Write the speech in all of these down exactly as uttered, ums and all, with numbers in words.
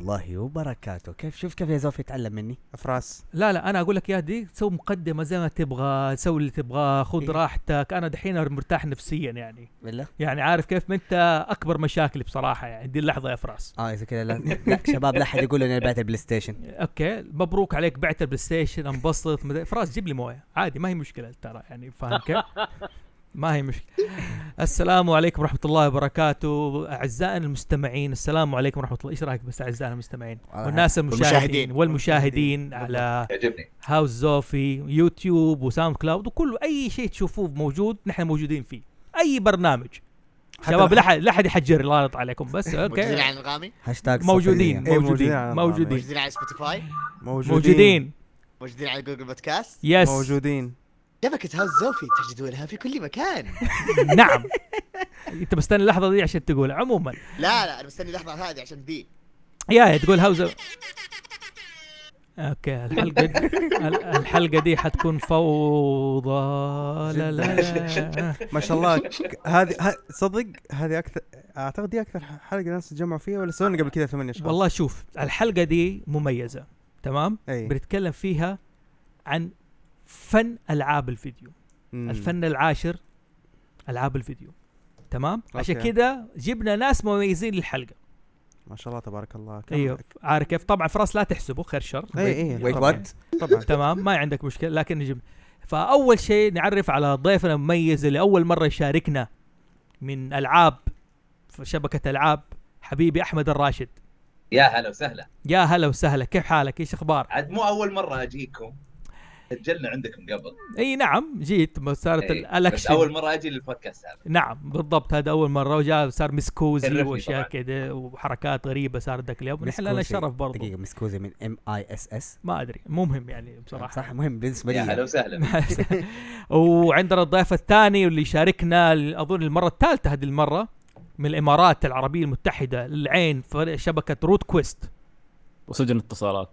الله وبركاته. كيف شوف كيف يا زوفي يتعلم مني افراس. لا لا انا اقول لك يا دي سوي مقدمه زي ما تبغى، سوي اللي تبغاه، خذ راحتك. انا دحين مرتاح نفسيا يعني بالله يعني عارف كيف. ما انت اكبر مشاكلي بصراحه يعني دي اللحظه يا فراس. اه اذا كذا لا, لا شباب لا احد يقول اني بعت البلاي ستيشن. اوكي مبروك عليك بعت البلاي ستيشن انبسط. مد... فراس جيب لي مويه عادي ما هي مشكله ترى يعني فاهم كيف. ما هي مشكله. السلام عليكم ورحمه الله وبركاته اعزائنا المستمعين. السلام عليكم ورحمه الله. ايش رايك بس اعزائنا المستمعين والناس المشاهدين والمشاهدين على هاوس زوفي يوتيوب وساوند كلاود وكل اي شيء تشوفوه موجود نحن موجودين فيه. اي برنامج شباب لا احد لا احد يحجر الله يرضى عليكم بس اوكي موجودين على الانغامي هاشتاج موجودين إيه، موجودين موجودين موجودين موجودين على سبوتيفاي موجودين موجودين على جوجل بودكاست يس موجودين. شبكة هاوس زوفي تجدونها في كل مكان. نعم. انت مستني اللحظه دي عشان تقول عموما. لا لا انا مستني اللحظة هذه عشان ذي يا يا تقول هاوس. اوكي الحلقه دي الحلقه دي حتكون فوضى. لا لا, لا. ما شاء الله هذه صدق هذه اكثر اعتقد دي اكثر حلقه ناس تجمعوا فيها ولا سوينا قبل كذا ثمانية اشخاص؟ والله شوف الحلقه دي مميزه تمام. أي. بنتكلم فيها عن فن العاب الفيديو. مم. الفن العاشر العاب الفيديو تمام. أوكي. عشان كده جبنا ناس مميزين للحلقه. ما شاء الله تبارك الله. ايوه عارف كيف. طبعا فراس لا تحسبه خير شر. اي اي ويت وات طبعا تمام ما عندك مشكله لكن نجيب. فاول شيء نعرف على ضيفنا المميز اللي اول مره يشاركنا من العاب في شبكه العاب حبيبي احمد الراشد. يا هلا وسهلا. يا هلا وسهلا كيف حالك ايش اخبار؟ عاد مو اول مره اجيكم سجلنا عندكم قبل. اي نعم جيت صارت إيه. الاكشن بس اول مره اجي للبودكاست هذا. نعم بالضبط هذا اول مره وجاء صار مسكوزي شرفني واشياء طبعاً. كده وحركات غريبه صارت ذاك اليوم. نحن لنا شرف برضه. دقيقه مسكوزه من ام اي اس اس ما ادري مو مهم يعني بصراحه صح مهم بالنسبه يا هلا لي. وسهلا. وعندنا الضيف الثاني واللي شاركنا اظن المره الثالثه هذه المره من الامارات العربيه المتحده العين فريق شبكه روت كويست وسجن اتصالات.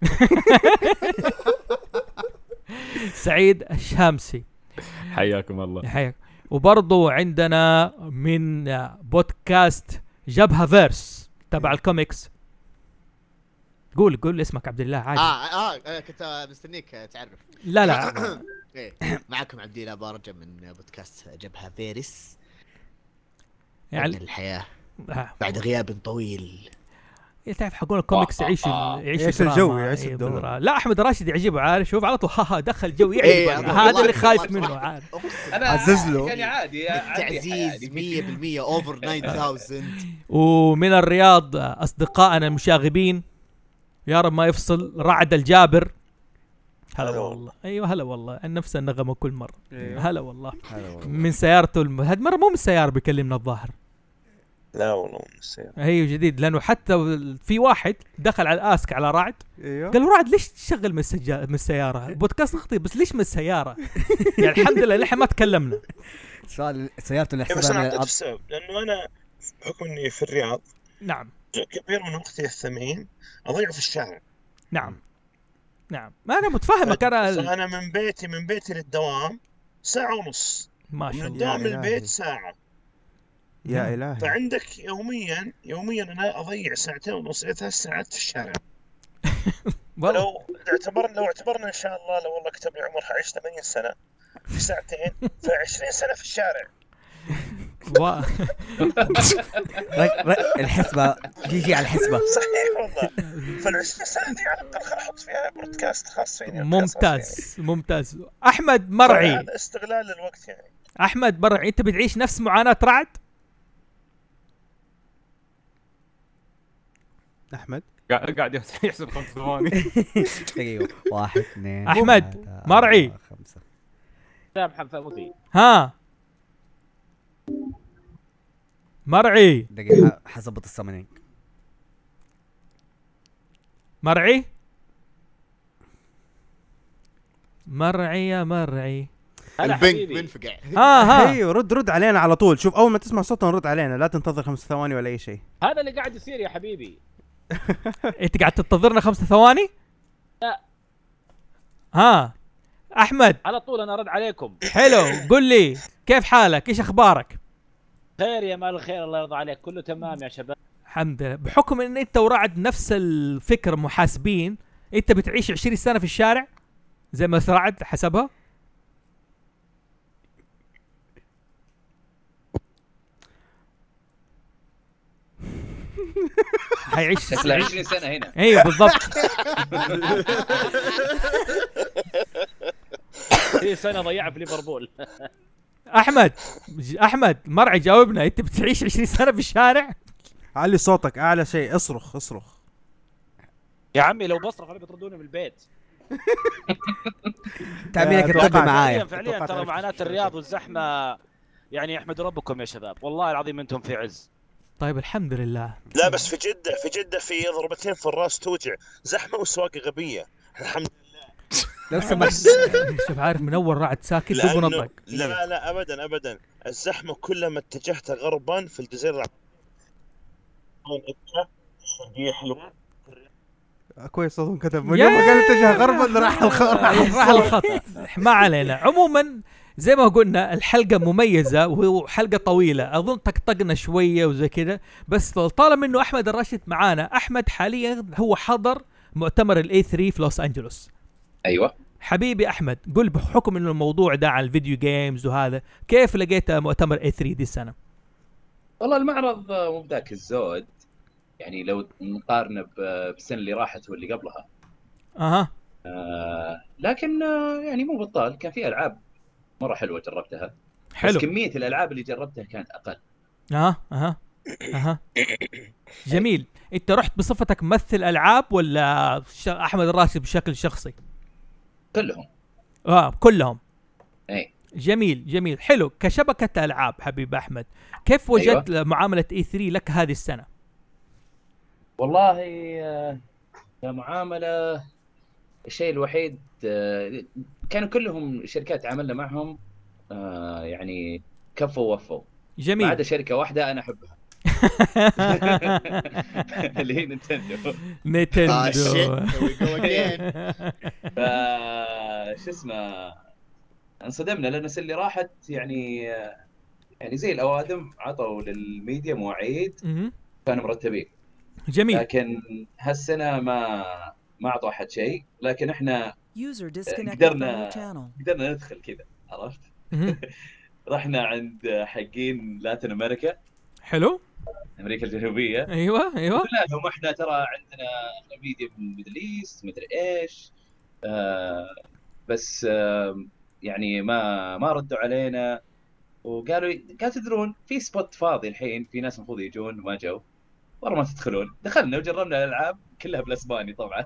سعيد الشامسي حياكم الله. حياك. وبرضو عندنا من بودكاست جبهة فيرس تبع الكوميكس. قول قول اسمك عبد الله عادي. اه اه كنت مستنيك تعرف. لا لا ايه معكم عبد الله بارجة من بودكاست جبهة فيرس. يعني الحياة آه. بعد غياب طويل. تعرف حقون الكوميكس يعيش يعيش يعيش الجو يعيش الجو. لا احمد راشد يعجبه عارف شوف على طول ها ها دخل جو يعجبه. إيه هذا اللي خايف منه عارف. انا عزز له. يعني عادي تعزيز مية بالمية اوفر تسعة آلاف. ومن الرياض اصدقائنا المشاغبين يا رب ما يفصل رعد الجابر. هلا والله ايوه هلا والله نفس النغمه كل مره. هلا والله من سيارته الم... هاد مره مو من السياره بيكلمنا الظاهر. لا والله من السيارة. هي جديد لانه حتى في واحد دخل على الاسك على رعد ايوه قال له رعد ليش تشغل من السجا... من السياره بودكاست خطير بس ليش من السياره. يعني الحمد لله نحن ما تكلمنا. سؤال سيارته اللي إيه بس أنا حسبها أعطيت السبب لأنه أنا بحكم إني في الرياض نعم جزء كبير من وقتي الثمين أضيعه في الشارع. نعم نعم ما انا متفهمك انا. فأنا من بيتي من بيتي للدوام ساعة ونص. ما شاء من الله الدوام للبيت ساعة. يا إلهي. فعندك يوميا يوميا أنا أضيع ساعتين ونص إلى ثلاث ساعات في الشارع. والله لو اعتبرنا لو اعتبرنا إن شاء الله لو والله كتب لي عمر حعيش ثمانين سنة في ساعتين فعشرين سنة في الشارع. و... رك رك الحسبه جي على الحسبه. صحيح والله. فالعشرين سنة دي على الأقل خل أحط فيها بودكاست خاص فيني. ممتاز ممتاز. احمد مرعي هذا استغلال للوقت يعني. احمد مرعي انت بتعيش نفس معاناة رعد؟ احمد قاعد قاعد يحسب خمس ثواني. دقيقه واحد اثنين أحمد ثلاثة، مرعي. أربعة، خمسة. سامح فوزي. ها مرعي دقيقه حظبط السمنينج. مرعي مرعي يا مرعي. البنك بنفقع. ها ها ايوه رد رد علينا على طول. شوف اول ما تسمع صوتنا رد علينا لا تنتظر خمس ثواني ولا اي شيء. هذا اللي قاعد يصير يا حبيبي. انت قاعد تنتظرنا خمسة ثواني؟ لا ها احمد على طول انا رد عليكم. حلو قل لي كيف حالك ايش اخبارك؟ خير يا مال الخير الله يرضى عليك كله تمام يا شباب. الحمد لله. بحكم ان انت ورعد نفس الفكر محاسبين، انت بتعيش عشرين سنة في الشارع زي ما رعد حسبها. حيعيش شكله عشرين سنة هنا. ايوه بالضبط. في سنه ضيعها في ليفربول. احمد احمد مرعي جاوبنا، انت بتعيش عشرين سنة في الشارع؟ علي صوتك اعلى شيء، اصرخ اصرخ. يا عمي لو بصرخ انا بيطردوني من البيت. تعمينك آه، الطبي طبعاً. معايا. فعليا توقعت ترى عرفت. معاناة الرياض والزحمه يعني احمدوا ربكم يا شباب، والله العظيم انتم في عز. طيب الحمد لله. لا بس في جدة في جدة في ضربتين في الراس توجع، زحمة وسواقة غبية. الحمد لو سمحت شوف عارف من اول رعد ساكت لله. تبغى لأنه نطق. لا لا ابدا ابدا، الزحمة كلما اتجهت غربا في الجزيرة العربية الشرقية حلوة. آه، كويس اظن كتب من يوم ما قال اتجه غربا راح الخط. راح الخط. ما علينا. عموما زي ما قلنا الحلقة مميزة وحلقة طويلة، أظن طقطقنا شوية وزي كده، بس طالما إنه أحمد الراشد معانا. أحمد حاليا هو حضر مؤتمر الاي ثري في لوس أنجلوس. ايوه حبيبي أحمد، قل بحكم إنه الموضوع ده على الفيديو جيمز وهذا، كيف لقيت مؤتمر اي ثري دي السنة؟ والله المعرض مو بذاك الزود، يعني لو نقارنه ب- بالسنة اللي راحت واللي قبلها. أها. آه لكن آه يعني مو بطال، كان في ألعاب مرة حلوة جربتها. حلو. بس كمية الألعاب اللي جربتها كانت أقل. أها أها أها. جميل. أنت رحت بصفتك ممثل ألعاب ولا ش- أحمد الراشد بشكل شخصي؟ كلهم. آه كلهم. اي جميل جميل حلو. كشبكة ألعاب حبيب أحمد، كيف وجدت أيوة. معاملة اي ثري لك هذه السنة؟ والله آه، كمعاملة الشيء الوحيد آه، كانوا كلهم شركات عملنا معهم آه، يعني كفوا ووفوا، ما جميل. عدا شركة واحدة أنا أحبها اللي هي نينتندو. آه، نينتندو. shit. Here we go again. ف شو اسمه انصدمنا لأن السنة اللي راحت يعني آه، يعني زي الأوادم عطوا للميديا مواعيد مهم. كانوا مرتبين، جميل. لكن هالسنة ما ما أعطوا أحد شيء، لكن إحنا User disconnected from قدرنا your channel. قدرنا ندخل كذا، عرفت؟ مهم. رحنا عند حقين لاتين أمريكا، حلو. أمريكا الجنوبية. ايوه ايوه. قلنا لهم احنا ترى عندنا ميديا من الميدل ايست مدري ايش، آه بس آه يعني ما ما ردوا علينا، وقالوا قالوا تدرون في سبوت فاضي الحين، في ناس المفروض يجون وما جو، ورا ما تدخلون. دخلنا وجربنا الالعاب كلها بالاسباني طبعا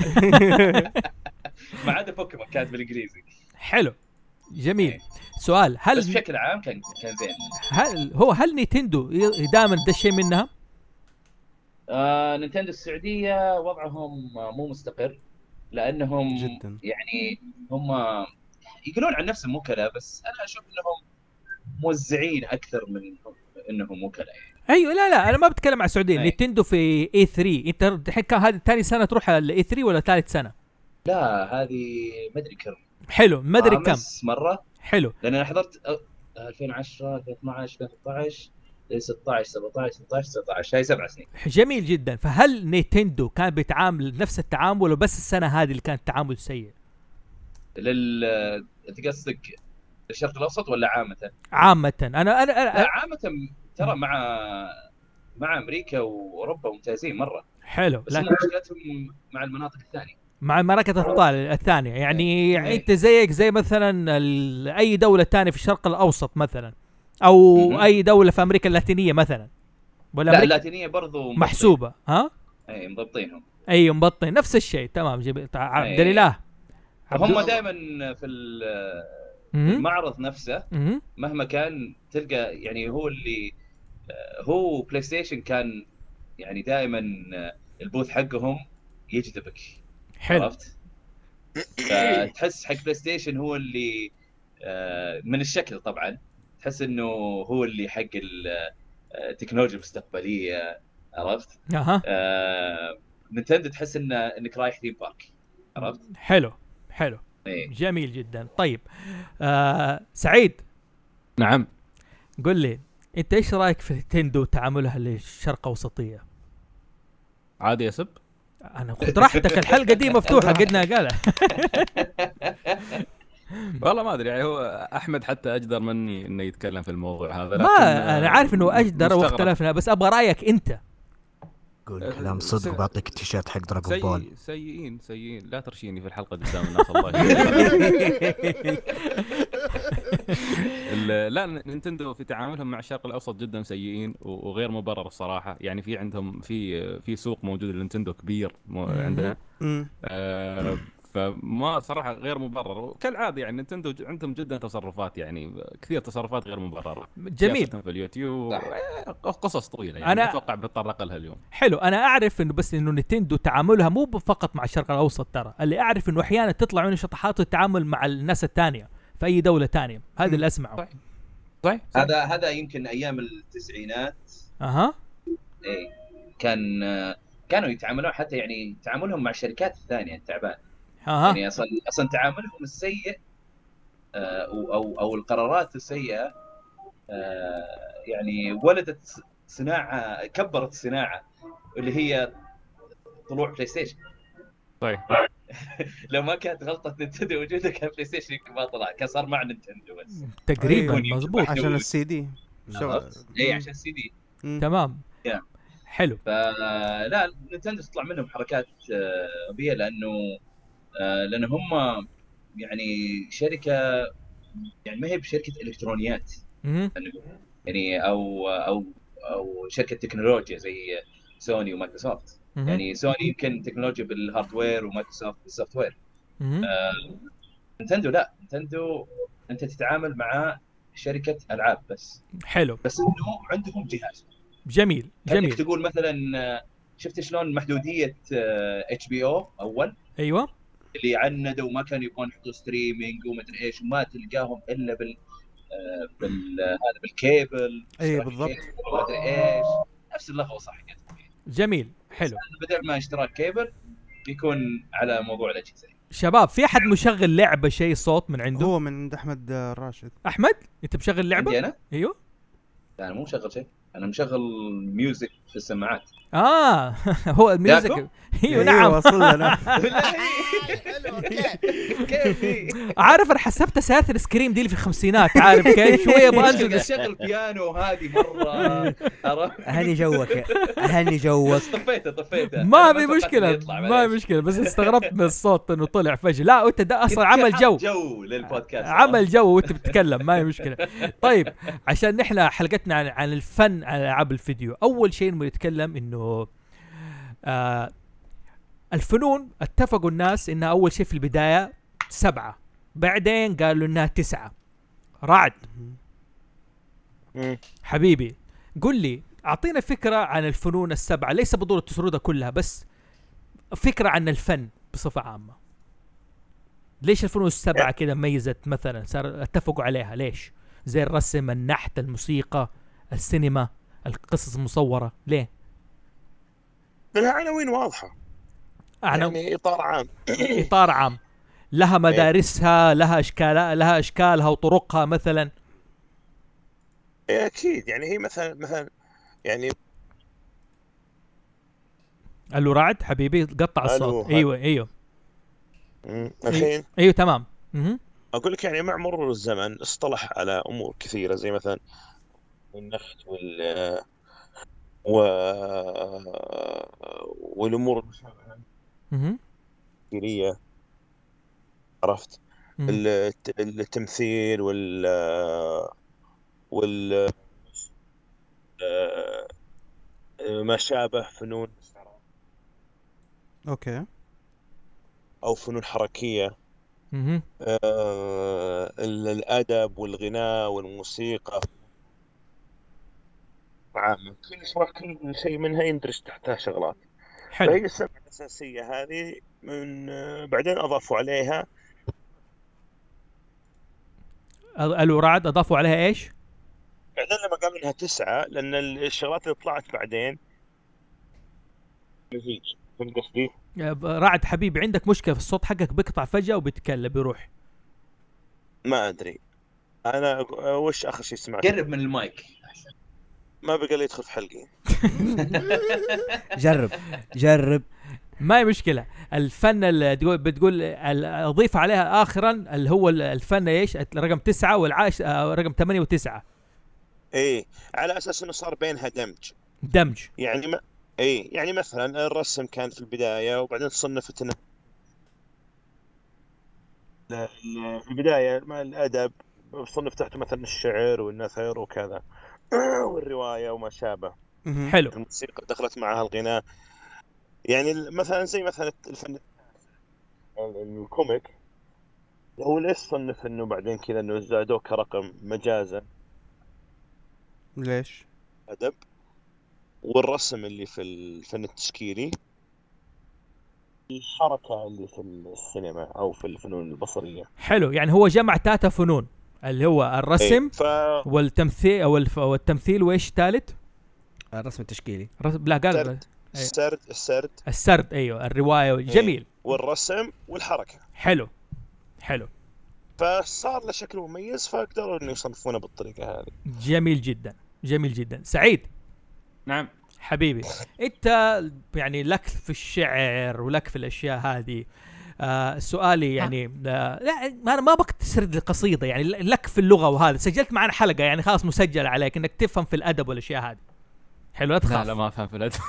ما عدا بوكيمون كانت بالانجليزي. حلو. جميل. إيه. سؤال، هل بس بشكل عام كان كان زين. هل هو هل نينتندو دائما ده الشيء منها؟ آه نينتندو السعودية وضعهم مو مستقر، لأنهم جدا. يعني هم يقولون عن نفسهم وكلاء، بس أنا أشوف أنهم موزعين أكثر من أنهم وكلاء يعني. ايوه. لا لا انا ما بتكلم عن السعوديه. أي. نينتندو في اي ثري، انت الحين كان هذه ثاني سنه تروح على اي ثري ولا ثالث سنه؟ لا هذه ما أدري كم، حلو. ما ادري كم. خامس مرة، حلو. لأن أنا حضرت أ- ألفين وعشرة ألفين واثناشر ألفين وثلاثة عشر ستة عشر سبعة عشر ستة عشر سبعة عشر، هاي سبع سنين. جميل جدا. فهل نينتندو كان بيتعامل نفس التعامل ولا بس السنه هذه اللي كان التعامل سيء؟ لل أنت قصدك الشرق الأوسط ولا عامة؟ عامه. انا انا, أنا, لا أنا عامة ترى مع مع أمريكا وأوروبا ممتازين مرة، حلو. بس لكن هم مشكلتهم مع المناطق الثانية. مع مراكز الابطال الثانيه يعني أي. انت زيك زي مثلا ال- اي دوله ثانيه في الشرق الاوسط مثلا، او مهم. اي دوله في امريكا اللاتينيه مثلا، ولا لا أمريكا اللاتينية برضو مضبطين. محسوبه. ها اي مضبطينهم. اي مبطن نفس الشيء. تمام. جميل. تع- عبد أي. الاله. عبد هم الله. دائما في ال- مهم. المعرض نفسه مهم. مهما كان تلقى يعني هو اللي هو بلاي ستيشن كان يعني دائما البوث حقهم يجذبك، حلو. عرفت؟ فتحس حق بلاي ستيشن هو اللي آه، من الشكل طبعا تحس انه هو اللي حق ال- التكنولوجيا المستقبليه، عرفت؟ اها. آه، نينتندو تحس ان انك رايح ثيم بارك، عرفت؟ حلو حلو. ايه جميل جدا. طيب آه سعيد، نعم. قل لي انت ايش رايك في نينتندو وتعاملها للشرق اوسطيه؟ عادي يسب انا خذ راحتك، الحلقه دي مفتوحه قدنا قالها. والله ما ادري يعني هو احمد حتى اجدر مني انه يتكلم في الموضوع هذا، ما انا عارف انه اجدر واختلفنا، بس ابغى رايك انت. قول كلام صدق وبعطيك التيشيرت حق دراغون بول. سيء سيئين سيئين لا ترشيني في الحلقه قدام الناس الله يخليك. لا نينتندو في تعاملهم مع الشرق الاوسط جدا سيئين وغير مبرر الصراحه. يعني في عندهم في في سوق موجود للنينتندو كبير عندنا، آه فما صراحه غير مبرر كالعاده. يعني نينتندو عندهم جدا تصرفات يعني كثير تصرفات غير مبرره. جميل في اليوتيوب قصص طويله يعني أنا اتوقع بنتطرق لها اليوم. حلو. انا اعرف انه بس انه نينتندو تعاملها مو فقط مع الشرق الاوسط، ترى اللي اعرف انه احيانا تطلع من شطحات التعامل مع الناس الثانيه في اي دوله ثانيه. هذا اللي اسمعه. صحيح. صحيح. هذا هذا يمكن ايام التسعينات. اها ايه كان كانوا يتعاملون حتى يعني تعاملهم مع الشركات الثانيه التعبان. اها يعني اصلا اصلا تعاملهم السيء او او او القرارات السيئه يعني ولدت صناعه، كبرت الصناعه اللي هي طلوع بلاي ستيشن. طيب لو ما كانت غلطه نينتندو وجودها كان بلاي ستيشن ما طلع، كان صار مع نينتندو بس تقريبا مزبوط عشان السي دي. اي عشان السي دي. تمام yeah. حلو. فلا نينتندو تطلع منهم حركات غبيه لانه لان هم يعني شركه يعني ما هي بشركه الكترونيات يعني او او او شركه تكنولوجيا زي سوني ومايكروسوفت. يعني سوني يمكن تكنولوجيا بالهاردوير ومايكروسوفت بالسوفت وير. نينتندو لا، نينتندو انت تتعامل مع شركه العاب بس. حلو. بس انه عندهم جهاز. جميل جميل. تقول مثلا شفت شلون محدوديه اتش بي او اول؟ ايوه اللي عندوا وما كانوا يبغون يحطوا ستريمينج وما ادري ايش وما تلقاهم الا بال بال هذا بالكيبل. اي بالضبط. ما ادري ايش نفس اللغه صح كده. جميل حلو. بدل ما اشتراك كيبل يكون على موضوع الاجهزه. شباب في احد مشغل لعبه شيء صوت من عنده؟ هو من عند احمد الراشد. احمد انت مشغل لعبه؟ عندي انا؟ ايوه انا مو مشغل شيء، انا مشغل ميوزك في السماعات. اه هو الميوزك. ايوه نعم وصل لنا. عارف انا حسبت ساتر سكريم دي اللي في الخمسينات، عارف كيف شويه بانزل اشغل بيانو هذه مره. هني جوك هني جوك. طفيته طفيته ما في مشكله ما في مشكله، بس استغربت من الصوت انه طلع فجاه. لا انت ده اصلا عمل جو جو للبودكاست، عمل جو وانت بتتكلم ما هي مشكله. طيب عشان نحن حلقتنا عن, عن الفن على العاب الفيديو، اول شيء بنتكلم انه آه الفنون اتفقوا الناس انها اول شيء في البدايه سبعه، بعدين قالوا انها تسعه. رعد حبيبي قل لي اعطينا فكره عن الفنون السبعه، ليس بالضروره تسردها كلها بس فكره عن الفن بصفه عامه. ليش الفنون السبعه كده ميزت مثلا صار اتفقوا عليها؟ ليش؟ زي الرسم، النحت، الموسيقى، السينما، القصص المصوره، ليه؟ لها عناوين واضحه يعني اطار عام. اطار عام لها مدارسها، لها اشكالها، لها اشكالها وطرقها مثلا. اكيد يعني هي مثلا مثلا يعني قال له رعد حبيبي قطع الصوت. ايوه ايوه الحين ايوه تمام. اها اقول لك يعني مع مرور الزمن اصطلح على امور كثيره زي مثلا النحت وال و والامور المشابهه التمثيليه، عرفت؟ التمثيل وال وال ما شابه فنون اوكي او فنون حركيه. اها الادب والغناء والموسيقى عامة كل شيء منها يندرج تحتها شغلات. حلو. فهي السبعة الأساسية هذه من بعدين أضافوا عليها قالوا رعد أضافوا عليها إيش؟ بعدين لما قالوا إنها تسعة لأن الشغلات اللي طلعت بعدين مزيج. فهمت قصدي؟ رعد حبيبي عندك مشكلة في الصوت حقك بيقطع فجأة وبيتكلم بيروح. ما أدري أنا وش آخر شيء سمعت. قرب من المايك. ما بقى لي يدخل في حلقي. جرب جرب. ما هي مشكله. الفن اللي تقول بتقول ال- اضيف عليها اخرا اللي هو ال- الفن ايش رقم تسعة والعاش آه، رقم ثمانية وتسعة ايه على اساس انه صار بينها دمج. دمج. يعني ما ايه يعني مثلا الرسم كان في البدايه وبعدين صنفت انه ال- ال- في البدايه مع الادب صنف تحته مثلا الشعر والنثر وكذا والروايه وما شابه. مهم. حلو. الموسيقى دخلت معها الغناء. يعني ال- مثلا زي مثلا الفن ال- الكوميك هو ليش صنف انه بعدين كذا انه زادوه كرقم مجازا ليش؟ ادب، والرسم اللي في الفن التشكيلي، الحركه اللي في السينما او في الفنون البصريه. حلو، يعني هو جمع تاتا فنون اللي هو الرسم إيه، ف والتمثيل او الف- والتمثيل وايش ثالث؟ الرسم التشكيلي. رسم لا قال السرد السرد السرد السرد. ايوه الروايه. جميل. والرسم والحركه. حلو حلو فصار له شكل مميز فقدروا انه يصنفونه بالطريقه هذه. جميل جدا جميل جدا. سعيد نعم حبيبي، انت يعني لك في الشعر ولك في الاشياء هذه. آه سؤالي يعني آه لا انا ما بك تسرد القصيده، يعني لك في اللغه وهذا سجلت معنا حلقه يعني خلاص مسجل عليك انك تفهم في الادب والاشياء هذه. حلو لا لا تخاف. لا ما افهم في الادب.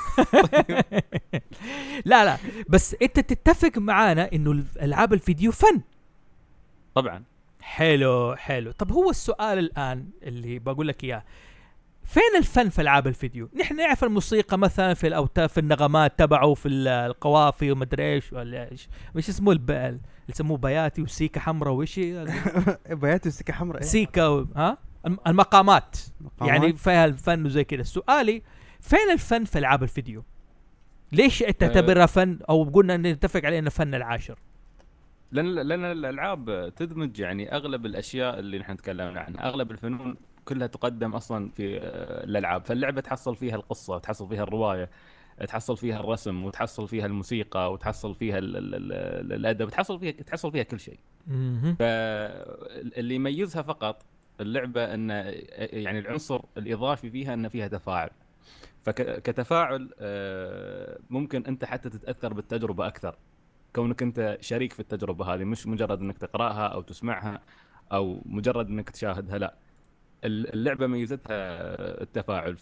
لا لا بس انت تتفق معانا انه العاب الفيديو فن. طبعا. حلو حلو. طب هو السؤال الان اللي بقول لك اياه، فين الفن في العاب الفيديو؟ نحن نعرف الموسيقى مثلا في الاوتار في النغمات تبعه في ال- القوافي ومدري ايش ولا ايش وش اسمه الب... اللي يسموه بياتي وسيكا حمراء وش بيات وسكه حمراء. إيه؟ سيكا و... ها الم- المقامات. مقامات. يعني فيها الفن وزي كذا. سؤالي فين الفن في العاب الفيديو؟ ليش انت تعتبرها فن او قلنا ان نتفق عليه انه فن العاشر؟ لان لان الالعاب تدمج يعني اغلب الاشياء اللي نحن تكلمنا عنها، اغلب الفنون كلها تقدم اصلا في آه، الالعاب. فاللعبه تحصل فيها القصه، تحصل فيها الروايه، تحصل فيها الرسم، وتحصل فيها الموسيقى، وتحصل فيها ال ال ال الادب، تحصل فيها تحصل فيها كل شيء. مهم. فاللي يميزها فقط اللعبه ان يعني العنصر الاضافي فيها ان فيها تفاعل. فكتفاعل ممكن انت حتى تتاثر بالتجربه اكثر، كونك انت شريك في التجربه هذه، مش مجرد انك تقراها او تسمعها او مجرد انك تشاهدها. لا، اللعبه ميزتها التفاعل.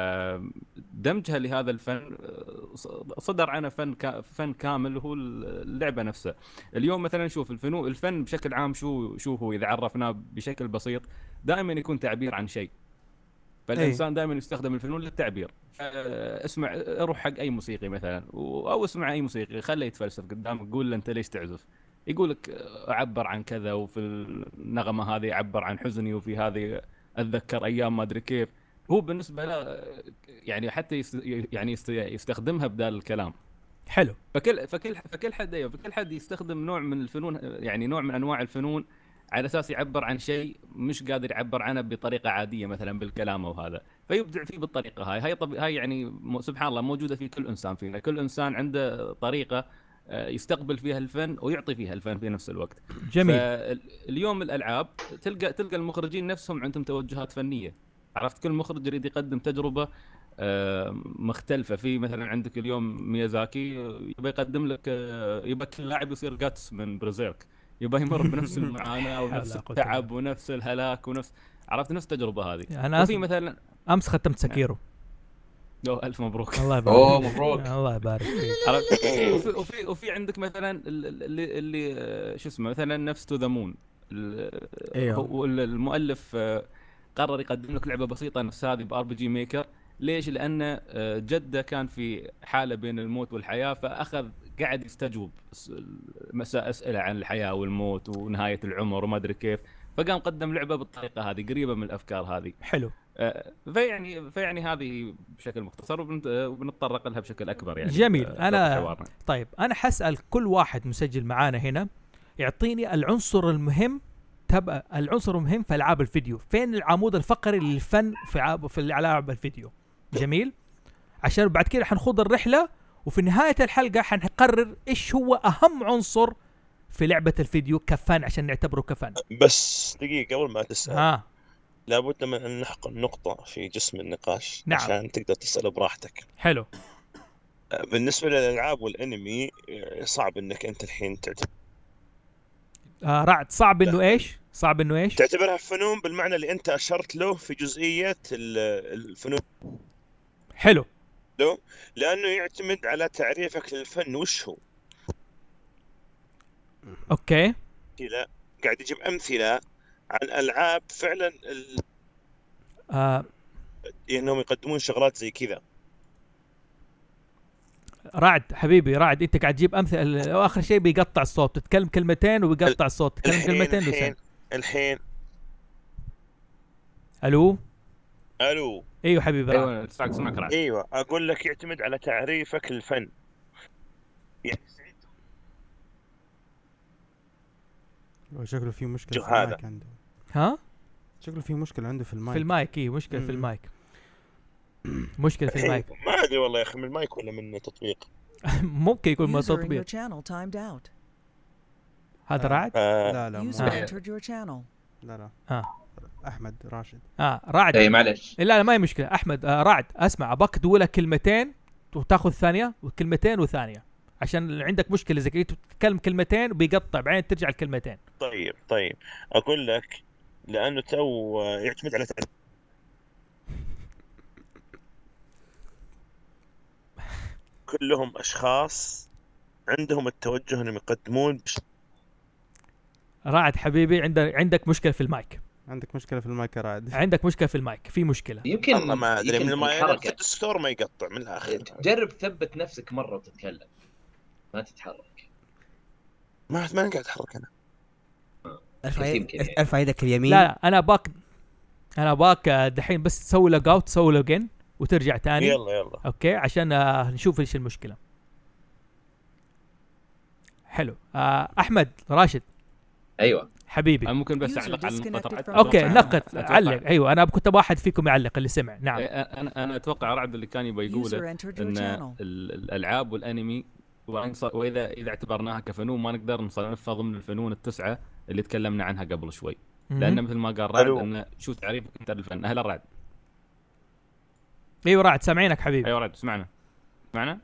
فدمجها لهذا الفن صدر عنه فن كا فن كامل هو اللعبه نفسها. اليوم مثلا نشوف الفنون الفن بشكل عام شو شو هو، اذا عرفناه بشكل بسيط دائما يكون تعبير عن شيء. فالانسان دائما يستخدم الفنون للتعبير. اسمع روح حق اي موسيقي مثلا او اسمع اي موسيقي خليه يتفلسف قدامك، قول له انت ليش تعزف، يقول لك اعبر عن كذا، وفي النغمه هذه اعبر عن حزني، وفي هذه اتذكر ايام ما ادري كيف. هو بالنسبه له يعني حتى يست يعني يست يستخدمها بدال الكلام. حلو. فكل فكل فكل حد ايوه فكل حد يستخدم نوع من الفنون، يعني نوع من انواع الفنون على اساس يعبر عن شيء مش قادر يعبر عنه بطريقه عاديه مثلا بالكلام او هذا، فيبدع فيه بالطريقه هاي. هاي طب هاي يعني سبحان الله موجوده في كل انسان فينا، كل انسان عنده طريقه يستقبل فيها الفن ويعطي فيها الفن في نفس الوقت. جميل. اليوم الالعاب تلقى تلقى المخرجين نفسهم عندهم توجهات فنيه. عرفت، كل مخرج يريد يقدم تجربه مختلفه. في مثلا عندك اليوم ميازاكي يبغى يقدم لك، يبغى كل لاعب يصير جاتس من برزيرك، يبغى يمر بنفس المعاناه ونفس التعب ونفس الهلاك ونفس، عرفت، نفس التجربه هذه. انا وفي مثلا امس ختمت سكيرو. لو الف مبروك. الله يبارك. اوه مبروك. الله يبارك فيك. عرفت. وفي وفي وفي عندك مثلا اللي اللي شو اسمه مثلا نفس تو ذا مون. هو المؤلف قرر يقدم لك لعبه بسيطه نفس هذه بار بي جي ميكر. ليش؟ لان جده كان في حاله بين الموت والحياه، فاخذ قاعد يستجوب مساء اسئله عن الحياه والموت ونهايه العمر وما ادري كيف، فقام قدم لعبه بالطريقه هذه قريبه من الافكار هذه. حلو. فيعني فيعني هذه بشكل مختصر وبنتطرق لها بشكل اكبر يعني. جميل. انا طيب انا حسأل كل واحد مسجل معانا هنا يعطيني العنصر المهم تبع العنصر المهم في العاب الفيديو. فين العمود الفقري للفن في عاب في العاب الفيديو؟ جميل. عشان بعد كده حنخوض الرحله وفي نهايه الحلقه حنقرر ايش هو اهم عنصر في لعبه الفيديو كفن عشان نعتبره كفن. بس دقيقه قبل ما تسال، ها لابد من أن نحقن نقطة في جسم النقاش نعم. عشان تقدر تسأله براحتك. حلو. بالنسبة للألعاب والأنمي صعب إنك أنت الحين تعتبر آه رعد صعب إنه إيش؟ صعب إنه إيش؟ تعتبرها فنون بالمعنى اللي أنت أشرت له في جزئية الفنون. حلو. له لأنه يعتمد على تعريفك للفن وش هو. أوكي. لا قاعد يجيب أمثلة عن ألعاب فعلا ال... آه. إنهم يقدمون شغلات زي كذا. رعد حبيبي رعد أنت قاعد تجيب أمثلة، آخر شيء بيقطع الصوت، تتكلم كلمتين وبيقطع الصوت، تتكلم الحين كلمتين الحين وثاني. الحين ألو. ألو. أيوه حبيبي رعد. ايوه تسمعك سمعك رعد. ايوه اقول لك يعتمد على تعريفك للفن. يعني شكله في مشكلة في هذا. المايك عنده. ها؟ شكله في مشكلة عنده في المايك. في المايك إيه مشكلة في مم. المايك. مشكلة في المايك. ما ادري والله يا اخي من المايك ولا من تطبيق. ممكن يكون من User in your تطبيق. channel timed out. هذا رعد؟ آه لا لا مو User آه. entered your channel. لا لا آه. أحمد راشد. آه رعد. اي معلش. لا لا ما هي مشكلة أحمد. آه رعد أسمع أباك تقولها كلمتين وتاخذ ثانية وكلمتين وثانية عشان عندك مشكلة زي كده تتكلم كلمتين وبيقطع بعدين ترجع الكلمتين. طيب طيب اقول لك لانه تو يعتمد على تعريف. كلهم اشخاص عندهم التوجه انهم يقدمون بش... رعد حبيبي عندك عندك مشكلة في المايك. عندك مشكلة في المايك يا رعد. عندك مشكلة في المايك، في مشكلة. يمكن والله ما ادري يمكن من المايك الحركة. الدستور ما يقطع من الاخر. جرب تثبت نفسك مرة وتتكلم ما تتحرك. ما ما قاعد اتحرك انا. ارفع يمكن يعني. ارفع يدك اليمين. لا لا انا باك انا باك آه، دحين بس تسوي لوج اوت تسوي لوجين وترجع تاني. يلا يلا اوكي عشان آه، نشوف ايش المشكلة. حلو. آه احمد راشد ايوه حبيبي. أنا ممكن بس User اعلق على النقطة. disconnected from اوكي your channel. نقط أتوقع- علق. ايوه انا كنت ابغى واحد فيكم يعلق اللي سمع. نعم. إيه، انا انا اتوقع رعد اللي كان يبغى User يقوله entered your ان channel. ال- الالعاب والانمي وإن- واذا اذا اعتبرناها كفنون ما نقدر نصنفها ضمن الفنون التسعه اللي تكلمنا عنها قبل شوي. لان مهم. مثل ما قال رعد ألو. انه شو تعريفك انت للفن. اهلا رعد. ايوه رعد سامعينك حبيبي. ايوه رعد اسمعنا اسمعنا.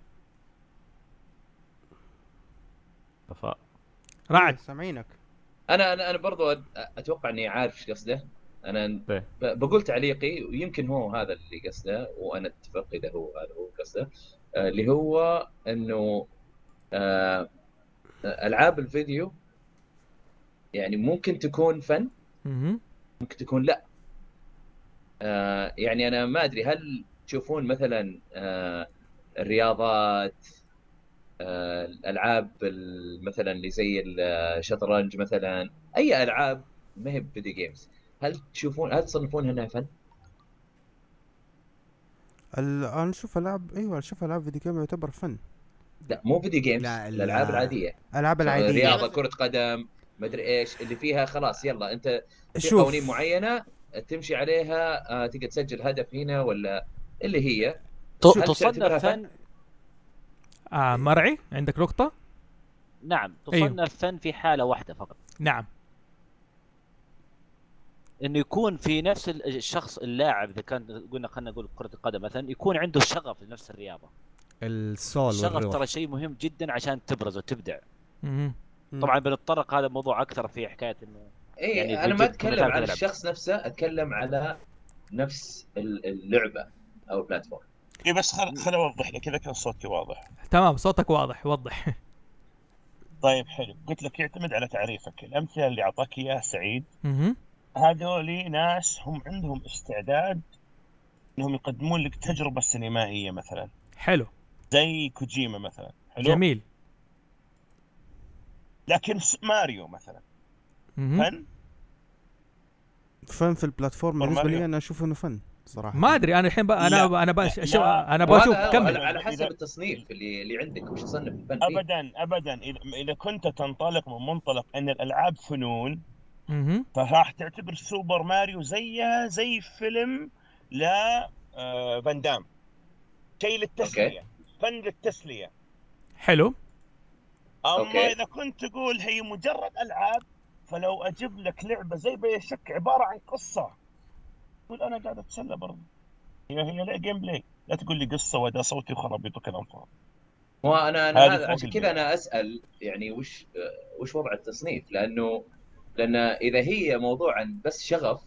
وفاء. رعد سامعينك. انا انا انا برضو أت- اتوقع اني عارف ايش قصده. انا إيه. ب- بقول تعليقي ويمكن هو هذا اللي قصده وانا اتفق اذا هو هذا هو قصده. آه، اللي هو انه آه، العاب الفيديو يعني ممكن تكون فن مهم. ممكن تكون لا. آه، يعني انا ما ادري هل تشوفون مثلا آه، الرياضات آه، الالعاب ال- مثلا اللي زي الشطرنج مثلا اي العاب ما هي فيديو جيمز هل تشوفون هل تصنفونها انها فن؟ ال- انا نشوف العاب ايوه نشوف العاب فيديو جيم يعتبر فن. لا مو فيديو جيمز لا، لا. الالعاب العاديه العاب العادية. رياضه كره قدم ما ادري ايش اللي فيها خلاص يلا انت في شوف. قوانين معينه تمشي عليها آه، تقدر تسجل هدف هنا ولا اللي هي ت- هل تصنف تعتبرها فن. آه مرعي عندك نقطة؟ نعم أيوه. تصنف فن في حالة واحدة فقط، نعم. انه يكون في نفس ال- الشخص اللاعب. اذا كان قلنا خلينا نقول كرة القدم مثلا يكون عنده شغف لنفس الرياضة. السول الشغف والروح. ترى شيء مهم جدا عشان تبرز وتبدع. مهم. مم. طبعا بنتطرق هذا الموضوع اكثر في حكاية انه اي يعني يعني انا ما بجد اتكلم كل عن تلعب. الشخص نفسه اتكلم على نفس ال- اللعبه او البلاتفورم. اي بس خل خل اوضح لك كذا كان صوتي واضح. تمام صوتك واضح وضح. طيب حلو قلت لك يعتمد على تعريفك. الامثله اللي اعطاك اياها سعيد مهم. هذولي ناس هم عندهم استعداد انهم يقدمون لك تجربه سينمائيه مثلا حلو. زي كوجيما مثلا. حلو. جميل. لكن س- ماريو مثلا مهم. فن. فن في البلاتفورم بالنسبة ماريو. لي انا اشوفه انه فن صراحة. ما ادري انا الحين بقى انا لا. انا بش... لا. شو... انا وهذا بشوف على, كمل. على حسب إذا- التصنيف اللي اللي عندك وش تصنف الفن فيه. ابدا ابدا اذا إذا كنت تنطلق من منطلق ان الالعاب فنون مهم. فراح تعتبر سوبر ماريو زيها زي فيلم لا آه فان دام. شيء للتسليه. فن للتسليه. حلو. اما أوكي. اذا كنت تقول هي مجرد العاب فلو اجيب لك لعبه زي بلا شك عباره عن قصه تقول انا قاعد اتسلى برضه. هي هي لا جيم بلاي، لا تقول لي قصه واداء صوتي وخرابيط وكلام فاضي. وانا انا هذه هذا فوق عشان البيت. كذا انا اسال يعني وش وش وضع التصنيف، لانه لان اذا هي موضوع عن بس شغف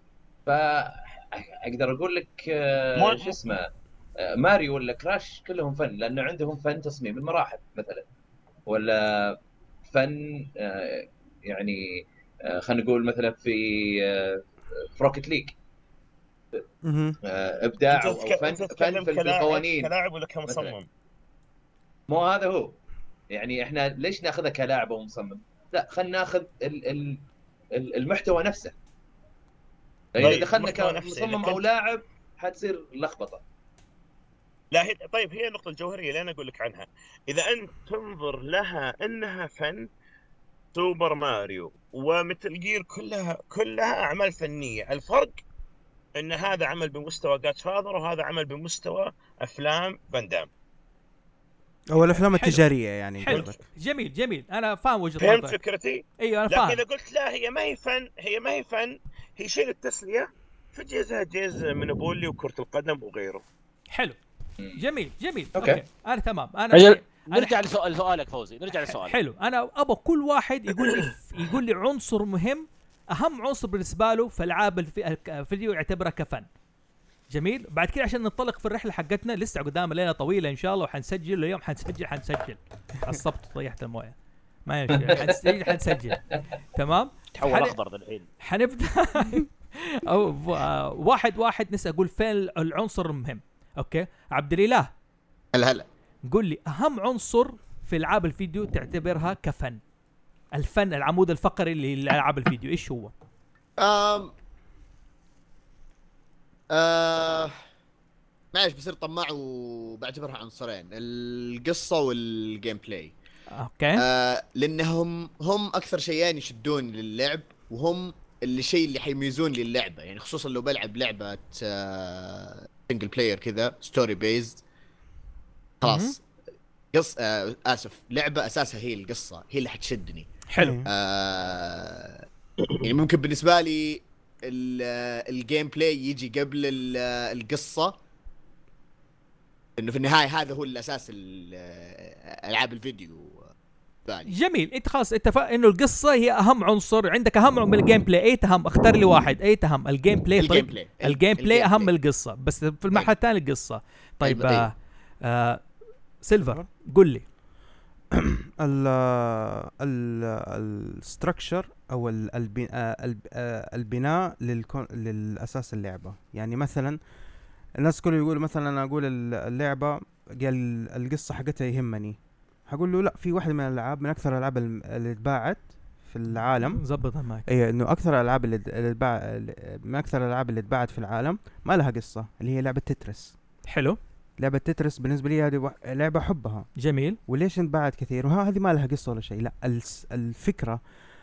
فاقدر اقول لك آه، مو- شو اسمه آه، ماريو ولا كراش كلهم فن، لانه عندهم فن تصميم المراحل مثلا، ولا فن آه، يعني آه، خلينا نقول مثلا في آه، في روكيت ليج مهم. آه، ابداع انت او تتك- فن انت فن تتكلم في كلاعب القوانين. كلاعب ولا كمصمم؟ مو هذا هو، يعني احنا ليش ناخذها كلاعب او مصمم؟ لا خلينا ناخذ ال ال ال- المحتوى نفسه. اذا طيب، دخلنا المحتوى نفسه، إذا كمصمم او كنت- لاعب حتصير لخبطه. لا هي طيب هي النقطة الجوهرية اللي أنا أقول لك عنها. إذا أنت تنظر لها إنها فن، سوبر ماريو ومثل جير كلها كلها أعمال فنية. الفرق إن هذا عمل بمستوى جاد فاذر وهذا عمل بمستوى أفلام فان دام. او الافلام حلو. التجاريه يعني حلو قصدك. جميل جميل انا فاهم وجهه فهمت نظرك. فكرتي؟ ايوه انا لكن فاهم. إذا قلت لا هي ما هي فن، هي ما هي فن، هي شيء للتسلية، فجيزها جيز مونوبولي وكرة القدم وغيره. حلو جميل جميل أوكي. اوكي انا تمام. انا أجل أنا نرجع لسؤال سؤالك فوزي، نرجع لسؤالك. حلو انا ابغى كل واحد يقول لي يقول لي عنصر مهم، اهم عنصر بالنسبه له في العاب الف- الفيديو يعتبرها كفن. جميل. بعد كده عشان ننطلق في الرحله حقتنا، لسه قدام ليله طويله ان شاء الله، وحنسجل اليوم. حنسجل حنسجل عصبت طيحت المويه ما يمشي. حنسجل حنسجل تمام. تحول حن- اخضر ذا الحين. حنبدا او آه، واحد واحد نسأل اقول فين العنصر المهم. اوكي عبد الاله هلا هلا. قول لي اهم عنصر في العاب الفيديو تعتبرها كفن، الفن العمود الفقري لالعاب الفيديو ايش هو؟ أم... آه... معلش بصير طماع وبعتبرها عنصرين، القصة والجيم بلاي. اوكي آه... لانهم هم اكثر شيئين يشدون للعب، وهم الشيء اللي حيميزون لي اللعبة، يعني خصوصا لو بلعب لعبة آه... سنجل بلاير كذا ستوري بيزد خلاص. قص آه... اسف لعبة اساسها هي القصة، هي اللي حتشدني. حلو آه... يعني ممكن بالنسبة لي الجيم بلاي يجي قبل القصة، انه في النهاية هذا هو الاساس العاب الفيديو بالي. جميل. انت خلاص اتفق انه القصه هي اهم عنصر عندك، اهم من الجيم بلاي. اي تهم اختار لي واحد. اي تهم الجيم بلاي. الجيم طيب بلاي الجيم بلاي الجيم اهم من بلاي. القصه، بس في المرحله الثانيه القصه. طيب أيوة. آه آه سيلفر قول لي. ال ال الستراكشر او ال- البي- آه، الب- آه، البناء للكون للاساس اللعبه. يعني مثلا الناس كلهم يقولوا مثلا انا اقول ال- اللعبه قال القصه حقتها يهمني، هقول له لا، في واحده من الالعاب من اكثر الالعاب الم- اللي اتباعت في العالم. زبط المايك. اي انه اكثر الالعاب اللي اللي اتباع من اكثر الالعاب اللي اتباعت في العالم ما لها قصه، اللي هي لعبه تترس. حلو لعبه تترس بالنسبه لي هذه وح- لعبه احبها. جميل. وليش انباعت كثير؟ وها هذه ما لها قصه ولا شيء، لا الس- الفكره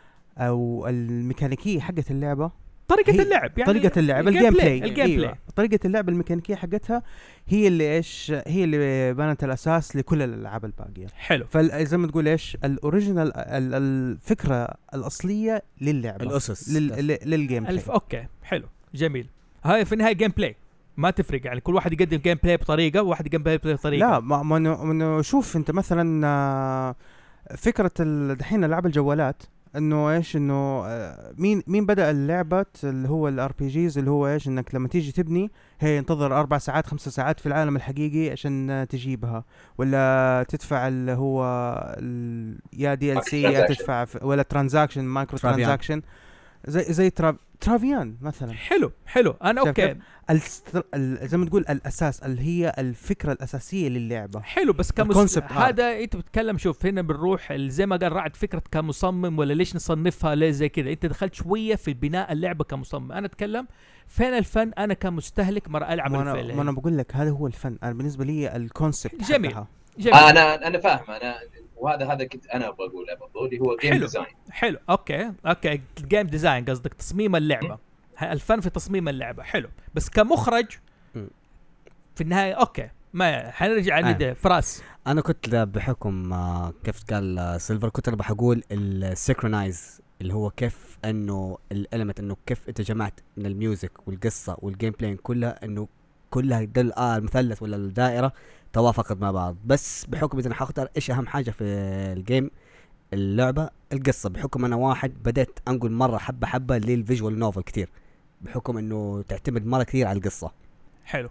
او الميكانيكيه حقت اللعبه، طريقه هي اللعب يعني طريقه اللعب الجيم بلاي الجيم أيوة. بلاي طريقه اللعب الميكانيكيه حقتها هي اللي ايش هي اللي بنت الاساس لكل الالعاب الباقيه. حلو. فزي ما تقول ايش الاوريجينال ال- الفكره الاصليه للعبه، الاسس لل... لل- للجيم بلاي. الف اوكي حلو جميل. هاي في النهايه جيم بلاي ما تفرق، يعني كل واحد يقدم جيم بلاي بطريقه وواحد يقدم جيم بلاي بطريقه. لا ما ما إنه- انه شوف انت مثلا آه، فكره ال- دحين العاب الجوالات، انه ايش انه آه، مين مين بدا اللعبه اللي هو الار بي جيز، اللي هو ايش انك لما تيجي تبني هي ينتظر اربع ساعات خمسة ساعات في العالم الحقيقي عشان آه، تجيبها، ولا تدفع اللي هو ال- يا دي ال سي يا تدفع ف- ولا ترانزاكشن مايكرو ترافيان. ترانزاكشن زي زي ترا ترافيان مثلا. حلو حلو انا شايف اوكي كيف؟ الستر... ال... زي ما تقول الاساس اللي هي الفكره الاساسيه للعبه. حلو. بس كمس... الكونسبت هذا انت بتتكلم. شوف هنا بنروح ال- زي ما قال رعد فكره كمصمم، ولا ليش نصنفها ليه زي كذا. انت دخلت شويه في بناء اللعبه كمصمم، انا اتكلم فين الفن. انا كمستهلك مره العب ما انا الفعل. ما انا بقول لك هذا هو الفن. انا بالنسبه لي الكونسبت جميل. حقها. جميل. انا انا فاهم انا، وهذا هذا كنت انا ابغى اقوله برضو، اللي هو جيم حلو. ديزاين. حلو اوكي اوكي جيم ديزاين قصدك تصميم اللعبه. ه- الفن في تصميم اللعبه حلو، بس كمخرج م. في النهايه اوكي ما حنرجع آه. ندي فراس. انا كنت بحكم آه، كيف قال آه، سيلفر، كنت انا بحقول السينكرونايز اللي هو كيف انه الالمنت انه كيف انت جمعت من الميوزك والقصه والجيم بلاي كلها انه كلها دل آه المثلث ولا الدائره توافقت مع بعض. بس بحكم اذا حختار ايش اهم حاجه في الجيم اللعبه القصه، بحكم انا واحد بدأت انقل مره حبه حبه للفيجوال نوفل كتير، بحكم انه تعتمد مره كثير على القصه. حلو.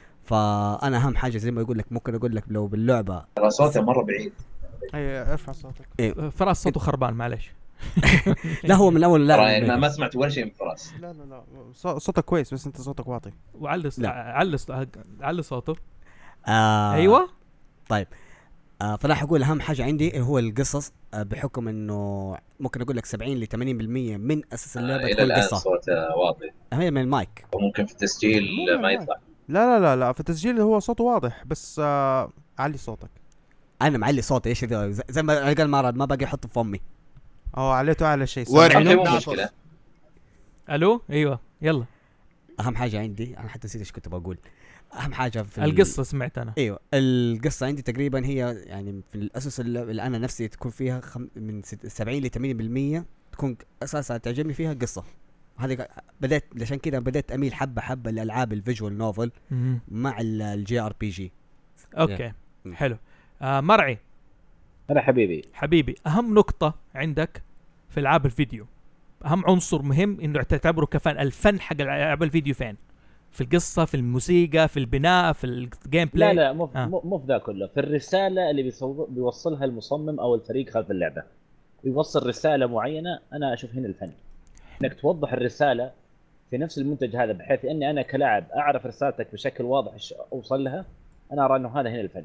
فانا اهم حاجه زي ما يقول لك ممكن اقول لك لو باللعبه ترى صوته مره بعيد. اي ارفع صوتك. إيه. فراس صوته خربان معلش. لا هو من اول لا ترى ما, ما سمعت ولا شيء من فراس. لا لا لا صو- صوتك كويس بس انت صوتك واطي. وعلي لا. علي علي صوته. آه ايوه. طيب آه فانا حقول اهم حاجه عندي هو القصص، آه بحكم انه ممكن اقول لك سبعين ل ثمانين بالمية من اساس اللعبه الى تكون الان قصه. صوته واضح، هي من المايك. وممكن في التسجيل مو ما من يطلع. لا لا لا لا في التسجيل هو صوته واضح بس آه علي صوتك. انا معلي صوتي ايش ذا زي- زي ما قال مرة ما باقي احطه في فمي. اه عليته اعلى شيء. وين اوكي مو نعم. مشكله. الو ايوه يلا. اهم حاجه عندي انا حتى نسيت ايش كنت بقول. اهم حاجه في القصه سمعت انا. ايوه القصه عندي تقريبا هي يعني في الاسس اللي اللي انا نفسي تكون فيها خم... من ست- سبعين ل ثمانين بالمية تكون اساسا تعجبني فيها القصه. هذه بدأت عشان كذا بدأت اميل حبه حبه لالعاب الفيجوال نوفل مهم. مع الجي ار بي جي. اوكي مم. حلو. آه مرعي انا حبيبي حبيبي، اهم نقطه عندك في العاب الفيديو، اهم عنصر مهم انه تعتبره كفن، الفن حق العاب الفيديو فين؟ في القصه، في الموسيقى، في البناء، في الجيم بلاي؟ لا لا مو آه. مو مو في ذا كله، في الرساله اللي بيصو- بيوصلها المصمم او الفريق خلف اللعبه. يوصل رساله معينه، انا اشوف هنا الفن انك توضح الرساله في نفس المنتج هذا، بحيث اني انا كلاعب اعرف رسالتك بشكل واضح إيش اوصل لها. انا ارى انه هذا هنا الفن.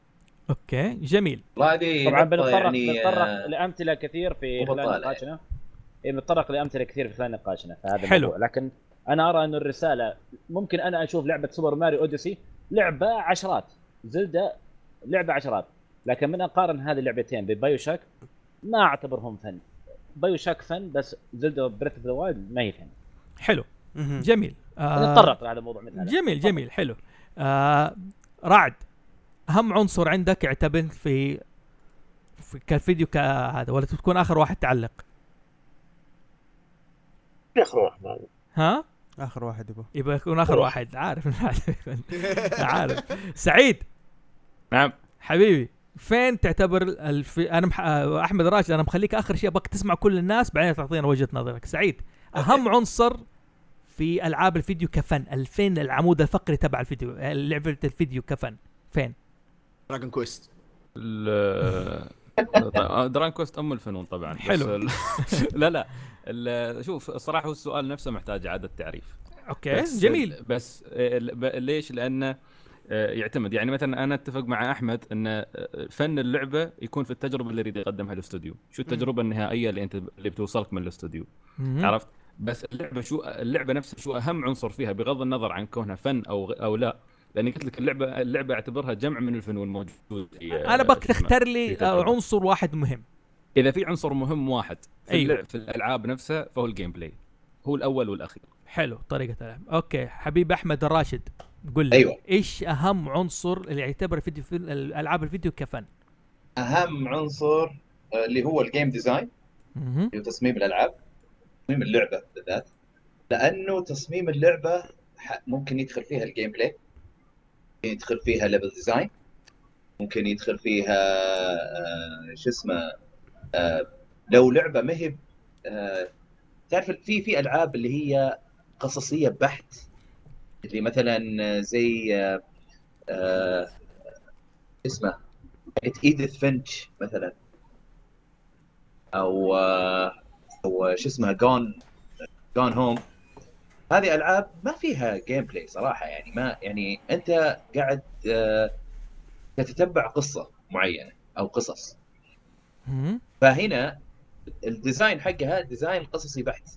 اوكي جميل. وهذه طبعا نقطة بنتطرق يعني بنتطرق آه، لامثله كثير في مو خلال بطالة نقاشنا. إيه بنتطرق لامثله كثير في خلال نقاشنا في هذا حلو. الموضوع، لكن انا ارى انه الرساله ممكن انا اشوف لعبه سوبر ماريو اوديسي لعبه عشرات، زلدة لعبه عشرات، لكن من اقارن هذه اللعبتين ببايو شاك ما اعتبرهم فن. بايو شاك فن بس زلدة بريث اوف ذا وايلد ما هي فن. حلو مهم. جميل. آه نتطرق لهذا الموضوع مثل هذا. جميل جميل حلو. آه رعد، اهم عنصر عندك يعتبر في في كالفيديو كهذا، ولا تكون اخر واحد تعلق؟ اخر واحد ها اخر واحد يبغى. يبقى يكون اخر واحد. عارف عارف. سعيد نعم حبيبي، فين تعتبر الف... انا مح... آه، احمد راشد انا مخليك اخر شيء، ابغاك تسمع كل الناس بعدين تعطينا وجهة نظرك. سعيد، اهم عنصر في العاب الفيديو كفن، الفين العمود الفقري تبع الفيديو، لعبة الفيديو كفن فين؟ دراجون كويست. دران كوست ام الفنون طبعا. بس حلو. ال- لا لا ال- شوف الصراحه هو السؤال نفسه محتاج اعاده تعريف. اوكي بس جميل. بس ال- ب- ليش؟ لانه آه، يعتمد. يعني مثلا انا اتفق مع احمد ان آه، فن اللعبه يكون في التجربه اللي يريد يقدمها الاستوديو. شو التجربه النهائيه اللي انت اللي بتوصلك من الاستوديو؟ مهم. عرفت؟ بس اللعبه شو اللعبه نفسها شو اهم عنصر فيها بغض النظر عن كونها فن او او لا. لاني قلت لك اللعبه اللعبه اعتبرها جمع من الفنون موجود في انا بك في تختار في لي تجربة. آه، عنصر واحد مهم. اذا في عنصر مهم واحد في, أيوة. اللعب في الالعاب نفسها فهو الجيم بلاي، هو الاول والاخير. حلو طريقة اللعب. اوكي حبيب احمد الراشد، قل لي أيوة. ايش اهم عنصر اللي يعتبر فيديو في الالعاب الفيديو كفن؟ اهم عنصر آه، اللي هو الجيم ديزاين، مهم. اللي هو تصميم الالعاب، تصميم اللعبه بالذات. لانه تصميم اللعبه ح- ممكن يدخل فيها الجيم بلاي، يدخل فيها ليفل ديزاين، ممكن يدخل فيها آه، شو اسمه آه، لو لعبه مهب آه، تعرف في في العاب اللي هي قصصيه بحت، اللي مثلا زي آه، آه، اسمه ايديث فينش مثلا، او آه، او شو اسمه جون جون هوم. هذه العاب ما فيها جيم بلاي صراحه، يعني ما يعني انت قاعد آه، تتتبع قصه معينه او قصص. مهم. فهنا الديزاين حقها ديزاين قصصي بحت.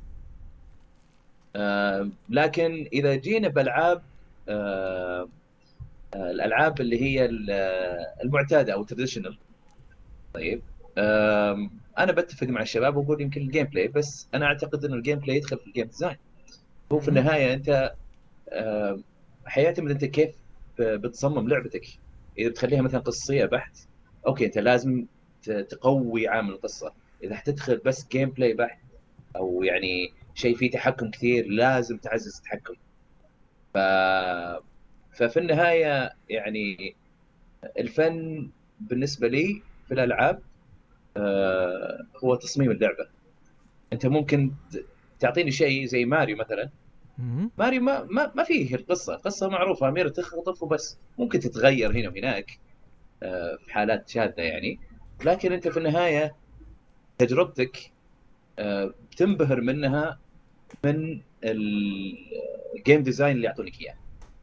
آه، لكن اذا جينا بالعاب آه، آه، الالعاب اللي هي ال- آه، المعتاده او تراديشنال، طيب آم، انا بتفق مع الشباب واقول يمكن الجيم بلاي، بس انا اعتقد ان الجيم بلاي يدخل في الجيم ديزاين. هو في النهايه انت آم، حيعتمد انت كيف بتصمم لعبتك. اذا بتخليها مثلا قصصيه بحت، اوكي انت لازم ت- تقوي عامل القصه. اذا حتدخل بس جيم بلاي بحت او يعني شيء فيه تحكم كثير لازم تعزز التحكم. ف ففي النهايه يعني الفن بالنسبه لي في الالعاب آه هو تصميم اللعبه. انت ممكن تعطيني شيء زي ماريو مثلا، ماريو ما ما, ما فيه القصه، قصه معروفه، اميره تخطف وبس، ممكن تتغير هنا وهناك آه في حالات شاذه يعني، لكن انت في النهايه تجربتك آه بتنبهر منها من الجيم ديزاين اللي يعطونك اياه،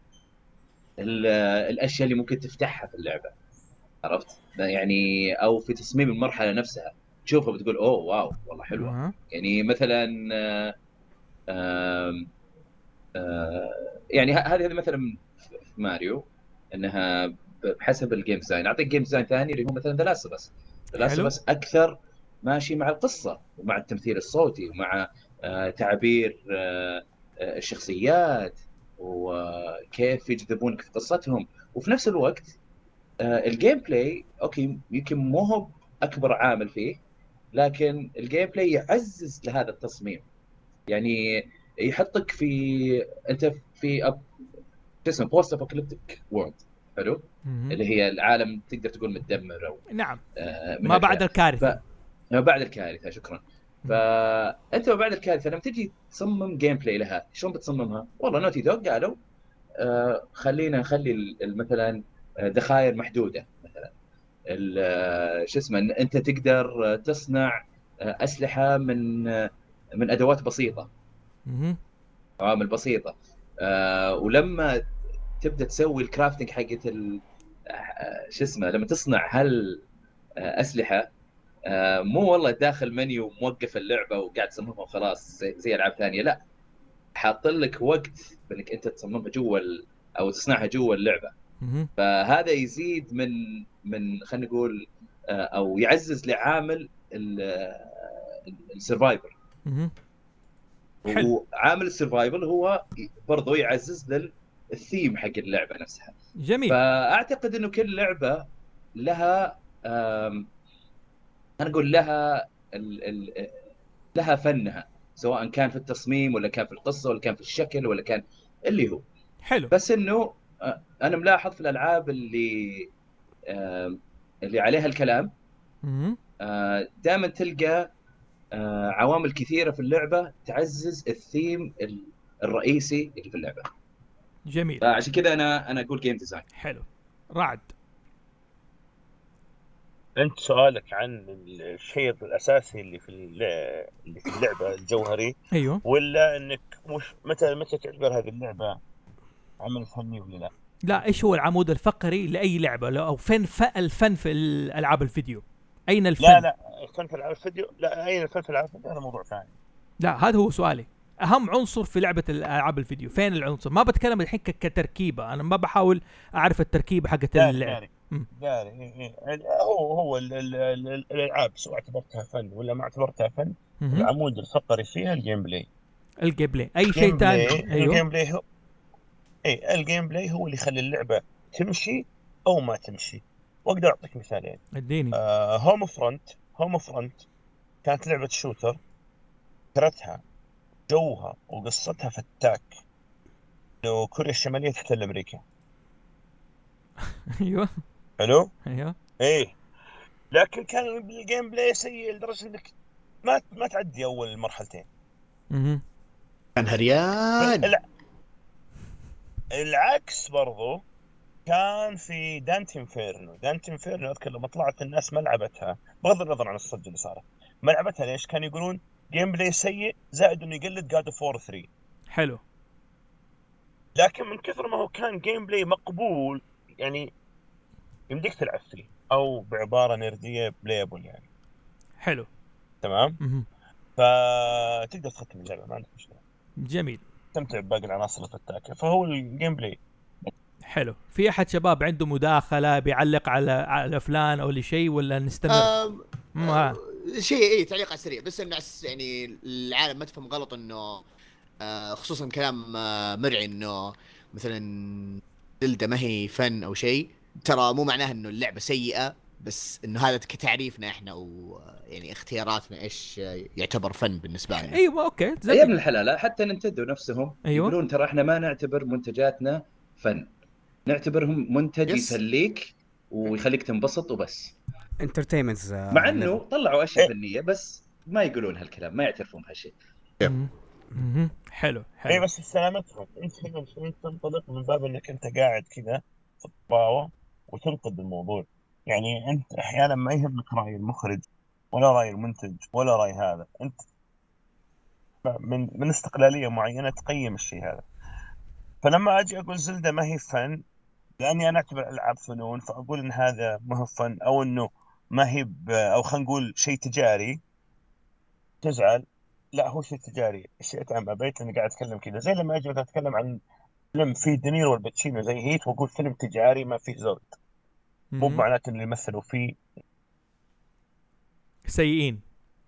الاشياء اللي ممكن تفتحها في اللعبه، عرفت يعني، او في تصميم المرحله نفسها تشوفها بتقول اوه واو والله حلوه. أه. يعني مثلا آه آه آه يعني هذه هذه مثلا في ماريو انها بحسب الجيم ديزاين. اعطيك جيم ديزاين ثاني اللي هو مثلا ذا لاست اوف اس. ذا لاست اوف اس اكثر ماشي مع القصه ومع التمثيل الصوتي ومع آه تعبير آه الشخصيات وكيف يجذبونك في قصتهم، وفي نفس الوقت آه الجيم بلاي اوكي يمكن مو هو اكبر عامل فيه، لكن الجيم بلاي يعزز لهذا التصميم. يعني يحطك في انت في أب... اسمه بوست ابوكاليبتيك وورلد، حلو، اللي هي العالم تقدر تقول متدمر او نعم آه ما بعد الكارثه. ف... ما بعد الكارثه، شكرا. فانت ما بعد الكارثه لما تجي تصمم جيم بلاي لها شلون بتصممها؟ والله نوتي دوغ قالوا آه خلينا نخلي مثلا ذخائر محدوده، مثلا شو اسمه انت تقدر تصنع اسلحه من من ادوات بسيطه، عوامل بسيطه. آه ولما تبدا تسوي الكرافتنج حقت شو اسمه لما تصنع هال اسلحه آه مو والله داخل منيو موقف اللعبه وقاعد تصممها وخلاص زي, زي العاب ثانيه، لا، حاط لك وقت بانك انت تصممها جوا او تصنعها جوا اللعبه. فهذا يزيد من من خلينا نقول آه او يعزز لعامل السرفايفر. وعامل السرفايفل هو برضو يعزز للثيم حق اللعبه نفسها. جميل. فاعتقد انه كل لعبه لها انا اقول لها ال ال لها فنها، سواء كان في التصميم ولا كان في القصه ولا كان في الشكل ولا كان اللي هو حلو. بس انه انا ملاحظ في الالعاب اللي اللي عليها الكلام دائما تلقى عوامل كثيره في اللعبه تعزز الثيم الرئيسي اللي في اللعبه. جميل. عشان كذا انا انا اقول جيم ديزاين. حلو. رعد، انت سؤالك عن الشيء الاساسي اللي في اللي في اللعبه الجوهري، ايوه، ولا انك مش متى متى تعتبر هذه اللعبه عمل فني ولا لا؟ لا، ايش هو العمود الفقري لاي لعبه، او فين الفن في الالعاب الفيديو؟ اين الفن؟ لا لا الفن في العاب الفيديو، لا اين الفن في العاب الفيديو هذا موضوع ثاني. لا، هذا هو سؤالي. اهم عنصر في لعبه الالعاب الفيديو فين العنصر؟ ما بتكلم الحين كتركيبه، انا ما بحاول اعرف التركيبه حقت اللعبه. داري هو هو الالعاب سواء اعتبرتها فن ولا ما اعتبرتها فن، العمود الفقري فيها الجيم بلاي. الجيم بلاي اي شيء ثاني. ايوه الجيم بلاي هو اي الجيم بلاي هو اللي يخلي اللعبه تمشي او ما تمشي. واقدر اعطيك مثالين. اديني. آه هوم فرونت هوم فرونت كانت لعبه شوتر، فكرتها جوها وقصتها فتاك لو كوريا الشماليه تحتل امريكا. ايوه حلو. ايوه ايه لكن كان الجيم بلاي سيء لدرجه انك ما ما تعدي اول مرحلتين. اها كان هريان. لا العكس برضو كان في دانتي انفيرنو. دانتي انفيرنو اذكر لما طلعت الناس ما لعبتها، بغض النظر عن الصدق اللي صارت، ما لعبتها ليش؟ كانوا يقولون جيم بلاي سيء زائد انه يقلد جاد اوف وور ثري. حلو. لكن من كثر ما هو كان جيم بلاي مقبول يعني يمديك تلعب فيه، او بعباره نرديه بلايبل يعني. حلو تمام. م- فتقدر تختم اللعبه ما عندك مشكله. جميل. تستمتع بباقي العناصر الفتاكه، فهو الجيم بلاي حلو. في احد شباب عنده مداخله بيعلق على على فلان او لشيء ولا نستمر؟ آه ما شيء ايه تعليق سريع بس الناس يعني العالم ما تفهم غلط انه آه خصوصا كلام آه مرعي انه مثلا زلدة ما هي فن او شيء. ترى مو معناه انه اللعبه سيئه بس انه هذا كتعريفنا احنا ويعني اختياراتنا ايش يعتبر فن بالنسبه لنا. ايوه اوكي يا ابن الحلال حتى نينتندو نفسهم أيوة. يقولون ترى احنا ما نعتبر منتجاتنا فن، نعتبرهم منتج يس. يسليك ويخليك تنبسط وبس. انترتينمنت مع انه طلعوا اشياء فنيه بس ما يقولون هالكلام، ما يعترفون بهالشيء. مهم. حلو حلو. اي بس سلامتهم انت هنا شوي تنطلق من باب انك انت قاعد كذا في الطاوه وتنقد الموضوع. يعني انت احيانا ما يهمك راي المخرج ولا راي المنتج ولا راي هذا، انت من من استقلاليه معينه تقيم الشيء هذا. فلما اجي اقول زلدة ما هي فن لاني انا اعتبر الالعاب فنون، فاقول ان هذا ما هو فن او انه ما هي او خلينا نقول شيء تجاري، تزعل. لا هو شيء تجاري، شئت ام ابيت اني قاعد اتكلم كذا. زي لما اجي اتكلم عن فيلم فيه دينيرو والباتشينو زي هيت واقول فيلم تجاري ما فيه زود، مو معناته ان اللي يمثلوا فيه سيئين.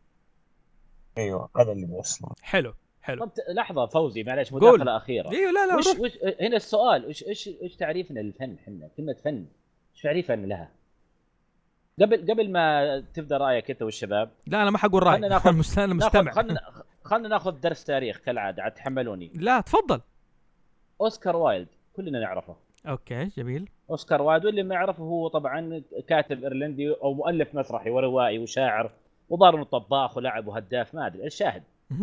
ايوه هذا اللي بيوصله. حلو حلو. طب لحظه فوزي معلش مداخله اخيره. ايوه لا لا وش وش هنا السؤال، وش ايش ايش تعريفنا للفن؟ احنا كلمه فن ايش تعريفنا لها؟ قبل قبل ما تبدا رايك انت والشباب. لا انا ما حقول رايي، انا مستمع مستمع. خلنا خلنا ناخذ درس تاريخ كالعاده، عاد تحملوني. لا تفضل. اوسكار وايلد كلنا نعرفه. اوكي جميل. اوسكار وايلد واللي ما يعرفه هو طبعا كاتب ايرلندي او مؤلف مسرحي وروائي وشاعر وضار طباخ ولاعب وهداف ما ادري. الشاهد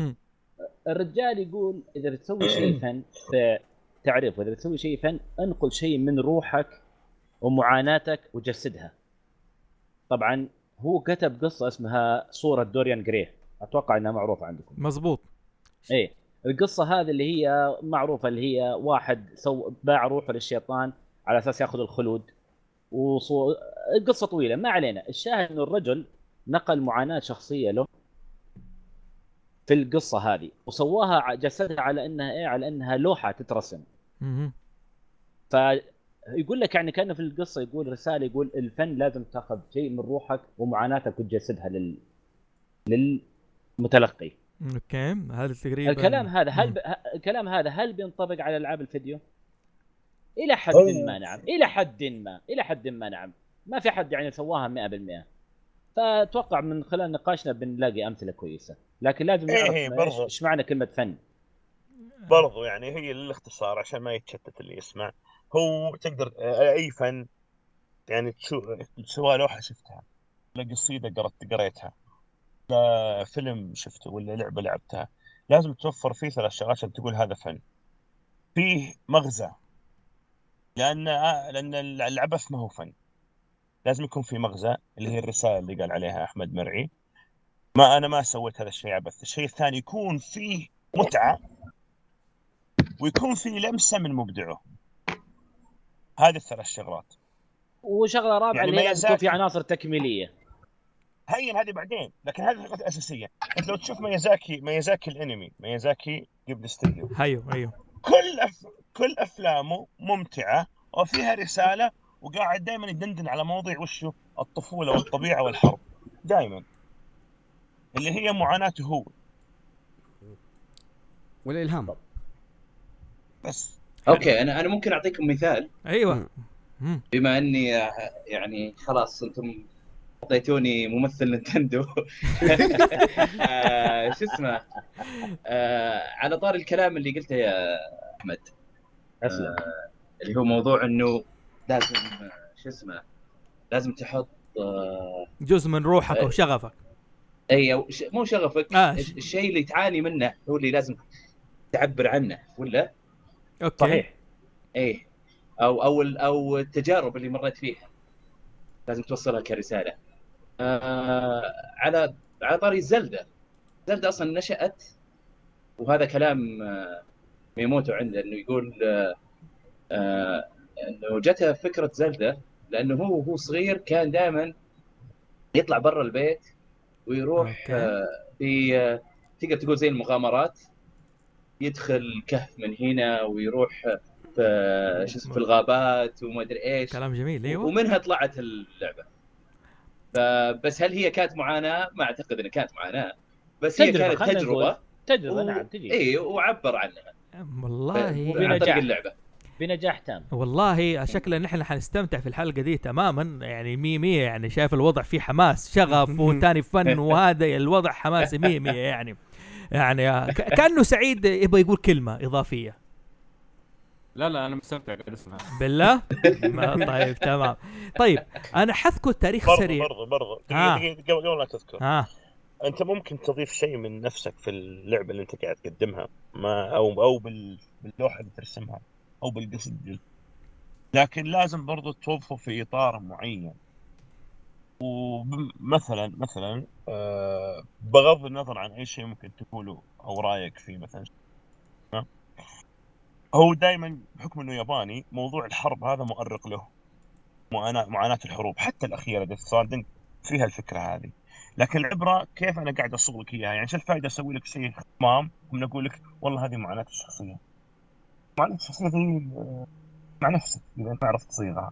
الرجال يقول اذا بتسوي شيء فن في تعريف، واذا بتسوي شيء فن انقل شيء من روحك ومعاناتك وجسدها. طبعا هو كتب قصه اسمها صوره دوريان جري، اتوقع انها معروفه عندكم. مزبوط. ايه القصه هذه اللي هي معروفه، اللي هي واحد سو باع روحه للشيطان على اساس ياخذ الخلود، وصو... القصه طويله ما علينا. الشاهد انه الرجل نقل معاناه شخصيه له في القصه هذه وسواها جسدها على انها ايه، على انها لوحه تترسم. اها فيقول لك يعني كانه في القصه يقول رساله، يقول الفن لازم تاخذ شيء من روحك ومعاناتك وتجسدها لل للمتلقي. اوكي هذا تقريبا الكلام هذا هل ب... الكلام هذا هل بينطبق على العاب الفيديو؟ الى حد ما نعم، الى حد ما الى حد ما نعم. ما في حد يعني سواها مئة بالمئة. فاتوقع من خلال نقاشنا بنلاقي امثله كويسه، لكن لازم نعرف ايش ايش معنى كلمه فن. برضو يعني هي للاختصار عشان ما يتشتت اللي يسمع. هو تقدر اي فن يعني تشوف سواء لوحه شفتها ولا قصيده قرأت قريتها ولا فيلم شفته ولا لعبه لعبتها، لازم توفر فيه ثلاث شغلات عشان تقول هذا فن. فيه مغزى، لان لان العبث ما هو فن، لازم يكون في مغزى اللي هي الرساله اللي قال عليها احمد مرعي. ما انا ما سويت هذا الشيء عبث. الشيء الثاني يكون فيه متعه ويكون فيه لمسه من مبدعه. هذه الثلاث شغلات. وشغله رابعه يعني اللي هي تكون في عناصر تكميليه. هين هذه بعدين، لكن هذه النقطه الاساسيه. انت لو تشوف ميازاكي ميازاكي الانمي ميازاكي قبل استوديو، ايوه ايوه كل أف... كل افلامه ممتعه وفيها رساله، وقاعد دائما يدندن على مواضيع وشه الطفوله والطبيعه والحرب دائما، اللي هي معاناته هو والالهام. بس اوكي انا انا ممكن اعطيكم مثال. ايوه بما اني يعني خلاص انتم اعطيتوني ممثل نينتندو. آه شو اسمه آه على طار الكلام اللي قلته يا احمد، آه اللي هو موضوع انه لازم شو اسمه لازم تحط آه جزء من روحك او شغفك. اي مو شغفك، آه. الشيء اللي تعاني منه هو اللي لازم تعبر عنه، ولا اوكي صحيح ايه او او او التجارب اللي مريت فيها لازم توصلها كرساله. آه على على طاري زلدة زلدة اصلا نشأت، وهذا كلام آه ميموتو عنده انه يقول آه آه انه جته فكره زلدة لانه هو هو صغير كان دائما يطلع برا البيت ويروح آه في آه تقدر تقول زي المغامرات، يدخل كهف من هنا ويروح في شو اسمه في الغابات وما ادري ايش. كلام جميل. ايوه ومنها طلعت اللعبه. فبس هل هي كانت معاناه؟ ما اعتقد انها كانت معاناه، بس هي كانت تجربه تجربه و... نعم تجي اي وعبر عنها والله عن طريق اللعبه. بنجاح تام. والله شكلنا نحن حنستمتع في الحلقه دي تماما يعني مية مية يعني شايف الوضع فيه حماس شغف وتاني فن وهذا الوضع حماسي مية مية يعني يعني كأنه سعيد يبغى يقول كلمه اضافيه. لا لا انا مستمتع قاعد اسمع بالله. طيب تمام. طيب انا حذكر تاريخ برضو سريع برضو برضو آه. دقيقة دقيقة قبل لا تذكر آه. انت ممكن تضيف شيء من نفسك في اللعبه اللي انت قاعد تقدمها ما او او بال- باللوحه اللي ترسمها او بالقصد، لكن لازم برضو توظفه في اطار معين. ومثلا مثلا آه بغض النظر عن اي شيء ممكن تقوله او رايك فيه مثلا، آه، هو دائما بحكم انه ياباني موضوع الحرب هذا مؤرق له، معاناه معاناه الحروب حتى الاخيره ديث ستراندنج فيها الفكره هذه. لكن العبره كيف انا قاعد اصوغ لك اياها، يعني شو الفائده اسوي لك شيء تمام ومن اقول لك والله هذه معاناه الشخصيه، معاناه الشخصيه دي آه، مع نفسك اذا انت عرفت تصيغها.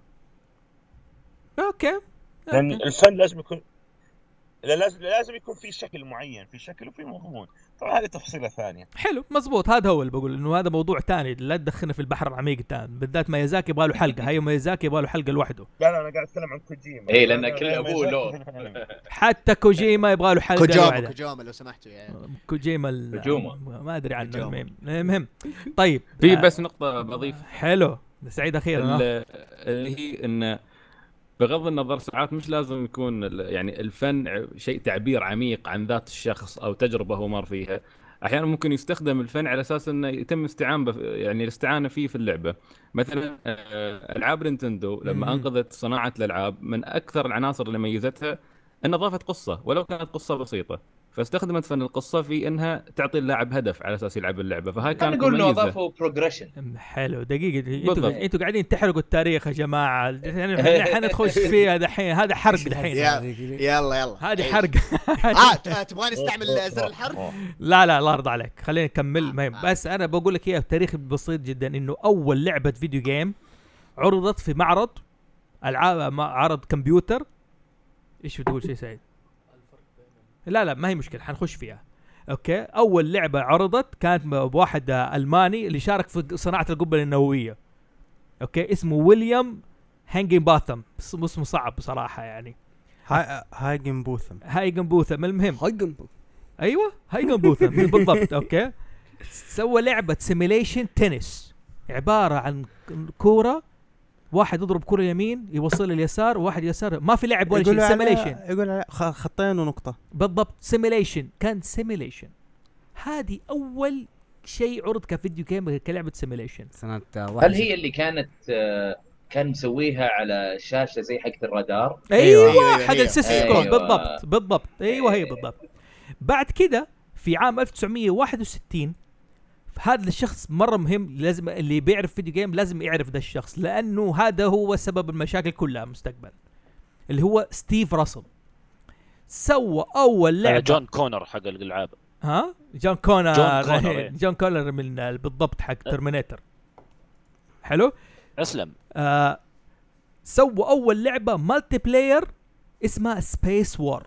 اوكي لان أوكي. الفن لازم يكون لازم لازم يكون في شكل معين، في شكل وفي مضمون. طبعا هذه تفصيله ثانيه. حلو مزبوط. هذا هو اللي بقول انه هذا موضوع تاني لا تدخلنا في البحر العميق تاني بالذات ميازاكي يبغى له حلقه. هاي ميازاكي يبغى له حلقه لوحده. لا لا انا قاعد اتكلم عن كوجيما. ايه لان أنا- كل أنا ابوه ميازاكي له في الأنمي. حتى كوجيما يبغى له حلقه كوجوما لوحده. كوجوما لو سمحتوا يعني كوجيما ال- كوجوما. ما ادري عنه. كوجوما. المهم المهم طيب في آه، بس نقطه بضيف حلو سعيد اخيرا آه. ال- اللي هي ان بغض النظر ساعات مش لازم يكون ال- يعني الفن ع- شيء تعبير عميق عن ذات الشخص او تجربه هو مر فيها. احيانا ممكن يستخدم الفن على اساس انه يتم استعانه بف- يعني الاستعانه فيه في اللعبه. مثلا آه، العاب نينتندو لما مم. انقذت صناعه الالعاب من اكثر العناصر اللي ميزتها ان اضافت قصه ولو كانت قصه بسيطه، فاستخدمت فن القصه في انها تعطي اللاعب هدف على اساس يلعب اللعبه، فهاي كان كانت نقول انه مميزه. اضافوا بروجريشن. حلو دقيقة انتوا بالضبط. انتوا قاعدين تحرقوا التاريخ يا جماعة. يعني حنخش فيها دحين. هذا حرق دحين. يا- يلا يلا هذه عيش. حرق. اه ت- تبغى نستعمل زر الحرب؟ لا لا الله يرضى عليك خلينا نكمل. مهم بس انا بقول لك اياها بتاريخ بسيط جدا انه اول لعبة فيديو جيم عرضت في معرض العاب معرض كمبيوتر. ايش بتقول شيء سعيد؟ لا لا ما هي مشكلة حنخش فيها. اوكي اول لعبة عرضت كانت بواحد الماني اللي شارك في صناعة القنبلة النووية. اوكي اسمه ويليام هانجين باثم. اسمه اسمه صعب بصراحة يعني. هاي هايجن بوثم. هايجن بوثم. المهم هايجن ايوه هايجن بوثم بالضبط. اوكي سوى لعبة سيميليشن تنس عبارة عن كورة واحد يضرب كرة يمين يوصل اليسار وواحد يسار. ما في لعب ولا شيء سيميليشن. يقول على خ- خطين ونقطة. بالضبط سيميليشن كان سيميليشن. هذه اول شيء عرض كفيديو جيم كلعبة سيميليشن. سنة هل هي اللي كانت آه، كان مسويها على شاشه زي حقه الرادار؟ ايوه, أيوة، حق هي. السيسكو أيوة. بالضبط بالضبط. ايوه هي بالضبط. بعد كده في عام ألف وتسعمية وواحد وستين هذا الشخص مره مهم. لازم اللي بيعرف فيديو جيم لازم يعرف ده الشخص لانه هذا هو سبب المشاكل كلها مستقبلا. اللي هو ستيف راسل سوى اول لعبه. جون كونر حق الالعاب. ها جون كونر. جون كونر، إيه. جون كونر من بالضبط حق ترمينيتر. حلو. اسلم. آه سووا اول لعبه مالتي بلاير اسمها سبيس وور.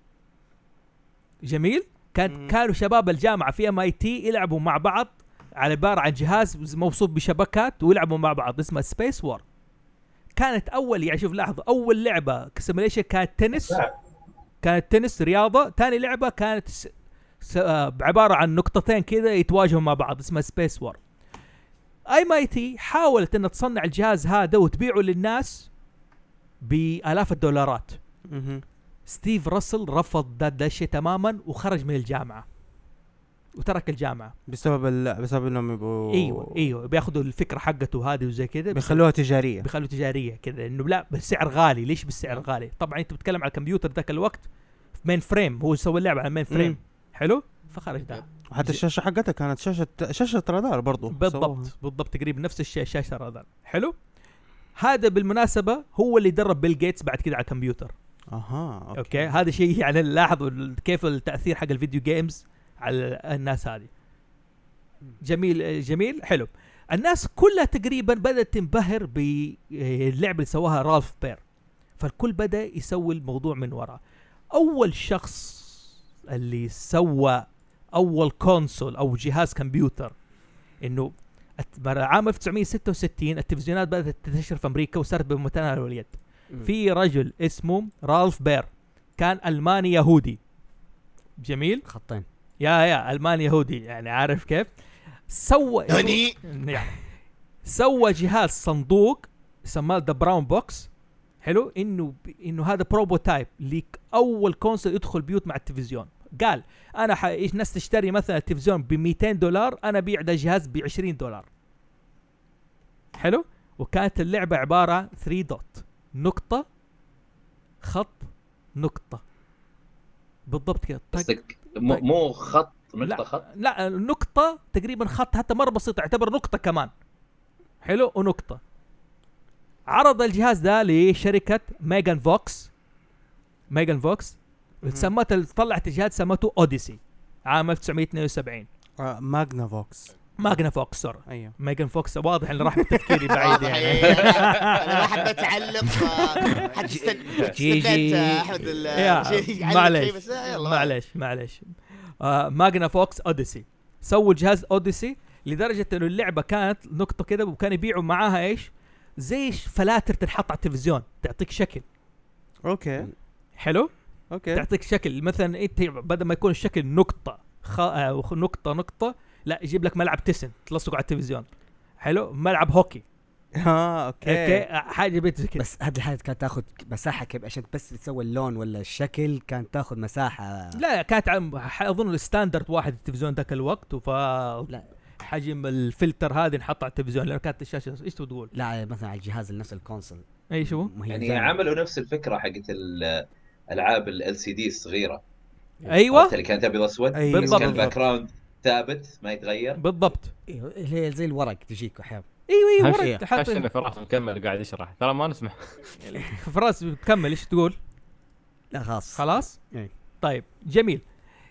جميل. كان كانوا شباب الجامعه في ام اي تي يلعبوا مع بعض على عباره عن جهاز موصوب بشبكات ويلعبوا مع بعض اسمها سبيس وور. كانت اول يعني شوف لاحظ اول لعبه سيميليشن كانت تنس. كانت تنس رياضه. ثاني لعبه كانت س... س... آه عباره عن نقطتين كذا يتواجهوا مع بعض اسمها سبيس وور. اي ام اي تي حاولت ان تصنع الجهاز هذا وتبيعه للناس بالاف الدولارات. مهم. ستيف راسل رفض ده, ده الشيء تماما وخرج من الجامعه وترك الجامعه بسبب ال... بسبب انهم يبغوا ايوه ايوه بياخذوا الفكره حقته هذه وزي كذا بيخلوها تجاريه. بيخلوها تجاريه كذا انه لا بالسعر غالي. ليش بالسعر غالي؟ طبعا انت بتتكلم على الكمبيوتر ذاك الوقت مين فريم. هو سوى اللعبه على مين فريم. مم. حلو فخرج ده. وحتى الشاشه حقتها كانت شاشه شاشه رادار برضو. بالضبط بالضبط تقريبا نفس الشيء شاشه رادار. حلو. هذا بالمناسبه هو اللي درب بيل جيتس بعد كده على الكمبيوتر. اها اوكي, أوكي. هذا شيء يعني نلاحظ كيف التاثير حق الفيديو جيمز على الناس هذه. جميل جميل حلو. الناس كلها تقريبا بدات تنبهر باللعبه اللي سواها رالف بير. فالكل بدا يسوي الموضوع من وراء. اول شخص اللي سوى اول كونسول او جهاز كمبيوتر انه عام ألف وتسعمية وستة وستين التلفزيونات بدأت تنتشر في أمريكا وصارت بمتناول اليد. في رجل اسمه رالف بير كان ألماني يهودي جميل خطين يا يا ألماني يهودي يعني عارف كيف سوى يعني سوى جهاز صندوق سماه ذا براون بوكس حلو انه انه هذا بروتوتايب لأول كونسول يدخل بيوت مع التلفزيون. قال انا ح... ايش ناس تشتري مثلا التلفزيون ب مئتين دولار انا بيع ده الجهاز ب عشرين دولار حلو. وكانت اللعبه عباره عن ثري دوت نقطه خط نقطه بالضبط كده. قصدك مو خط نقطه خط لا نقطه تقريبا خط حتى مره بسيطه اعتبر نقطه كمان حلو ونقطه. عرض الجهاز ده لشركه ميجان فوكس ميجان فوكس سمته طلعت الجهاز سمته اوديسي عام ألف وتسعمية واثنين وسبعين. آه ماجنا فوكس ماجنا فوكس سوري ايوه ميجان فوكس واضح انه راح بتفكيري بعيد يعني. انا ما حبيت اعلق حد استنيت احمد معليش معليش معليش ماجنا فوكس اوديسي سووا الجهاز اوديسي لدرجه انه اللعبه كانت نقطه كده وكانوا يبيعوا معاها ايش زي فلاتر تنحط على التلفزيون تعطيك شكل. اوكي حلو اوكي تعطيك شكل مثلا انت بدل ما يكون الشكل نقطه خ... آه نقطه نقطه لا يجيب لك ملعب تسن تلصقه على التلفزيون حلو ملعب هوكي اه اوكي, أوكي. حاجه بيت كده. بس هذه الحاجه كانت تاخذ مساحه كيف عشان بس تسوي اللون ولا الشكل كانت تاخذ مساحه. لا كانت عم... اظن الستاندرد واحد التلفزيون ذاك الوقت وف لا حجم الفلتر هذه نحطه على التلفزيون لانه كانت الشاشه ايش تقول لا مثلا على الجهاز نفس الكونسول اي شو يعني عملوا نفس الفكره حقت الالعاب ال سي دي الصغيره ايوه اللي كانت ابيض اسود أيوة. بس كان الباك جراوند ثابت ما يتغير بالضبط. ايوه هي زي الورق تجيك احيانا. ايوه ايوه ورق تحط حتى فراس مكمل قاعد يشرح ترى ما نسمع. فراس بتكمل ايش تقول؟ لا خلاص خلاص ايه. طيب جميل.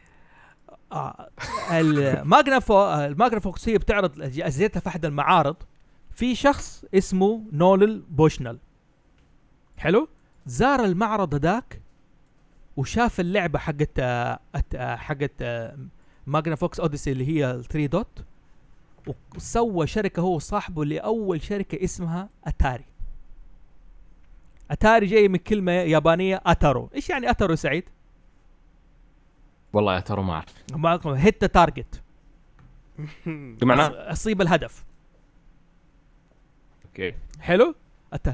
آه الماجنا فو الماجنا فوكس هي بتعرض اجهزتها في احد المعارض. في شخص اسمه نولل بوشنال حلو زار المعرض ذاك وشاف اللعبه حقت حقت ماجنا فوكس اوديسي اللي هي ثري دوت وسوى شركه هو وصاحبه لاول شركه اسمها اتاري. اتاري جاي من كلمه يابانيه اتارو. ايش يعني اتارو سعيد؟ والله يا ترى ما اعرف. معكم هيت تارجت بمعنى اصيب الهدف. اوكي حلو. أت...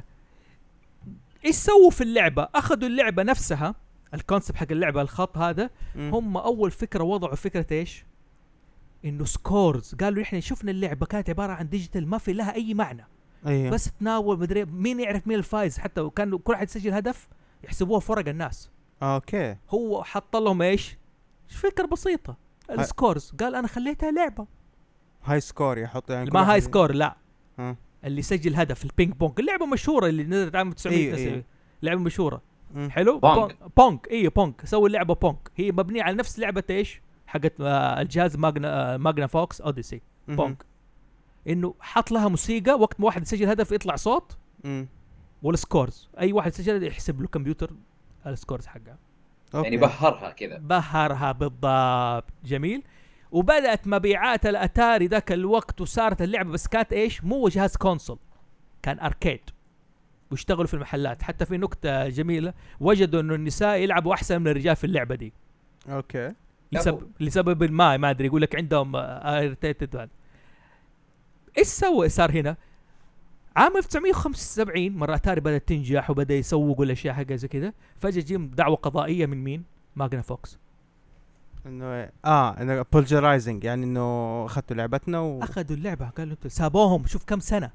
ايش سووا في اللعبه؟ اخذوا اللعبه نفسها الكونسبت حق اللعبه الخط هذا م. هم اول فكره وضعوا فكره ايش انه سكورز. قالوا احنا شفنا اللعبه كانت عباره عن ديجيتال ما في لها اي معنى أيه. بس تناول مدري مين يعرف مين الفايز حتى وكان كل واحد يسجل هدف يحسبوها فرق الناس. اوكي هو حط لهم ايش فكره بسيطه السكورز. قال انا خليتها لعبه هاي سكور يحط يعني ما هاي سكور لا ها. اللي سجل هدف البينج بونج اللعبه مشهوره اللي نزلت عام تسعمية إيه إيه. لعبه مشهوره م. حلو بونج بونج اي بونج سووا اللعبه بونج هي مبنيه على نفس لعبه ايش حقت آه الجهاز ماجنا آه ماجنا فوكس اوديسي بونج. انه حط لها موسيقى وقت ما واحد يسجل هدف يطلع صوت م. والسكورز اي واحد سجل يحسب له كمبيوتر السكورز حقها يعني بهرها كذا بهرها بالضبط. جميل. وبدأت مبيعات الاتاري ذاك الوقت وصارت اللعبه بس كانت ايش مو جهاز كونسول كان اركيد ويشتغلوا في المحلات. حتى في نكته جميله وجدوا انه النساء يلعبوا احسن من الرجال في اللعبه دي. اوكي لسبب لسبب ما ما ادري يقول لك عندهم ارتيتد هذا. ايش سوى صار هنا عام ألف وتسعمية وخمسة وسبعين مره اتاري بدات تنجح وبدا يسوقوا الاشياء حاجه زي كذا. فجاه جيم دعوه قضائيه من مين ماجنا فوكس انه اه انه بولجرايزنج يعني انه اخذوا لعبتنا و... اخذوا اللعبه قالوا انتوا سابوهم شوف كم سنه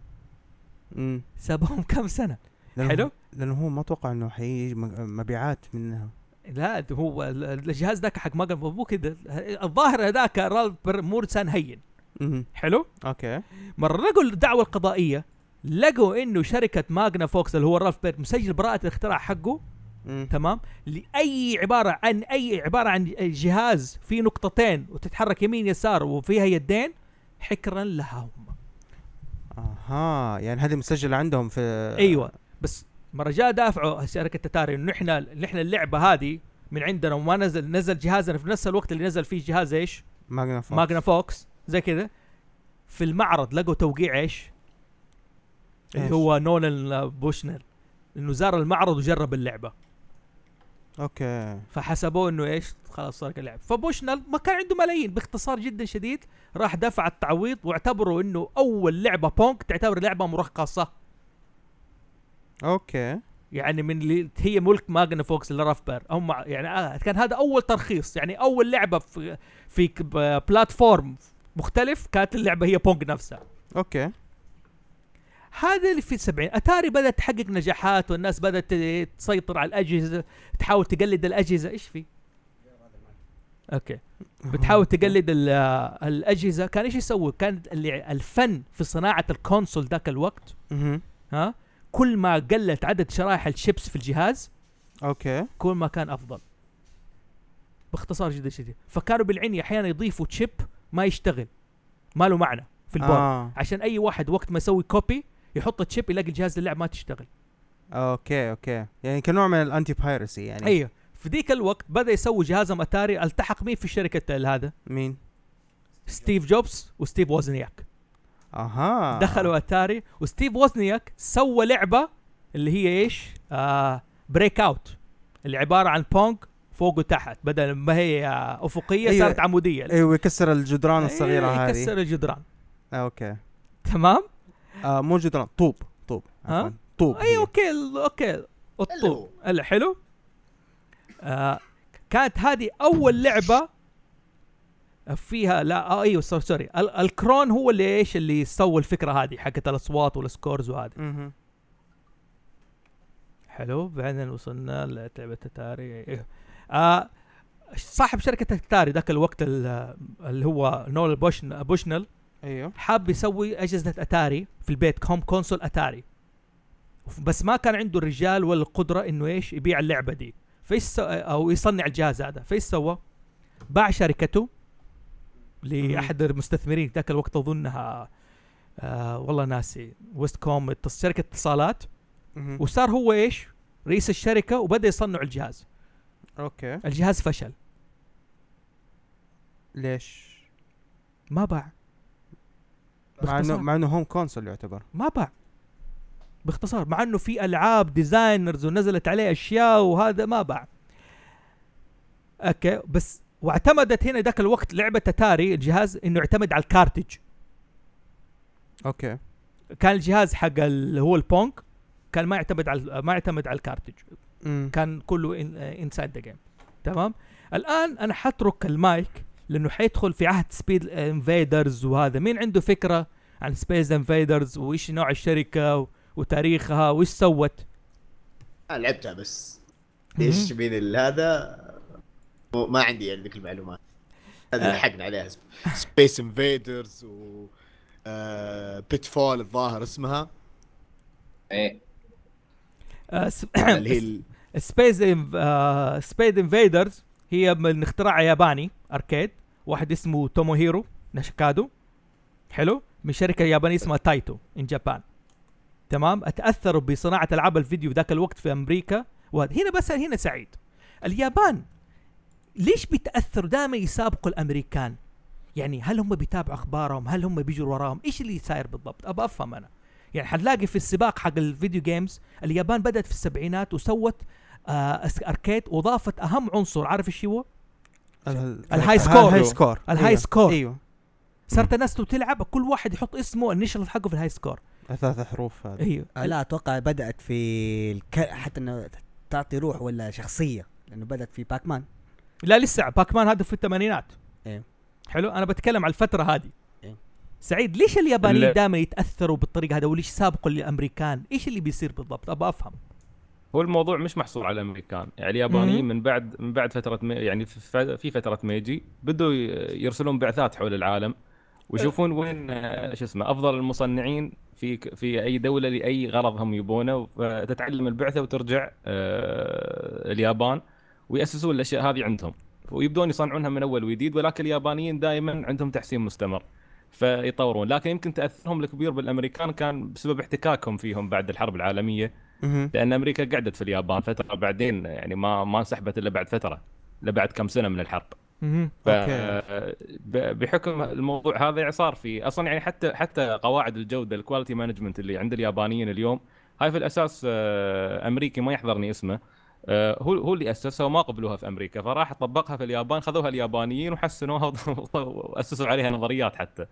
امم سابوهم كم سنه لأنه حلو لانه هو ما اتوقع انه حيجي مبيعات منها. لا هو الجهاز ذاك حق ماجنا مو كده الظاهر هذاك مورسان هين امم حلو اوكي. مره لقوا الدعوه القضائيه لقوا انه شركه ماجنا فوكس اللي هو رالف بير مسجل براءه الاختراع حقه مم. تمام لاي عباره عن اي عباره عن جهاز فيه نقطتين وتتحرك يمين يسار وفيها يدين حكرا لها هم. اها يعني هذه مسجله عندهم في ايوه بس مره جاء دافعوا شركه اتاري انه احنا نحن اللعبه هذه من عندنا وما نزل نزل جهازنا في نفس الوقت اللي نزل فيه جهاز ايش ماجنا فوكس ماجنا فوكس زي كذا. في المعرض لقوا توقيع ايش اللي إيش؟ هو نولان بوشنر، انه زار المعرض وجرب اللعبه، اوكي فحسبوه انه ايش خلاص صار اللعب. فبوشنر ما كان عنده ملايين، باختصار جدا شديد راح دفع التعويض، واعتبروا انه اول لعبه بونك تعتبر لعبه مرخصه، اوكي يعني من اللي هي ملك ماجنا فوكس لرافبر هم، يعني آه كان هذا اول ترخيص، يعني اول لعبه في في بلاتفورم مختلف كانت اللعبه هي بونج نفسها. اوكي هذا اللي في السبعين. اتاري بدات تحقق نجاحات والناس بدات تسيطر على الاجهزه، تحاول تقلد الاجهزه. ايش في اوكي بتحاول تقلد الاجهزه. كان ايش يسوي؟ كان اللي الفن في صناعه الكونسول ذاك الوقت اها ها كل ما قلت عدد شرائح الشيبس في الجهاز اوكي كل ما كان افضل، باختصار جدا شديد. فكانوا بالعين احيانا يضيفوا تشيب ما يشتغل، ما له معنى في البورد، آه. عشان اي واحد وقت ما يسوي كوبي يحط تشيب يلاقي الجهاز اللعب ما تشتغل. اوكي اوكي يعني كنوع من الانتي بايرسي يعني. ايوه في ذيك الوقت بدا يسوي جهازهم اتاري. التحق مين في الشركه هذا؟ مين؟ ستيف جوبز وستيف ووزنياك. اها دخلوا اتاري، وستيف ووزنياك سوى لعبه اللي هي ايش آه بريك اوت، اللي عباره عن بونج فوق وتحت، بدل ما هي افقيه أيوة. صارت عموديه. ايوه يكسر الجدران الصغيره أيوة هذه. يكسر الجدران. اوكي تمام. آه مو جدران، طوب طوب عفوا طوب. اي اوكي اوكي الطوب الحلو. آه كانت هذه اول لعبه فيها لا آه ايوه سوري سوري ال- الكرون هو اللي ايش اللي سوى الفكره هذه حقت الاصوات والسكورز وهذا. اها حلو. بعدين وصلنا للعبه اتاري. إيه. آه صاحب شركه اتاري ذاك الوقت اللي هو نول بوشن بوشنل ايوه حاب يسوي اجهزه اتاري في البيت، هوم كونسول اتاري، بس ما كان عنده الرجال ولا القدره انه ايش يبيع اللعبه دي فايش سو... او يصنع الجهاز هذا. فايش سوى؟ باع شركته لاحد المستثمرين ذاك الوقت اظنها آه والله ناسي ويست كوم، شركه اتصالات. مه. وصار هو ايش رئيس الشركه وبدا يصنع الجهاز. اوكي الجهاز فشل. ليش؟ ما باع. مع انه باختصار. مع انه هوم كونسول يعتبر. ما باع باختصار، مع انه في العاب ديزاينرز ونزلت عليه اشياء وهذا ما باع. اوكي بس واعتمدت هنا ذاك الوقت لعبه اتاري الجهاز انه يعتمد على الكارتج. اوكي كان الجهاز حق اللي هو البونك كان ما يعتمد على ما يعتمد على الكارتج، مم. كان كله انسايد ذا جيم. تمام. الان انا حترك المايك لانه حيدخل في عهد سبيد انفيدرز وهذا. مين عنده فكره عن سبيس انفيدرز وايش نوع الشركه وتاريخها وايش سوت؟ انا لعبتها بس ايش بين هذا ما عندي يعني ذيك المعلومات. هذا اللي حقنا عليها سبيس انفيدرز و بيت فول الظاهر اسمها ايه اللي هي سبيس سبيد انفيدرز هي من اختراع ياباني اركيد واحد اسمه توموهيرو ناشيكادو. حلو. من شركه يابانيه اسمها تايتو ان جابان. تمام. اتاثروا بصناعه العاب الفيديو ذاك الوقت في امريكا. وهنا بس هنا سعيد اليابان ليش بيتاثروا دائما يسابقوا الامريكان؟ يعني هل هم بيتابعوا اخبارهم؟ هل هم بيجروا وراهم؟ ايش اللي صاير بالضبط؟ ابى افهم انا. يعني حنلاقي في السباق حق الفيديو جيمز اليابان بدأت في السبعينات وسوت آه اركيد وضافت اهم عنصر. عارف ايش هو؟ الهاي سكور. الهاي سكور الهاي أيوه. سكور. ايوه صارت الناس تلعب كل واحد يحط اسمه النيشل حقه في الهاي سكور. ثلاث حروف هذا. ايوه. آه لا اتوقع بدات في الك... حتى انه تعطي روح ولا شخصيه، لانه بدات في باك مان. لا لسه باك مان هذا في الثمانينات. ايه حلو. انا بتكلم على الفتره هذه. إيه. سعيد ليش اليابانيين اللي- دائما يتاثروا بالطريقه هذا وليش سابقوا الامريكان؟ ايش اللي بيصير بالضبط؟ ابى افهم. هو الموضوع مش محصور على الامريكان، يعني اليابانيين مم. من بعد من بعد فتره مي يعني في في فتره ميجي بدوا ي- يرسلون بعثات حول العالم ويشوفون وين آه، شو اسمه افضل المصنعين في ك- في اي دوله لاي غرض هم يبونه، فتتعلم البعثه وترجع آه، اليابان ويأسسون الاشياء هذه عندهم ويبدون يصنعونها من اول وجديد. ولكن اليابانيين دائما عندهم تحسين مستمر فيطورون. لكن يمكن تاثرهم الكبير بالامريكان كان بسبب احتكاكهم فيهم بعد الحرب العالميه، مه. لان امريكا قعدت في اليابان فتره بعدين يعني ما ما انسحبت الا بعد فتره، الا بعد كم سنه من الحرب. مهم. ف ب- بحكم الموضوع هذا يعني صار في اصلا يعني حتى حتى قواعد الجوده الكواليتي مانجمنت اللي عند اليابانيين اليوم هاي في الاساس آه، امريكي ما يحضرني اسمه آه، هو هو اللي اسسها وما قبلوها في امريكا فراح طبقها في اليابان خذوها اليابانيين وحسنوها واسسوا عليها نظريات حتى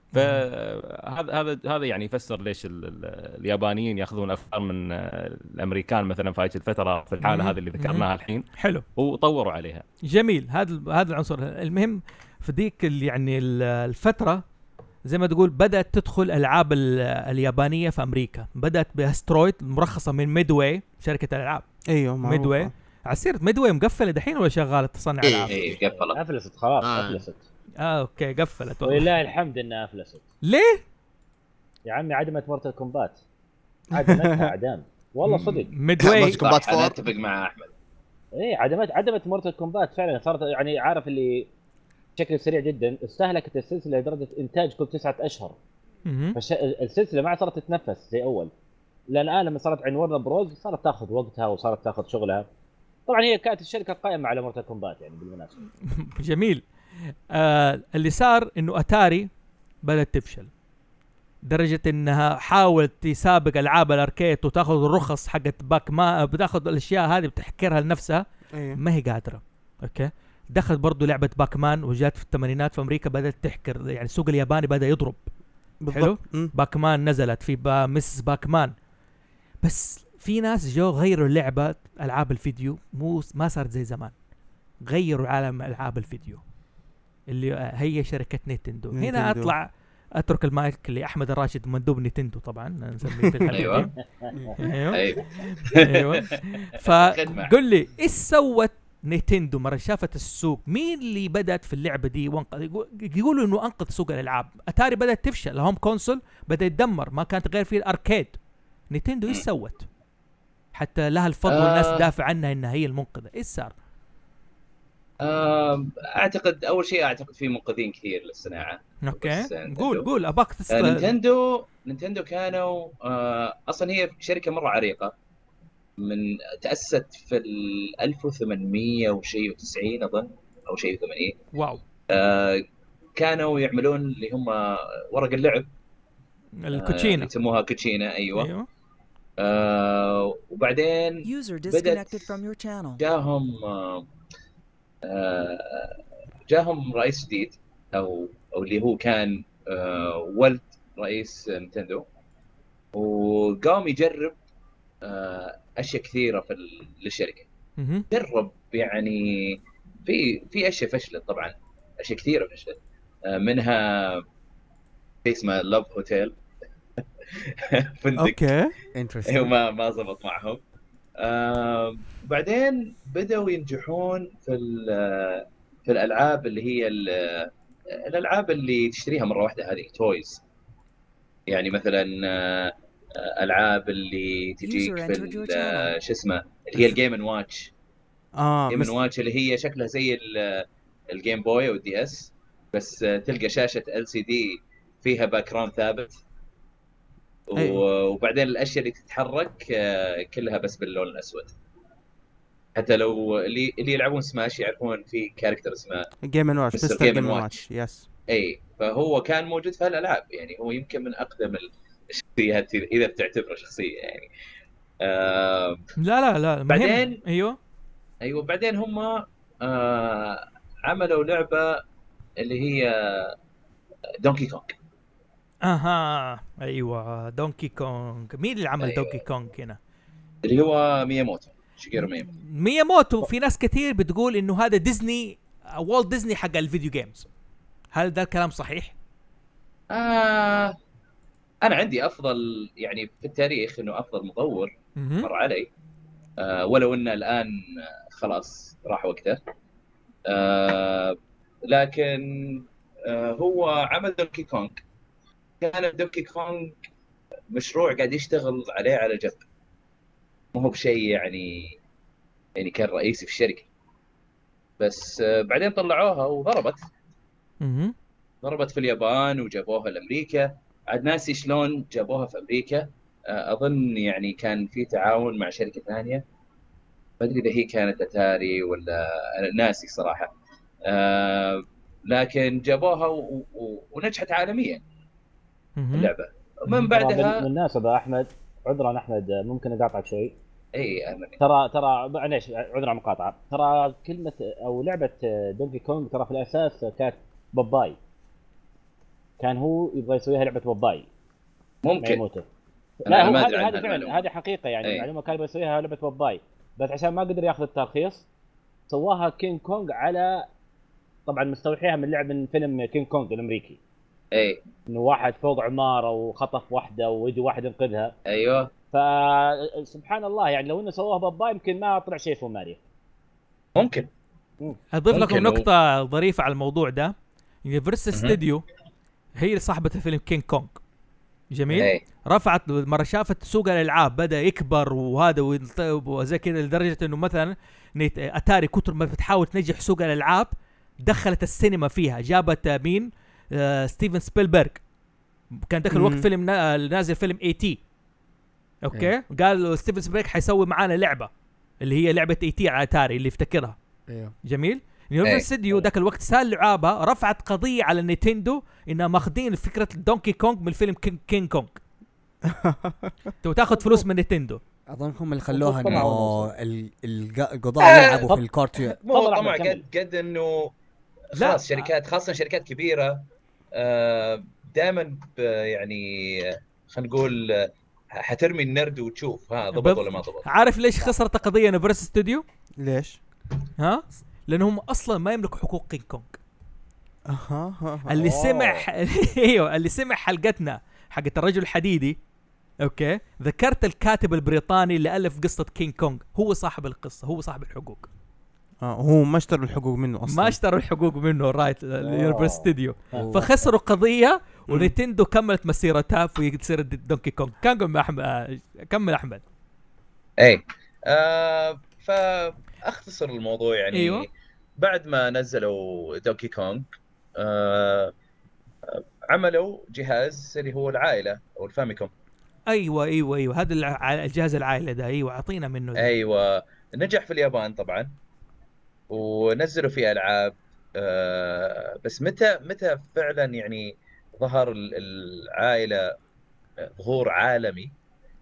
فهذا هذا هذا يعني يفسر ليش ال- ال- اليابانيين ياخذون افكار من آه، الامريكان مثلا في هذه الفتره في الحاله مهم. هذه اللي ذكرناها الحين حلو وطوروا عليها. جميل. هذا ال- هذا العنصر المهم في ديك ال- يعني ال- الفتره زي ما تقول بدات تدخل العاب ال- اليابانيه في امريكا. بدات باسترويد مرخصه من ميدواي شركه الالعاب ايوه معروفة. ميدواي. عسيرة ميدواي مقفله دحين ولا شغاله تصنع إيه. العاب؟ ايه قفلت. افلست خلاص آه. افلست. اه اوكي قفلت والله. ولله الحمد انها افلست. ليه؟ يا عمي عدمت مورتال كومبات. عدمتها اعدام والله صدق. ميدواي مورتال كومبات صح، انا فور. اتفق مع احمد. ايه عدمت عدمت مورتال كومبات فعلا. صارت يعني عارف اللي بشكل سريع جدا استهلكت السلسله لدرجه انتاج كل تسعة اشهر. مهم. فالسلسله ما عاد صارت تتنفس زي اول. لان الان لما صارت عند ورنر بروز صارت تاخذ وقتها وصارت تاخذ شغلها. طبعا هي كانت الشركه القائمه على مورتال كومبات يعني بالمناسبه. جميل. آه اللي صار انه اتاري بدات تفشل درجة انها حاولت تسابق العاب الاركيد وتاخذ الرخص حقت باك ما بتاخذ الاشياء هذه بتحكرها لنفسها ايوه ما هي قادرة. اوكي دخلت برضو لعبة باك مان وجات في الثمانينات في امريكا بدأت تحكر يعني السوق الياباني بدأ يضرب. بالضبط. مم. باك مان نزلت في با مس باك مان بس في ناس جو غيروا اللعبة العاب الفيديو مو ما صارت زي زمان. غيروا عالم العاب الفيديو اللي آه، هي شركة نينتندو. هنا نينتندو. اطلع اترك المايك لاحمد الراشد مندوب نينتندو طبعا نسميه في الحلقه أيوة. دي. ايوه ايوه ايوه خدمة. فقل لي ايش سوت نينتندو مرة شافت السوق؟ مين اللي بدأت في اللعبة دي وانقذ؟ يقو- يقولوا انه انقذ سوق الالعاب. اتاري بدأت تفشل الهوم كونسول بدأ يتدمر ما كانت غير فيه الاركيد. نينتندو ايش سوت حتى لها الفضل آه. والناس تدافع عنها انها هي المنقذة؟ ايش صار؟ آم، اعتقد اول شيء اعتقد في منقذين كثير للصناعه. اوكي بس نينتندو. قول قول اباك آه، تست... نينتندو نينتندو كانوا آه، اصلا هي شركه مره عريقه من تاسست في ال ألف وثمانمية وشيء وتسعين اظن او شيء ثمانين. واو كانوا يعملون اللي هم ورق اللعب آه، الكوتشينة. يسموها كوتشينه. ايوه, ايوه آه وبعدين User بدأت disconnected from your channel. جاهم آه، آه، جاهم رئيس جديد او او اللي هو كان آه، ولد رئيس نينتندو وقام يجرب آه، اشياء كثيره في ال- للشركه. مهم. جرب يعني في في اشياء فشلت طبعا اشياء كثيره فشلت آه، منها شيء اسمه لاف هوتيل فندق اوكي ايوه انترستنج. ما ما زبط معهم. آه بعدين بدأوا ينجحون في ال- في الالعاب اللي هي ال- الالعاب اللي تشتريها مره واحده هذه تويز. يعني مثلا آه، آه، العاب اللي تجيك User في entered your ال- آه، channel. شو اسمه اللي هي الجيم ان واتش. اه جيم ان مس... واتش اللي هي شكلها زي ال- الجيم بوي او الدي اس بس آه، تلقى شاشه ال سي دي فيها باك جراوند ثابت و- أيوة. وبعدين الاشياء اللي تتحرك آه، كلها بس باللون الاسود. حتى لو اللي اللي يلعبون سماش يعرفون في كاركتر اسمه جيم ان واتش مستر مستر جيم جيم إن ان واتش. واتش يس. اي فهو كان موجود في هالالعاب. يعني هو يمكن من اقدم الشخصيات اذا بتعتبره شخصيه يعني. آه لا لا لا مهم. بعدين- ايوه ايوه بعدين هم آه عملوا لعبه اللي هي دونكي كونغ. اها ايوه دونكي كونغ. مين اللي عمل أيوة. دونكي كونغ هنا؟ اللي هو مياموتو شيجيرو مياموتو. مياموتو. في ناس كثير بتقول انه هذا ديزني والت ديزني حق الفيديو جيمز. هل ده الكلام صحيح؟ آه انا عندي افضل يعني في التاريخ انه افضل مطور مهم. مر علي آه ولو ان الان آه، خلاص راح وقته. آه لكن آه هو عمل دونكي كونغ. كان دونكي كونغ مشروع قاعد يشتغل عليه على جنب مو هو بشيء يعني يعني كان رئيسي في الشركه. بس آه بعدين طلعوها وضربت مهم. ضربت في اليابان وجابوها لامريكا. عاد ناسي شلون جابوها في امريكا. آه، اظن يعني كان في تعاون مع شركه ثانيه ما ادري اذا هي كانت اتاري ولا أنا ناسي صراحه. آه لكن جابوها و... و... ونجحت عالميا اللعبه. من بعدها بالمناسبه احمد، عذرا احمد ممكن اقاطعك شوي؟ اي أمني. ترى ترى معليش عذرا مقاطعه، ترى كلمه او لعبه دونكي كونغ ترى في الاساس كانت باباي، كان هو يبغى يسويها لعبه باباي ممكن. لا هو هذه هذه فعلا هذه حقيقه يعني المعلومه كان يبغى يسويها لعبه باباي، بس عشان ما قدر ياخذ الترخيص سواها كينج كونغ، على طبعا مستوحيها من لعبه من فيلم كينج كونغ الامريكي. اي انه واحد فوق عماره وخطف واحده ويجي واحد ينقذها. ايوه فسبحان الله يعني لو انه سووها باباي يمكن ما طلع شيء اسمه ماريو. ممكن. اضيف لكم نقطه ظريفه على الموضوع ده. يونيفرسال ستوديو هي صاحبه الفيلم كينج كونغ. جميل. أي. رفعت مرة شافت سوق الالعاب بدا يكبر وهذا وزي كذا لدرجه انه مثلا اتاري كتر ما بتحاول تنجح سوق الالعاب دخلت السينما فيها، جابت مين آه ستيفن سبيلبرغ، كان ذاك الوقت فيلم نازل فيلم اي تي. اوكي أيه. قال له ستيفن سبيلبرغ حيسوي معانا لعبه اللي هي لعبه اي تي على اتاري اللي افتكرها. ايوه جميل. يونيفرسال ستوديو ذاك الوقت سال لعابه رفعت قضيه على نينتندو انها ماخذين فكره دونكي كونغ من فيلم كينج كونغ. تو تاخذ فلوس من نينتندو. اظن هم اللي خلوها انه القضاء يلعبوا في الكارتون. مو طبعا قد قد انه خلاص شركات خاصه شركات كبيره آه دائما يعني خلينا نقول حترمي النرد وتشوف ها ضبط ولا ما ضبط. عارف ليش خسرت قضيه يونيفرسال ستوديو؟ ليش؟ ها؟ لانهم اصلا ما يملكوا حقوق كينج كونغ. اها اللي سمع ايوه اللي سمع حلقتنا حقت الرجل الحديدي اوكي ذكرت الكاتب البريطاني اللي الف قصه كينج كونغ، هو صاحب القصه، هو صاحب الحقوق. اه هو ما اشتروا الحقوق منه اصلا، ما اشتروا الحقوق منه رايت اليونيفرسال ستوديو، فخسروا قضيه ونينتندو كملت مسيرتها في تصير دونكي كونغ. كمل احمد كمل احمد. اي آه فاختصر الموضوع يعني أيوة. بعد ما نزلوا دونكي كونغ آه عملوا جهاز اللي هو العائله او الفاميكوم. ايوه ايوه ايوه هذا الجهاز العائله ده. ايوه اعطينا منه ده. ايوه نجح في اليابان طبعا ونزلوا فيه العاب آه بس متى متى فعلا يعني ظهر العائله ظهور عالمي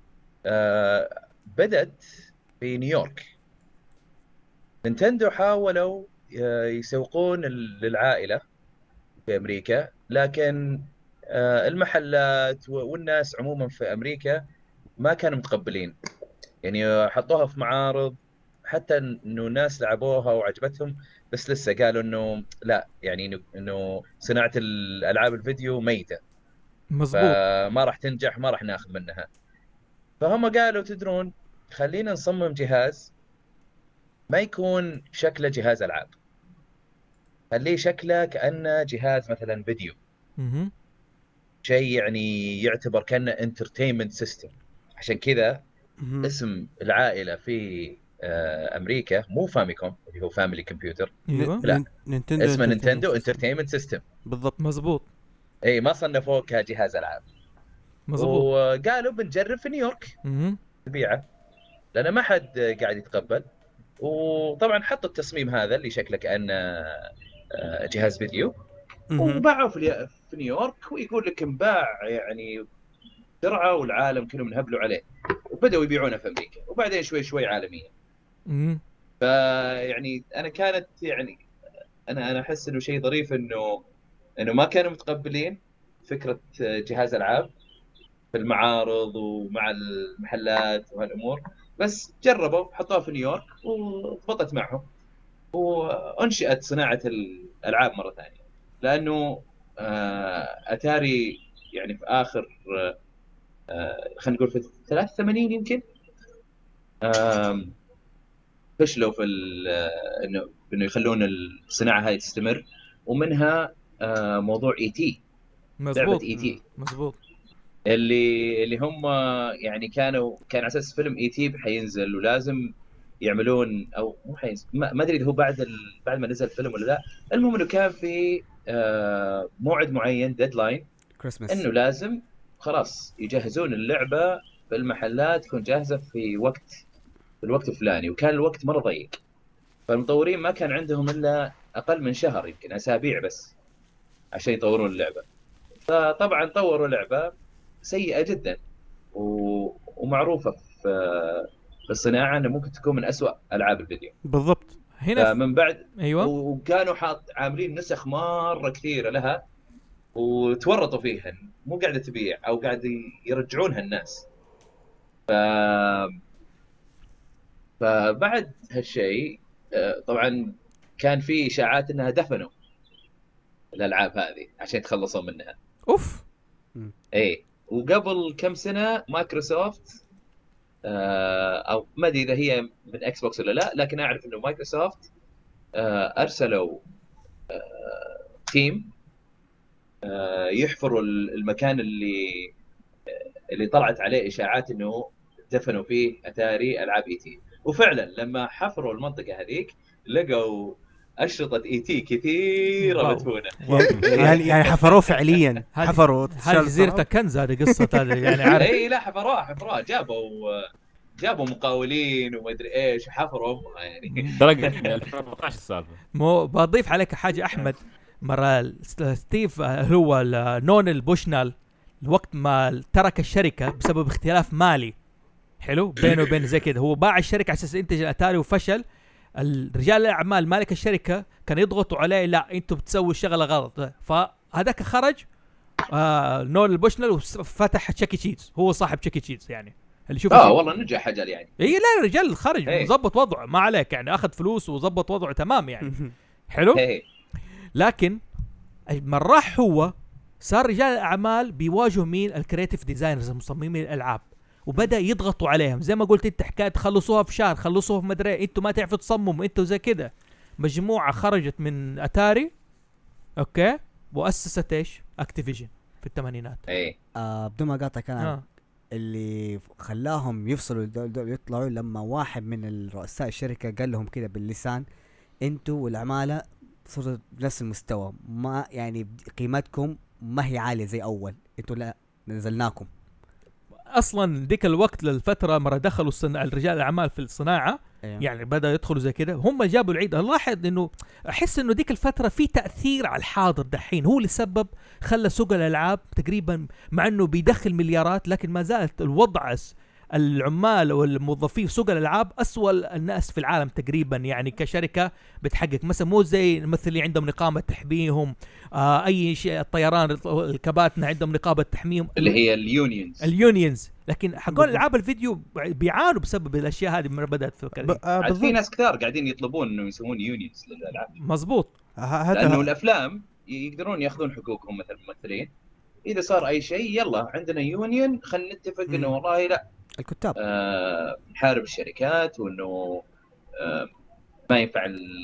آه بدت في نيويورك. نينتندو حاولوا يسوقون للعائله في امريكا، لكن آه المحلات والناس عموما في امريكا ما كانوا متقبلين، يعني حطوها في معارض حتى انه الناس لعبوها وعجبتهم، بس لسه قالوا انه لا يعني انه صناعه الالعاب الفيديو ميته مظبوط فما راح تنجح ما راح ناخذ منها. فهم قالوا تدرون خلينا نصمم جهاز ما يكون شكله جهاز العاب، خليه شكله كانه جهاز مثلا فيديو اها شيء يعني يعتبر كانه انترتينمنت سيستم. عشان كذا اسم العائله في امريكا مو فاميكوم اللي هو فاميلي كمبيوتر، ايوه لا نينتندو اسمه نينتندو انترتينمنت سيستم. بالضبط مظبوط. اي ما صنفوه كجهاز العاب مظبوط. وقالوا بنجرب في نيويورك اها نبيعه لأن ما حد قاعد يتقبل. وطبعا حطوا التصميم هذا اللي شكله كأنه جهاز فيديو وباعوا في في نيويورك، ويقول لك انباع يعني بسرعه والعالم كلهم انهبلوا عليه وبداوا يبيعونه في امريكا وبعدين شوي شوي عالميا. امم فيعني انا كانت يعني انا انا احس انه شيء ظريف انه انه ما كانوا متقبلين فكره جهاز العاب في المعارض ومع المحلات وهالامور، بس جربوا حطوها في نيويورك وضبطت معهم وانشئت صناعه الالعاب مره ثانيه. لانه اتاري يعني في اخر خلينا نقول في ثلاثة وثمانين يمكن فشلوا في انه انه يخلون الصناعه هذه تستمر، ومنها موضوع اي تي. مظبوط اي تي مظبوط اللي اللي هم يعني كانوا كان على اساس فيلم اي تي حينزل ولازم يعملون او مو حينزل ما ادري اذا هو بعد ال... بعد ما نزل الفيلم ولا لا. المهم انه كان في آه موعد معين ديدلاين كريسماس انه لازم خلاص يجهزون اللعبه في المحلات تكون جاهزه في وقت في الوقت الفلاني، وكان الوقت مره ضيق فالمطورين ما كان عندهم الا اقل من شهر يمكن اسابيع بس عشان يطورون اللعبه. فطبعا طوروا لعبه سيئه جدا و... ومعروفه في في الصناعه انه ممكن تكون من أسوأ العاب الفيديو. بالضبط. هنا من بعد ايوه وكانوا حاط عاملين نسخ مره كثيره لها وتورطوا فيها، مو قاعده تبيع او قاعد يرجعونها الناس. ف فبعد هالشيء طبعا كان في اشاعات انها دفنوا الالعاب هذه عشان يتخلصون منها. اوف اي وقبل كم سنه مايكروسوفت او ما ادري اذا هي من اكس بوكس ولا لا، لكن اعرف انه مايكروسوفت ارسلوا تيم يحفروا المكان اللي اللي طلعت عليه اشاعات انه دفنوا فيه اتاري العاب اي تي. وفعلا لما حفروا المنطقه هذيك لقوا اشرطه اي تي كثيره مدفونه. يعني يعني حفروه فعليا، حفروا هذه جزيره كنز، هذه قصه هذه يعني عارف. اي لا حفروها حفروها جابوا جابوا مقاولين وما ادري ايش وحفروا يعني درجه ألفين وأربعة عشر السالفه. مو بضيف عليك حاجه احمد، مره ستيف هو نون البوشنال الوقت ما ترك الشركه بسبب اختلاف مالي حلو بينه وبين زي كده، هو باع الشركه على اساس ينتج الاتاري وفشل. الرجال الاعمال مالك الشركه كان يضغطوا عليه لا انتوا بتسووا الشغله غلط، فهذاك خرج آه نون البوشنال وفتح تشيكي تشيز، هو صاحب تشيكي تشيز يعني اللي شوف اه والله نجح اجل يعني. اي لا الرجال خرج وظبط وضعه ما عليك يعني، اخذ فلوس وظبط وضعه تمام يعني حلو. لكن من راح هو صار رجال الاعمال بيواجهوا مين؟ الكرياتيف ديزاينرز المصممين الالعاب، وبدا يضغطوا عليهم زي ما قلت انت حكايه خلصوها في شهر خلصوها في مدري انتوا ما تعرفوا تصمموا انتوا زي كده. مجموعه خرجت من اتاري اوكي واسست ايش؟ اكتيفيجن في الثمانينات. اي آه بدون ما اقاطع كلام آه. اللي خلاهم يفصلوا يطلعوا لما واحد من رؤساء الشركه قال لهم كده باللسان انتوا والعماله صرتوا بنفس المستوى، ما يعني قيمتكم ما هي عاليه زي اول، انتوا لا نزلناكم. اصلا ديك الوقت للفتره مره دخلوا الصناعة الرجال الاعمال في الصناعه أيوه. يعني بدا يدخلوا زي كده هم جابوا العيد. لاحظ انه احس انه ديك الفتره في تاثير على الحاضر دحين، هو اللي سبب خلى سوق الالعاب تقريبا مع انه بيدخل مليارات لكن ما زالت الوضع العمال والموظفين في سوق الالعاب اسوأ الناس في العالم تقريبا يعني كشركه بتحقق. مثلا مو زي الممثلين عندهم نقابه تحميهم آه اي شيء، الطيران الكباتن عندهم نقابه تحميهم اللي هي اليونيونز اليونيونز لكن حقول العاب الفيديو بيعانوا بسبب الاشياء هذه من بدات تفكر. ب... آه في ناس كثار قاعدين يطلبون انه يسوون يونيونز للالعاب. مزبوط. لانه الافلام يقدرون ياخذون حقوقهم مثل الممثلين، اذا صار اي شيء يلا عندنا يونيون خلينا نتفق انه والله لا الكتاب آه نحارب الشركات وانه آه ما ينفع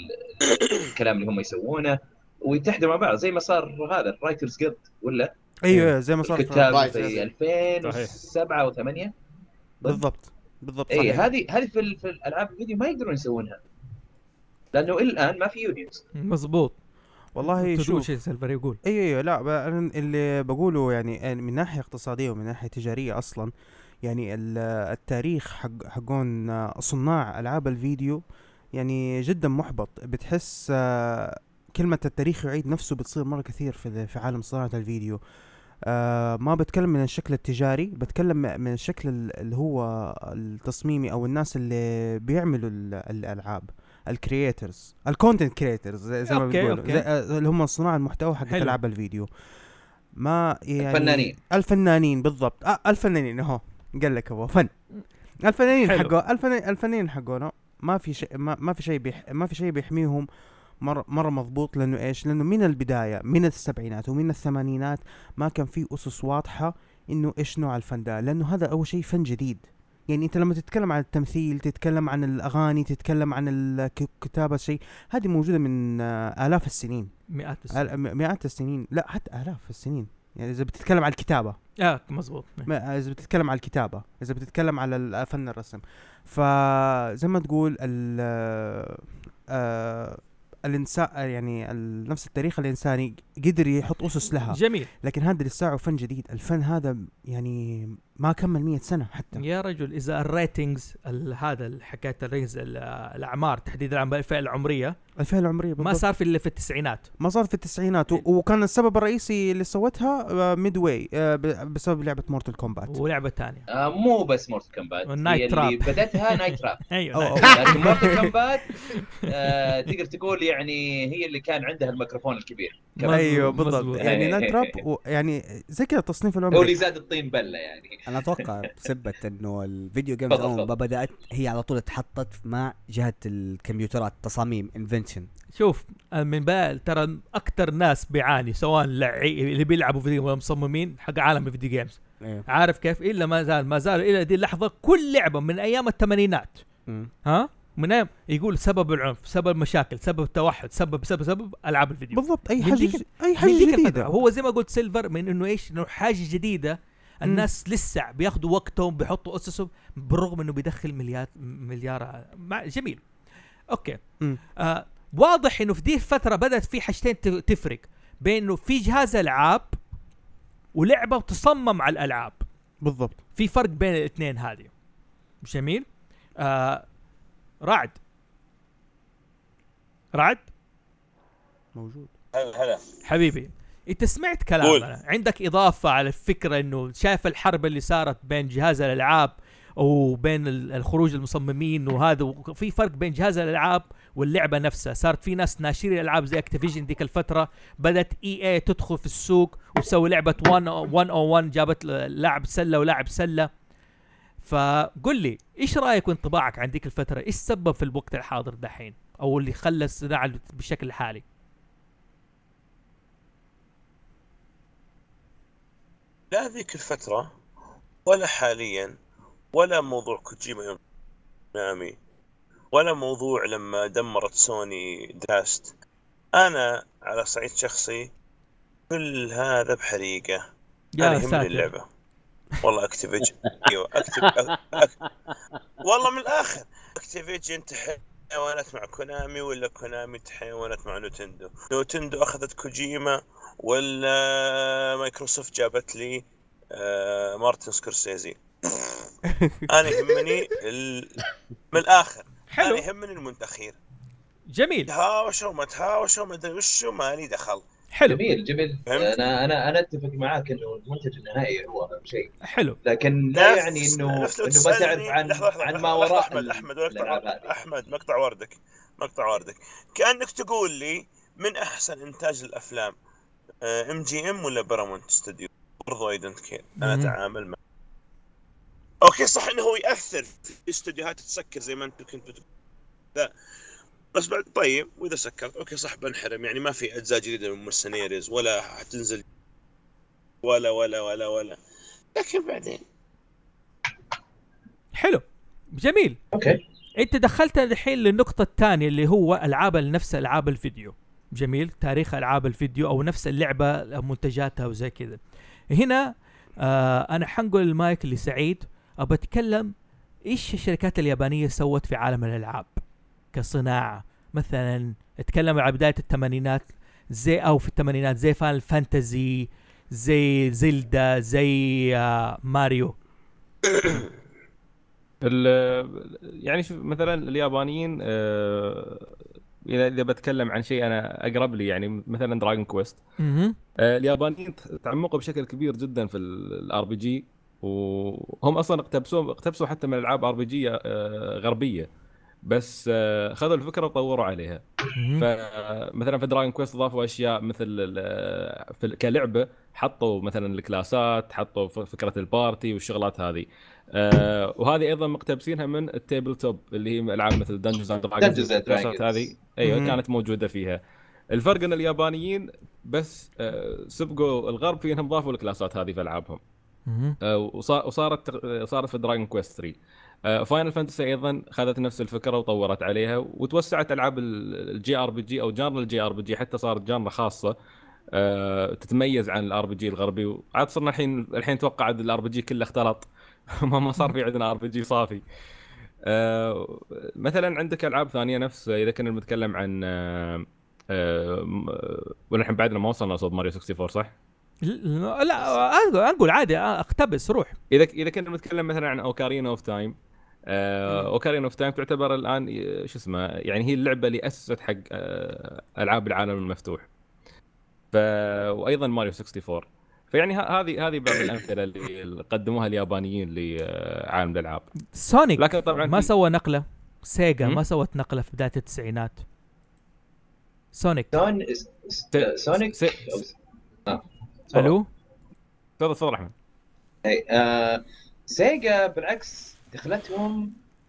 الكلام اللي هم يسوونه ويتحدوا مع بعض زي ما صار هذا الرايترز جيلد ولا ايوه زي ما صار الكتاب في ألفين وسبعة و8 بالضبط بالضبط. اي هذه هذه في, في الالعاب الفيديو ما يقدرون يسوونها لانه الى الان ما في يونيونز. مزبوط والله شو شيء سيلفر يقول ايوه ايوه لا انا اللي بقوله يعني من ناحيه اقتصاديه ومن ناحيه تجاريه اصلا يعني التاريخ حق حقون صناع العاب الفيديو يعني جدا محبط. بتحس كلمه التاريخ يعيد نفسه بتصير مره كثير في في عالم صناعه الفيديو. ما بتكلم من الشكل التجاري، بتكلم من الشكل اللي هو التصميمي او الناس اللي بيعملوا الالعاب الكرييترز الكونتنت كرييترز زي ما بيقولوا اللي هم صناع المحتوى حق العاب الفيديو. ما يعني الفنانين الفنانين بالضبط آه الفنانين اهو قال لك هو فن الفنانين حقه الفنانين الفنانين حقونه ما في شيء ما, ما في شيء بيح ما في شيء بيحميهم مره مره مضبوط. لانه ايش؟ لانه من البدايه من السبعينات ومن الثمانينات ما كان في اسس واضحه انه ايش نوع الفن ده، لانه هذا اول شيء فن جديد. يعني انت لما تتكلم عن التمثيل، تتكلم عن الاغاني، تتكلم عن الكتابه، شيء هذه موجوده من آلاف السنين مئات السنين مئات السنين لا حتى آلاف السنين. يعني اذا بتتكلم عن الكتابه اه مزبوط، اذا بتتكلم عن الكتابه، اذا بتتكلم على فن الرسم، فزي ما تقول ال آه الانسان يعني نفس التاريخ الانساني قدر يحط اسس لها جميل. لكن هذا لسه فن جديد. الفن هذا يعني ما كمل مية سنه حتى يا رجل. اذا الريتنجز هذا حكايه الريتنجز الاعمار تحديد الفئه العمريه الفئة العمرية بالضبط. ما صار في اللي في التسعينات، ما صار في التسعينات و... وكان السبب الرئيسي اللي سوتها ميد واي بسبب لعبة مورتال كومبات ولعبة تانية آه مو بس مورتال كومبات، والنايت هي اللي تراب. بدتها نايت تراب. ايوه لكن مورتال كومبات آه تقدر تقول يعني هي اللي كان عندها الميكروفون الكبير. ايوه بالضبط، يعني نايت تراب و... يعني زي كذا تصنيف العمري هو اللي زاد الطين بله يعني. انا اتوقع بسبة انه الفيديو جيمز اول ما بدات هي على طول اتحطت مع جهه الكمبيوترات، تصاميم انفنشن. شوف من بال ترى اكثر ناس بيعاني سواء لعي... اللي بيلعبوا فيديو ولا مصممين حق عالم الفيديو جيمز. أيوه. عارف كيف؟ الا ما زال ما زال الى دي اللحظه كل لعبه من ايام الثمانينات م. ها من ايام يقول سبب العنف، سبب مشاكل، سبب التوحد، سبب سبب سبب العاب الفيديو بالضبط. اي من حاجه ديك- اي حاجه من ديك جديده. الفترة. هو زي ما قلت سيلفر من انه ايش، انه حاجه جديده الناس لسه بياخذوا وقتهم بيحطوا اسسهم بالرغم انه بيدخل مليار مليار مع جميل. اوكي آه واضح انه في دي الفتره بدات في حاجتين ت- تفرق بين انه في جهاز العاب ولعبه وتصمم على الالعاب. بالضبط، في فرق بين الاثنين هذه. جميل. آه رعد رعد موجود. هلا هلا حبيبي، انت سمعت كلامنا، عندك اضافه على الفكره انه شايف الحرب اللي صارت بين جهاز الالعاب وبين ال- الخروج المصممين وهذا، وفي فرق بين جهاز الالعاب واللعبه نفسها. صارت في ناس ناشرين الالعاب زي اكتيفيجن ديك الفتره، بدات اي اي تدخل في السوق وتسوي لعبه مية وواحد، جابت لاعب سله ولاعب سله. فقل لي ايش رايك وانطباعك عن ديك الفتره؟ ايش سبب في الوقت الحاضر دحين او اللي خلى الصناعه بالشكل الحالي؟ لا ذيك الفترة ولا حاليا ولا موضوع كوجيما يوم نامي ولا موضوع لما دمرت سوني داست. أنا على صعيد شخصي كل هذا بحريقة. يا أنا يهمني ساتر. اللعبة والله. أكتيفيجن أيوة أكتب أك... أك... والله من الآخر أكتيفيجن تحاولت مع كونامي ولا كونامي تحاولت مع نوتندو. نوتندو أخذت كوجيما ولا مايكروسوفت جابت لي آه مارتن سكورسيزي. أنا يهمني ال... من الآخر حلو. أنا يهمني المنتخير. جميل. تهاوشوا ما تهاوشوا ما ادري وشو مالي دخل. حلو. جميل جميل. فهمت؟ انا انا انا اتفق معاك انه المنتج النهائي هو اهم شيء، حلو. لكن لا نفس- يعني انه نفس لو انه ما تعرف تسألني- عن لحظة لحظة عن لحظة ما لحظة وراء أحمد أحمد مقطع الالعاب هذه. أحمد مقطع وردك مقطع وردك كأنك تقول لي من أحسن إنتاج الأفلام ام جي ام ولا بارامونت ستوديو. برضو اي دونت كير. انا مم. اتعامل مع اوكي صح انه هو ياثر في استوديوهات تسكر زي ما انت كنت بتقول. لا بس بعد طيب واذا سكرت اوكي صح بنحرم، يعني ما في اجزاء جديده من مرسنيريز ولا حتنزل ولا ولا ولا ولا لكن بعدين حلو. جميل. اوكي. انت دخلتنا الحين للنقطة الثانية اللي هو العاب نفس العاب الفيديو. جميل. تاريخ العاب الفيديو او نفس اللعبة منتجاتها وزي كذا. هنا آه انا حنقول المايك لسعيد، ابى اتكلم ايش الشركات اليابانية سوت في عالم الالعاب كصناعة. مثلا اتكلم على بداية الثمانينات زي او في الثمانينات زي فان الفانتزي، زي زلدا، زي آه ماريو. ال- يعني شوف مثلا اليابانيين آه، اذا اذا بتكلم عن شيء انا اقرب لي يعني مثلا دراجون كويست. مهم. آه، اليابانيين تعمقوا بشكل كبير جدا في الار بي جي، وهم اصلا اقتبسوا اقتبسوا حتى من العاب ار بي جي غربيه، بس آه، خذوا الفكره وطوروا عليها. مهم. فمثلا في دراجون كويست ضافوا اشياء مثل ال- في ال- كلعبه حطوا مثلا الكلاسات، حطوا ف- فكره البارتي والشغلات هذه. آه وهذه ايضا مقتبسينها من التيبل توب اللي هي العاب مثل دنجنز اند Dungeons and دراجونز. Dragons. هذه ايوه مم. كانت موجوده فيها. الفرق ان اليابانيين بس آه سبقوا الغرب في انهم ضافوا الكلاسات هذه في العابهم. مهم. آه وصا- وصارت صارت في دراجون كويست ثري. فاينل فانتسي ايضا خذت نفس الفكره وطورت عليها وتوسعت العاب الجي ار بي جي او جانر الجي ار بي جي، حتى صارت جانر خاصه آه، تتميز عن الار بي جي الغربي. وعاد صرنا الحين الحين توقع الار بي جي كله اختلط ما ما صار في عندنا ار بي جي صافي. آه، مثلا عندك العاب ثانيه نفس اذا كنا بنتكلم عن آه، آه، ونحن بعدنا ما وصلنا صوب ماريو أربعة وستين صح؟ لا لا، اقول اقول عادي، اقتبس روح. اذا اذا كنا بنتكلم مثلا عن اوكارينا اوف تايم، اوكارين اوف تايم تعتبر الان آه، شو اسمه يعني هي اللعبه اللي اسست حق آه، العاب العالم المفتوح. ف وايضا ماريو أربعة وستين. فيعني ه- هذه هذه بعض الامثله اللي قدموها اليابانيين لعالم الالعاب. سونيك لكن طبعا ما في- سوى نقله، سيجا مم. ما سوت نقله في بدايه التسعينات. سونيك سون س- سونيك س- أو- آه. تفضل. الو تفضل تفضل احمد. اي آه سيجا بالعكس دخلتهم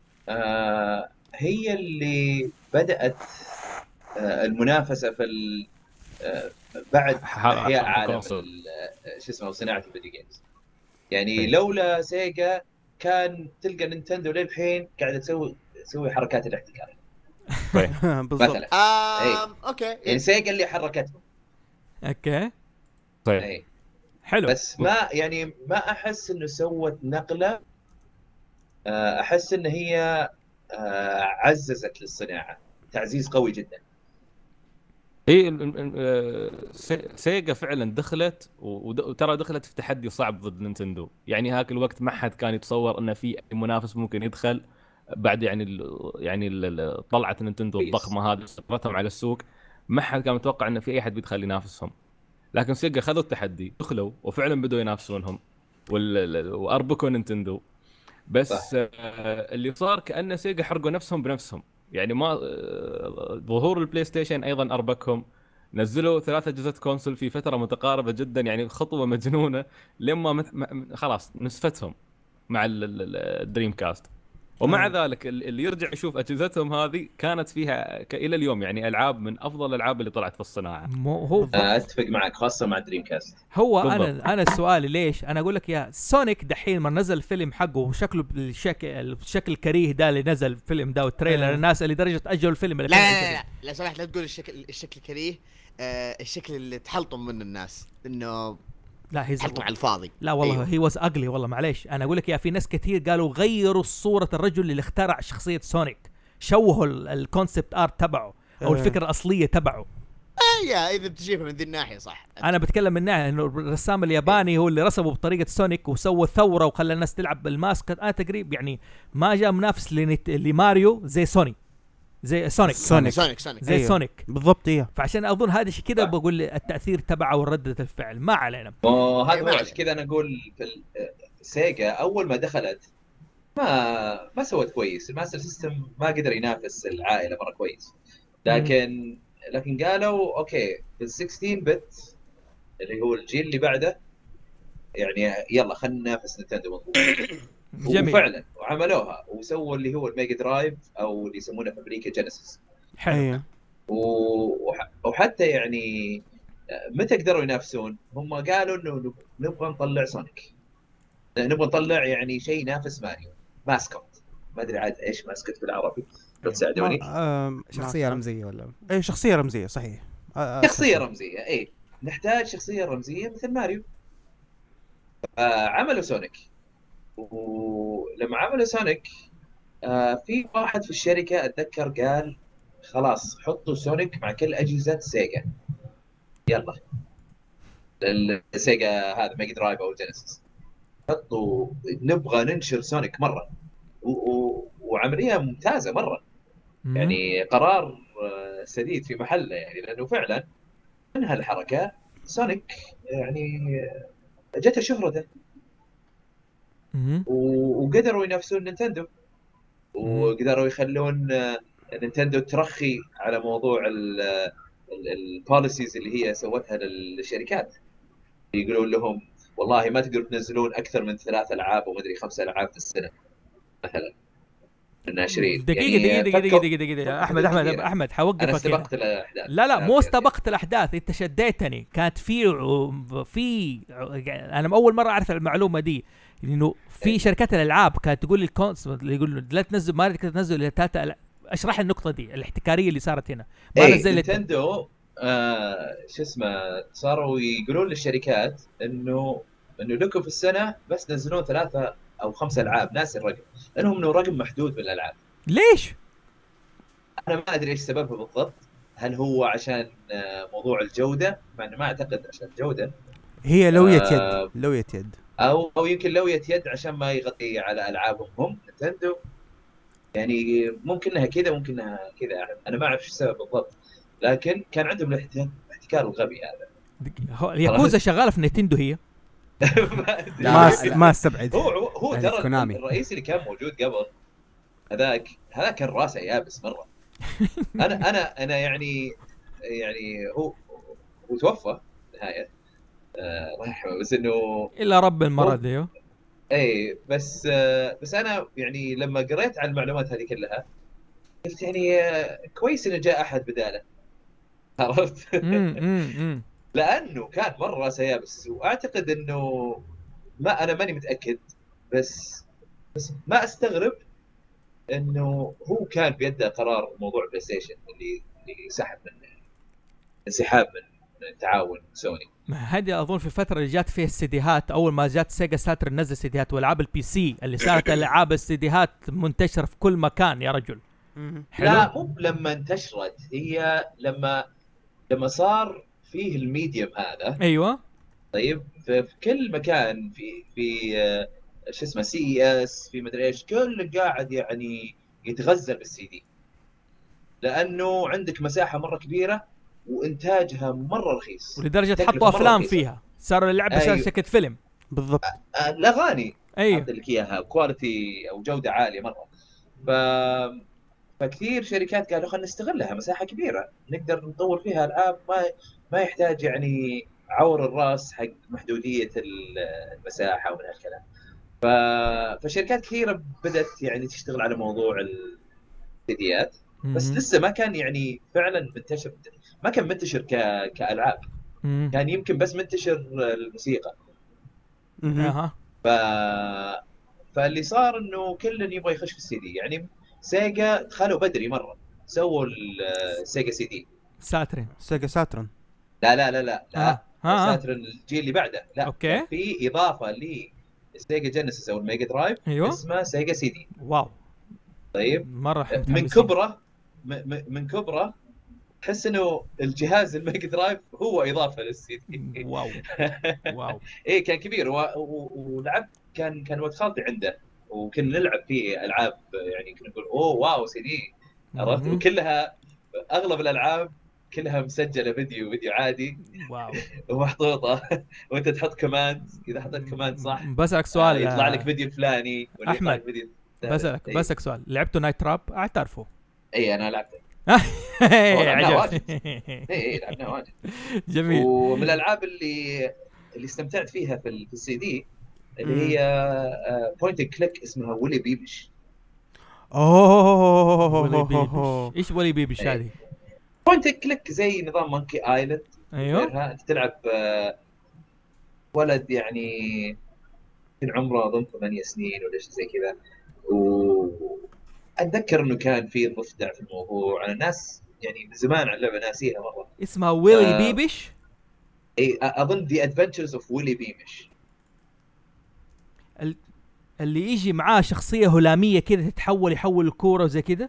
آه هي اللي بدأت آه المنافسة في ال- آه بعد ح- إحياء ح- عالم كونسول. ال- آه، شو اسمه صناعة الفيديو جيمز. يعني أي. لولا سيجا كان تلقى نينتندو للحين قاعدة تسوي تسوي حركات الاحتكار بالضبط. مثلا. آم اوكي يعني سيجا اللي حركتهم. اوكي طيب اي حلو. بس ما يعني ما احس انه سوت نقله. آه، احس ان هي آه، عززت للصناعه تعزيز قوي جدا. هي ال- ال- ال- سي- سيجا فعلا دخلت و- ود- وترى دخلت في تحدي صعب ضد نينتندو. يعني هاك الوقت ما حد كان يتصور انه في أي منافس ممكن يدخل بعد يعني ال يعني ال- ال- طلعت نينتندو كويس. الضخمه هذه سيطرتهم على السوق. ما حد كان متوقع انه في اي حد بيدخل ينافسهم. لكن سيجا خذوا التحدي دخلوا وفعلا بدوا ينافسونهم وال- ال- واربكوا نينتندو. بس صح. آه، اللي صار كأن سيجا حرقوا نفسهم بنفسهم. يعني ما آه، ظهور البلاي ستيشن ايضا اربكهم. نزلوا ثلاثة أجهزة كونسول في فترة متقاربة جدا، يعني خطوة مجنونة لما مت... م- خلاص نسفتهم مع ال- ال- ال- الدريم كاست. ومع آه. ذلك ال- اللي يرجع يشوف أجهزتهم هذه كانت فيها ك... إلى اليوم يعني ألعاب من أفضل الألعاب اللي طلعت في الصناعة. مو هو آه، اتفق معك خاصه مع دريم كاست. هو بالضبط. انا انا السؤال ليش انا اقول لك يا سونيك دحين ما نزل الفيلم حقه وشكله بالشكل الشكل الكريه ده اللي نزل الفيلم ده والتريلر آه. الناس اللي درجه اجلوا الفيلم لا اللي لا لا لا لا سمحت لا تقول الشكل الشكل الكريه. آه الشكل اللي تحلطم منه الناس انه لا هي تحلطم على الفاضي. لا والله أيوه. هي واز اجلي والله معليش. انا اقول لك يا في ناس كثير قالوا غيروا صوره الرجل اللي اخترع شخصيه سونيك، شوهوا ال- الكونسبت ارت تبعه او آه. الفكره الاصليه تبعه. يا اذا بتجيبها من ذي الناحيه صح. انا بتكلم من ناحيه انه الرسام الياباني هو اللي رسمه بطريقه سونيك وسوى ثوره وخلى الناس تلعب بالماسك. انا تقريبا يعني ما جاء منافس لنت- لماريو زي سوني زي سونيك سونيك. سونيك سونيك زي أيوه. سونيك. بالضبط. ايه فعشان اظن هذا الشيء كذا صح. بقول التاثير تبعه وردة الفعل ما علينا. وهذا إيه، ما هو عليه. عشان كذا انا اقول في ال- آه، سيجا اول ما دخلت ما ما سوت كويس. الماستر سيستم ما قدر ينافس العائله مره كويس. لكن لكن قالوا اوكي بال ستة عشر بت اللي هو الجيل اللي بعده يعني يلا خلينا ننافس نينتندو مضبوط. جميل وفعلا وعملوها وسووا اللي هو الميجا درايف او اللي يسمونه في امريكا جينيسيس. حلو. ايوه و- وح- وحتى يعني متى قدروا ينافسون؟ هم قالوا انه نب- نبغى نطلع سونيك، نبغى نطلع يعني شيء ينافس ماريو، ماسكوت. ما ادري عاد ايش ماسكوت بالعربي، لو تساعدوني. ما- آه، شخصيه ما- رمزيه ولا ايه شخصية رمزية صحيح. آه، آه، شخصيه رمزيه. اي نحتاج شخصيه رمزيه مثل ماريو. آه عملوا سونيك. ولما عملوا سونيك آه في واحد في الشركه اتذكر قال خلاص حطوا سونيك مع كل اجهزه سيجا، يلا السيجا هذا ميجا درايف او جينيسيس حطوا نبغى ننشر سونيك مره. و- و- وعمليه ممتازه مره، مم. يعني قرار آه، سديد في محله، يعني لانه فعلا من هالحركه سونيك يعني آه، جته شهرته مم. و- وقدروا ينافسون نينتندو، وقدروا يخلون آه، نينتندو ترخي على موضوع البوليسيز اللي هي سوتها للشركات. يقولون لهم والله ما تقدروا تنزلون اكثر من ثلاث العاب وما ادري خمس العاب في السنه مثلا الناشرين. دقيقة يعني دقيقة دقيقة فكوا- دقيقة دقيقة فكوا احمد احمد كثير. احمد انا حوقفك هنا. استبقت الاحداث. لا لا أوكي، مو أوكي. استبقت الاحداث، انت شديتني. كانت في في انا اول مره اعرف المعلومه دي انه في إيه. شركات الالعاب كانت تقول لي الكونسبت اللي يقول لا تنزل ما تقدر تنزل الا ثلاثه. اشرح النقطه دي الاحتكاريه اللي صارت هنا. ما ايه نزلت نينتندو آه شو اسمه صاروا يقولون للشركات انه انه لكم في السنه بس نزلون ثلاثه او خمسه العاب، ناس الرقم لانهم انه رقم محدود من الالعاب. ليش؟ انا ما ادري ايش سببها بالضبط، هل هو عشان آه، موضوع الجوده؟ مع انه ما اعتقد عشان الجوده، هي لوية آه، يد لوية يد او او يمكن لويه يد عشان ما يغطي على العابهم هم نينتندو. يعني ممكن انها كذا ممكن انها كذا، انا ما اعرف ايش السبب بالضبط، لكن كان عندهم الاحتكار الغبي هذا. هو ياكوزا شغاله في نينتندو هي؟ ما ما استبعد. هو هو ترى كونامي. الرئيس اللي كان موجود قبل هذاك هذا كان راسه يابس مره. انا انا انا يعني يعني هو هو توفى نهايه آه الله يرحمه، بس انه الا رب المرض. ايوه اي بس آه بس انا يعني لما قريت عن المعلومات هذه كلها قلت يعني آه كويس انه جاء احد بداله، عرفت؟ لانه كان مره راسه يابس، واعتقد انه ما انا ماني متاكد، بس بس ما استغرب انه هو كان بيده قرار موضوع بلاي ستيشن اللي اللي سحب من انسحاب من من التعاون سوني. هذه اظن في الفتره اللي جات فيها السيديهات، اول ما جات سيجا ساترن نزل سيديهات، والعاب البي سي اللي صارت العاب السيديهات منتشره في كل مكان يا رجل. حلو؟ لا مو لما انتشرت، هي لما لما صار فيه الميديوم هذا. ايوه طيب في كل مكان، في في آه شو اسمه سي اي اس، في مدري ايش، كل قاعد يعني يتغزل بالسي دي، لانه عندك مساحه مره كبيره وانتاجها مره رخيص، ولدرجه حطوا افلام فيها، صار اللعبه أيوه. شكل فيلم بالضبط. الاغاني ايوه حط لك اياها كواليتي او جوده عاليه مره. ف فكثير شركات قالوا خلينا نستغلها، مساحه كبيره نقدر نطور فيها العاب، ما ما يحتاج يعني عور الراس حق محدوديه المساحه ومن هالكلام. ف... فشركات كثيره بدات يعني تشتغل على موضوع السيديات، بس لسه ما كان يعني فعلا منتشر، ما كان منتشر ك... كالعاب، كان يمكن بس منتشر الموسيقى. اها ف... فاللي صار انه كل يبغى يخش في السي دي، يعني سيجا دخلوا بدري مره، سووا السيجا سي دي ساترن سيجا ساترن لا لا لا لا, لا. آه. آه. ساترن الجيل اللي بعده، لا اوكي في اضافه لي السيجا جينيسيس او الميجا درايف. أيوه؟ اسمها سيجا سي دي. واو طيب مره من كبره من كبره تحس انه الجهاز الميجا درايف هو اضافه للسي دي. واو واو ايه كان كبير، ولعبت كان كان وقت خالتي عنده، وكنا نلعب فيه العاب يعني كنا نقول اوه واو سي دي، عرفت؟ وكلها اغلب الالعاب كلها مسجله فيديو فيديو عادي واو ومحطوطه وانت تحط كوماند، اذا حطيت كوماند صح بسألك سؤال يطلع لك فيديو فلاني ولا احمد فيديو. بسألك أيه. بسألك سؤال، لعبتوا نايت تراب؟ اعترفوا اي انا لعبته. لعبناه واجد. اي لعبناه واجد. جميل. ومن الالعاب اللي اللي استمتعت فيها في السي دي اللي هي بوينت كليك اسمها ولي بيبش. اوه ايش ولي بيبش هذه؟ بوينت كليك زي نظام مونكي ايلاند. ايوه انت تلعب ولد يعني كان عمره اظن ثمانية سنين ولا شيء زي كذا، واتذكر انه كان في ضفدع في الموضوع. انا الناس يعني من زمان على اللعبه ناسيها مره. اسمها ويلي آه بيبش. اي اظن The Adventures of Willy Beamish. اللي يجي معاه شخصيه هلاميه كذا تتحول يحول الكوره وزي كذا.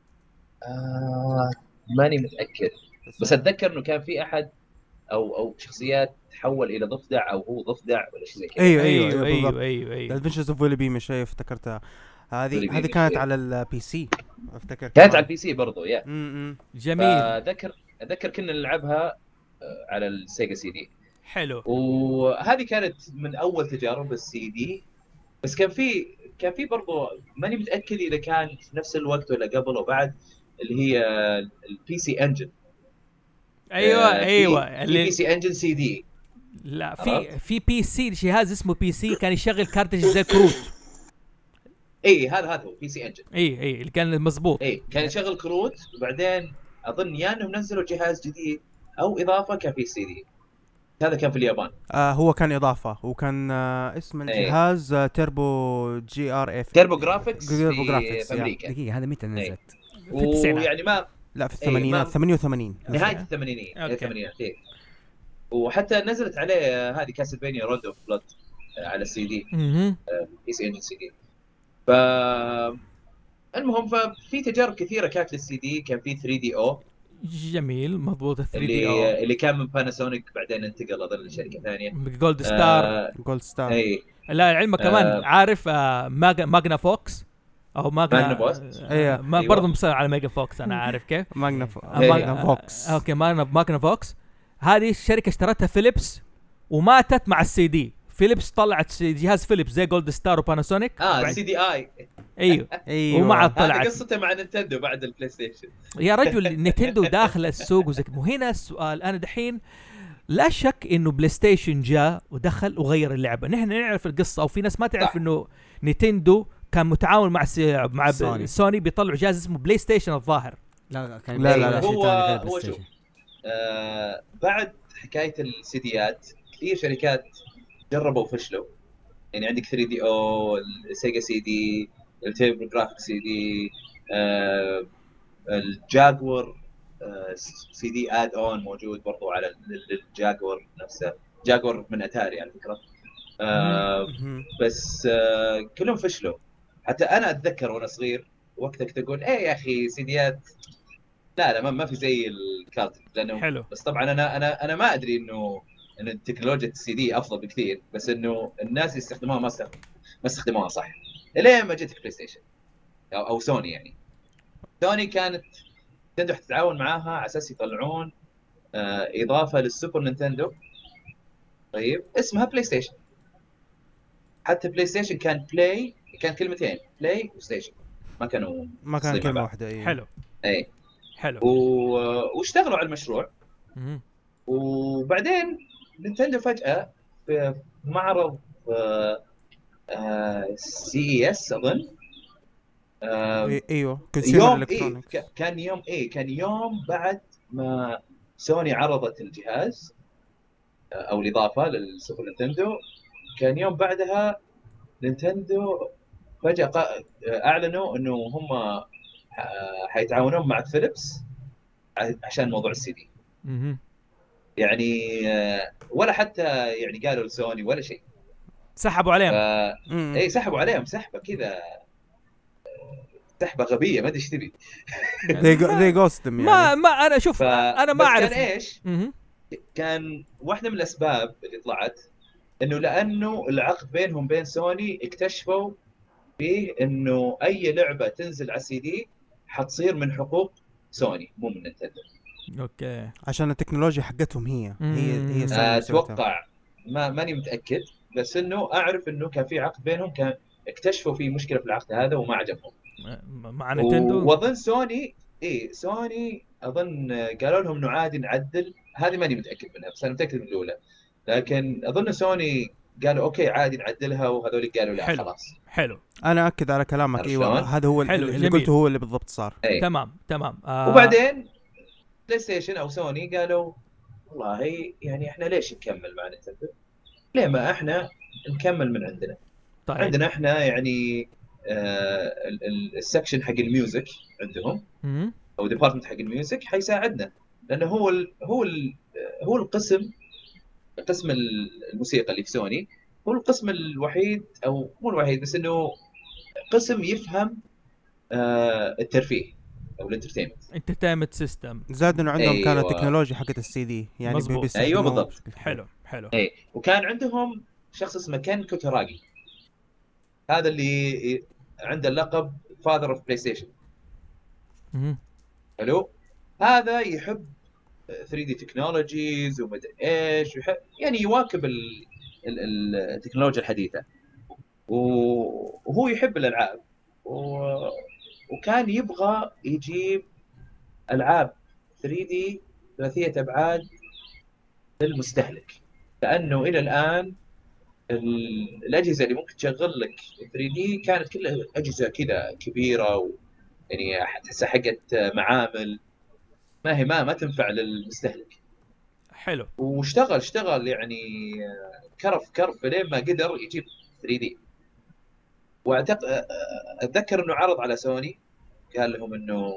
آه ماني متاكد، بس اتذكر انه كان في احد او او شخصيات تحول الى ضفدع او هو ضفدع ولا شيء زي كذا. ايوه ايوه ايوه ايوه ايوه الادفنتشرز اوف ويلي بيمش افتكرتها. هذه هذه كانت على البي سي افتكر، كانت على البي سي برضو يا امم جميل. اتذكر اتذكر كنا نلعبها على السيجا سي دي. حلو. وهذه كانت من اول تجارب السي دي، بس كان في كان في برضو ماني متاكد اذا كان في نفس الوقت ولا قبل وبعد، اللي هي البي سي انجن. ايوه آه ايوه اللي بي سي انجن سي دي. لا في في بي سي جهاز اسمه بي سي كان يشغل كارتج زي كروت. اي هذا هذا هو بي سي انجن. اي اي اللي كان مزبوط. اي كان يشغل كروت، وبعدين اظن يا انهم نزلوا جهاز جديد او اضافه كان في سي دي. هذا كان في اليابان. آه هو كان اضافه، وكان آه اسم الجهاز آه تيربو جي ار اف تيربو جرافيكس تيربو جرافيكس في امريكا. دقيقه هذا متى نزلت؟ في التسعينات يعني ما لا في الثمانينات ثمانية وثمانين نهايه الثمانينات الثمانينات. وحتى نزلت عليه هذه كاسلفينيا رود اوف بلاد على السي دي بي سي انجن سي دي. ف المهم ففي تجارب كثيره كانت للسي دي. كان في ثري دي او جميل مضبوط. ثري اللي دي او اللي كان من باناسونيك بعدين انتقل اظن لشركه ثانيه جولد ستار. آه جولد ستار. اي لا علمك كمان آه عارف آه ماغ... ماغنا فوكس او ماجنا ماجنا بوس. ايوه ما برضه مصر على ميجا فوكس انا عارف كيف. ماجنا فو... آه، ماجنا آه، فوكس. اوكي ماجنا ماجنا فوكس هذه الشركه اشترتها فيليبس وماتت مع السي دي. فيليبس طلعت جهاز فيليبس زي جولد ستار وباناسونيك. اه بعد- سي دي اي. ايوه ايوه ومع هذه طلعت قصته مع نينتندو بعد البلاي ستيشن. يا رجل نينتندو داخل السوق وزي كده. وهنا السؤال انا دحين لا شك انه بلاي ستيشن جاء ودخل وغير اللعبه. نحن نعرف القصه، او في ناس ما تعرف صح. انه نينتندو كان متعاون مع سي... مع سوني. سوني, سوني بيطلعوا جهاز اسمه بلاي ستيشن الظاهر. لا كان لا، لا لا، لا لا. شيء هو ثاني غير هو بلاي شوف ستيشن. آه بعد حكايه السيديات كثير شركات جربوا وفشلوا. يعني عندك ثري دي او، السيجا سي دي، التيبل جرافيك سي دي، آه الجاكور آه سي دي اد اون موجود برضو على ال- الجاكور نفسه. جاكور من اتاري على فكره. آه مهم. بس آه كلهم فشلوا. حتى انا اتذكر وانا صغير وقتك تقول ايه يا اخي سيديات، لا لا ما, ما في زي الكارت لانه حلو. بس طبعا انا انا انا ما ادري انه ان تكنولوجيا السي دي افضل بكثير، بس انه الناس يستخدموها ما استخدم ما استخدموها صح الين ما جت بلاي ستيشن او, أو سوني. يعني سوني كانت نينتندو تتعاون معاها على اساس يطلعون آه اضافه للسوبر نينتندو طيب اسمها بلاي ستيشن. حتى بلاي ستيشن كان بلاي، كان كلمتين بلاي وستيشن، ما كانوا ما كان مع كلمه بعض. واحده. ايوه حلو اي حلو. و... واشتغلوا على المشروع. مهم. وبعدين نينتندو فجأة في معرض سي اي اس اظن آه، إي- ايوه كونسيومر يوم اي الكترونكس. ك- كان يوم اي كان يوم بعد ما سوني عرضت الجهاز آه، او الاضافه للسوبر نينتندو. كان يوم بعدها نينتندو فجأة قا- اعلنوا انه هم آه، حيتعاونون مع فيليبس ع- عشان موضوع السي دي. مهم. يعني آه، ولا حتى يعني قالوا لسوني ولا شيء. سحبوا عليهم. ف... مم. اي سحبوا عليهم سحبه كذا، سحبه غبيه ما ادري ايش تبي. they go- they ghost them يعني. ما ما انا شوف ف... انا ما بس اعرف. كان ايش؟ مهم. كان واحده من الاسباب اللي طلعت انه لانه العقد بينهم بين سوني اكتشفوا فيه انه اي لعبه تنزل على السي دي حتصير من حقوق سوني مو من نينتندو. اوكي عشان التكنولوجيا حقتهم هي مم. هي هي سوني مسويتها. اتوقع ما ماني متاكد، بس انه اعرف انه كان في عقد بينهم، كان اكتشفوا في مشكله في العقد هذا وما عجبهم. مع نينتندو. واظن سوني ايه سوني اظن قالوا لهم انه عادي نعدل. هذه ماني متاكد منها بس انا متاكد من الاولى، لكن اظن سوني قالوا اوكي عادي نعدلها، وهذول قالوا لا حلو. خلاص. حلو انا اكد على كلامك. عرفت ايوه شلون؟ هذا هو حلو، اللي جميل. قلته، هو اللي بالضبط صار. ايه. تمام تمام. آه وبعدين بلاي ستيشن او سوني قالوا والله يعني احنا ليش نكمل مع نينتندو؟ ليه ما احنا نكمل من عندنا؟ طيب عندنا احنا يعني آه ال- ال- السكشن حق الميوزك عندهم مهم. او ديبارتمنت حق الميوزك حيساعدنا، لانه هو ال هو ال هو القسم قسم الموسيقى اللي في سوني هو القسم الوحيد، او مو الوحيد بس انه قسم يفهم آه الترفيه او الانترتينمنت. انترتينمنت سيستم. زاد انه عندهم أيوة. كانت التكنولوجيا حقت السي دي يعني مظبوط. بي- بيستخدموها أيوة بالضبط. بشكل كبير. حلو حلو. اي وكان عندهم شخص اسمه كين كوتاراغي، هذا اللي عنده اللقب فاذر اوف بلاي ستيشن. مهم. حلو. هذا يحب ثري دي تكنولوجيز ومدري ايش، ويحب يعني يواكب ال- ال- التكنولوجيا الحديثه، و- وهو يحب الالعاب، و- وكان يبغى يجيب العاب ثري دي ثلاثيه ابعاد للمستهلك، لانه الى الان ال- الاجهزه اللي ممكن تشغل لك ثري دي كانت كلها اجهزه كذا كبيره، و يعني تحسها حقت معامل، ما هي ما ما تنفع للمستهلك. حلو. واشتغل اشتغل يعني كرف كرف لين ما قدر يجيب ثري دي. واعتقد اتذكر انه عرض على سوني قال لهم انه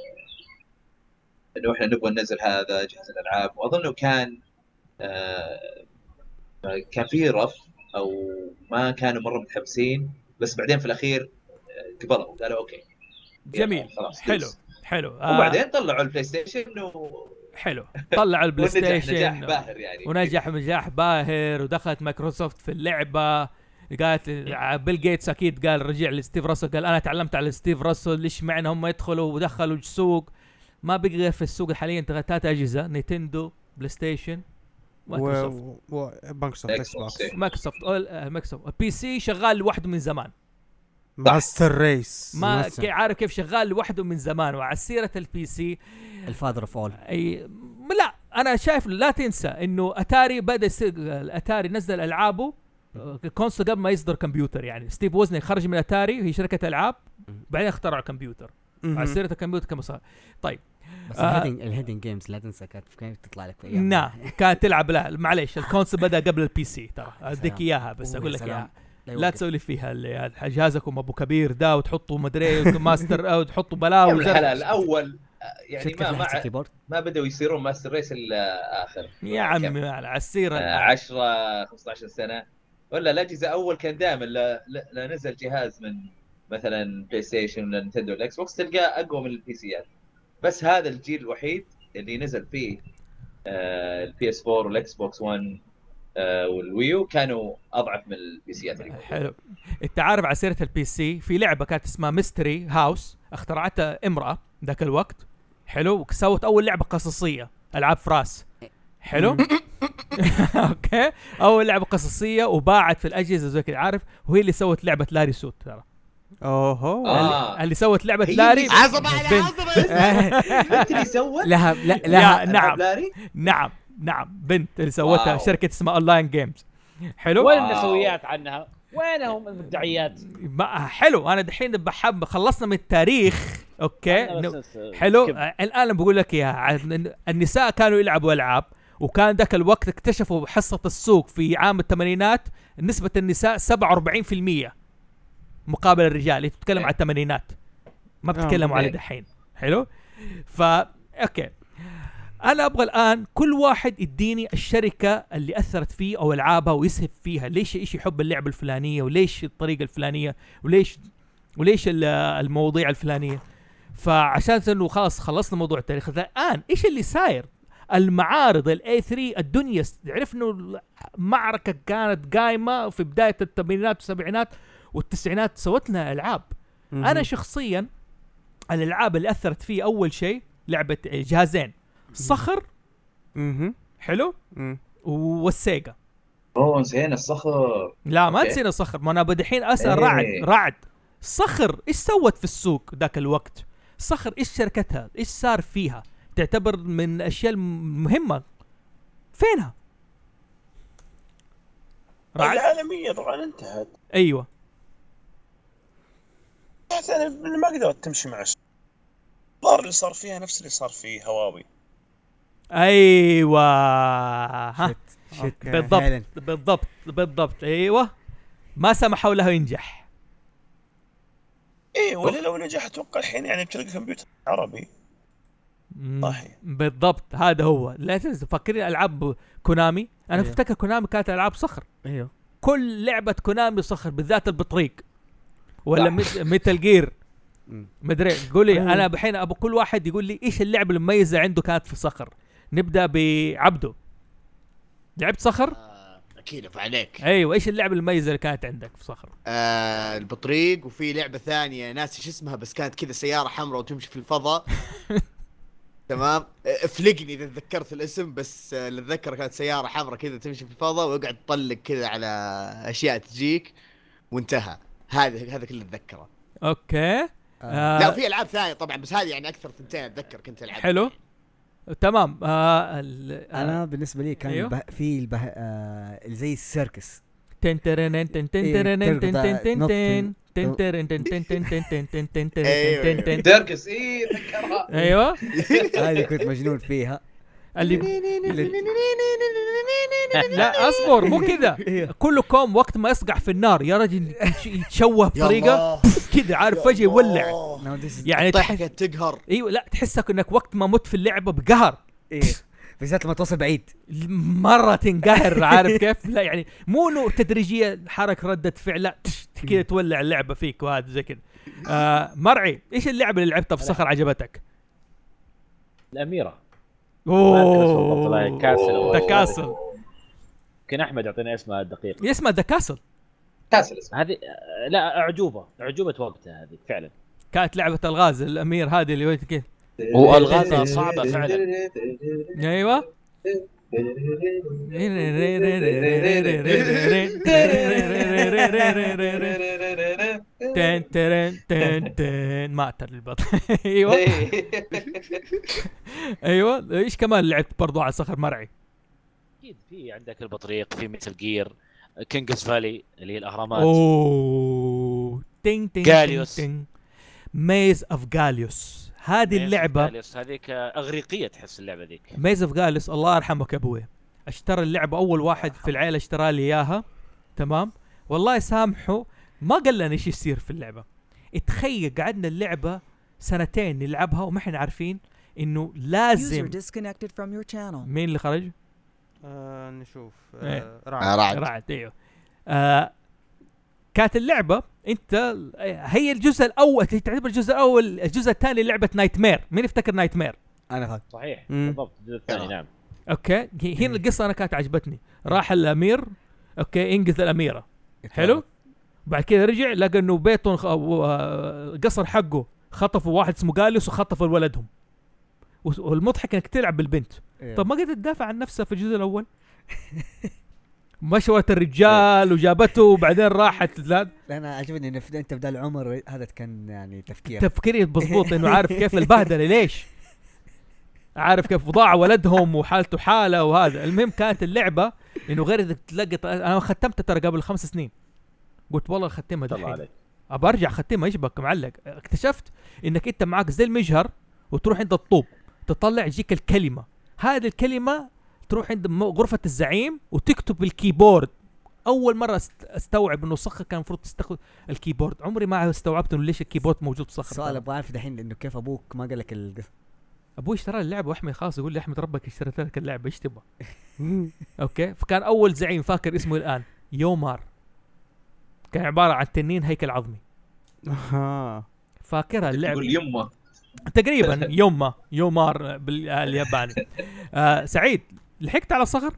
انه احنا نبغى ننزل هذا جهاز الالعاب، واظنه كان آه كان في رف او ما كانوا مره متحمسين، بس بعدين في الاخير قبلوا قالوا اوكي جميل. خلاص حلو دوس. حلو. آه وبعدين طلعوا البلاي ستيشن و... حلو. طلع البلاي ونجح نجاح ستيشن باهر يعني. ونجح نجاح باهر، ودخلت مايكروسوفت في اللعبه. قالت بيل جيتس اكيد قال رجع لستيف راسل قال انا تعلمت على ستيف راسل ليش معنى هم يدخلوا ودخلوا السوق. ما بقى غير في السوق حاليا ثلاث اجهزه نينتندو بلاي ستيشن مايكروسوفت ومايكروسوفت مايكروسوفت مايكروسوفت البي سي شغال لوحده من زمان ماستر ريس ما كي عارف كيف شغال لوحده من زمان. وعلى سيره البي سي الفادر اوف اول اي لا انا شايف لا تنسى انه اتاري بدا الاتاري نزل العابه كونسول قبل ما يصدر كمبيوتر. يعني ستيف ووزني خرج من اتاري وهي شركه العاب بعدين اخترعوا الكمبيوتر على سيره الكمبيوتر كما صار. طيب بس آه الهيدنج الهيدنج جيمز لا تنسى كانت كيف تطلع لك في ايام نعم كانت تلعب. لا معليش الكونسول بدا قبل البي سي ترى اديك اياها بس اقول لك اياها لا تسوي لي فيها اللي جهازكم ابو كبير ده وتحطوا مدري ماستر او تحطوا بلاوي الحلال الاول يعني ما ما, ما بدأوا يصيرون ماستر ريس الا اخر يا عمي على السيره عشرة خمسة عشر سنه ولا الاجهزه اول كان دائما لا, لا, لا نزل جهاز من مثلا بلاي ستيشن ولا نينتندو الاكس بوكس تلقاه اقوى من البي سيات. بس هذا الجيل الوحيد اللي نزل فيه آه البي اس فور والاكس بوكس ون آه والويو كانوا اضعف من البي سيات. حلو. انت عارف على سيره البي سي في لعبه كانت اسمها ميستري هاوس اخترعتها امراه ذاك الوقت. حلو. وسوت اول لعبه قصصيه العاب فراس. حلو. اوكي اول لعبه قصصيه وباعت في الاجهزه زي كذا عارف. وهي اللي سوت لعبه لاري سوت ترى. اوه آه. اللي سوت لعبه لاري عصب على عصب انت اللي سوت لها لا لها نعم نعم نعم بنت اللي سوتها واو. شركه اسمها اونلاين جيمز. حلو. وين النسويات عنها وينهم المدعيات؟ حلو. انا دحين بحب خلصنا من التاريخ. اوكي حلو. الان بقول لك اياها النساء كانوا يلعبوا العاب وكان ذاك الوقت اكتشفوا حصه السوق في عام الثمانينات نسبه النساء سبعة وأربعين بالمئة مقابل الرجال. اللي تتكلم على الثمانينات ما بتتكلموا على دحين. حلو. فا اوكي انا ابغى الان كل واحد يديني الشركه اللي اثرت فيه او العابها ويسهب فيها ليش ايش يحب اللعبه الفلانيه وليش الطريقه الفلانيه وليش وليش المواضيع الفلانيه. فعشان انه خلاص خلصنا موضوع التاريخ الان ايش اللي صاير المعارض الاي ثري الدنيا عرفنا المعركه كانت قايمه في بدايه الثمانينات والسبعينات والتسعينات سوت لنا العاب. انا شخصيا الالعاب اللي اثرت فيه اول شيء لعبه جهازين صخر اها حلو مم. والسيجا. اوه نسينا الصخر. لا ما نسينا الصخر. ما انا بدحين اسال رعد رعد صخر ايش سوت في السوق ذاك الوقت؟ صخر ايش شركتها ايش صار فيها تعتبر من الاشياء المهمه فينها؟ العالميه طبعا انتهت. ايوه يعني ما قدرت تمشي مع الصار اللي صار فيها نفس اللي صار في هواوي. ايوه ها شت. بالضبط بالضبط بالضبط ايوه ما سمحوا له ينجح. ايه ولا لو نجح اتوقع الحين يعني بتلقى كمبيوتر عربي صحيح. بالضبط هذا هو. لا تنسى فكرني العاب كونامي. انا أيوه. افتكر كونامي كانت العاب صخر. ايوه كل لعبه كونامي صخر بالذات البطريق ولا ميتال جير مدري. قولي أيوه. انا بحين ابو كل واحد يقول لي ايش اللعبه المميزه عنده كانت في صخر. نبدا بعبده. لعبت صخر؟ آه اكيد فعليك. ايوه ايش اللعبه المميزه اللي كانت عندك في صخر؟ آه البطريق. وفي لعبه ثانيه ناسي ايش اسمها بس كانت كذا سياره حمراء وتمشي في الفضاء. تمام افلقني اذا تذكرت الاسم بس اللي اتذكر كانت سياره حمراء كذا تمشي في الفضاء ويقعد تطلق كذا على اشياء تجيك وانتهى. هذا هذا كله اتذكره. اوكي آه. لا في العاب ثانيه طبعا بس هذه يعني اكثر ثنتين اتذكر كنت العب. حلو تمام. آه انا بالنسبه لي كان أيوه؟ في البه... آه زي السيركس تن تن تن تن تن تن تن تن تن تن تن تن تن تن تن تن سيركس ايه ذكرها. ايوه هذه كنت مجنون فيها. اللي لا اصبر مو كذا كلكم وقت ما يصقع في النار يا رجل يتشوه بطريقه كذا عارف فجأة يولع يعني ضحكة تقهر. ايوه لا تحسك انك وقت ما مت في اللعبه بقهر. ايه بالذات لما توصل بعيد مره تنقهر عارف كيف. لا يعني مو انه تدريجيه حركه رده فعل لا كذا تولع اللعبه فيك وهذا زي كذا. آه مرعي ايش اللعبه اللي لعبتها في صخر عجبتك؟ الاميره. اوه كاسل ذا كاسل. كان احمد يعطينا اسمها الدقيق. اسمها ذا كاسل. كاس الاسم هذه لا اعجوبه اعجوبه وقتها هذه فعلا. كانت لعبه الغاز الامير هذه اللي ويت كيف والغازها صعبه فعلا. ايوه تن تن تن تن مات البطل. ايوه ايوه. ايش كمان لعبت برضو على صخر مرعي؟ اكيد في عندك البطريق، في مثل جير، كينجز فالي اللي هي الاهرامات. اوه تين تين غاليوس. ميز اوف غاليوس هذه اللعبه. غاليوس هذيك اغريقيه تحس اللعبه ذيك. ميز اوف غاليوس الله يرحمك ابوي، اشترى اللعبه اول واحد في العيله اشترى لي اياها. تمام والله يسامحه ما قال لنا ايش يصير في اللعبه. اتخيل قعدنا اللعبه سنتين نلعبها وما احنا عارفين انه لازم. مين اللي خرج؟ آه نشوف إيه. آه آه، رعد رعد. رعد. ايوه آه كانت اللعبه انت هي الجزء الاول تعتبر الجزء الاول. الجزء الثاني لعبه نايت مير. مين يفتكر نايت مير؟ انا خالد. صحيح مم. بالضبط الجزء الثاني. آه. نعم اوكي هنا القصه انا كانت عجبتني. راح الامير اوكي انقذ الاميره حلو. بعد كده رجع لقى انه بيته خ... آه، قصر حقه خطفوا واحد اسمه غاليوس وخطفوا ولدهم. والمضحك انك تلعب بالبنت. إيه. طب ما قدرت تدافع عن نفسها في الجزء الاول؟ مشوت الرجال وجابته وبعدين راحت. لا انا عجبني انه في- انت بدال العمر هذا كان يعني تفكير. تفكيري مضبوط انه عارف كيف البهدله ليش، عارف كيف ضاع ولدهم وحالته حاله وهذا. المهم كانت اللعبه انه غير اذا تلقى. انا ختمتها ترى قبل خمس سنين قلت والله ختمها الله دحين عليك. ابى ارجع ختمها. ايش بك معلق؟ اكتشفت انك انت معك زي المجهر وتروح عند الطوب تطلع يجيك الكلمه. هذه الكلمه تروح عند م- غرفه الزعيم وتكتب بالكيبورد. اول مره است- استوعب انه صخر كان المفروض تستخدم الكيبورد. عمري ما استوعبت انه ليش الكيبورد موجود في صخر. السؤال ابغى اعرف دحين انه كيف ابوك ما قال لك القصه. ابوي اشترى اللعبه واحمد خلاص يقول لي احمد ربك اشتريت لك اللعبه ايش تبغى. اوكي فكان اول زعيم فاكر اسمه الان يومار. كان عباره عن تنين هيكل عظمي. آه. فاكرها اللعبه يقول يمه تقريبا يوما يومار بالياباني. آه سعيد لحقت على الصخر؟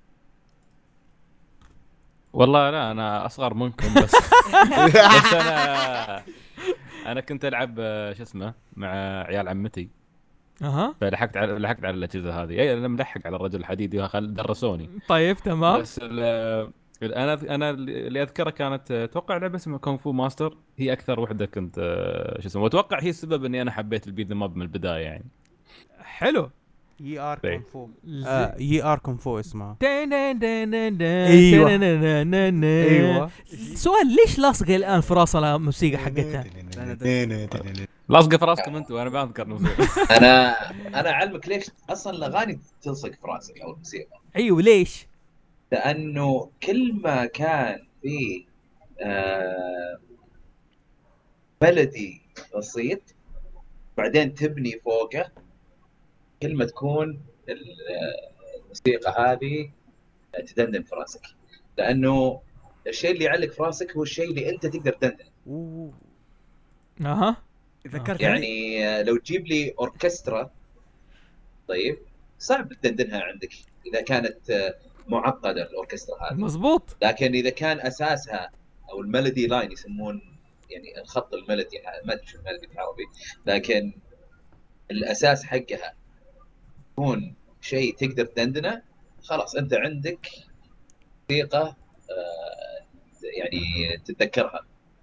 والله لا انا اصغر منكم بس بس انا انا كنت العب آه، شو اسمه مع عيال عمتي اها فلحقت على لحقت على الاجهزه هذه. اي انا ملحق على الرجل الحديدي خل درسوني. طيب تمام. بس ال- انا انا اللي اذكرها كانت اتوقع لعبه اسمها كونغ فو ماستر. هي اكثر وحده كنت آه، شو اسمه واتوقع هي السبب اني انا حبيت البيت ماب من البدايه يعني. حلو. يي ار طيب. كونفو آه يي ار كونفو اسمها. ايوه ايوه سؤال ليش لاصقه الان في راسنا الموسيقى حقتها؟ لاصقه في راسكم انتم وانا ما اذكر موسيقى. انا انا اعلمك ليش اصلا الاغاني تلصق في راسك او الموسيقى. ايوه ليش؟ لانه كل ما كان في آه بلدي بسيط بعدين تبني فوقه كل ما تكون الموسيقى هذه تدندن في راسك. لانه الشيء اللي يعلق في راسك هو الشيء اللي انت تقدر تدندن. اوه اها ذكرت يعني آه، لو تجيب لي اوركسترا طيب صعب تدندنها عندك اذا كانت آه، معقده الاوركسترا هذه. مزبوط. لكن اذا كان اساسها او الميلودي لاين يسمون يعني الخط الميلودي ما ادري شو الميلودي بالعربي لكن الاساس حقها يكون شيء تقدر تدندنه خلاص انت عندك موسيقى آه يعني تتذكرها.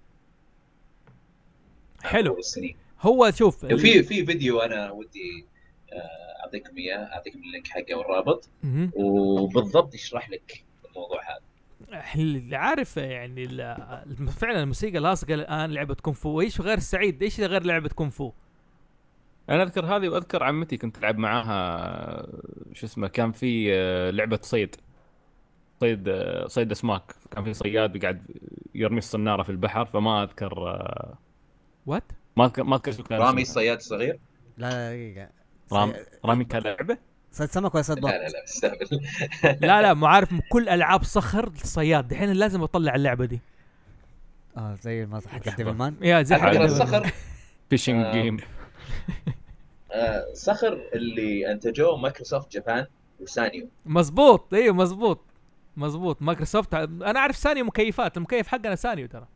حلو. السنين. هو شوف في في فيديو انا ودي آه، اعطيكم اياه اعطيكم اللينك حقه والرابط مهم. وبالضبط يشرح لك الموضوع هذا. اللي عارف يعني ال- فعلا الموسيقى لاصقه الان لعبه كونغ فو. ايش غير سعيد؟ ايش غير لعبه كونغ فو؟ انا اذكر هذه واذكر عمتي كنت العب معاها شو اسمه كان في آه، لعبه صيد صيد آه، صيد اسماك. كان في صياد بيقعد يرمي الصناره في البحر فما اذكر آه، وات ما اذكر ما اذكر شو كان رامي اسمه. الصياد الصغير. لا لا دقيقة. رام صي- رامي كان لعبه صيد سمك ولا صيد لا بط؟ لا لا استهبل. لا لا مو عارف كل العاب صخر الصياد دحين لازم اطلع اللعبه دي. اه زي ما حق ديفل مان. يا زي على فكرة حق الصخر فيشنج آه. جيم. آه، صخر اللي انتجوه مايكروسوفت جابان وسانيو. مزبوط. ايوه مزبوط. مزبوط مايكروسوفت. انا اعرف سانيو مكيفات، المكيف حقنا سانيو ترى.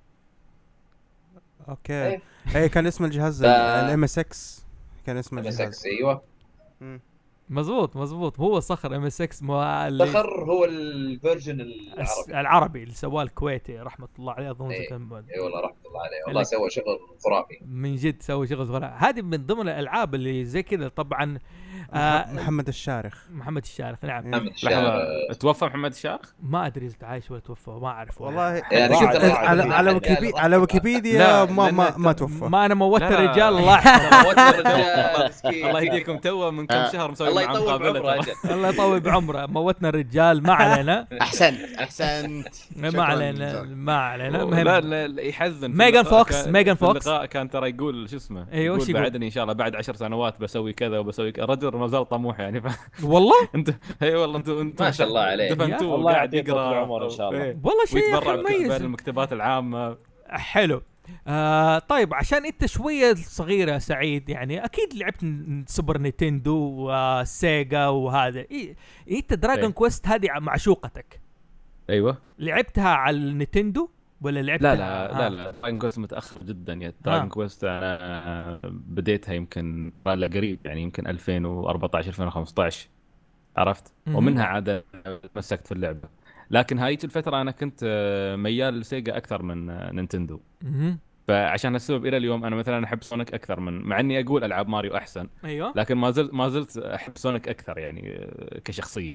اوكي اي إيه كان اسم الجهاز الام اس اكس، كان اسم الجهاز ايوه مزبوط مزبوط هو صخر ام اس اكس. صخر هو الفيرجن العربي العربي اللي سواه الكويتي رحمه الله عليه اظن. اي اي والله رحمه الله عليه، والله سوى شغل خرافي من جد، سوى شغل خرافي. هذه من ضمن الالعاب اللي زي كذا. طبعا آه محمد الشارخ محمد الشارخ نعم. محمد الشارخ توفى محمد الشارخ، ما ادري اذا عايش ولا توفى، ما اعرف والله. يعني على على ويكيبيديا على ويكيبيديا ما ما ما توفى. ما انا موت الرجال الله يحفظه. موت الرجال مسكين. الله يهديكم توه من كم شهر مسوي معاه مقابله. الله يطول بعمره. موتنا الرجال ما علينا. احسنت احسنت ما علينا ما علينا. لا لا يحزن. ميغان فوكس ميغان فوكس اللقاء كان ترى يقول شو اسمه، ايوه يقول بعدني ان شاء الله بعد عشر سنوات بسوي كذا وبسوي كذا. رجل ما زال طموح يعني. والله انت اي والله انت انت ما شاء الله عليه. الله قاعد يقرا عمر ان شاء الله. والله شيء مميز بين المكتبات العامه. حلو. آه طيب عشان انت شويه صغيره سعيد، يعني اكيد لعبت سوبر نينتندو وسيجا وهذا. إيه انت دراجون كويست هذه معشوقتك؟ ايوه لعبتها على النينتندو ولا لعبتها؟ لا لا لا لا دراجون كويست متاخر جدا. يعني دراجون كويست انا بديتها يمكن ولا قريب، يعني يمكن ألفين وأربعة عشر ألفين وخمسة عشر عرفت. ومنها عاد مسكت في اللعبه. لكن هاي الفتره انا كنت ميال لسيجا اكثر من نينتندو. فعشان السبب الى اليوم انا مثلا احب سونيك اكثر من، مع اني اقول العاب ماريو احسن. ايوه لكن ما زلت ما زلت احب سونيك اكثر يعني كشخصيه.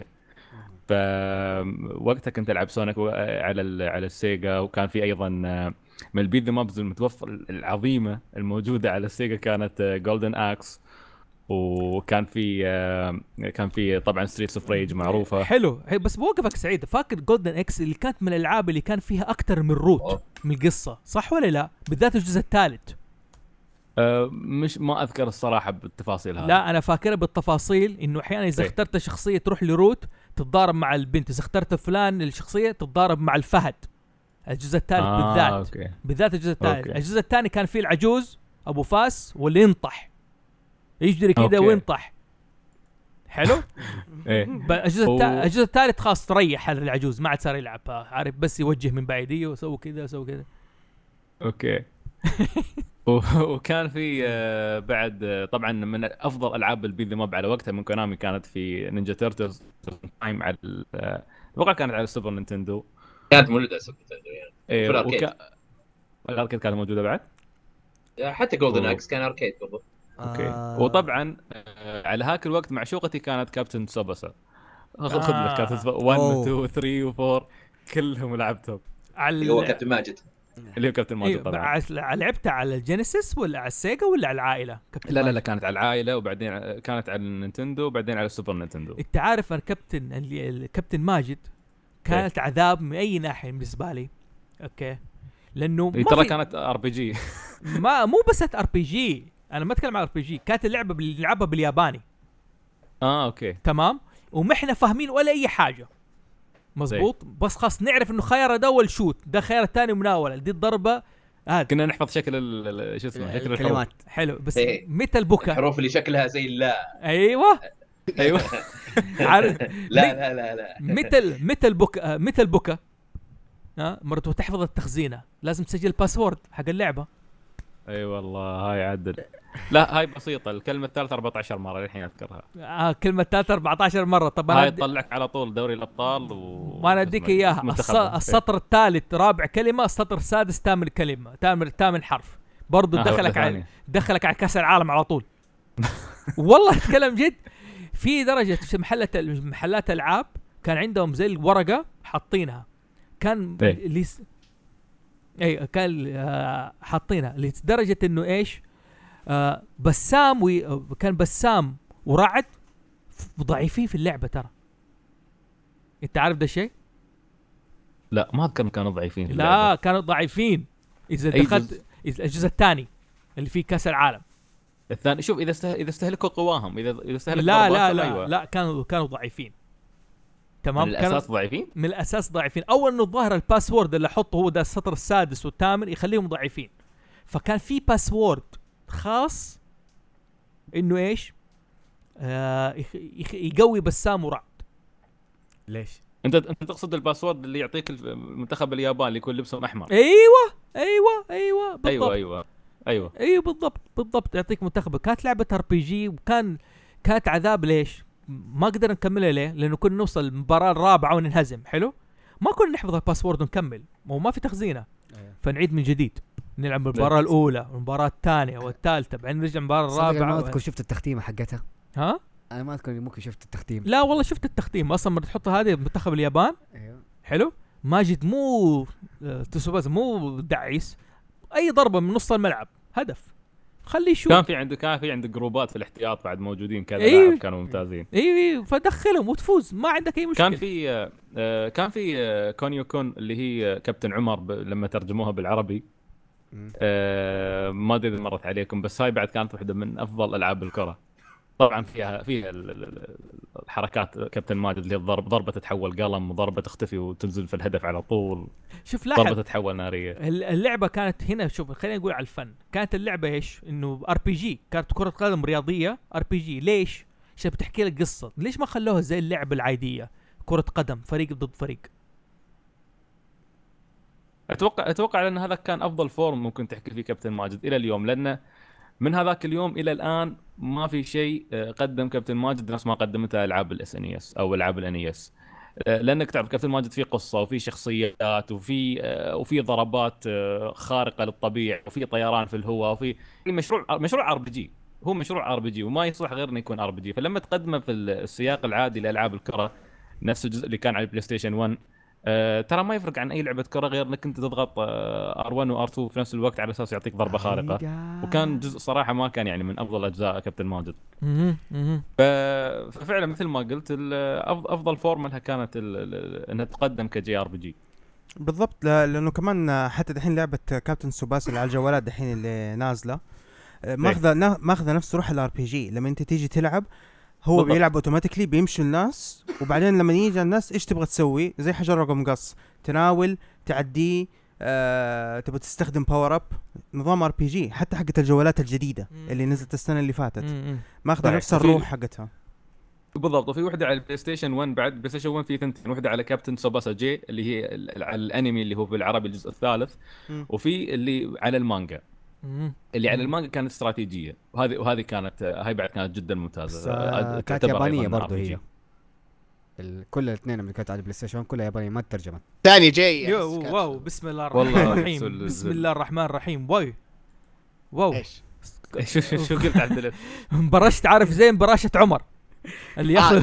فوقتها كنت العب سونيك على على السيجا. وكان في ايضا من البيت ذا مابز المتوفر العظيمه الموجوده على السيجا كانت جولدن اكس. وكان في كان في طبعا ستريتس اوف ريج معروفه. حلو. بس بوقفك سعيد، فاكر جولدن اكس اللي كانت من الالعاب اللي كان فيها اكثر من روت من القصه، صح ولا لا؟ بالذات الجزء الثالث. أه مش ما اذكر الصراحه بالتفاصيل هذه. لا انا فاكرها بالتفاصيل، انه احيانا اذا اخترت شخصيه تروح لروت تتضارب مع البنت، اذا اخترت فلان الشخصيه تتضارب مع الفهد. الجزء الثالث آه بالذات أوكي. بالذات الجزء الثالث. الجزء الثاني كان فيه العجوز ابو فاس واللي ينطح يجري كده وينطح. حلو. ايه الجزء الجزء الثالث خاص تريح هذا العجوز، ما عاد صار يلعب، عارف بس يوجه من بعيديه وسوي كذا وسوي كذا. اوكي. وكان في بعد طبعا من افضل العاب البي ذا ماب على وقتها من كونامي كانت في نينجا تيرتلز تايم على اتوقع كانت على السوبر نينتندو. كانت مولده سوبر نينتندو يعني. ايه الاركيد وك... الاركيد كانت موجوده بعد. حتى جولدن اكس كان اركيد برضه. اوكي. آه. وطبعا على هاك الوقت معشوقتي كانت كابتن سوباسا. خذ خذ لك كابتن واحد و اثنين و3 و4 كلهم لعبتهم. على هو كابتن ماجد اللي هو كابتن ماجد طبعا. لعبتها على الجينيسيس ولا على السيجا ولا على العائله؟ لا لا لا كانت على العائله، وبعدين كانت على النينتندو، وبعدين على السوبر نينتندو. انت عارف انا كابتن اللي الكابتن ماجد كانت إيه؟ عذاب من اي ناحيه بالنسبه لي. اوكي لانه ترى كانت ار بي جي. ما مو بس ار بي جي، انا ما اتكلم عن ار بي جي، كانت اللعبه بنلعبها بالياباني. اه اوكي تمام. وما احنا فاهمين ولا اي حاجه مزبوط. بس خاص نعرف انه خيار ده اول شوت، ده خيار الثاني مناوله، دي الضربه هذا. كنا نحفظ شكل شو اسمه شكل الكلمات. حلو. بس إيه. متى البكا الحروف اللي شكلها زي اللا. ايوه ايوه لا لا لا لا متى متى البكا متى البكا ها مرته تحفظ التخزينه لازم تسجل الباسورد حق اللعبه. اي أيوة والله هاي عدل. لا هاي بسيطه. الكلمه الثالثه أربعة عشر مره الحين اذكرها. اه كلمه الثالثه أربعة عشر مره. طب هاي تطلعك على طول دوري الابطال و وانا اديك اياها. السطر الثالث رابع كلمه، السطر السادس ثامن كلمه، ثامن ثامن حرف برضو. آه دخلك على دخلك على كاس العالم على طول. والله اتكلم جد. في درجه محلات محلات العاب كان عندهم زي الورقه حاطينها، كان إيه؟ ليس اي كان آه حاطينها لدرجه انه ايش آه بسام وي... كان بسام ورعد ضعيفين في اللعبه ترى. انت عارف ده الشيء؟ لا ما اذكر كانوا ضعيفين في لا اللعبة. كانوا ضعيفين. اذا دخلت إذا الجزء الثاني اللي فيه كاس العالم الثاني، شوف اذا استه... اذا استهلكوا قواهم، اذا اذا استهلكوا لا لا لا, أيوة. لا كانوا كانوا ضعيفين. تمام. من الاساس ضعيفين. من الاساس ضعيفين. اول انه الظاهر الباسورد اللي احطه هو ده السطر السادس والثامن يخليهم ضعيفين. فكان في باسورد خاص انه ايش آه يقوي بسام ورعد. ليش؟ انت انت تقصد الباسورد اللي يعطيك المنتخب اليابان اللي يكون لبسهم احمر؟ ايوه ايوه ايوه بالضبط. ايوه ايوه ايوه ايوه بالضبط بالضبط يعطيك منتخبك. كانت لعبه ار بي جي وكان كانت عذاب. ليش ما قدرنا نكملها؟ ليه؟ لانه كنا نوصل المباراه الرابعه وننهزم. حلو، ما كنا نحفظ الباسورد ونكمل وما في تخزينه، فنعيد من جديد نلعب المباراه الاولى والمباراه الثانيه والثالثه بعدين نرجع المباراه الرابعه. ما و... اذكر شفت التختيمه حقتها. ها انا ما اذكر ممكن شفت التختيم. لا والله شفت التختيم اصلا. مرة تحط هذه منتخب اليابان. ايوه حلو. ماجد مو تسوباز مو دعيس، اي ضربه من نص الملعب هدف، خليه يشوف. كان في عنده كان في عنده جروبات في الاحتياط بعد موجودين كذا أيوه. لاعب كانوا ممتازين. ايوه فدخلهم وتفوز ما عندك اي مشكله. كان في آه كان في آه كونيو كون اللي هي كابتن عمر ب... لما ترجموها بالعربي. آه ما ادري اذا مرت عليكم، بس هاي بعد كانت واحده من افضل العاب الكره. طبعا فيها فيها الحركات كابتن ماجد اللي هي الضرب، ضربه تتحول قلم وضربه تختفي وتنزل في الهدف على طول. شوف لاحظ ضربه تتحول ناريه. اللعبه كانت هنا. شوف خلينا نقول على الفن. كانت اللعبه ايش؟ انه ار بي جي، كانت كره قدم رياضيه ار بي جي. ليش؟ عشان بتحكي لك قصه. ليش ما خلوها زي اللعبه العاديه كره قدم فريق ضد فريق؟ اتوقع اتوقع لان هذا كان افضل فورم ممكن تحكي فيه كابتن ماجد الى اليوم، لانه من هذاك اليوم الى الان ما في شيء قدم كابتن ماجد نفس ما قدمتها العاب الاس ان اس او العاب الان اس. لانك تعرف كابتن ماجد في قصه وفي شخصيات وفي وفي ضربات خارقه للطبيعه وفي طيران في الهواء وفي مشروع مشروع ار بي جي. هو مشروع ار بي جي وما يصلح غير انه يكون ار بي جي. فلما تقدمه في السياق العادي لالعاب الكره نفس الجزء اللي كان على البلاي ستيشن واحد، أه ترى ما يفرق عن اي لعبه كره غير انك انت تضغط ار واحد وار اثنين في نفس الوقت على اساس يعطيك ضربه خارقه. وكان جزء صراحه ما كان يعني من افضل اجزاء كابتن ماجد. ففعلا مثل ما قلت افضل فورمه لها كانت انها تقدم كجي ار بي جي. بالضبط، لانه كمان حتى دحين لعبه كابتن سوباس اللي على الجوالات دحين اللي نازله ماخذه ماخذه نفس روح الار بي جي. لما انت تيجي تلعب هو بالضبط. بيلعب اوتوماتيكلي بيمشي الناس، وبعدين لما يجي الناس ايش تبغى تسوي؟ زي حجر رقم قص، تناول تعديه، آه، تبغى تستخدم باور اب. نظام ار بي جي حتى حقت الجوالات الجديده مم. اللي نزلت السنه اللي فاتت ماخذه نفس الروح حقتها. بالضبط. وفي وحده على البلاي ستيشن واحد بعد، بلاي ستيشن واحد في ثنتين، وحده على كابتن سوباسا جي اللي هي على الانمي اللي هو بالعربي الجزء الثالث، مم. وفي اللي على المانجا اللي على المانجا كانت استراتيجيه، وهذه وهذه كانت هاي بعد كانت جدا ممتازه. كانت يابانيه برضه هي. كل الاثنين اللي كانت على البلاي ستيشن كلها يابانيه ما ترجمت. ثاني جاي واو بسم الله الرحمن الرحيم. بسم الله الرحمن الرحيم. واو واو ايش شو شو قلت عبد الله؟ برشت عارف زي براشة عمر اللي ياخذ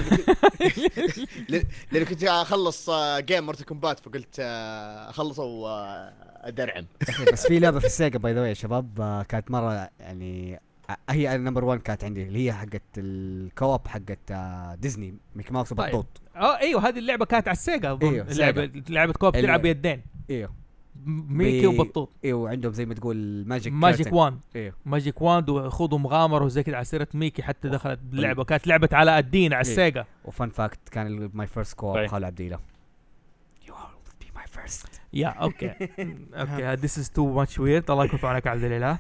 آه. لأن كنت أخلص جيم مورتال كومبات فقلت أخلصه وأدرعم. بس في لعبة في السيجا باي ذا واي شباب كانت مرة يعني هي النمبر واحد كانت عندي اللي هي حقت الكواب حقت ديزني ميكي ماوس وبطوط. اه ايوه هذه اللعبة كانت على السيجا اظن. أيوه لعبة لعبة كواب تلعب يدين. ايوه ميكي وبطوط. ايوه وعندهم زي ما تقول ماجيك ماجيك واند. ايوه ماجيك واند وخوضوا مغامره وزي كده على سيره ميكي حتى دخلت باللعبه. كانت لعبه علاء الدين على السيجا. وفان فاكت كان ماي فيرست كواب خالد عبديله. يو will be my first. يا اوكي اوكي this is too much weird. الله يكون في عونك عبد الاله.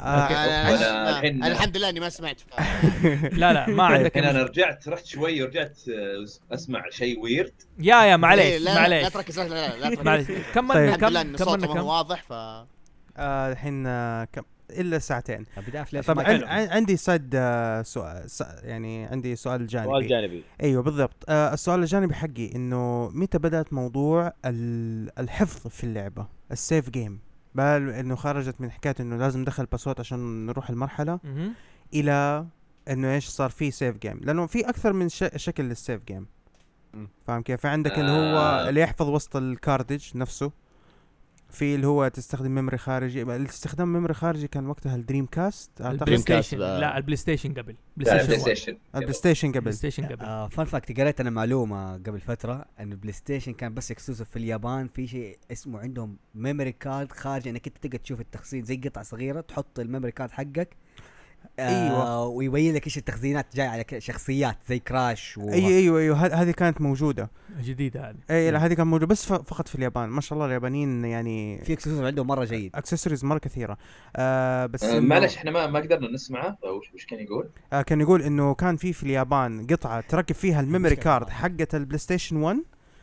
انا الحمد لله اني ما سمعت. لا لا ما عندك. انا رجعت رحت شوي ورجعت اسمع شيء ويرد. يا يا معليش معليش لا تركز لا لا لا معليش. كملنا كملنا كملنا واضح. ف الحين كم الا ساعتين. طبعا عندي سايد سؤال يعني عندي سؤال جانبي. سؤال جانبي ايوه بالضبط. آه السؤال الجانبي حقي انه متى بدأت موضوع الحفظ في اللعبة السيف جيم؟ بل انه خرجت من حكايه انه لازم ندخل باسورد عشان نروح المرحله م- الى انه ايش صار في سيف جيم، لانه في اكثر من ش- شكل للسيف جيم. فاهم كيف؟ عندك آه اللي هو اللي يحفظ وسط الكاردج نفسه، في اللي هو تستخدم ميموري خارجي. الاستخدام ميموري خارجي كان وقتها الدريم كاست البلاي ستيشن. لا البلاي ستيشن قبل بلاي ستيشن البلاي ستيشن قبل البلاي ستيشن قبل آه فان فاكت قريت انا معلومه قبل فتره ان البلاي ستيشن كان بس اكسكلوسيف في اليابان. في شيء اسمه عندهم ميموري كارد خارجي انك انت تقدر تشوف التخزين زي قطعه صغيره تحط الميموري كارد حقك. آه ايوه ويبين لك ايش التخزينات جاي على شخصيات زي كراش و... ايوه ايوه ايوه هذه كانت موجوده جديده هذه. اي لا هذه كانت موجوده بس فقط في اليابان. ما شاء الله اليابانيين يعني في اكسسوارز عندهم مره جيد، اكسسوارز مره كثيره. آه بس آه معلش احنا ما ما قدرنا نسمعه. وش وش كان يقول؟ آه كان يقول انه كان في في اليابان قطعه تركب فيها الميموري كارد حقه البلاي ستيشن واحد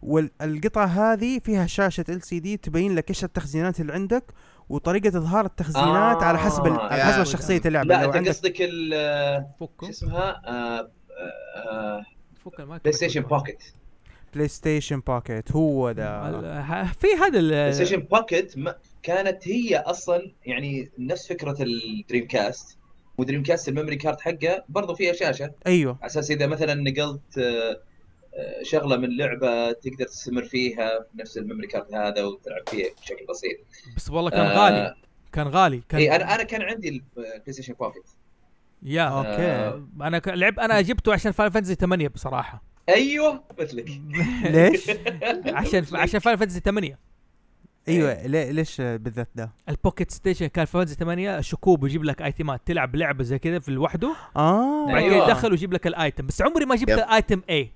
والقطعه هذه فيها شاشه ال سي دي تبين لك ايش التخزينات اللي عندك وطريقه اظهار التخزينات آه على حسب ال- على حسب شخصيه اللعبه. لا لو انت عندك قصدك ال شو فكه اسمها آه آه فك المايك. بلاي ستيشن بوكيت. بلاي ستيشن باكيت هو ده. ال- في هذا ال- بلاي ستيشن بوكيت ما- كانت هي اصلا يعني نفس فكره الدريم كاست، ودريم كاست الميموري كارد حقه برضو فيها شاشه ايوه على اساس اذا مثلا نقلت آه، آه، شغله من لعبه تقدر تستمر فيها في نفس الميموري كارد هذا وتلعب فيها بشكل بسيط. بس والله كان آه، غالي كان غالي كان اي انا انا كان عندي البلاي ستيشن بوكيت. يا اوكي. انا ك- لعب انا جبته عشان فاينل فانتسي ثمانية بصراحه. ايوه مثلك. ليش؟ عشان عشان فاينل فانتسي ثمانية. ايوه لي- ليش بالذات ده؟ البوكيت ستيشن كان فاينل فانتسي ثمانية شكوب يجيب لك ايتمات تلعب لعبه زي كذا في لوحده اه بعد كده أيوة. يدخل ويجيب لك الايتم. بس عمري ما جبت يب. الايتم اي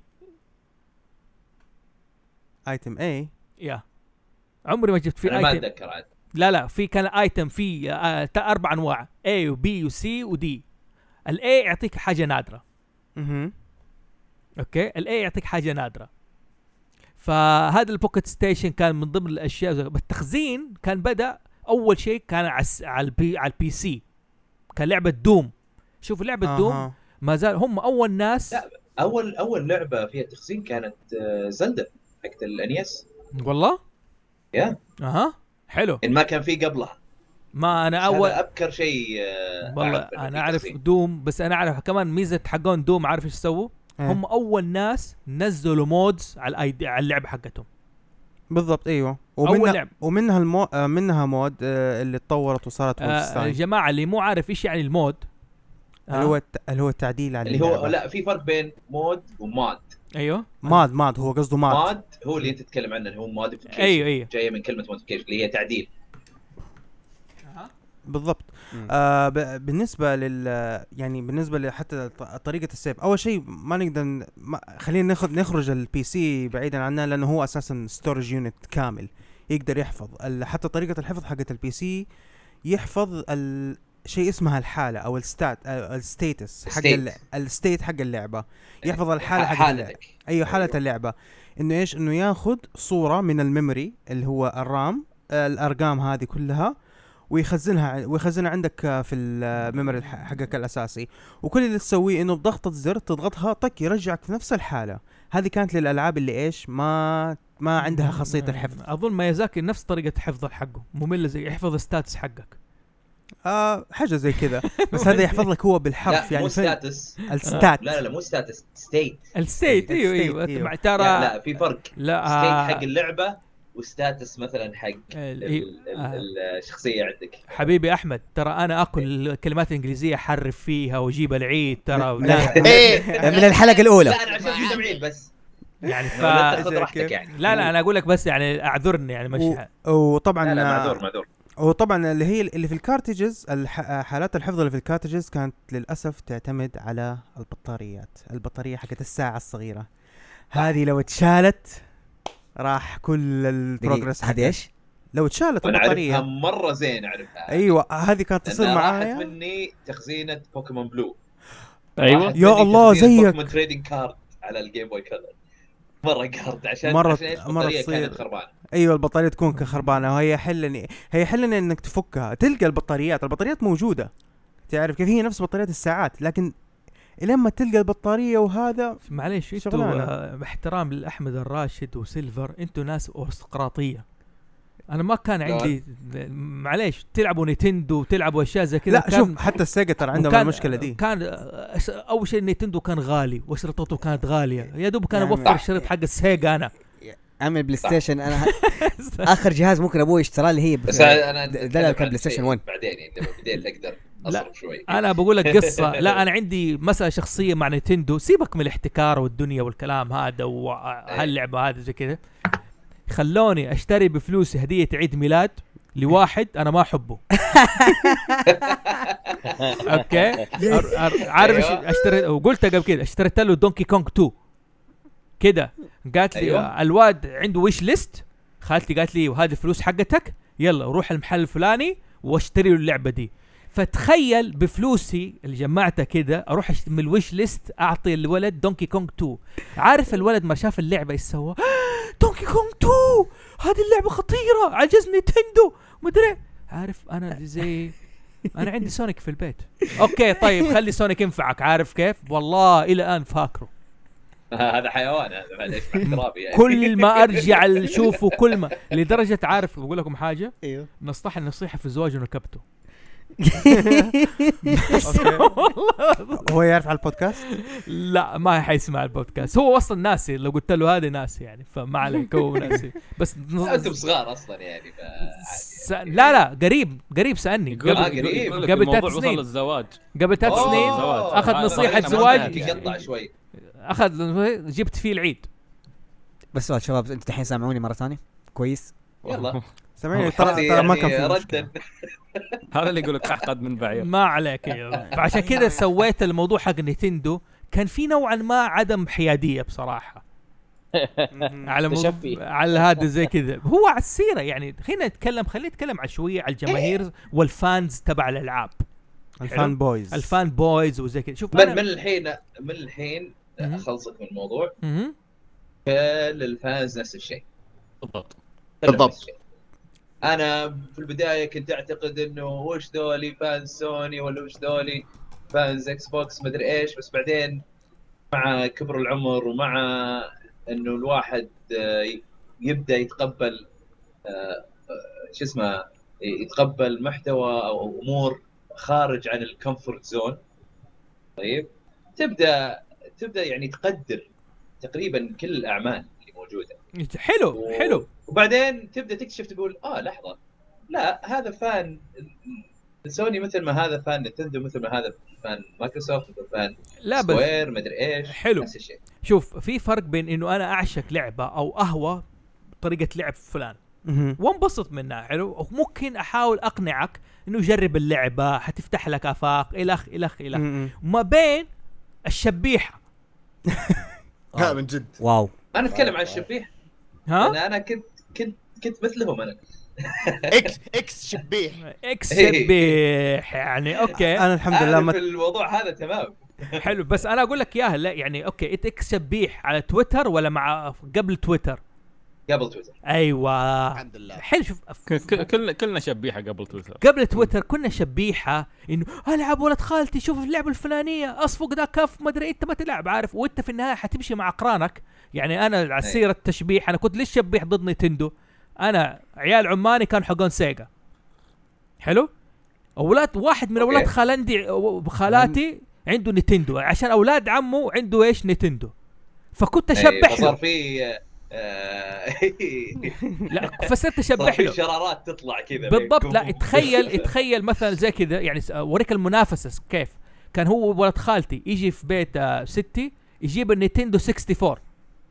ايتم اي. يا عمري ما جبت في انا ما ايتم. اتذكر عاد. لا لا في كان ايتم في آه تا- اربع انواع A وبي وسي ودي. الاي يعطيك حاجه نادره اها اوكي. الاي يعطيك حاجه نادره. فهذا البوكيت ستيشن كان من ضمن الاشياء زي- بالتخزين كان بدا اول شيء كان على الس- على البي على البي سي كان لعبه دوم. شوف لعبه دوم أها. ما زال هم اول ناس. لا. اول اول لعبه فيها تخزين كانت آه، زلدا حقت الانيس. والله يا اها حلو. ان ما كان في قبلها. ما انا اول اول ابكر شيء آه، والله أعرف إنه في انا اعرف تخزين. دوم. بس انا اعرف كمان ميزه حقون دوم. عارف ايش سووا؟ إيه. هم اول ناس نزلوا مودز على الايدي على اللعبه حقتهم. بالضبط ايوه. أول ومنها لعب. ومنها المو... آه، منها مود آه، اللي تطورت وصارت آه يا وولفستاين جماعه اللي مو عارف ايش يعني المود اللي هو الت... اللي هو التعديل على اللي هو اللعبة. لا في فرق بين مود وماد. ايوه ماد ماد هو قصده ماد. ماد هو اللي انت تتكلم عنه اللي هو موديفيكيشن. ايوه ايوه جايه من كلمه موديفيكيشن اللي هي تعديل. بالضبط. مم. آه ب... بالنسبه لل يعني بالنسبه لحتى ط- طريقه السيف اول شيء ما نقدر ن- ما... خلينا ناخذ نخرج البي سي بعيدا عنه لانه هو اساسا ستورج يونت كامل يقدر يحفظ ال... حتى طريقه الحفظ حقت البي سي يحفظ ال... شيء اسمها الحاله او الستات الستيتس حق ال... الستيت حق اللعبه يحفظ الحاله حق اللعبه. حالتك. ايوه حاله اللعبه انه ايش انه ياخذ صوره من الميموري اللي هو الرام آه، الارقام هذه كلها ويخزنها ويخزنها عندك آه، في الميموري الح- حقك الاساسي. وكل اللي تسويه انه بضغطه زر تضغطها طق يرجعك في نفس الحاله. هذه كانت للالعاب اللي ايش ما ما عندها خاصيه الحفظ. اظن مايازاكي نفس طريقه حفظ حقه ممل زي يحفظ الستاتس حقك. آه حاجه زي كذا بس هذا يحفظ لك هو بالحرف لا يعني مو فين- ستاتس. الستات. لا لا لا مو ستاتس ستيت. الستيت ايوه ايوه الستيت، مع أيوة. ترى لا لا في فرق. لا ستيت حق آه اللعبه وستاتس مثلا حق ال- ال- ال- آه. الشخصيه عندك. حبيبي احمد ترى انا اكل الكلمات الانجليزيه حرف فيها واجيب العيد ترى لا. لا ايه من الحلقه الاولى. لا انا عشان مستمعين بس. يعني ف لا تاخذ زي راحتك كيف؟ يعني. لا لا انا اقول لك بس يعني اعذرني يعني مش و- وطبعا لا لا آه، معذور معذور. وطبعا اللي هي اللي في الكارتجز الح... حالات الحفظ اللي في الكارتجز كانت للاسف تعتمد على البطاريات. البطاريه حقت الساعه الصغيره هذه لو اتشالت راح كل البروجرس هذه ايش؟ لو اتشالت انا اعرفها البطاريه. مره زين اعرفها. ايوه هذه كانت تصير لأنها راحت معايا. مني تخزينه بوكيمون بلو. ايوه راحت يا مني الله تخزينة زيك. بوكيمون تريدنج كارد على الجيم بوي كلر. مره كارد عشان مرة- عشان ايش مرة البطاريه تصير. كانت خربانه. ايوه البطاريه تكون كخربانه وهي حلني هي حلني انك تفكها تلقى البطاريات البطاريات موجوده تعرف كيف هي نفس بطاريات الساعات لكن لما تلقى البطاريه وهذا معليش انتوا شغلانة. آه، باحترام لاحمد الراشد وسيلفر انتوا ناس ارستقراطيه. انا ما كان عندي معليش تلعبوا نينتندو وتلعبوا اشياء زي كذا. لا شوف حتى السيجا ترى عندهم وكان- المشكله دي. كان آه، أس- اول شيء نينتندو كان غالي واشرطته كانت غاليه يا دوب كان يا اوفر عمي. الشريط حق السيجا انا. عامل بلاي ستيشن انا ه- اخر جهاز ممكن ابوي اشترى لي هي بس انا ده- ده أتكلم لو كان عن بلاي ستيشن شيء واحد. بعدين يعني لما بديت اقدر لا. اصرف شوي. انا بقول لك قصه. لا انا عندي مساله شخصيه مع نينتندو. سيبك من الاحتكار والدنيا والكلام هذا وهاللعبه هذا زي كذا. خلوني اشتري بفلوسي هديه عيد ميلاد لواحد انا ما احبه. اوكي أر- أر- عارف ايش أيوة. اشتري وقلت قبل كده اشتريت له دونكي كونغ تو كده. قالت لي أيوة. الواد عنده ويش ليست. خالتي قالت لي وهذه الفلوس حقتك يلا روح المحل الفلاني واشتري له اللعبه دي. فتخيل بفلوسي اللي جمعتها كده اروح من الويش ليست اعطي الولد دونكي كونغ تو. عارف الولد ما شاف اللعبه ايش سوى؟ دونكي كونغ تو هذه اللعبه خطيره عجز نينتندو مدري. عارف انا زي انا عندي سونيك في البيت. اوكي طيب خلي سونيك ينفعك. عارف كيف؟ والله الى الان فاكره. هذا حيوان هذا معليش مع احترامي يعني. كل ما ارجع اشوفه كل ما لدرجه عارف بقول لكم حاجه ايوه نصح النصيحه في الزواج ونكبته. هو يعرف على البودكاست؟ لا ما حيسمع البودكاست. هو اصلا ناسي لو قلت له هذا ناسي يعني فما عليك هو ناسي بس انتم صغار اصلا يعني ف... س... لا لا قريب قريب سألني يقول آه، يقول- قريب. يقول لك قبل الموضوع ثلاث وصل سنين. للزواج. قبل ثلاث أوه، سنين آه، أخذ هذا نصيحة طبعاً زواج. يقطع شوي. اخذ جبت فيه العيد. بس سؤال شباب، انتوا الحين سامعوني مره ثانيه كويس؟ يلا سامعني ترى ترى ما كان في مشكلة. ردا. هذا اللي يقول لك احقد من بعير. ما عليك أيوه. فعشان كذا سويت الموضوع حق نينتندو كان في نوعا ما عدم حيادية بصراحة على موضوع تشفي. على هذا زي كذا. هو على السيرة يعني خلينا نتكلم خلينا نتكلم على شوية على الجماهير والفانز تبع الألعاب الفان بويز الفان بويز وزي كذا. شوف من أنا من الحين من الحين مهم. اخلصك من الموضوع. مهم. كل الفانز نفس الشيء بالضبط. كلهم بالضبط. نفس الشيء. انا في البدايه كنت اعتقد انه وش ذولي فانز سوني ولا وش ذولي فانز اكس بوكس مدري ايش، بس بعدين مع كبر العمر ومع انه الواحد آه، يبدا يتقبل آه، آه، شو اسمه يتقبل محتوى او امور خارج عن الكومفورت زون. طيب تبدا تبدا يعني تقدر تقريبا كل الاعمال اللي موجوده. حلو و- حلو. وبعدين تبدا تكتشف تقول اه لحظه لا هذا فان سوني مثل ما هذا فان نينتندو مثل ما هذا فان مايكروسوفت مثل فان لا بس سكوير مدري ايش. حلو. نفس الشيء. شوف في فرق بين انه انا اعشق لعبة او اهوى طريقة لعب فلان مهم. وانبسط منها حلو، وممكن احاول اقنعك انه جرب اللعبه حتفتح لك افاق الخ الخ الخ مهم. ما بين الشبيحه. ها من جد واو انا اتكلم عن الشبيح. ها انا انا كنت كنت كنت مثلهم انا. اكس اكس شبيح. اكس شبيح يعني اوكي انا الحمد لله انا ما في الموضوع هذا تمام. حلو. بس انا اقول لك اياها لا يعني اوكي انت اكس شبيح على تويتر ولا مع قبل تويتر؟ قبل تويتر. ايوه الحمد لله. حلو. شوف ك- ك- كلنا كلنا شبيحه قبل تويتر. قبل تويتر كنا شبيحه انه العب ولد خالتي شوف اللعبه الفلانيه اصفق ذا كف ما ادري انت ما تلعب عارف، وانت في النهايه حتمشي مع اقرانك. يعني انا على سيره التشبيح انا كنت ليش شبيح ضد نينتندو؟ انا عيال عماني كانوا حقون سيجا حلو، اولاد واحد من أوكي. اولاد خالندي خالاتي عنده نينتندو عشان اولاد عمه عنده ايش نينتندو، فكنت اشبح إيه، فصار له. في آه، لا فصرت صار اشبح في له شرارات تطلع كذا بالضبط. بينكم. لا تخيل تخيل مثلا زي كذا يعني س- اوريك المنافسه كيف كان. هو ولد خالتي يجي في بيت آه، ستي يجيب النينتندو أربعة وستين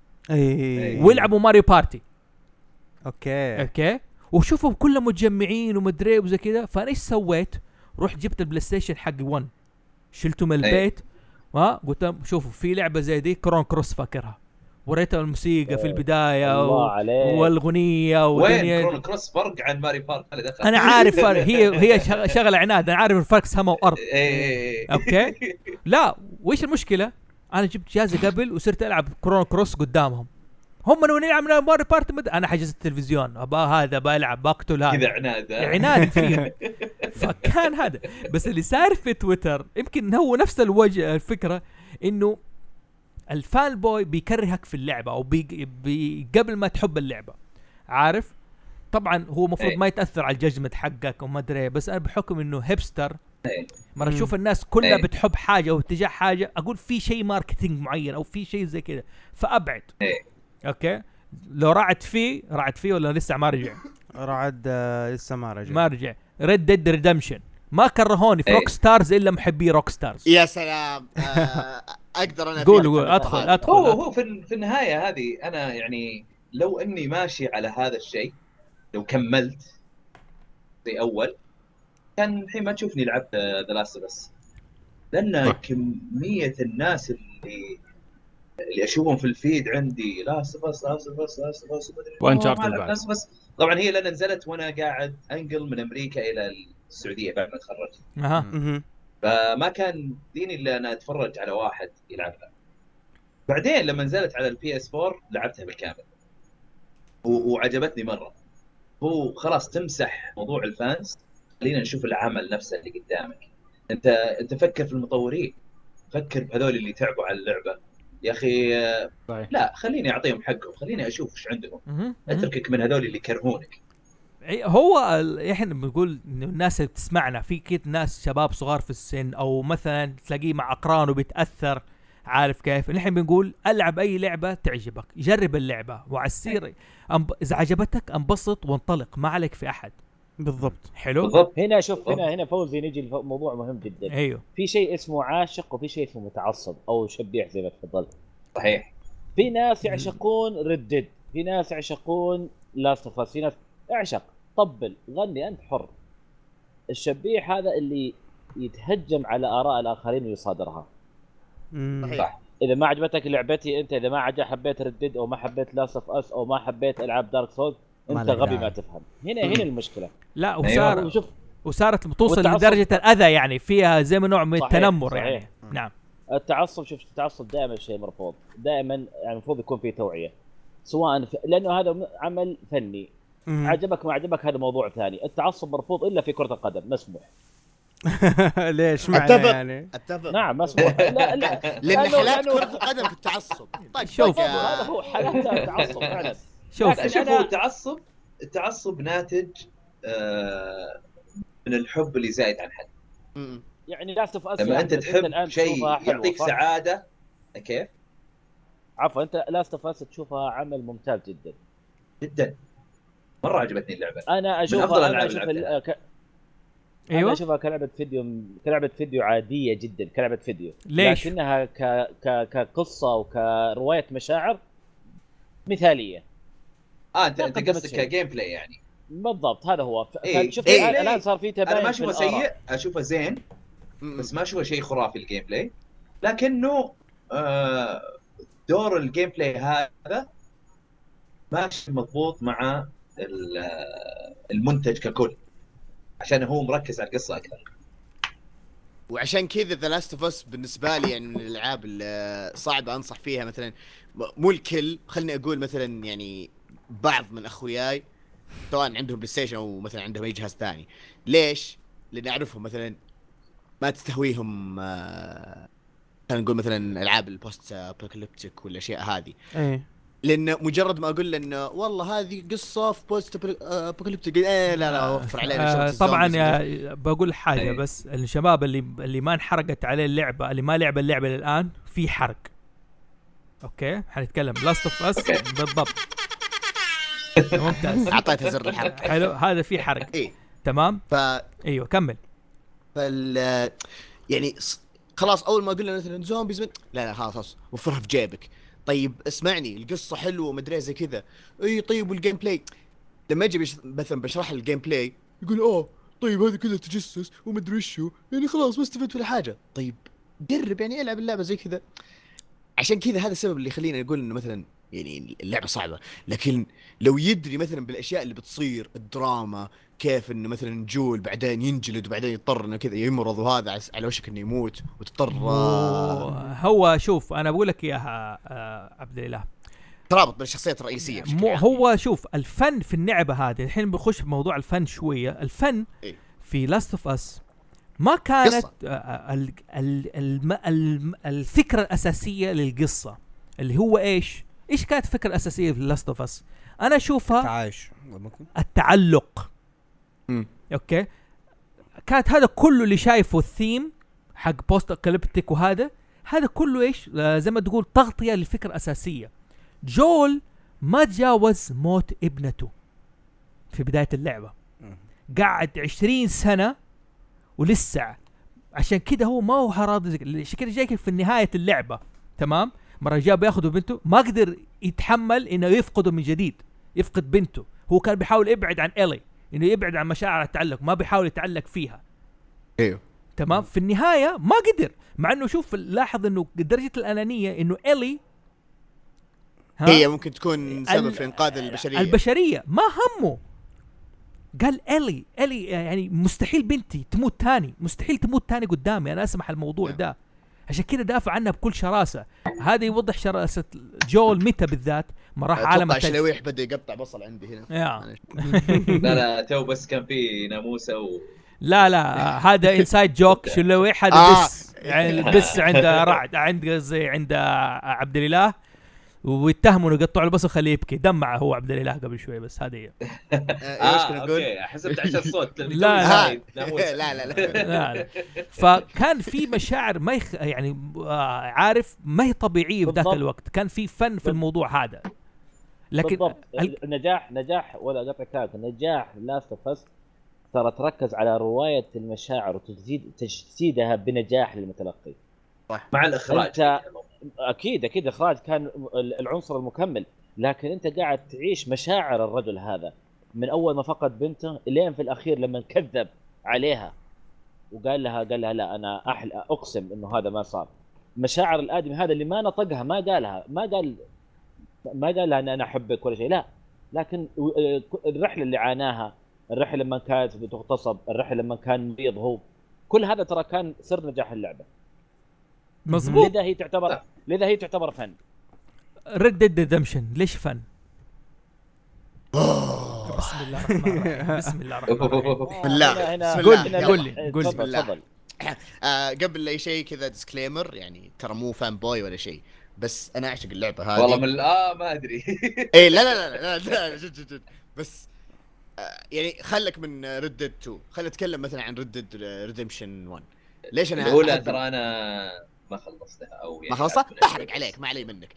اي ويلعبوا ماريو بارتي اوكي اوكي، وشوفوا كلهم متجمعين ومدري وزي كذا. فانا ايش سويت؟ رحت جبت البلاي ستيشن حق واحد شلته من أي. البيت ها قلت لهم شوفوا في لعبه زي دي كرون كروس فاكرها، وريتها الموسيقى في البدايه الله و... عليك. والاغنيه وين والدنيا. كرون كروس فرق عن ماري بارت؟ انا دخل انا عارف فرق. هي هي شغ- شغله عناد. انا عارف الفرق سما وارض ايه ايه اوكي. لا وش المشكله؟ انا جبت جهازي قبل وصرت العب كرون كروس قدامهم. هم لو نلعب ماري بارتي مد... انا حجزت التلفزيون ابا هذا بلعب بقتل هذا كذا عناد ها؟ عناد فيهم. فكان هذا بس اللي صار في تويتر يمكن هو نفس الوجه الفكره انه الفان بوي بيكرهك في اللعبه او بي... بي... قبل ما تحب اللعبه عارف. طبعا هو مفروض أي. ما يتاثر على الججمنت حقك وما ادري، بس انا بحكم انه هيبستر أي. مرة مم. اشوف الناس كلها أي. بتحب حاجه او اتجاه حاجه اقول في شيء ماركتينج معين او في شيء زي كذا فابعد. أي. اوكي لو رعد فيه رعد فيه ولا لسه ما رجع؟ رعد آه، لسه ما رجع ما رجع. ريد ديد ريدمشن ما كرهوني في أي. روك ستارز الا محبي روك ستارز. يا سلام. آه، اقدر انا قول فيها قول في ادخل النقطة ادخل, هو أدخل. هو في في النهايه هذه انا يعني لو اني ماشي على هذا الشيء لو كملت زي اول كان الحين ما تشوفني لعبت ذا لاست بس، لان كميه الناس اللي اللي اشوفهم في الفيد عندي لاست بس لاست بس لاست بس وانشارتد بعد. بس بس طبعا هي لان نزلت وانا قاعد انقل من امريكا الى السعوديه بعد ما تخرجت. اها مهم. فما كان ديني الا انا اتفرج على واحد يلعبها. بعدين لما نزلت على البي اس فور لعبتها بالكامل و- وعجبتني مره. هو خلاص تمسح موضوع الفانس، خلينا نشوف العمل نفسه اللي قدامك. انت انت فكر في المطورين، فكر بهذول اللي تعبوا على اللعبه يا اخي. آه، صحيح. لا خليني اعطيهم حقهم، خليني اشوف ايش عندهم، مهم. مهم. اتركك من هذول اللي يكرهونك. إيه، هو ال- احنا بنقول انه الناس اللي بتسمعنا في كده ناس شباب صغار في السن او مثلا تلاقيه مع اقرانه بيتاثر، عارف كيف؟ نحن بنقول العب اي لعبه تعجبك، جرب اللعبه وعسير أنب... اذا عجبتك انبسط وانطلق، ما عليك في احد. بالضبط. حلو. بالضبط. هنا شوف هنا هنا فوزي نجي لموضوع مهم جدا. ايوه في شيء اسمه عاشق وفي شيء اسمه متعصب او شبيح زي ما تفضلت. صحيح. في ناس يعشقون ردد، في ناس يعشقون لاست اوف اس، في ناس اعشق طبل غني انت حر. الشبيح هذا اللي يتهجم على اراء الاخرين ويصادرها. مم. صح. اذا ما عجبتك لعبتي انت، اذا ما عجب حبيت ردد او ما حبيت لاست اوف اس او ما حبيت العاب دارك سولز، ما انت لك غبي داعي. ما تفهم. هنا هنا المشكله. لا أيوة. وصار وشوف وصارت توصل والتعصب- لدرجه الاذى، يعني فيها زي ما نوع من صحيح، التنمر صحيح. يعني. نعم. التعصب، شوف التعصب دائما شيء مرفوض، دائما يعني المفروض يكون فيه توعيه، سواء في... لانه هذا عمل فني. مم. عجبك ما عجبك هذا موضوع ثاني. التعصب مرفوض الا في كره القدم، مسموح. ليش معنى أتفق. يعني؟ اتفق. نعم مسموح. لا لا لان لأنه- حالات لأنه- كرة القدم في التعصب. طيب شوف. يا- هذا هو حالات التعصب فعلا. شوف لكن لا شوف، أنا- هو التعصب التعصب ناتج آه، من الحب اللي زايد عن حد. م-م. يعني لاست اوف اس لما انت تحب الآن شيء تشوفها حلوة، يعطيك صح؟ سعاده، كيف عفوا، انت لاست اوف اس تشوفها عمل ممتاز جدا. جدا. مره عجبتني اللعبه، انا اشوفها أفضل انا الألعاب اشوف اللي ال- لعبتها. ك... انا ايوه اشوفها كلعبه فيديو، كلعبه فيديو عاديه جدا، كلعبه فيديو. ليش؟ لكنها ك... ك... كقصه وكروايه مشاعر مثاليه. اه انت ما انت قدمت قصدك شيء. كجيم بلاي يعني. بالضبط هذا هو. ف... إيه. شوف إيه. الآن- الان صار في تباين. انا ما في اشوفه الآراء. سيء، اشوفه زين، م-م. بس ما اشوفه شيء خرافي الجيم بلاي. لكنه آه، دور الجيم بلاي هذا ماشي مضبوط مع ال- آه، المنتج ككل، عشان هو مركز على القصه اكثر. وعشان كذا ذا لاست اوف اس بالنسبه لي يعني من الالعاب اللي صعبه انصح فيها. مثلا م- مو الكل، خلني اقول مثلا يعني بعض من اخوياي سواء عندهم بلاي ستيشن او مثلا عندهم اي جهاز ثاني. ليش؟ لان اعرفهم مثلا ما تستهويهم آه، خلينا نقول مثلا العاب البوست ابوكاليبتيك والاشياء هذه. ايه لان مجرد ما اقول له انه والله هذه قصه في بوست ابوكاليبتيك، إيه لا لا وفر علينا آه شغل طبعا الزومبيز. يا بقول حاجه أي. بس، الشباب اللي اللي ما انحرقت عليه اللعبه، اللي ما لعب اللعبه للان، في حرق. اوكي حنتكلم لاست اوف اس بالضبط. ممتاز. اعطيتها زر الحرق. حلو، هذا في حرق. ايه تمام. ف ايوه كمل. فال يعني ص- خلاص اول ما قلنا مثلا زومبيز من... لا لا خلاص خلاص وفرها في جيبك. طيب اسمعني القصه حلوه ومدري زي كذا، اي طيب والجيم بلاي. لما اجي بش... مثلا بشرح له الجيم بلاي يقول اوه طيب هذا كله تجسس ومدري شو، يعني خلاص ما استفدت ولا حاجه. طيب جرب يعني العب اللعبه زي كذا. عشان كذا هذا السبب اللي يخلينا نقول انه مثلا يعني اللعبه صعبه. لكن لو يدري مثلا بالاشياء اللي بتصير، الدراما، كيف انه مثلا جول بعدين ينجلد وبعدين يضطر انه كذا يمرض وهذا عس- على وشك انه يموت وتضطر آه، هو شوف انا بقول لك اياها آه عبد الاله، ترابط بين الشخصيات الرئيسيه بشكل مو عام. هو شوف الفن في اللعبه هذه. الحين بنخش في موضوع الفن شويه. الفن إيه؟ في لاست اوف اس ما كانت قصة. آه، ال ال ال ال الفكره الاساسيه للقصه اللي هو ايش ايش كانت الفكره الاساسيه في لاست اوف اس؟ انا اشوفها تعايش ممكن. التعلق. مم. اوكي كانت هذا كله اللي شايفه الثيم حق بوست اكاليبتيك، وهذا هذا كله ايش آه، زي ما تقول تغطيه للفكره الاساسيه. جول ما تجاوز موت ابنته في بدايه اللعبه، قعد عشرين سنه ولسه. عشان كده هو ما هو راضي، عشان كده جاي في نهايه اللعبه تمام مره جاب ياخذوا بنته، ما قدر يتحمل انه يفقده من جديد، يفقد بنته. هو كان بيحاول يبعد عن إلي، انه يبعد عن مشاعر التعلق، ما بيحاول يتعلق فيها. ايوه تمام. في النهايه ما قدر، مع انه شوف لاحظ انه درجه الانانيه انه إلي هي ممكن تكون سبب ال- في انقاذ البشريه. البشريه ما همه قال إلي إلي يعني مستحيل بنتي تموت تاني، مستحيل تموت تاني قدامي، أنا أسمح الموضوع ده، عشان كده دافع عنها بكل شراسة. هذا يوضح شراسة جول متى بالذات ما راح عالم التلج. شلويح بده يقطع بصل عندي هنا. لا لا تو بس كان في ناموسة و... لا لا هذا انسايد جوك. شلويح هذا آه. بس يعني بس عند رعد، عند قصدي عند عبد الإله، ويتهموا انه يقطعوا البصل خليه يبكي، دمع هو عبد الإله قبل شوي بس هذه هي. اه اوكي حسبت عشان الصوت. لا لا. لا لا لا لا. فكان في مشاعر ما يخ... يعني آه عارف ما هي طبيعيه في ذاك الوقت، كان في فن في الموضوع هذا. لكن بالضبط النجاح نجاح ولا قطع كلامك، نجاح لاست اوف اس ترى تركز على روايه المشاعر وتجسيد تجسيدها بنجاح للمتلقي صح. مع الاخراج انت اكيد اكيد الاخراج كان العنصر المكمل، لكن انت قاعد تعيش مشاعر الرجل هذا من اول ما فقد بنته الين في الاخير لما كذب عليها وقال لها قال لها لا انا احل اقسم انه هذا ما صار. مشاعر الادمي هذا اللي ما نطقها، ما قالها، ما قال ما قال لها انا احبك ولا شيء، لا، لكن الرحله اللي عاناها، الرحله لما كانت بتغتصب، الرحله لما كان مريض هو، كل هذا ترى كان سر نجاح اللعبه. مظبوط. لذا هي تعتبر لذا هي تعتبر فن. ريد ديد ريدمشن ليش فن؟ بسم الله الرحمن الرحيم. بسم الله الرحمن الرحيم. بالله قول قول لي قول لي تفضل. آه قبل اي شيء كذا ديسكليمر، يعني ترى مو فان بوي ولا شيء، بس انا اعشق اللعبه هذه والله من اه ما ادري. ايه لا لا لا لا, لا جد جد, جد. بس آه يعني خلك من ريد ديد تو، خلينا نتكلم مثلا عن ريد ديد ريدمشن واحد. ليش انا الاولى ترى انا ما خلصتها او يعني ما خلصت بحرق عليك، ما علي منك.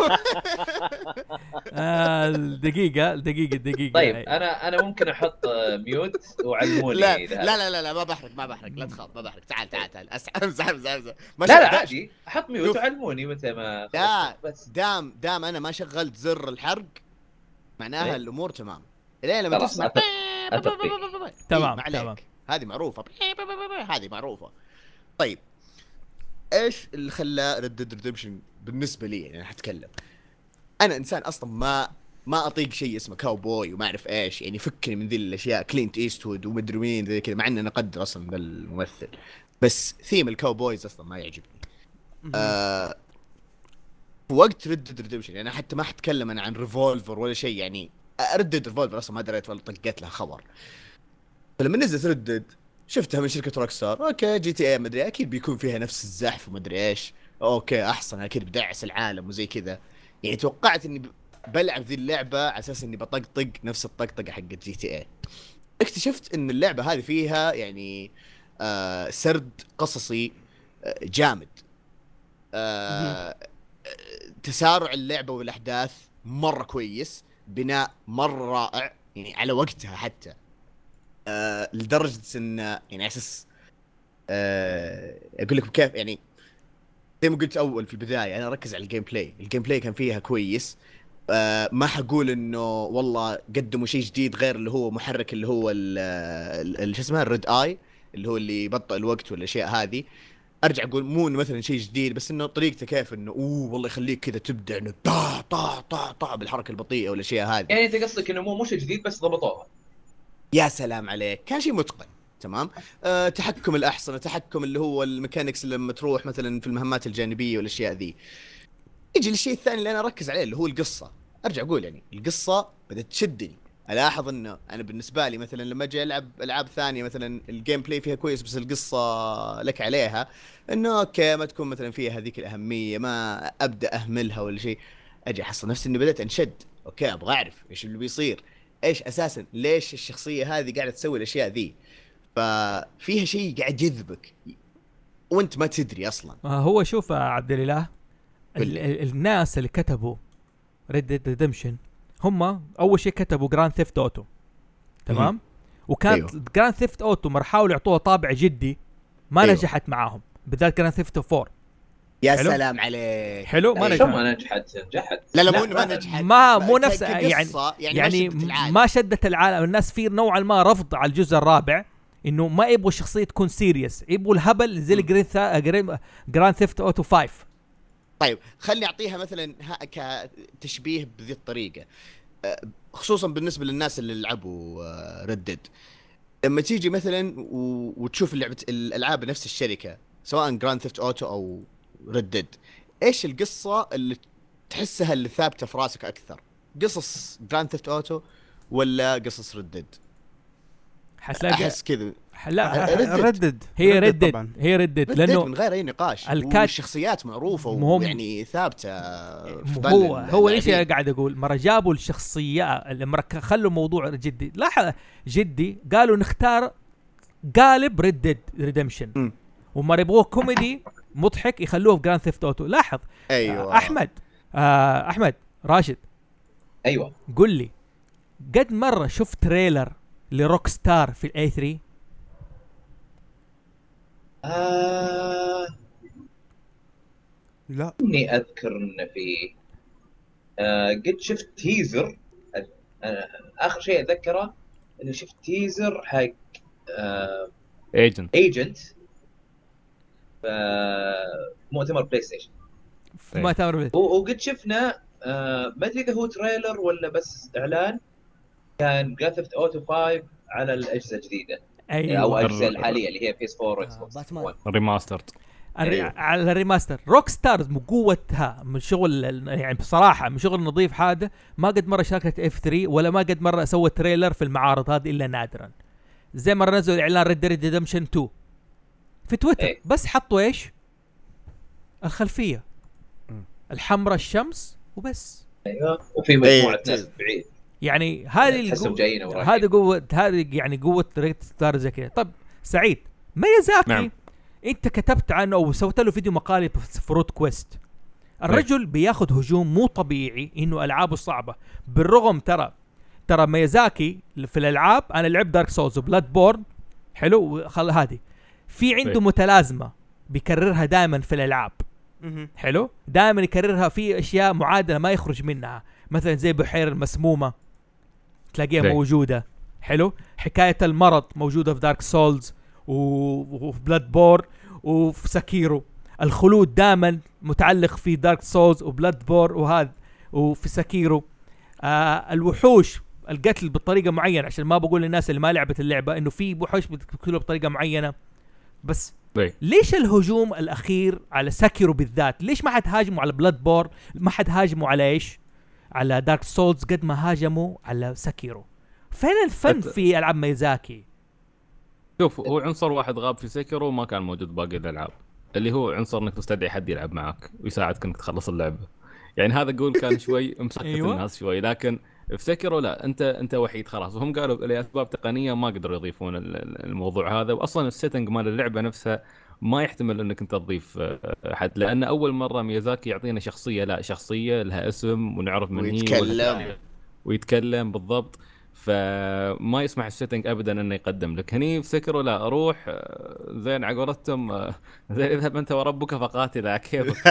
آه دقيقة دقيقة دقيقة. طيب انا انا ممكن احط ميوت وعلموني. لا لا لا لا ما بحرق ما بحرق لا تخاف ما بحرق. تعال تعال تعال امزح امزح امزح. لا لا عادي احط ميوت وعلموني متى ما. لا بس دام دام انا ما شغلت زر الحرق معناها ايه؟ الامور تمام. ليه لما تسمع تمام تمام هذه معروفة، هذه معروفة. طيب ايش اللي خلى ريد ديد ريدمشن بالنسبه لي؟ يعني حتكلم انا انسان اصلا ما ما اطيق شيء اسمه كاوبوي وما اعرف ايش، يعني فكني من ذي الاشياء كلينت ايستوود ومدري مين ذي كذا، مع ان انا اقدر اصلا ذا الممثل، بس ثيم الكاوبويز اصلا ما يعجبني. آه في وقت ريد ديد ريدمشن يعني حتى ما حتكلم انا عن ريفولفر ولا شيء، يعني ريد ديد ريفولفر اصلا ما دريت ولا طقت لها خبر. فلما نزلت ريد ديد شفتها من شركة روكستار، اوكي جي تي اي مدري اكيد بيكون فيها نفس الزحف ومدري ايش، اوكي احسن اكيد بدعس العالم وزي كذا. يعني توقعت اني بلعب ذي اللعبة على اساس اني بطقطق نفس الطقطقة حقت جي تي اي. اكتشفت ان اللعبة هذه فيها يعني آه سرد قصصي آه جامد، آه تسارع اللعبة والاحداث مرة كويس، بناء مرة رائع يعني على وقتها حتى. آه لدرجة ان يعني اساس آه اقول لك كيف، يعني زي ما قلت اول في البداية انا اركز على الجيم بلاي. الجيم بلاي كان فيها كويس، آه ما حقول انه والله قدموا شيء جديد غير اللي هو محرك اللي هو ال شو اسمه الريد اي اللي هو اللي يبطئ الوقت والاشياء هذه. ارجع اقول مو مثلا شيء جديد، بس انه طريقته كيف انه اوه والله يخليك كذا تبدع انه طا طا طا طا بالحركة البطيئة والاشياء هذه. يعني انت قصدك انه مو مو شيء جديد بس ضبطوها. يا سلام عليك، كان شيء متقن تمام. أه تحكم الأحصنة، تحكم اللي هو الميكانيكس لما تروح مثلا في المهمات الجانبية والأشياء ذي. يجي الشيء الثاني اللي أنا أركز عليه اللي هو القصة. أرجع أقول يعني القصة بدأت تشدني. ألاحظ إنه أنا بالنسبة لي مثلا لما أجي ألعب ألعاب ثانية مثلا الجيم بلاي فيها كويس بس القصة لك عليها إنه أوكي ما تكون مثلا فيها هذيك الأهمية، ما أبدأ أهملها ولا شيء. أجي أحصل نفسي إني بدأت أنشد، أوكي أبغى أعرف إيش اللي بيصير، ايش اساسا ليش الشخصيه هذه قاعده تسوي الاشياء ذي. ففيها شيء قاعد يجذبك وانت ما تدري اصلا. هو شوف يا عبد الاله، الناس اللي كتبوا ريد ديد ريدمشن هم اول شيء كتبوا جراند ثيفت اوتو تمام، وكانت أيوه. جراند ثيفت اوتو مرحاولوا يعطوها طابع جدي ما أيوه. نجحت معاهم، بالذات جراند ثيفت فور. يا حلو؟ سلام عليك. حلو ما نجحت ما نجحت نجحت لا لا مو ما نجحت ما مو نفس يعني يعني, يعني ما, ما شدت العالم. الناس في نوعا ما رفض على الجزء الرابع انه ما يبغوا الشخصيه تكون سيريس، يبغوا الهبل زي جرين جراند ثيفت اوتو فايف. طيب خلني اعطيها مثلا كتشبيه بذي الطريقه. خصوصا بالنسبه للناس اللي لعبوا ردد، لما تيجي مثلا و... وتشوف اللعبه الالعاب نفس الشركه سواء جراند ثيفت اوتو او ردد، ايش القصه اللي تحسها اللي ثابته في راسك اكثر؟ قصص جراند ثيفت اوتو ولا قصص ردد؟ حتلاقي احس كذا لا ردد هي ردد هي ردد لانه من غير اي نقاش الكات... والشخصيات معروفه ويعني ثابته. هو هو ليش قاعد اقول مره جابوا الشخصيات اللي مره خلوا موضوع جدي. لاحظ جدي قالوا نختار قالب ردد ريدمشن وما يبغوه كوميدي مضحك يخلوه في جراند ثيفت اوتو. لاحظ ايوه احمد آه احمد راشد ايوه قل لي قد مره شفت تريلر لروك ستار في الاي ثري؟ آه... لا اني اذكر ان في آه قد شفت تيزر. آه اخر شيء اتذكره اني شفت تيزر حق آه ايجنت ايجنت في مؤتمر بلاي ستيشن. ما تعرف وقد شفنا آه ما ادري اذا هو تريلر ولا بس اعلان كان جراند ثيفت اوتو خمسة على الاجهزه الجديده. أيوة. او الاجهزه الحاليه اللي هي بي اس فور واكس بوكس ريماسترد الري... على الريماستر. روك ستارز من قوتها من شغل يعني بصراحه من شغل نظيف هذا ما قد مره شاركت اف ثري ولا ما قد مره سوت تريلر في المعارض هذه الا نادرا. زي مره نزلوا اعلان ريد ديد ريدمشن تو في تويتر إيه؟ بس حطوا ايش الخلفيه الحمراء الشمس وبس. ايوه وفي مجموعه إيه. ناس بعيد يعني هذه تحسهم جايين وراك. هذه قوه هذه يعني قوه ريت ستار زي كذا. طب سعيد ميازاكي نعم. انت كتبت عنه او سويت له فيديو مقالي في فروت كويست. الرجل بياخذ هجوم مو طبيعي انه العابه صعبه بالرغم ترى ترى ميازاكي في الالعاب انا لعبت دارك سولز وبلاد بورن حلو خل هذه في عنده طيب. متلازمه بيكررها دائما في الالعاب مهم. حلو دائما يكررها في اشياء معادله ما يخرج منها مثلا زي بحيره المسمومه تلاقيها طيب. موجوده حلو حكايه المرض موجوده في دارك سولز وفي بلاد بور وفي ساكيرو الخلود دائما متعلق في دارك سولز وبلاد بور وهذا وفي ساكيرو آه الوحوش القتل بطريقه معينه عشان ما بقول للناس اللي ما لعبت اللعبه انه في وحوش بتقتلوا بطريقه معينه بس بي. ليش الهجوم الاخير على ساكيرو بالذات؟ ليش ما حد هاجموا على بلاد بور؟ ما حد هاجموا على ايش؟ على دارك سولز قد ما هاجموا على ساكيرو. فين الفن أت... في العاب ميزاكي؟ شوف هو عنصر واحد غاب في سيكيرو وما كان موجود باقي الالعاب اللي هو عنصر انك تستدعي حد يلعب معك ويساعدك انك تخلص اللعبه. يعني هذا اقول كان شوي مسكت أيوة. الناس شوي لكن في سيكيرو لا انت انت وحيد خلاص. وهم قالوا لاسباب تقنيه ما قدروا يضيفون الموضوع هذا واصلا السيتنج مال اللعبه نفسها ما يحتمل انك انت تضيف حد لان اول مره ميازاكي يعطينا شخصيه لا شخصيه لها اسم ونعرف من ويتكلم. هي ويتكلم بالضبط فما يسمح السيتنج ابدا انه يقدم لك. هني في سكروا لا اروح زين عقرتهم زين اذهب انت وربك فقاتل كيفك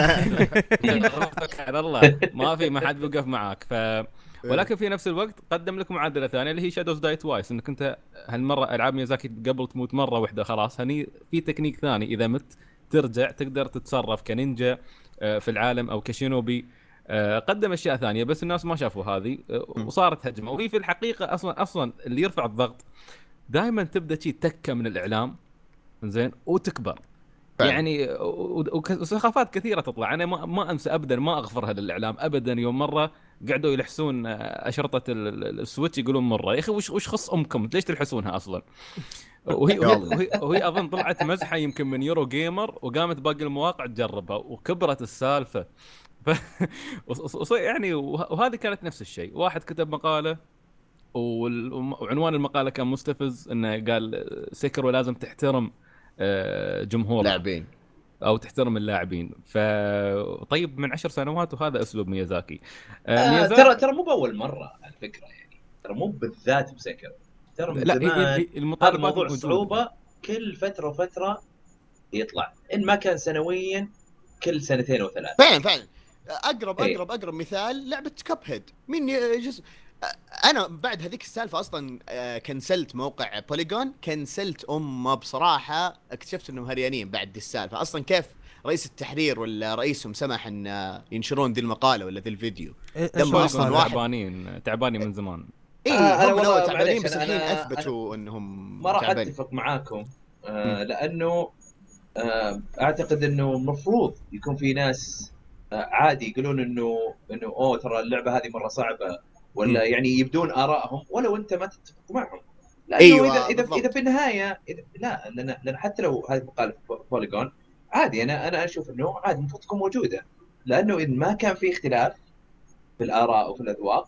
على الله ما في ما حد بيوقف معك. ف ولكن في نفس الوقت قدم لك معادله ثانيه اللي هي شادوز داي توايس انك انت هالمره العاب ميازاكي قبل تموت مره واحده خلاص هني في تكنيك ثاني اذا مت ترجع تقدر تتصرف كنينجا في العالم او كشينوبي. قدم اشياء ثانيه بس الناس ما شافوا هذه وصارت هجمه. وهي في الحقيقه اصلا اصلا اللي يرفع الضغط دائما تبدا شيء تكه من الاعلام زين وتكبر فعلا. يعني وسخافات كثيره تطلع. انا ما, ما انسى ابدا ما اغفرها للاعلام ابدا. يوم مره قعدوا يلحسون اشرطه السويتش يقولون مره يا اخي وش وش خص امكم ليش تلحسون اصلا. وهي, وهي, وهي اظن طلعت مزحه يمكن من يورو جيمر وقامت باقي المواقع تجربها وكبرت السالفه. ف... يعني وهذه كانت نفس الشيء. واحد كتب مقاله وعنوان المقاله كان مستفز انه قال سيكرو لازم تحترم جمهور لاعبين او تحترم اللاعبين. فطيب من عشر سنوات وهذا اسلوب ميازاكي. آه ميازاكي ترى ترى مو باول مره على فكره يعني ترى مو بالذات بسيكرو ترى من زمان هذا موضوع الصعوبه كل فتره وفتره يطلع ان ما كان سنويا كل سنتين وثلاث. فعلا فعلا اقرب اقرب اقرب مثال لعبه كاب هيد. مين جزء انا بعد هذيك السالفه اصلا كنسلت موقع بوليجون كنسلت ام بصراحه اكتشفت انهم هريانين بعد دي السالفه اصلا. كيف رئيس التحرير ولا رئيسهم سمح ان ينشرون ذي المقاله ولا ذي الفيديو. إيه، لما شو اصلا أصلاً واحد تعبانين تعبانين من زمان. اي آه، أنا هم والله الاول تعبانين معليش، بس أنا- الحين أنا- اثبتوا انهم ما راح تعبانين. اتفق معاكم آه لانه آه اعتقد انه المفروض يكون في ناس آه عادي يقولون انه انه اوه ترى اللعبه هذه مره صعبه، ولا يعني يبدون ارائهم ولو انت ما تتفق معهم. لانه أيوة، اذا اذا بالضبط. اذا في النهايه إذا لا لان لان حتى لو هذه مقاله بوليجون عادي، انا انا اشوف انه عادي المفروض تكون موجوده، لانه ان ما كان في اختلاف في الاراء وفي الاذواق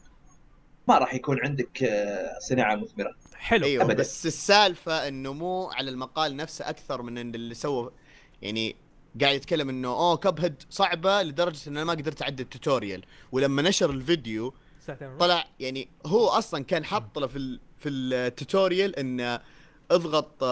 ما راح يكون عندك آه، صناعه مثمره. حلو. ايوه أبداً. بس السالفه انه مو على المقال نفسه اكثر من إن اللي سوى، يعني قاعد يتكلم انه اوه كب هيد صعبه لدرجه ان انا ما قدرت اعدي التوتوريال، ولما نشر الفيديو ساعتين ونص. طلع يعني هو اصلا كان حاط له في ال في التوتوريال انه اضغط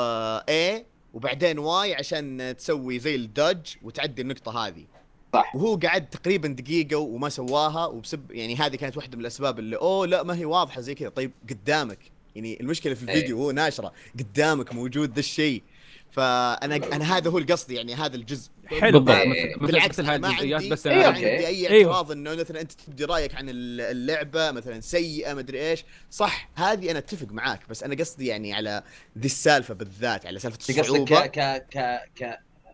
A وبعدين واي عشان تسوي زي الدج وتعدي النقطه هذه. صح. وهو قعد تقريبا دقيقه وما سواها، وبسب يعني هذه كانت واحده من الاسباب اللي اوه لا ما هي واضحه زي كذا. طيب قدامك، يعني المشكله في الفيديو هو ناشره قدامك موجود ذا الشيء. فانا انا هذا هو القصد، يعني هذا الجزء حلو. بالضبط. إيه. مثل- بالعكس مثل أنا هاي ما الجزئيات عندي بس ما إيه، انا أوكي. عندي اي أيوه. اعتراض انه مثلا انت تبدي رايك عن اللعبه مثلا سيئه ما ادري ايش. صح هذه انا اتفق معاك، بس انا قصدي يعني على ذي السالفه بالذات، على سالفه قصدك الصعوبه. ك ك ك ك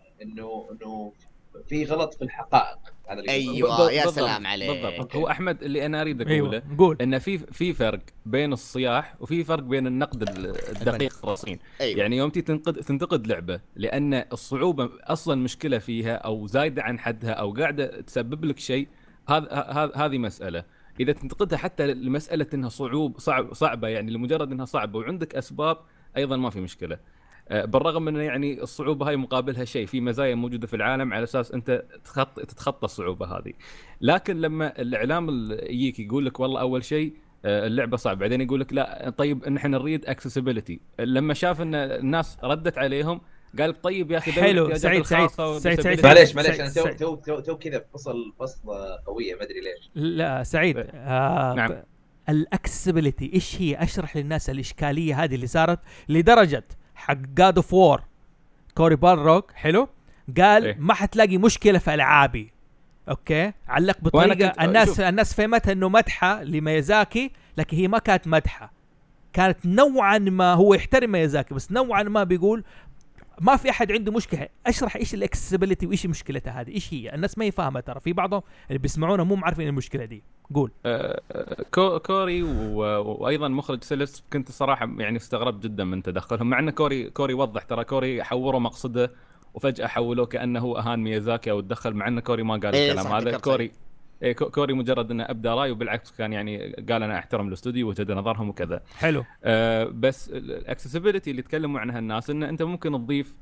انه انه في غلط في الحقائق. هذا اللي قصدي. ايوه يا بالضبط. سلام عليك. بالضبط. هو احمد اللي انا اريد اقوله ايوه قول. ان في في فرق بين الصياح وفي فرق بين النقد الدقيق الرصين. أيوة. يعني يوم تي تنقد تنتقد لعبه لان الصعوبه اصلا مشكله فيها او زايده عن حدها او قاعده تسبب لك شيء، هذا هذه مساله. اذا تنتقدها حتى لمساله انها صعوب صعب صعبه، يعني لمجرد انها صعبه وعندك اسباب، ايضا ما في مشكله. بالرغم من يعني الصعوبه هاي مقابلها شيء، في مزايا موجوده في العالم على اساس انت تخط تتخطى الصعوبه هذه. لكن لما الاعلام يجيك يقول لك والله اول شيء اللعبه صعبه، بعدين يقول لك لا طيب نحن نريد اكسسبيلتي، لما شاف ان الناس ردت عليهم قال لك طيب يا اخي حلو. سعيد سعيد سعيد سعيد معليش معليش انا تو سعيد. تو تو, تو كذا فصل فصله قويه ما ادري ليش. لا سعيد آه نعم. الاكسسبيلتي ايش هي؟ اشرح للناس الاشكاليه هذه اللي صارت لدرجه حق جاد اوف وور كوري بالروك. حلو. قال إيه. ما حتلاقي مشكله في العابي. اوكي علق وأنا بطريقه كنت- الناس شوف. الناس فهمتها انه مدحه لميازاكي، لكن هي ما كانت مدحه، كانت نوعا ما هو يحترم ميازاكي بس نوعا ما بيقول ما في احد عنده مشكله. اشرح ايش الاكسسبيلتي وايش مشكلتها هذه، ايش هي؟ الناس ما يفهمها، ترى في بعضهم اللي بيسمعونا مو عارفين المشكله دي. قول. آه، كو- كوري و- وايضا مخرج سيلس كنت صراحه يعني استغربت جدا من تدخلهم، مع ان كوري كوري وضح ترى كوري حوروا مقصده وفجاه حولوه كانه اهان ميازاكي او تدخل، مع ان كوري ما قال إيه الكلام صح، هذا. ذكرت كوري إيه كو- كوري مجرد انه ابدى راي، وبالعكس كان يعني قال انا احترم الاستوديو وجهه نظرهم وكذا. حلو. آه بس الاكسسبيلتي اللي تكلموا عنها الناس ان انت ممكن تضيف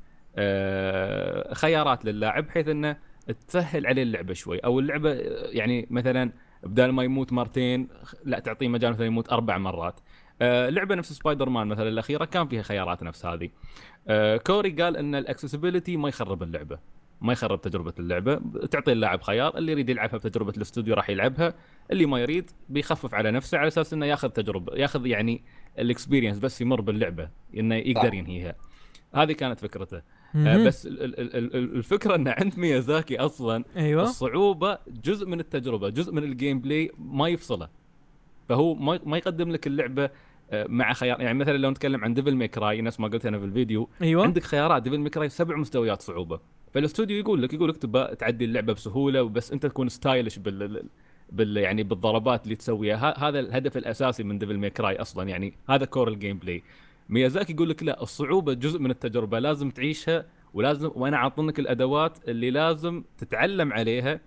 آه خيارات للاعب بحيث انه تسهل عليه اللعبه شوي، او اللعبه آه، يعني مثلا بدال ما يموت مرتين لا تعطيه مجال مثلا يموت اربع مرات. آه لعبه نفس سبايدر مان مثلا الاخيره كان فيها خيارات نفس هذه. آه كوري قال ان الاكسسبيلتي ما يخرب اللعبه، ما يخرب تجربه اللعبه، تعطي اللاعب خيار، اللي يريد يلعبها بتجربه الاستوديو راح يلعبها، اللي ما يريد بيخفف على نفسه على اساس انه ياخذ تجربه، ياخذ يعني الاكسبيرينس بس يمر باللعبه انه يقدر ينهيها. هذه كانت فكرته. آه بس ال ال ال الفكره ان عند ميازاكي اصلا ايوه الصعوبه جزء من التجربه، جزء من الجيم بلاي ما يفصله، فهو ما ما يقدم لك اللعبه مع خيار. يعني مثلا لو نتكلم عن ديفل ماي كراي نفس ما قلت انا في الفيديو، أيوة. عندك خيارات ديفل ماي كراي سبع مستويات صعوبه، فالاستوديو يقول لك يقول لك تبى تعدي اللعبه بسهوله وبس انت تكون ستايلش بال بال يعني بالضربات اللي تسويها. هذا الهدف الاساسي من ديفل ماي كراي اصلا، يعني هذا كور الجيم بلاي. ميازاكي يقول لك لا، الصعوبه جزء من التجربه لازم تعيشها، ولازم وانا عاطنك الادوات اللي لازم تتعلم عليها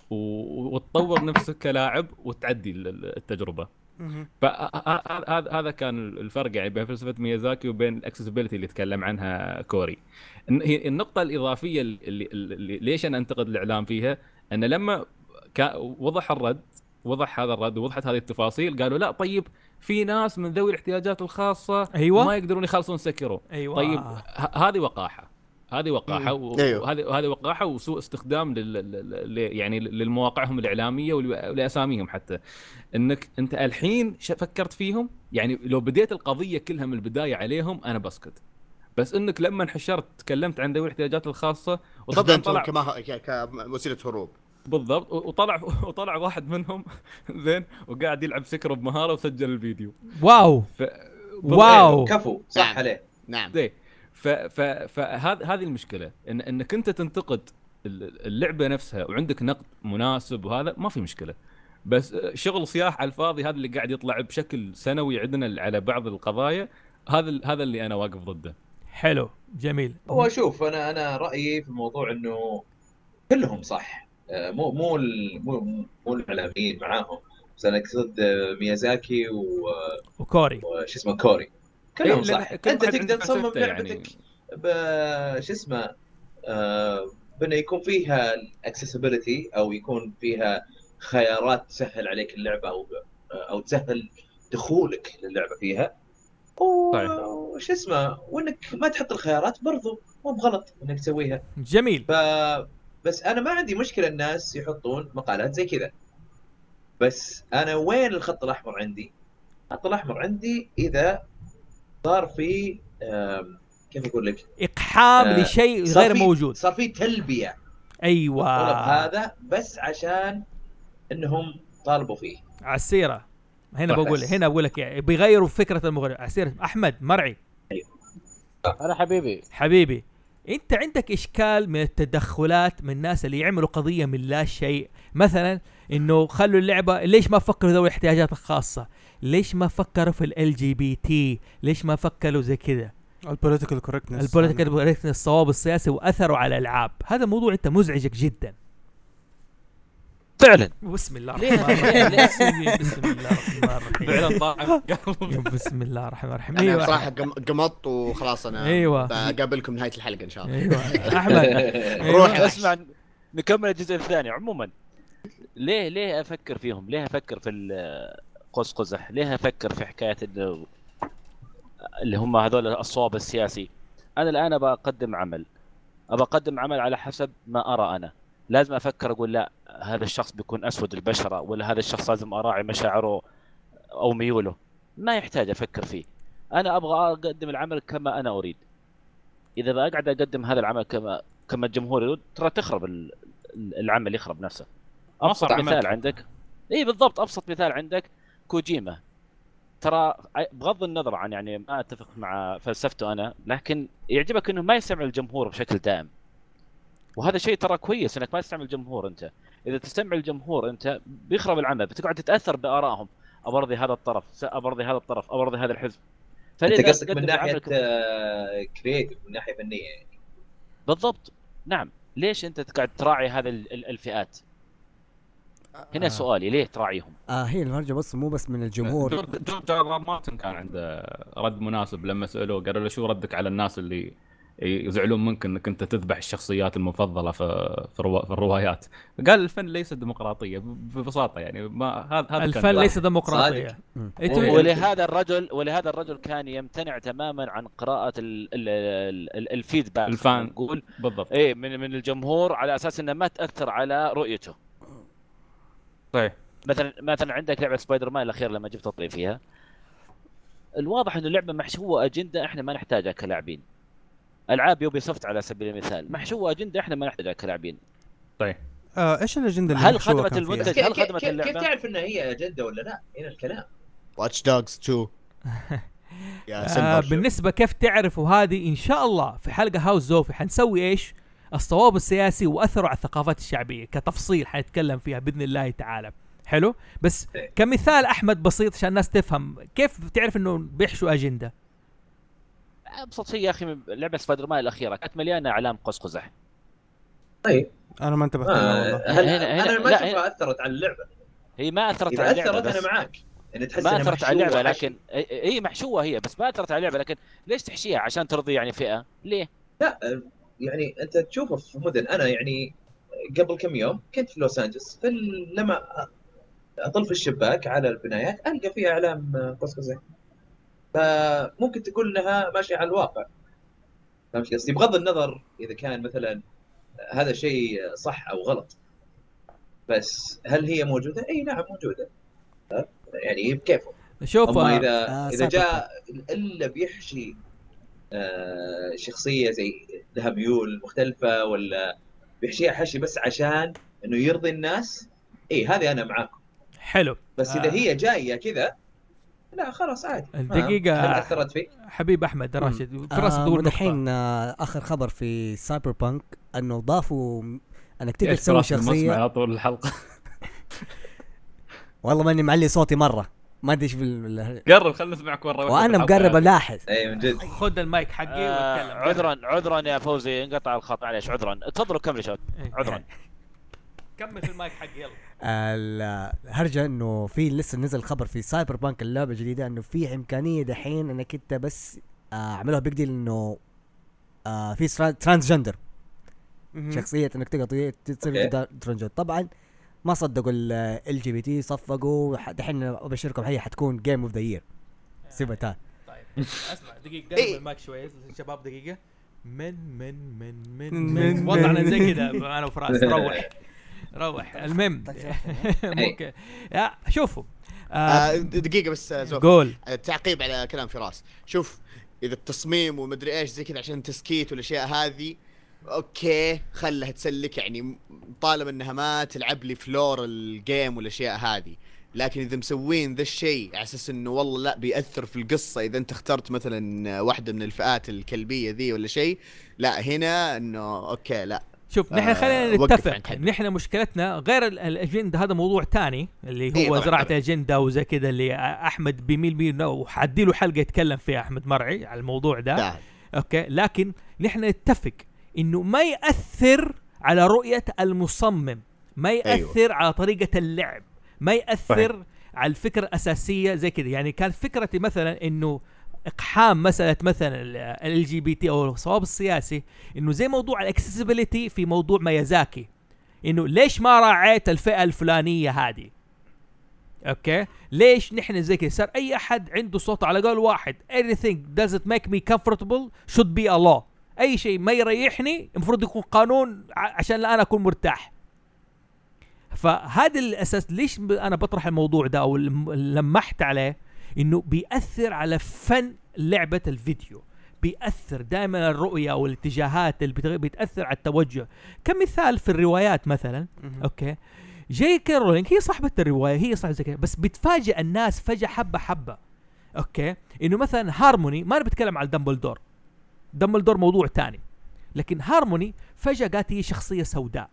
وتطور نفسك كلاعب وتعدي التجربه. فهذا هذا كان الفرق يعني بين فلسفه ميازاكي وبين الاكسسبيلتي اللي تكلم عنها كوري. هي النقطه الاضافيه اللي, اللي ليش انا انتقد الاعلام فيها، ان لما وضح الرد وضح هذا الرد ووضحت هذه التفاصيل، قالوا لا طيب في ناس من ذوي الاحتياجات الخاصه أيوة. ما يقدرون يخلصون سكروا. أيوة. طيب هذه وقاحه، هذه وقاحه وهذه وهذه وقاحه وسوء استخدام لل يعني للمواقعهم الاعلاميه ولاساميهم حتى. انك انت الحين فكرت فيهم، يعني لو بديت القضيه كلها من البدايه عليهم انا بسكت، بس انك لما انحشرت تكلمت عن ذوي الاحتياجات الخاصه وطبعا طلع كما كوسيله هروب بالضبط. وطلع وطلع واحد منهم زين وقاعد يلعب سكر بمهاره وسجل الفيديو. واو ف... واو كفو صح نعم. عليه. نعم زين. ف ف فهذه هذه المشكله ان انك انت تنتقد اللعبه نفسها وعندك نقد مناسب وهذا ما في مشكله، بس شغل صياح على الفاضي هذا اللي قاعد يطلع بشكل سنوي عندنا على بعض القضايا، هذا هذا اللي انا واقف ضده. حلو جميل. هو شوف انا انا رايي في الموضوع انه كلهم صح، مو مو مو مو الاعلاميين معاهم، بس انا اقصد ميازاكي و وكوري وش اسمه كوري كلهم إيه صح. انت تقدر تصمم لعبتك يعني ب اسمه آه بانه يكون فيها الاكسسبيليتي او يكون فيها خيارات تسهل عليك اللعبه او او تسهل دخولك للعبه فيها، وش اسمه وانك ما تحط الخيارات برضو مو بغلط انك تسويها. جميل. ف بس انا ما عندي مشكله الناس يحطون مقالات زي كذا، بس انا وين الخط الاحمر عندي؟ الخط الاحمر عندي اذا صار في كيف اقول لك اقحام آه لشيء غير موجود، صار في تلبيه. ايوه هذا بس عشان انهم طالبوا فيه على السيره. هنا بقول هنا بقول لك يعني بيغيروا فكره المغرب على السيره. احمد مرعي انا حبيبي حبيبي انت عندك اشكال من التدخلات من الناس اللي يعملوا قضيه من لا شيء، مثلا انه خلوا اللعبه، ليش ما فكروا ذوي الاحتياجات الخاصه، ليش ما فكروا في ال جي بي تي، ليش ما فكروا زي كذا البوليتيكال كوركتنس البوليتيكال كوركتنس الصواب السياسي واثروا على الالعاب. هذا موضوع انت مزعجك جدا فعلا. بسم الله الرحمن الرحيم. بسم الله الرحمن الرحيم. فعلا طاعم. بسم الله الرحمن الرحيم. انا بصراحه قمطت وخلاص انا ايوه بقابلكم نهايه الحلقه ان شاء الله. ايوه احمد روح اسمع نكمل الجزء الثاني. عموما ليه ليه افكر فيهم؟ ليه افكر في قوس قزح؟ ليه افكر في حكايه اللي هم هذول الصواب السياسي؟ انا الان بقدم عمل ابى اقدم عمل على حسب ما ارى انا. لازم افكر اقول لا هذا الشخص بيكون اسود البشره، ولا هذا الشخص لازم اراعي مشاعره او ميوله. ما يحتاج افكر فيه. انا ابغى اقدم العمل كما انا اريد. اذا بقعد اقدم هذا العمل كما كما الجمهور يريد ترى تخرب العمل، يخرب نفسه. ابسط مثال عندك اي بالضبط ابسط مثال عندك كوجيما. ترى بغض النظر عن يعني ما اتفق مع فلسفته انا، لكن يعجبك انه ما يستمع الجمهور بشكل دائم، وهذا شيء ترى كويس انك ما تستمع الجمهور. انت اذا تستمع الجمهور انت بيخرب العمل، بتقعد تتاثر بارائهم. ابرضي هذا الطرف، ابرضي هذا الطرف، ابرضي هذا الحزب. انت قصدك من ناحيه كرييتيف، من ناحيه فنيه يعني. بالضبط نعم. ليش انت تقعد تراعي هذه الفئات؟ هنا آه. سؤالي ليه تراعيهم؟ اه هي المرجع بس مو بس من الجمهور. جورج ار ار مارتن كان عنده رد مناسب لما سألوه، قالوا له شو ردك على الناس اللي يزعلون منك انك انت تذبح الشخصيات المفضله في في, الرو... في الروايات؟ قال الفن ليس ديمقراطيه ببساطه، يعني ما هذا هذا الفن ليس ديمقراطيه. ولهذا الرجل ولهذا الرجل كان يمتنع تماما عن قراءه ال... ال... ال... الفيدباك الفان نقول بالضبط ايه من من الجمهور، على اساس انه ما تاثر على رؤيته. صحيح. مثلا مثلا عندك لعبه سبايدر مان الاخير لما جبت تطبيق فيها، الواضح انه اللعبه محشوه اجنده احنا ما نحتاجها كلاعبين. العاب يوبي سوفت على سبيل المثال محشوه اجنده احنا ما نحتاجها كلاعبين. طيب آه ايش الاجنده اللي هل خدمت المنتج؟ هل خدمت اللعبه؟ كيف تعرف انها هي اجنده ولا لا؟ هنا الكلام. واتش دوجز تو آه بالنسبه كيف تعرفوا هذه؟ ان شاء الله في حلقه هاوس زوفي حنسوي ايش الصواب السياسي واثره على الثقافات الشعبيه كتفصيل حنتكلم فيها باذن الله تعالى. حلو. بس كمثال احمد بسيط عشان الناس تفهم كيف تعرف انه بيحشوا اجنده. ابسط شيء يا اخي، لعبه سبايدر مان الاخيره كانت مليانه اعلام قوس قزح. طيب انا ما انتبهت آه والله. انا ما اشوفها اثرت على اللعبه. هي ما اثرت على اللعبه. اثرت انا معاك ان تحس ما اثرت على اللعبه، لكن هي محشوه هي بس ما اثرت على اللعبه. لكن ليش تحشيها عشان ترضي يعني فئه؟ ليه؟ لا يعني انت تشوفه في مدن. انا يعني قبل كم يوم كنت في لوس انجلوس، لما اطل في الشباك على البنايات القى فيها اعلام قوس قزح، فممكن تقول انها ماشيه على الواقع. فهمت قصدي؟ بغض النظر اذا كان مثلا هذا شيء صح او غلط، بس هل هي موجوده؟ اي نعم موجوده، يعني بكيفه. شوف اما اذا آه اذا جاء الا بيحشي آه شخصيه زي لها ميول مختلفه ولا بيحشيها حشي بس عشان انه يرضي الناس، اي هذه انا معاكم. حلو. بس اذا آه. هي جايه كذا لا خلاص عادي. دقيقة اثرت فيك حبيب احمد راشد فراس آه تقول الحين آه اخر خبر في سايبر بانك انه ضافوا انك تقدر تسوي شخصيه على طول الحلقه. والله ماني معلي صوتي مره ما ادري ايش بال قرب خلنا نسمعك مره وانا مقرب الاحظ. اي من جد. خذ المايك حقي آه واتكلم. عذرا عذرا يا فوزي انقطع الخط معليش عذرا. تفضلوا كملوا شباب. عذرا. كمل في المايك حقي يلا. الهرجة انه في لسه نزل خبر في سايبر بانك اللعبة الجديدة انه في امكانية دحين انك انت بس آه عملوها بيج ديل انه آه في ترانسجندر شخصية انك تقدر تصير ترانسجندر. طبعا ما صدقوا ال جي بي تي صفقوا دحين ابشركم هي حتكون جيم اوف ذا يير سيبتها. طيب اسمع دقيقة قرب المايك شوية شباب دقيقة. من من من من من وضعنا زي كذا انا وفراس. روح روح المهم ممكن يا شوفوا آه دقيقة بس زوف قول تعقيب على كلام فراس. شوف إذا التصميم ومدري إيش زي كذا عشان تسكيت والأشياء هذه أوكي خلها تسلك يعني طالما إنها ما تلعب لي فلور الجيم والأشياء هذه. لكن إذا مسوين ذا الشيء على أساس إنه والله لا بيأثر في القصة إذا أنت اخترت مثلا واحدة من الفئات الكلبية ذي ولا شيء لا هنا إنه أوكي لا. شوف نحن خلينا نتفق نحن مشكلتنا غير الاجنده هذا موضوع تاني اللي هو إيه زراعه الاجنده وزي كذا اللي احمد بيميل بيه وحدي له حلقه يتكلم فيها احمد مرعي على الموضوع ده ده. اوكي لكن نحن نتفق انه ما ياثر على رؤيه المصمم ما ياثر أيوة. على طريقه اللعب ما ياثر صحيح. على الفكره الاساسيه زي كذا. يعني كان فكرتي مثلا انه اقحام مساله مثلا ال جي بي تي او الصواب السياسي انه زي موضوع الاكسسبيليتي في موضوع ميازاكي انه ليش ما راعيت الفئه الفلانيه هذه. اوكي ليش نحن زي كذا صار اي احد عنده صوت على قول واحد anything doesn't make me comfortable should be a law. اي شيء ما يريحني المفروض يكون قانون عشان لا انا اكون مرتاح. فهذا الاساس ليش انا بطرح الموضوع ده او لمحت عليه انه بيأثر على فن لعبة الفيديو بيأثر دائما الرؤية والاتجاهات اللي بتأثر على التوجه. كمثال في الروايات مثلا اوكي جي كي رولينج هي صاحبة الرواية هي صاحبة زي كده بس بتفاجئ الناس فجأة حبة حبة. اوكي انه مثلا هارموني ما انا بتكلم على دامبلدور دامبلدور موضوع تاني لكن هارموني فجأة قالت هي شخصية سوداء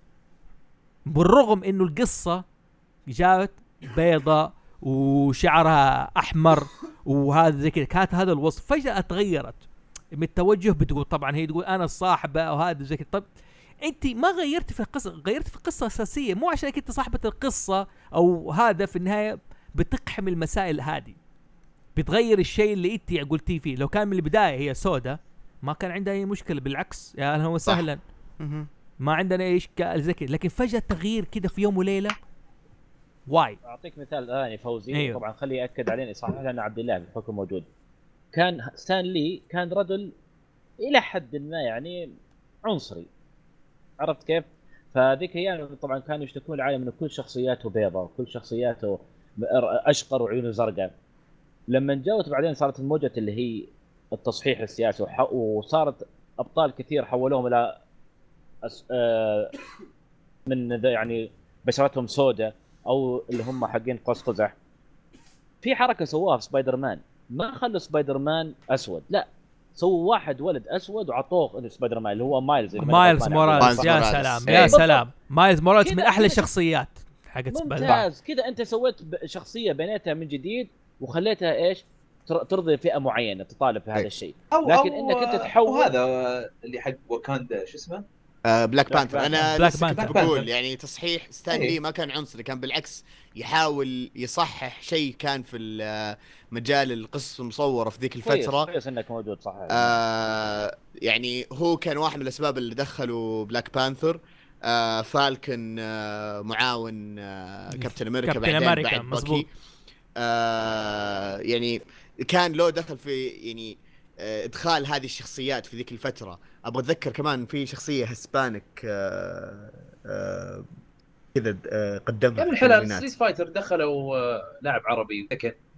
بالرغم انه القصة جاءت بيضة وشعرها احمر وهذا زي كذا كانت هذا الوصف فجأة تغيرت من التوجه بتقول طبعا هي تقول انا الصاحبة وهذا زي كذا. طب انت ما غيرت في القصة غيرت في القصة الاساسية مو عشان انت صاحبة القصة او هذا في النهاية بتقحم المسائل هذه بتغير الشيء اللي انت قلتي فيه. لو كان من البداية هي سودة ما كان عندها اي مشكلة بالعكس يا اهلا وسهلا ما عندنا ايش زي كذا. لكن فجأة تغيير كده في يوم وليلة واي. اعطيك مثال ثاني فوزي أيوه. طبعا خليه ياكد علينا صح لان عبد الله الحكم موجود. كان ستان لي كان رجل الى حد ما يعني عنصري عرفت كيف. فذيك ايام يعني طبعا كانوا يشتكون العالم انه كل شخصياته بيضاء وكل شخصياته اشقر وعيونه زرقاء. لما جاءت بعدين صارت الموجة اللي هي التصحيح السياسي وصارت ابطال كثير حولوهم الى أس... آه من يعني بشرتهم سوداء او اللي هم حقين قوس قزح. في حركه سووها في سبايدر مان ما خلوا سبايدر مان اسود لا سووا واحد ولد اسود وعطوه سبايدر مان اللي هو مايلز مايلز موراليس. يا سلام يا سلام مايلز موراليس من احلى الشخصيات حقت سبايدر مان. ممتاز كذا انت سويت شخصيه بنيتها من جديد وخليتها ايش ترضي فئه معينه تطالب في هذا الشيء. لكن انك انت تحول هذا اللي حق واكاندا شو اسمه آه بلاك بانثر. انا بلاك كنت بقول يعني تصحيح ستان لي ما كان عنصري كان بالعكس يحاول يصحح شيء كان في مجال القصص المصورة في ذيك الفترة. كويس انك موجود صح. آه يعني هو كان واحد من الاسباب اللي دخلوا بلاك بانثر. آه فالكن آه معاون آه كابتن امريكا بعدين بعد باكي. آه يعني كان له دخل في يعني ادخال هذه الشخصيات في ذيك الفترة. ابغى اتذكر كمان في شخصية هسبانيك آه آه كذا آه قدمها من خلال ستريت فايتر دخلوا آه لاعب عربي ذكر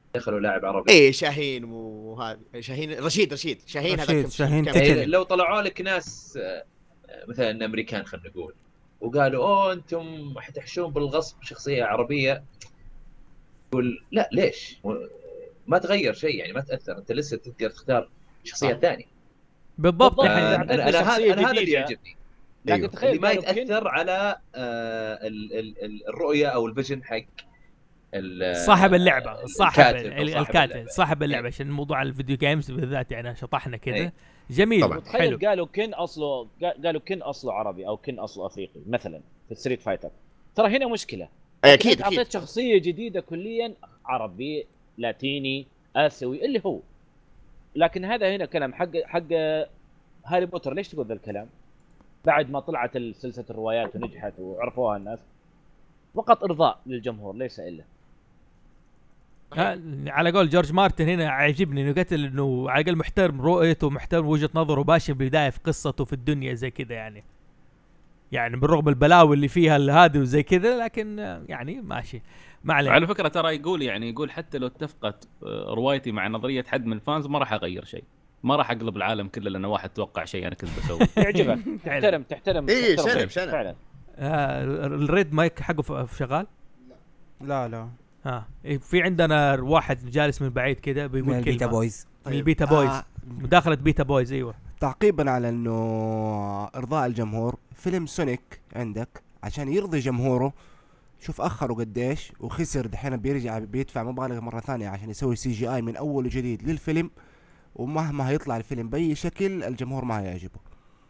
دخلوا لاعب عربي. ايه شاهين وهذا شاهين رشيد رشيد شاهين هذا كم شاهين كم- يعني لو طلعوا لك ناس آه، مثلا امريكان خلينا نقول وقالوا اوه انتم حتحشون بالغصب شخصيه عربيه، يقول لا ليش ما تغير شيء يعني ما تاثر، انت لسه تقدر تختار شخصيه ثانيه. بالضبط. بالضبط. يعني آه، يعني انا انا شخصية هذا أنا هذا اللي جديدة. يعجبني، لكن أيوه. تخيل اللي ما قالوا كين- يتاثر على آه، ال- ال- ال- الرؤيه او الفيجن حق ال- صاحب اللعبة، صاحب الكاتب أو ال- صاحب الكاتب اللعبة. صاحب اللعبة، عشان موضوع الفيديو جيمز بالذات يعني شطحنا كذا. إيه. جميل. طبعاً. حلو. تخيل قالوا كين اصله قا- قالوا كين اصله عربي او كين اصله افريقي مثلا في ستريت فايتر، ترى هنا مشكله. أي اكيد أنت اكيد اعطيت شخصيه جديده كليا، عربي لاتيني اسيوي اللي هو، لكن هذا هنا كلام حق حق هاري بوتر. ليش تقول ذا الكلام بعد ما طلعت سلسله الروايات ونجحت وعرفوها الناس؟ فقط ارضاء للجمهور ليس الا. ها، على قول جورج مارتن هنا عجبني انه قتل انه على الاقل محترم رؤيته ومحترم وجهه نظره وباشر بدايه في قصته في الدنيا زي كذا يعني. يعني بالرغم البلاوي اللي فيها هذه وزي كذا، لكن آه، يعني ماشي ما عليه. على فكره ترى يقول يعني يقول حتى لو اتفقت آه، روايتي مع نظريه حد من الفانز ما راح اغير شيء، ما راح اقلب العالم كله لانه واحد توقع شيء انا كنت بسوي. يعجبك تحترم تحترم إيه، تحترم شنب، شنب. فعلا. آه الريد مايك حقه ف- ف- شغال. لا لا ها إيه، في عندنا واحد جالس من بعيد كده من بيقول البيتا كلمه بويز. من البيتا بويز. آه، مداخله بيتا بويز. ايوه تعقيبا على انه ارضاء الجمهور، فيلم سونيك عندك عشان يرضي جمهوره، شوف اخروا قديش وخسر، دحين بيرجع بيدفع مبالغ مره ثانيه عشان يسوي سي جي اي من اول وجديد للفيلم، ومهما هيطلع الفيلم باي شكل الجمهور ما هيعجبه.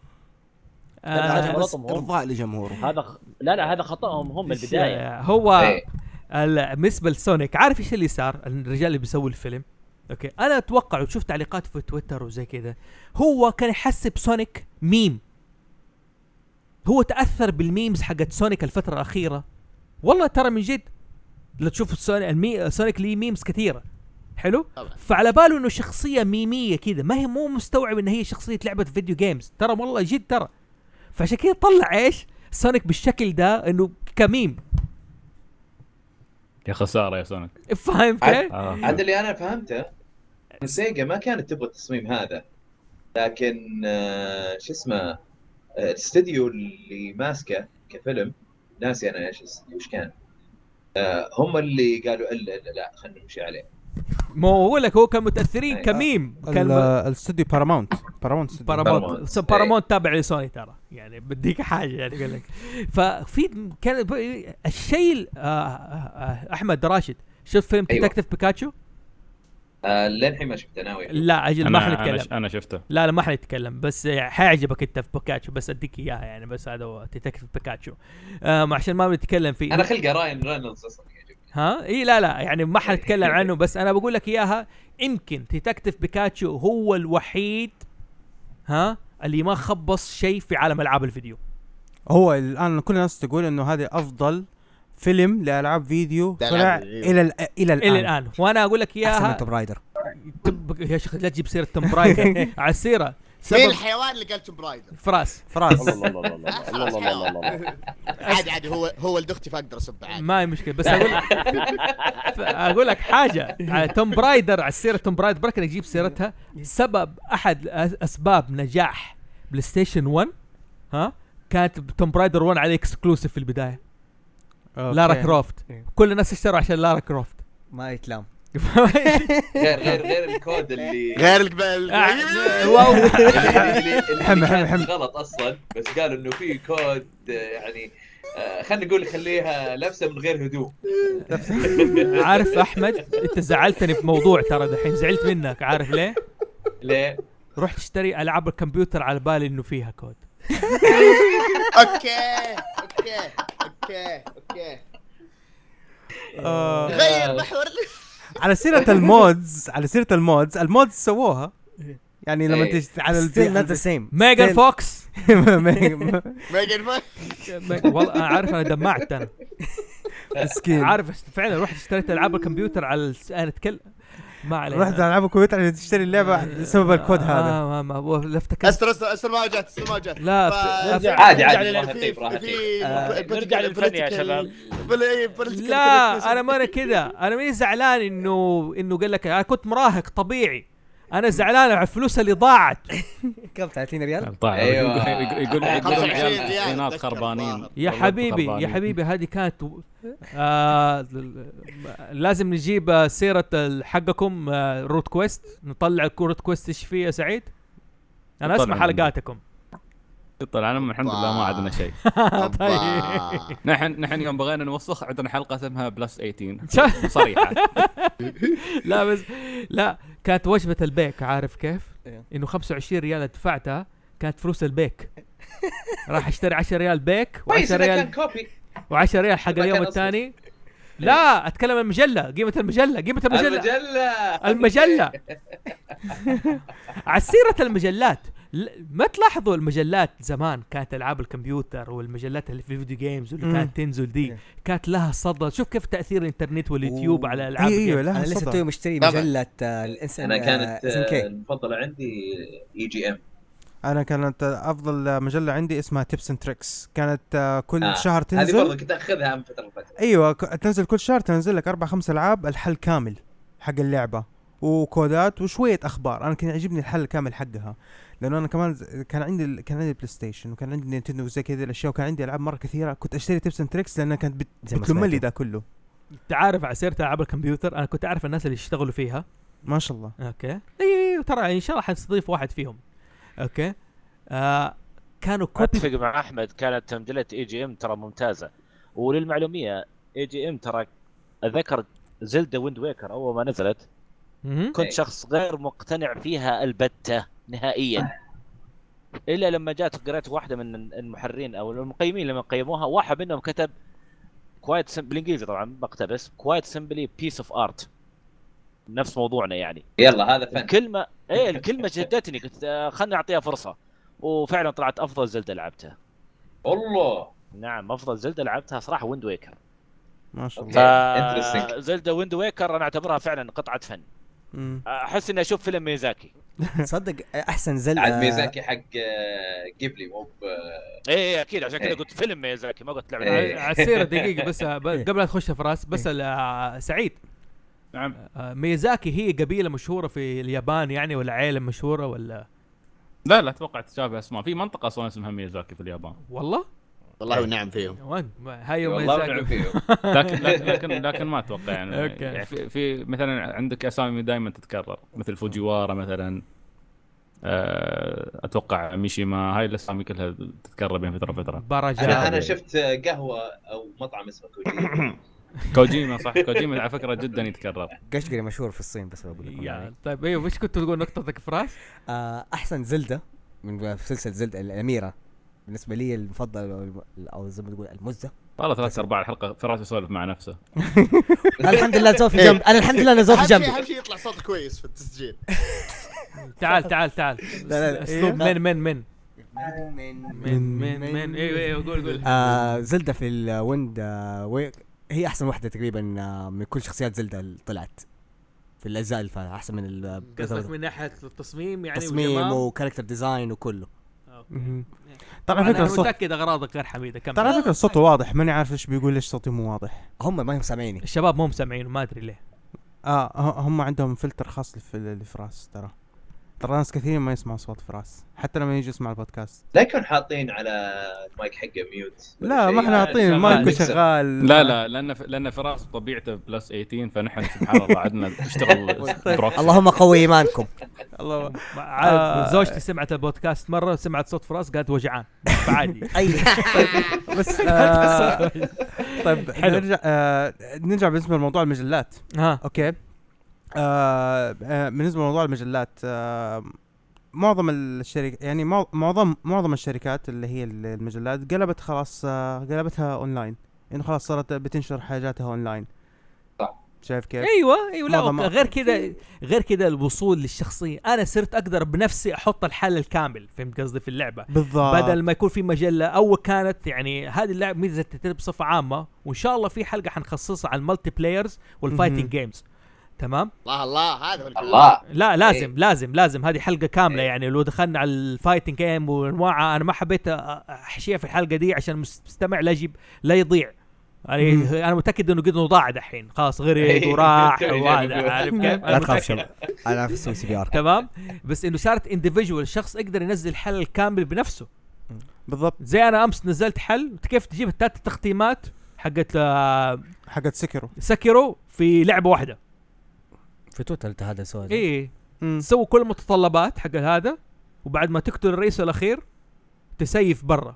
آه بس غلطهم هم. ارضاء لجمهوره. هذا خ... لا لا هذا خطأهم هم البدايه. هو إيه. ال- بالنسبه لسونيك، عارف ايش اللي صار؟ الرجال اللي بيسوي الفيلم، اوكي انا اتوقع وشوف تعليقاته في تويتر وزي كذا، هو كان يحسب سونيك ميم، هو تاثر بالميمز حقت سونيك الفتره الاخيره. والله ترى من جد لو تشوف سونيك, المي... سونيك ليه ميمز كثيره حلو. طبعا. فعلى باله انه شخصيه ميميه كذا، ما هي مو مستوعب ان هي شخصيه لعبه فيديو جيمز، ترى والله جد ترى. فعشان كذا طلع ايش سونيك بالشكل ده انه كميم. يا خساره يا سونيك. فاهم كيف؟ آه. عاد اللي انا فهمته ان سيجا ما كانت تبغى التصميم هذا، لكن آه، شو اسمه آه، الاستديو اللي ماسكه كفيلم، ناسي انا ايش الاستديو وش كان، آه، هم اللي قالوا الا لا, لا خلينا نمشي عليه. ما هو لك هو كان متاثرين أي. كميم. كان الاستوديو بارامونت بارامونت استوديو. بارامونت بارامونت. بارامونت تابع لسوني ترى، يعني بديك حاجه يعني اقول لك. ففي كان ب- الشيء آه، آه، احمد راشد شوف فيلم أيوة. ديتكتيف بيكاتشو. آه، للحين ما شفته ناوي. لا اجل ما انا انا, حنتكلم. ش- أنا شفته. لا لا ما حنتكلم، بس حيعجبك انت في بيكاتشو، بس اديك اياها يعني، بس هذا هو ديتكتيف بيكاتشو. آه عشان ما بنتكلم فيه. انا خلقه راين رينولدز اصلا يعجبني. ها اي لا لا يعني ما حنتكلم عنه، بس انا بقول لك اياها. يمكن ديتكتيف بيكاتشو هو الوحيد ها اللي ما خبص شيء في عالم العاب الفيديو. هو الان كل الناس تقول انه هذا افضل فيلم لالعاب فيديو لألعاب طلع فيديو. الى ال- الى الان الى الان، وانا اقول لك احسن من اياها. توم رايدر. تب... يا شيخ لا تجيب سيره توم برايدر على السيره. مين سبب الحيوان اللي قال توم برايدر؟ فراس فراس. الله الله الله الله الله الله الله الله. عادي عادي هو هو ولد اختي فاقدر اسب عادي. ما هي مشكله، بس اقول ف- اقول لك حاجه على توم برايدر، على سيره توم برايدر بركة اجيب سيرتها. سبب احد أس- اسباب نجاح بلاي ستيشن واحد ها كانت توم برايدر واحد عليه اكسكلوسيف في البدايه. لارا كروفت، كل الناس اشتروا عشان لارا كروفت. ما يتلام. غير غير غير الكود اللي غير القبل واو اللي اللي حم- حم- كان حم. غلط اصلا، بس قالوا انه في كود آه، يعني آه، خلينا نقول خليها لبسه من غير هدوء. عارف احمد انت زعلتني في موضوع، ترى دحين زعلت منك، عارف ليه؟ ليه؟ رحت اشتري العاب الكمبيوتر على بالي انه فيها كود. اوكي اوكي اوكي اوكي آه، غير محور. على سيرة المودز على سيرة المودز المودز سووها يعني لما إيه. تجي على ستيل نوت ذا البي سيم. ميجان فوكس. ميجان فوكس. والله انا عارف انا دمعت انا مسكين. عارف فعلا رحت اشتريت العاب الكمبيوتر على الس... انا اتكلم ما علينا. رحت العب كمبيوتر عشان تشتري اللعبه بسبب الكود هذا. ما ما ما لا افتكرت. استر استر استر ما جات استر ما جات. لا عادي عادي نرجع للفن يا شباب. لا انا ما انا كذا، انا ماني زعلان انه انه قال لك انا كنت مراهق طبيعي، انا زعلان على الفلوس اللي ضاعت. كم ثلاثين ريال؟ طيب أيوة. يقول يقول عيال خربانين يا حبيبي يا حبيبي هذه كانت آه لازم نجيب سيرة حقكم آه روت كويست، نطلع روت كويست ايش فيه يا سعيد؟ انا اسمع حلقاتكم. طلع انا الحمد لله ما عندنا شيء. طيب نحن نحن يوم بغينا نوسخ عندنا حلقه اسمها بلس ثمانية عشر صريحه. لا بس لا كانت وجبه البيك، عارف كيف انه خمسة وعشرين ريال دفعتها كانت فلوس البيك. راح اشتري عشرة ريال بيك و10 ريال و10 ريال حق اليوم الثاني. لا اتكلم عن المجله، قيمه المجله قيمه المجله المجله المجله على سيره المجلات. ما تلاحظوا المجلات زمان كانت العاب الكمبيوتر والمجلات اللي في الفيديو جيمز واللي كانت تنزل دي كانت لها صدى. شوف كيف تاثير الانترنت واليوتيوب على الالعاب. ايوه انا لسه توي مشتري مجله الانسان. انا كانت المفضله عندي اي جي ام. انا كانت افضل مجله عندي اسمها تيبس اند تريكس، كانت كل آه. شهر تنزل. هذه برضه كنت اخذها من فتره لفتره. ايوه تنزل كل شهر، تنزل لك اربع خمس العاب الحل كامل حق اللعبه وكودات وشويه اخبار. انا كان يعجبني الحل الكامل حقها، لانه انا كمان كان عندي كان عندي بلاي ستيشن وكان عندي نينتندو وزي كذا الاشياء، وكان عندي العاب مره كثيره. كنت اشتري تيبس اند تريكس لانها كانت بتلم لي ده كله. تعرف على سيره العاب الكمبيوتر انا كنت اعرف الناس اللي يشتغلوا فيها ما شاء الله. اوكي اي ترى ان شاء الله حنستضيف واحد فيهم. اوكي آه كانوا كوبي. اتفق مع احمد، كانت مجله اي جي ام ترى ممتازه. وللمعلوميه اي جي ام ترى اذكر زلدا ويند ويكر اول ما نزلت كنت شخص غير مقتنع فيها البتة نهائيا، الا لما جات قرأت واحده من المحررين او المقيمين لما قيموها، واحد منهم كتب كوايت سم... بالانجليزي طبعا بقتبس كوايت سمبلي بيس اوف ارت، نفس موضوعنا يعني. يلا هذا فن. الكلمه ايه الكلمه جدتني، قلت خلني اعطيها فرصه، وفعلا طلعت افضل زلدة لعبتها. والله نعم افضل زلدة لعبتها صراحه ويند ويكر ما شاء الله. زلدة ويند ويكر انا اعتبرها فعلا قطعه فن. مم. احس اني اشوف فيلم ميزاكي. صدق احسن زلدة عاد ميزاكي حق جيبلي مو ب ايه ايه اكيد عشان كذا قلت فيلم ميزاكي ما قلت لعبه. إيه. على السيره دقيقه بس قبل لا تخش في راس بس سعيد. نعم ميزاكي هي قبيله مشهوره في اليابان يعني ولا عائله مشهوره ولا؟ لا لا اتوقع تشابه اسماء. في منطقه اصلا اسمها ميزاكي في اليابان. والله والله ونعم فيهم. وين هاي والله ونعم فيهم. لكن لكن لكن ما اتوقع يعني, يعني في, في مثلا عندك اسامي دائما تتكرر مثل فوجيوارا مثلا، اتوقع ميشيما، هاي الاسامي كلها تتكرر بين فتره وفتره. انا انا شفت قهوه او مطعم اسمه كوجيما. كوجيما صح، كوجيما على فكره جدا يتكرر. قشقري مشهور في الصين بس بقول لكم. طيب ايوه وش كنت تقول نقطتك فراس؟ آه احسن زلدة من سلسله زلدة الاميره بالنسبه لي المفضل او زي ما تقول المزه. والله ثلاث ارباع الحلقه فراس يسولف مع نفسه. الحمد لله زوف جنب، انا الحمد لله زوف جنبي. اهم شيء يطلع صوت كويس في التسجيل. تعال تعال تعال. لا لا اسلوب من من من من من من من ايوه ايوه قول قول. آه زلدة في الويند آه هي احسن واحده تقريبا آه من كل شخصيات زلدة اللي طلعت في الاجزاء اللي فاتت، احسن من قصدك من ناحيه التصميم يعني تصميم وكاركتر ديزاين وكله. طبعا فكره الصوت متاكد اغراضك غير حميده. كم ترى فكره الصوت واضح، ماني عارف ايش بيقول، ليش صوتي مو واضح. هم ما هم سامعيني الشباب ما هم سامعين ما ادري ليه. اه هم عندهم فلتر خاص لفراس. ترى ترى ناس كثير ما يسمع صوت فراس حتى لما يجي يسمع البودكاست. لا يكون حاطين على المايك حقه ميوت. لا ما احنا حاطين المايك شغال. لا لا لان لان فراس طبيعته بلس ثمانية عشر فنحن سبحان الله عندنا نشتغل. اللهم قوي ايمانكم. الله عاد زوجتي سمعت البودكاست مره سمعت صوت فراس قالت وجعان فعادي. بس طيب نرجع نرجع بالنسبه لموضوع المجلات. ها اوكي آه آه بالنسبه لموضوع المجلات آه معظم الشركات يعني معظم معظم الشركات اللي هي المجلات قلبت خلاص آه قلبتها اونلاين، يعني خلاص صارت بتنشر حاجاتها اونلاين. صح شايف كيف؟ ايوه ايوه لا غير كذا غير كذا الوصول للشخصيه. انا صرت اقدر بنفسي احط الحل الكامل، فهمت قصدي في اللعبه بالضبط، بدل ما يكون في مجله. اول كانت يعني هذه اللعبه ميزه بصفه عامه، وان شاء الله في حلقه حنخصصها على المالتي بلايرز والفايتنج جيمز. تمام. الله الله هذا هو الكلام. الله لا لازم إيه. لازم لازم هذه حلقه كامله إيه. يعني لو دخلنا على الفايتنج جيم وانواعها. انا ما حبيت احشيها في الحلقه دي عشان المستمع لا يجيب لا يضيع يعني. انا متاكد انه قد انه ضاع دحين خلاص غريب إيه. وراح توني وهذا جايبه. عارف كيف. لا أنا تخاف شباب انا في السي بي ار. تمام. بس انه صارت انديفيدوال، الشخص يقدر ينزل حل الكامل بنفسه. بالضبط. زي انا امس نزلت حل كيف تجيب الثلاث تختيمات حقت آه حقت سكرو سكرو في لعبه واحده في توتال هذا سؤال. ايه مم. تسوي كل المتطلبات حق هذا وبعد ما تقتل الرئيس الاخير تسيف برا.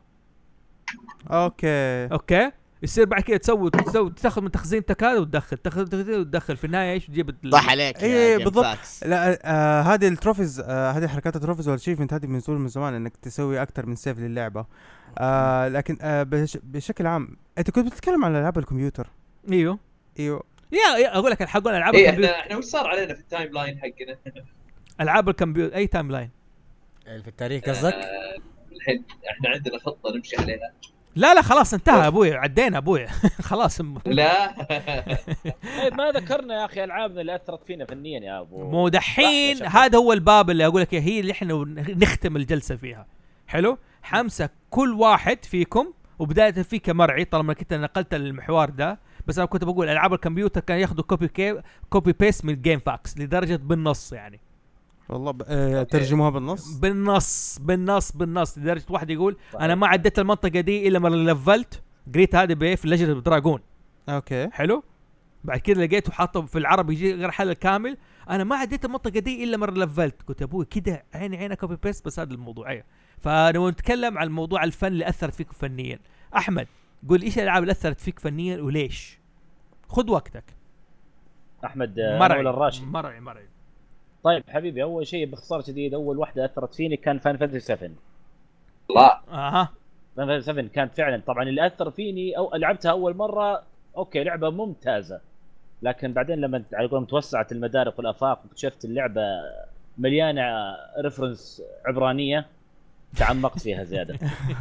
اوكي اوكي يصير بعد كده تسوي تسوي تاخذ من تخزينتك هذا وتدخل تاخذ تخزين وتدخل في النهايه ايش تجيب ال- ضح عليك إيه يا جيم بالضبط. فاكس. لا آه هذه التروفيز آه هذه حركات التروفيز والشيفمنت هذه من زول من زمان انك تسوي اكثر من سيف للعبه. آه لكن آه بش بشكل عام انت كنت بتتكلم عن العاب الكمبيوتر. ايوه ايوه يا يا اقول لك الحق العاب ايه الكمبيوتر. احنا احنا وش صار علينا في التايم لاين حقنا؟ العاب الكمبيوتر اي تايم لاين. في التاريخ قصدك؟ آه، الحين احنا عندنا خطه نمشي عليها. لا لا خلاص انتهى ابوي عدينا ابوي خلاص. لا إيه ما ذكرنا يا اخي العابنا اللي اثرت فينا فنيا يا ابو. مو دحين صح يا هذا هو الباب اللي اقول لك هي اللي احنا نختم الجلسه فيها. حلو حمسه كل واحد فيكم وبدايه فيك مرعي طالما كنت نقلت المحور ده. بس انا كنت بقول العاب الكمبيوتر كان ياخذوا كوبي كي كوبي بيست من جيم فاكس لدرجه بالنص يعني. والله ب... آه ترجموها بالنص بالنص بالنص بالنص لدرجه واحد يقول انا ما عديت المنطقه دي الا لما لفلت قريت هذه بايه في ليجند اوف دراجون. اوكي حلو. بعد كده لقيته حاطه في العربي يجي غير حل الكامل انا ما عديت المنطقه دي الا مره لفلت. قلت يا ابوي كده عيني عينك كوبي بيست. بس هذا الموضوعيه. فلو نتكلم عن موضوع الفن اللي اثرت فيك فنيا احمد قول ايش الالعاب اللي اثرت فيك فنيا وليش. خذ وقتك. احمد آه، مرعي ولا الراشد؟ مرعي مرعي. طيب حبيبي اول شيء باختصار شديد اول واحده اثرت فيني كان فان فانتسي سبعة. الله اها فان فانتسي سبعة كانت فعلا طبعا اللي اثر فيني او لعبتها اول مره اوكي لعبه ممتازه. لكن بعدين لما على قولهم توسعت المدارك والافاق واكتشفت اللعبه مليانه ريفرنس عبرانيه تعمقت فيها زياده.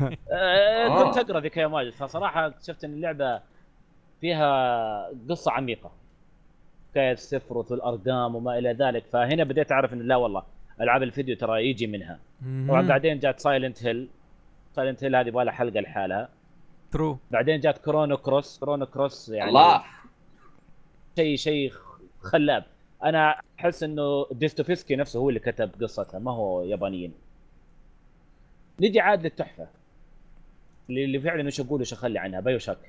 آه كنت اقرا ذيك يا ماجد فصراحه اكتشفت ان اللعبه فيها قصه عميقه حكايه السفر والارقام وما الى ذلك. فهنا بديت اعرف ان لا والله العاب الفيديو ترى يجي منها. طبعا بعدين جات سايلنت هيل. سايلنت هيل هذه يبغى لها حلقه لحالها. ترو. بعدين جات كرونو كروس. كرونو كروس يعني الله شيء شيء خلاب. انا احس انه ديستوفسكي نفسه هو اللي كتب قصتها ما هو يابانيين. نجي عاد للتحفه اللي, اللي فعلا وش اقول وش اخلي عنها بايو شاك.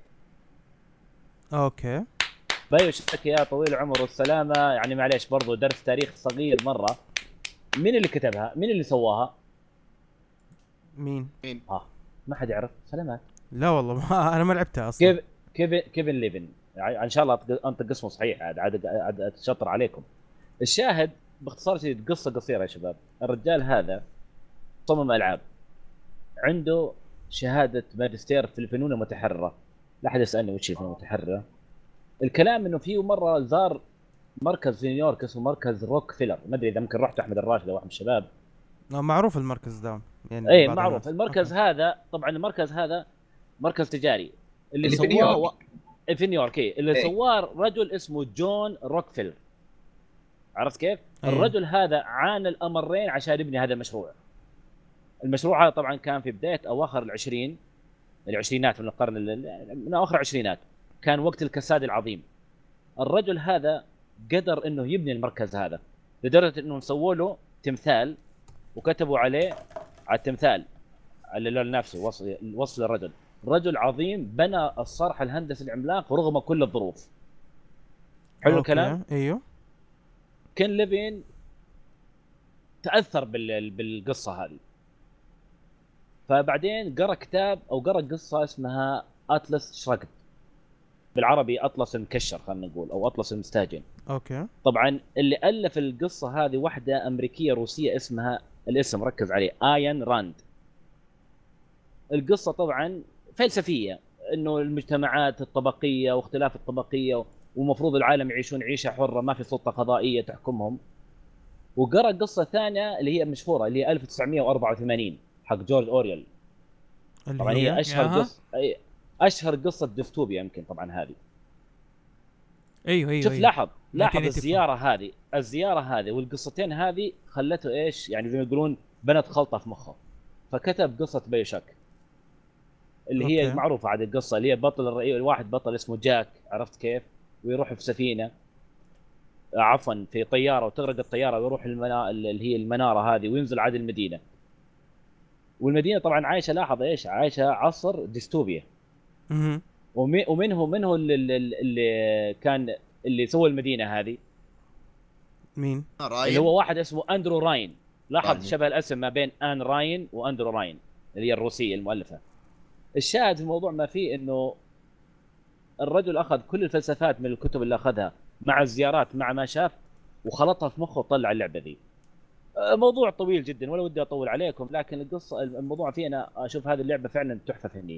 اوكي بايو شاك يا طويل العمر والسلامه يعني معليش برضو درس تاريخ صغير مره. مين اللي كتبها؟ مين اللي سواها؟ مين مين اه ما حد يعرف. سلامات. لا والله ما انا ما لعبتها اصلا. كيف كيفن كيفن ليفن ان شاء الله انطق اسمه صحيح عاد عاد عاد اتشطر عليكم. الشاهد باختصار شديد قصه قصيره يا شباب. الرجال هذا صمم العاب عنده شهاده ماجستير في الفنون المتحرره. لا احد يسالني وش هي الفنون المتحرره. الكلام انه فيه مره زار مركز في نيويورك اسمه مركز روك فيلر. ما ادري اذا ممكن رحت احمد الراشد او واحد من الشباب. معروف المركز ده يعني اي معروف المركز أوكي. هذا. طبعا المركز هذا مركز تجاري اللي, اللي سواه في نيويورك. و... في نيويورك إيه. اللي إيه. سواه رجل اسمه جون روكفيلر. عرفت كيف؟ أيه. الرجل هذا عانى الامرين عشان يبني هذا المشروع. المشروع هذا طبعا كان في بدايه اواخر العشرين العشرينات من القرن ال... من اواخر العشرينات. كان وقت الكساد العظيم. الرجل هذا قدر انه يبني المركز هذا لدرجه انه سووا له تمثال وكتبوا عليه على التمثال على اللون نفسه وصف وصف للرجل. رجل عظيم بنى الصرح الهندسي العملاق رغم كل الظروف. حلو الكلام. ايوه كين ليفين تاثر بال... بالقصه هذه. فبعدين قرأ كتاب او قرأ قصه اسمها أطلس شرقت بالعربي اطلس المكشر خلينا نقول او اطلس المستهجن. اوكي طبعا اللي الف القصه هذه واحده امريكيه روسيه اسمها الاسم ركز عليه آيان راند. القصه طبعا فلسفيه انه المجتمعات الطبقيه واختلاف الطبقيه ومفروض العالم يعيشون عيشه حره ما في سلطه قضائيه تحكمهم. وقرأ قصه ثانيه اللي هي مشهوره اللي هي ألف وتسعمية وأربعة وثمانين حق جورج أوريل. طبعا هي اشهر قصه اشهر قصه ديستوبيا يمكن طبعا هذه. ايوه ايوه شوف أيوه. لاحظ لاحظ ألف وتسعمية وثمانية وتسعين. الزياره هذه الزياره هذه والقصتين هذه خلته ايش يعني زي ما يقولون بنت خلطه في مخه، فكتب قصه بايوشوك اللي هي أوكي. المعروفه عاد القصه اللي هي بطل الرئيس الواحد بطل اسمه جاك، عرفت كيف؟ ويروح في سفينه آه، عفوا في طياره وتغرق الطياره ويروح المنا... اللي هي المناره هذه وينزل عاد المدينه. والمدينه طبعا عايشه لاحظ ايش عايشه عصر ديستوبيا. مهم. ومن ومنه منه اللي, اللي, اللي كان اللي سوى المدينه هذه مين؟ اللي هو واحد اسمه اندرو راين. لاحظ راين. شبه الاسم ما بين ان راين واندرو راين اللي هي الروسيه المؤلفه. الشاهد في الموضوع ما فيه انه الرجل اخذ كل الفلسفات من الكتب اللي اخذها مع الزيارات مع ما شاف وخلطها في مخه وطلع اللعبه ذي. آه، موضوع طويل جدا ولا ودي اطول عليكم، لكن القصه الموضوع فيه انا اشوف هذه اللعبه فعلا تحفه فنيه.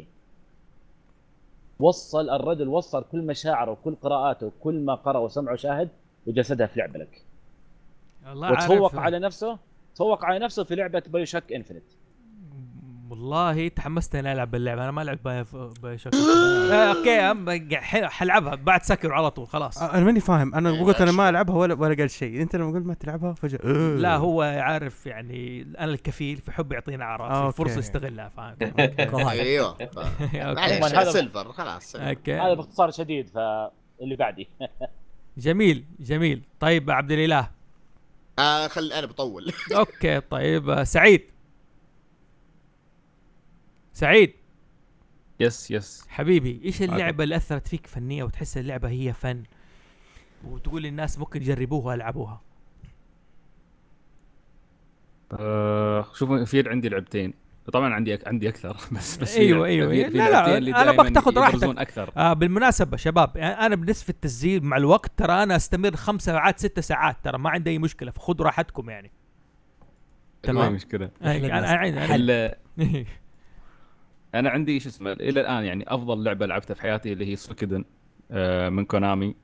وصل الرجل وصل كل مشاعره وكل قراءاته وكل ما قرأ وسمع وشاهد وجسدها في لعبه لك. والله وتفوق عارف- على نفسه تفوق على نفسه في لعبه بايوشوك انفنت. والله تحمست اني العب اللعبه. انا ما لعبت باي باي شوك. آه، اوكي أم- ح- حلعبها بعد سكر على طول خلاص. آه، انا ماني فاهم، انا قلت انا ما العبها ولا ولا قال شيء، انت لما قلت ما تلعبها فجاه آه. لا هو عارف يعني انا الكفيل في حب يعطينا آه، اعراض أوكي. الفرصه يستغلها فاهم. ايوه أوكي. معليش هذا- سيلفر خلاص. هذا اوكي باختصار شديد. فاللي بعدي جميل جميل. طيب عبد الاله. آه خل انا بطول. اوكي طيب آه، سعيد سعيد يس يس. حبيبي ايش معك. اللعبه اللي اثرت فيك فنيه وتحس اللعبه هي فن وتقول للناس ممكن يجربوها ويلعبوها؟ آه شوف في عندي لعبتين طبعا عندي أك... عندي اكثر بس بس في ايوه لعب- ايوه في- في لا لعبتين لا اللي انا دايماً بتاخذ يبرزون راحتك. اكثر. آه بالمناسبه شباب يعني انا بالنسبه للتسجيل مع الوقت ترى انا استمر خمس ساعات ست ساعات ترى ما عندي اي مشكله فخذوا راحتكم يعني. ما تمام. مشكله. أي- انا انا ال- انا عندي شو اسمه الى الان يعني افضل لعبه لعبتها في حياتي اللي هي سويكدن آه من كونامي.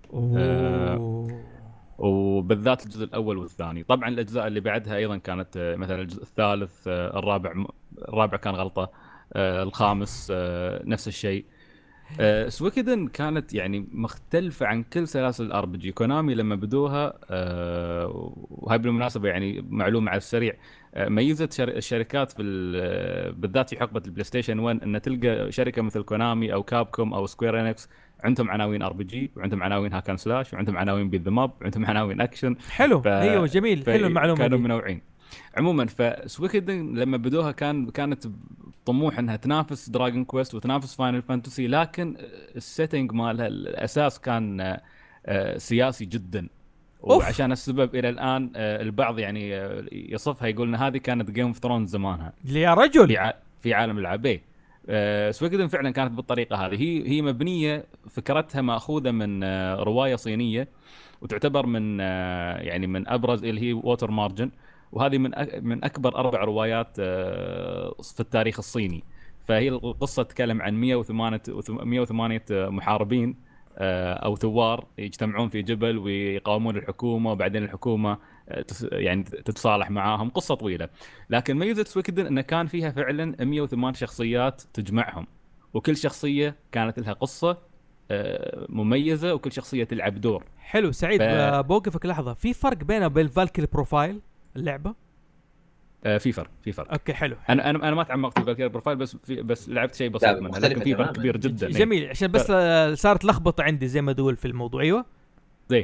آه وبالذات الجزء الاول والثاني. طبعا الاجزاء اللي بعدها ايضا كانت آه، مثلا الجزء الثالث آه، الرابع م- الرابع كان غلطه آه، الخامس آه، نفس الشيء. آه، سويكدن كانت يعني مختلفه عن كل سلاسل الار بي جي. كونامي لما بدوها آه، وهاي بالمناسبه يعني معلومه على السريع آه، ميزت شر- الشركات في ال- آه، بالذات في حقبه البلاي ستيشن واحد ان تلقى شركه مثل كونامي او كابكوم او سكوير انكس عندهم عناوين ار بي جي وعندهم عناوين هاكن سلاش وعندهم عناوين بيت ذا ماب وعندهم عناوين اكشن. حلو ف- ايوه جميل حلو المعلومه كانوا دي. منوعين. عموما فسويكدن لما بدوها كان كانت طموح انها تنافس دراجون كويست وتنافس فاينل فانتسي، لكن السيتنج مالها الاساس كان آه، سياسي جدا. أوف. وعشان السبب الى الان آه، البعض يعني آه، يصفها يقول ان هذه كانت جيم اوف ثرونز زمانها يا رجل في ع... في عالم الالعاب. إيه. آه، سويكدن فعلا كانت بالطريقه هذه. هي هي مبنيه فكرتها ماخوذه من آه، روايه صينيه وتعتبر من آه، يعني من ابرز اللي هي ووتر مارجن، وهذه من أك... من اكبر اربع روايات آه، في التاريخ الصيني. فهي القصه تتكلم عن مئة وثمانية مئة وثمانية محاربين آه، او ثوار يجتمعون في جبل ويقاومون الحكومه وبعدين الحكومه آه، تس- يعني تتصالح معاهم. قصه طويله، لكن ميزه سويكدن انه كان فيها فعلا مئة وثمانية شخصيات تجمعهم، وكل شخصيه كانت لها قصه آه، مميزه وكل شخصيه تلعب دور. حلو سعيد ف- ف... بوقفك لحظه. في فرق بينه وبين فالكري بروفايل اللعبه؟ آه، في فرق في فرق. اوكي حلو انا انا انا ما تعمقت في فالكير بروفايل بس في بس لعبت شيء لا، بسيط منها، مختلفة لكن في فرق تماماً. كبير جدا. إيه. جميل عشان بس آه، صارت لخبطه عندي زي ما تقول في الموضوع. ايوه زي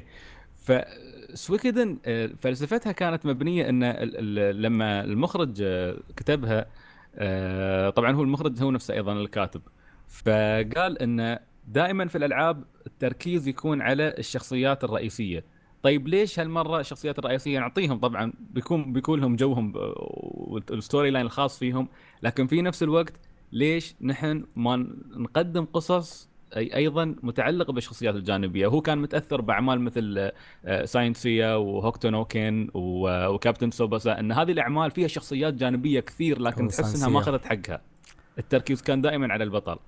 فسويكدن آه، فلسفتها كانت مبنيه ان ال- ال- لما المخرج آه، كتبها آه، طبعا هو المخرج هو نفسه ايضا الكاتب، فقال ان دائما في الالعاب التركيز يكون على الشخصيات الرئيسيه. طيب ليش هالمره الشخصيات الرئيسيه نعطيهم طبعا بيكون بيكون لهم جوهم آه، والستوري لاين الخاص فيهم، لكن في نفس الوقت ليش نحن ما نقدم قصص أي ايضا متعلقه بالشخصيات الجانبيه. هو كان متاثر باعمال مثل آه، ساينسيا وهوكتو نو كين و- وكابتن سوباسا، ان هذه الاعمال فيها شخصيات جانبيه كثير لكن أو تحس انها سانسيا. ما اخذت حقها. التركيز كان دائما على البطل.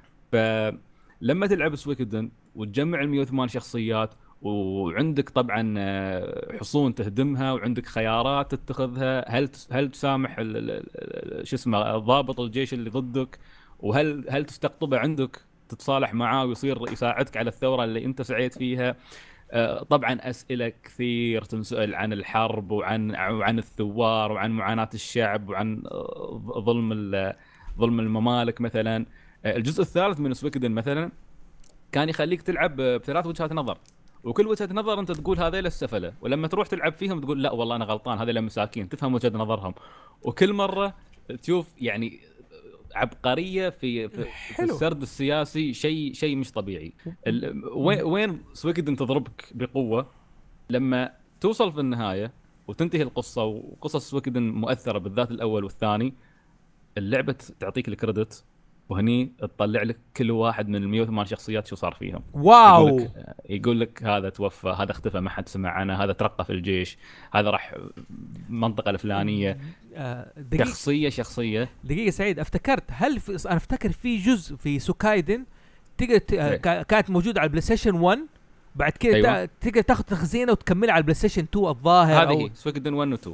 فلما تلعب سويكدن وتجمع ال مئة وثمانية شخصيات وعندك طبعا آه، حصون تهدمها وعندك خيارات تتخذها، هل تس- هل تسامح ال- ال- ال- شو اسمه ضابط الجيش اللي ضدك، وهل هل تستقطبه عندك تتصالح معاه ويصير يساعدك على الثوره اللي انت سعيت فيها. آه، طبعا اسئله كثير تنسال عن الحرب وعن وعن الثوار وعن معاناه الشعب وعن آه، ظلم ال- ظلم الممالك مثلا. آه، الجزء الثالث من سويكدن مثلا كان يخليك تلعب بثلاث وجهات نظر، وكل وجهه نظر انت تقول هذيل السفله، ولما تروح تلعب فيهم تقول لا والله انا غلطان هذيل مساكين، تفهم وجهه نظرهم. وكل مره تشوف يعني عبقريه في في, في السرد السياسي، شيء شيء مش طبيعي. ال- وين وين سويكدن تضربك بقوه لما توصل في النهايه وتنتهي القصه، وقصص سويكدن مؤثره بالذات الاول والثاني. اللعبه تعطيك الكريدت، وهني تطلع لك كل واحد من المية وثمانية شخصيات شو صار فيهم. واو. يقول لك, يقول لك هذا توفى، هذا اختفى ما حد سمع عنه، هذا ترقى في الجيش، هذا راح المنطقه الفلانيه. آه، دقيقة شخصيه شخصيه دقيقة سعيد، افتكرت هل في انا افتكر في جزء في سوكايدن تقدر ت... إيه. كا- كانت موجودة على البلاي ستيشن واحد، بعد كده أيوة. تا- تقدر تاخذ تخزينه وتكملها على البلاي ستيشن اثنين الظاهر. هذه أو... هي سويكدن واحد و اثنين.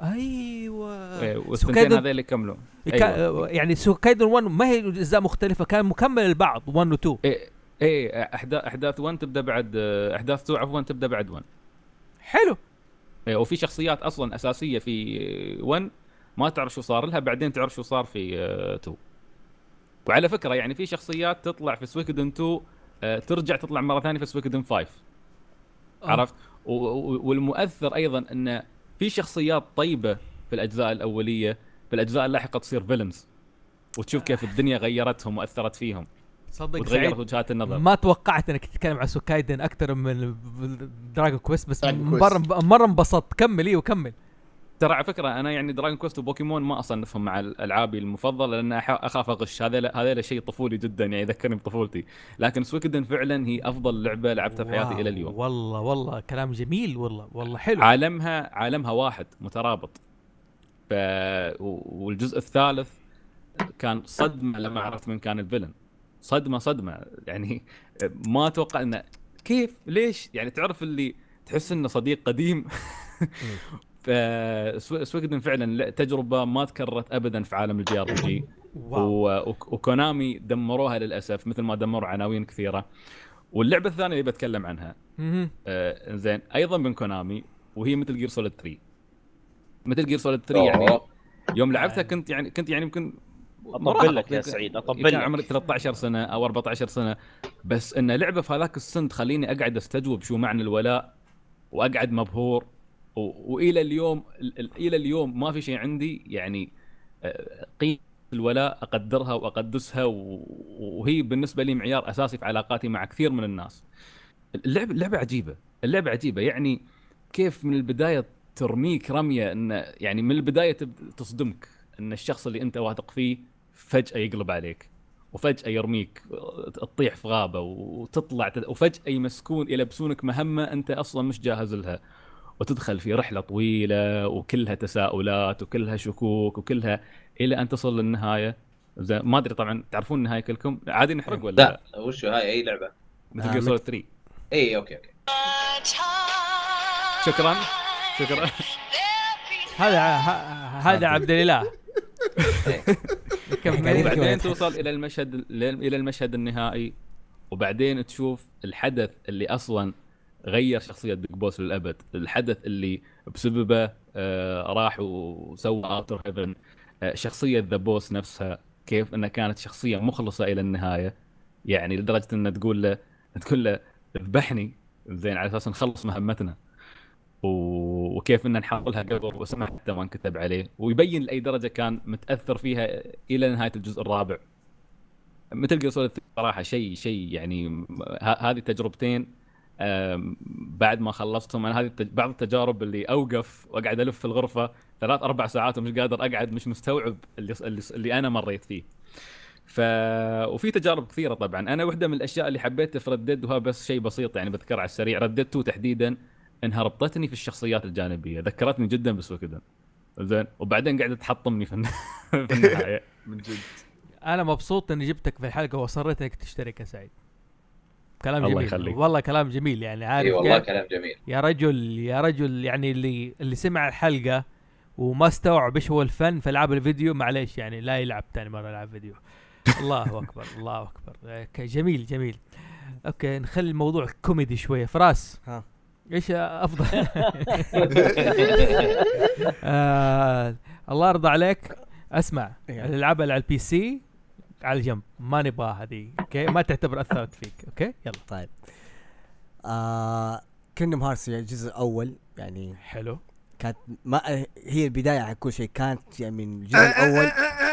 ايوه إيه، والثنتين هذول اللي كملوا. كا... أيوة. يعني سوكايدن واحد ما هي اجزاء مختلفة، كان مكمل البعض واحد و اثنين. ايه ايه احداث احداث واحد تبدا بعد احداث اثنين عفوا تبدا بعد واحد. حلو. إيه، وفي شخصيات اصلا اساسيه في واحد ما تعرف شو صار لها، بعدين تعرف شو صار في اثنين. وعلى فكره يعني في شخصيات تطلع في سويكدن اثنين آه، ترجع تطلع مره ثانيه في سويكدن خمسة. آه. عرفت؟ و- و- والمؤثر ايضا ان في شخصيات طيبه في الاجزاء الاوليه، في الاجزاء اللاحقه تصير فيلنز، وتشوف كيف الدنيا غيرتهم واثرت فيهم صدق وتغيرت سعيد، وجهات النظر. ما توقعت انك تتكلم عن سوكايدن اكثر من دراجون كويست، بس Dragon مره مره انبسطت. كمل ايه وكمل. ترى على فكره انا يعني دراجون كويست وبوكيمون ما اصنفهم مع الالعابي المفضله، لان أح- اخاف اغش. هذا هذا شيء طفولي جدا يعني يذكرني بطفولتي. لكن سويكدن فعلا هي افضل لعبه لعبتها في حياتي واو، الى اليوم. والله والله كلام جميل، والله والله حلو. عالمها عالمها واحد مترابط. ف و- والجزء الثالث كان صدمه لما عرفت من كان الفيلن. صدمه صدمه يعني ما اتوقع انه كيف ليش يعني تعرف اللي تحس انه صديق قديم. فسويكدن فعلا تجربه ما تكررت ابدا في عالم الجي ار بي جي. وكونامي دمروها للاسف مثل ما دمروا عناوين كثيره. واللعبه الثانيه اللي بتكلم عنها مهم. آه زين ايضا من كونامي، وهي مثل جير سوليد ثلاثة. مثل جير سوليد ثلاثة أوه. يعني يوم لعبتها كنت يعني كنت يعني يمكن اطبل لك يا سعيد، اطبل كان لك. عمري ثلاثة عشر سنه او أربعة عشر سنه، بس ان لعبه في هذاك السن تخليني اقعد استجوب شو معنى الولاء، واقعد مبهور. و... والى اليوم ال- ال- الى اليوم ما في شيء عندي يعني آه، قيمه الولاء اقدرها واقدسها، و... وهي بالنسبه لي معيار اساسي في علاقاتي مع كثير من الناس. اللعبه اللعبه عجيبه، اللعبه عجيبه يعني كيف من البدايه ترميك رميه ان يعني من البدايه تب- تصدمك ان الشخص اللي انت واثق فيه فجاه يقلب عليك، وفجاه يرميك تطيح في غابه وتطلع تد- وفجاه يمسكون يلبسونك مهمه انت اصلا مش جاهز لها، وتدخل في رحله طويله وكلها تساؤلات وكلها شكوك وكلها الى ان تصل للنهايه. زين ما ادري طبعا تعرفون النهايه كلكم، عادي نحرق ولا لا وش هاي اي لعبه؟ مثل جير سوليد ثلاثة. اي اوكي اوكي شكرا شكرا. هذا ه- هذا عبد الاله. كمل. وبعدين توصل الى المشهد الى المشهد النهائي، وبعدين تشوف الحدث اللي اصلا غير شخصيه بيج بوس للابد، الحدث اللي بسببه آه راح وسوى اوتر هيفن. آه شخصيه ذا بوس نفسها كيف انها كانت شخصيه مخلصه الى النهايه، يعني لدرجه انها تقول له تقول له اذبحني زين على اساس نخلص مهمتنا. و- وكيف ان نحط لها قبر واسمها حتى ما انكتب عليه، ويبين لاي درجه كان متاثر فيها الى نهايه الجزء الرابع. مثل جير سوليد صراحه شيء شيء يعني م- ه- هذه تجربتين. آم، بعد ما خلصتهم انا هذه التج- بعض التجارب اللي اوقف واقعد الف في الغرفه ثلاث اربع ساعات ومش قادر اقعد، مش مستوعب اللي اللي, اللي انا مريت فيه. ف وفي تجارب كثيره طبعا. انا واحده من الاشياء اللي حبيتها في ردد، وها بس شيء بسيط يعني بذكر على السريع، ردد تو تحديدا انها ربطتني في الشخصيات الجانبيه، ذكرتني جدا بسويكدن زين، وبعدين قاعده تحطمني في الن- في النهايه من جد. انا مبسوط اني جبتك في الحلقه واصريت انك تشترك يا سعيد. كلام الله جميل يخليك. والله، كلام جميل يعني عارف. اي والله يا- كلام جميل. يا رجل يا رجل يعني اللي اللي سمع الحلقه وما استوعب ايش هو الفن في العاب الفيديو، معليش يعني لا يلعب ثاني مره العاب فيديو. الله اكبر الله اكبر. اوكي جميل جميل. اوكي نخلي الموضوع كوميدي شويه. فراس ها ايش افضل؟ آه الله يرضى عليك. اسمع الالعاب على البي سي على جنب ما نبغاها هذه. اوكي ما تعتبر اثرت فيك. اوكي يلا. طيب آه كيندم هارتس الجزء الاول يعني حلو. كانت ما هي البدايه على كل شيء. كانت يعني من الجزء الاول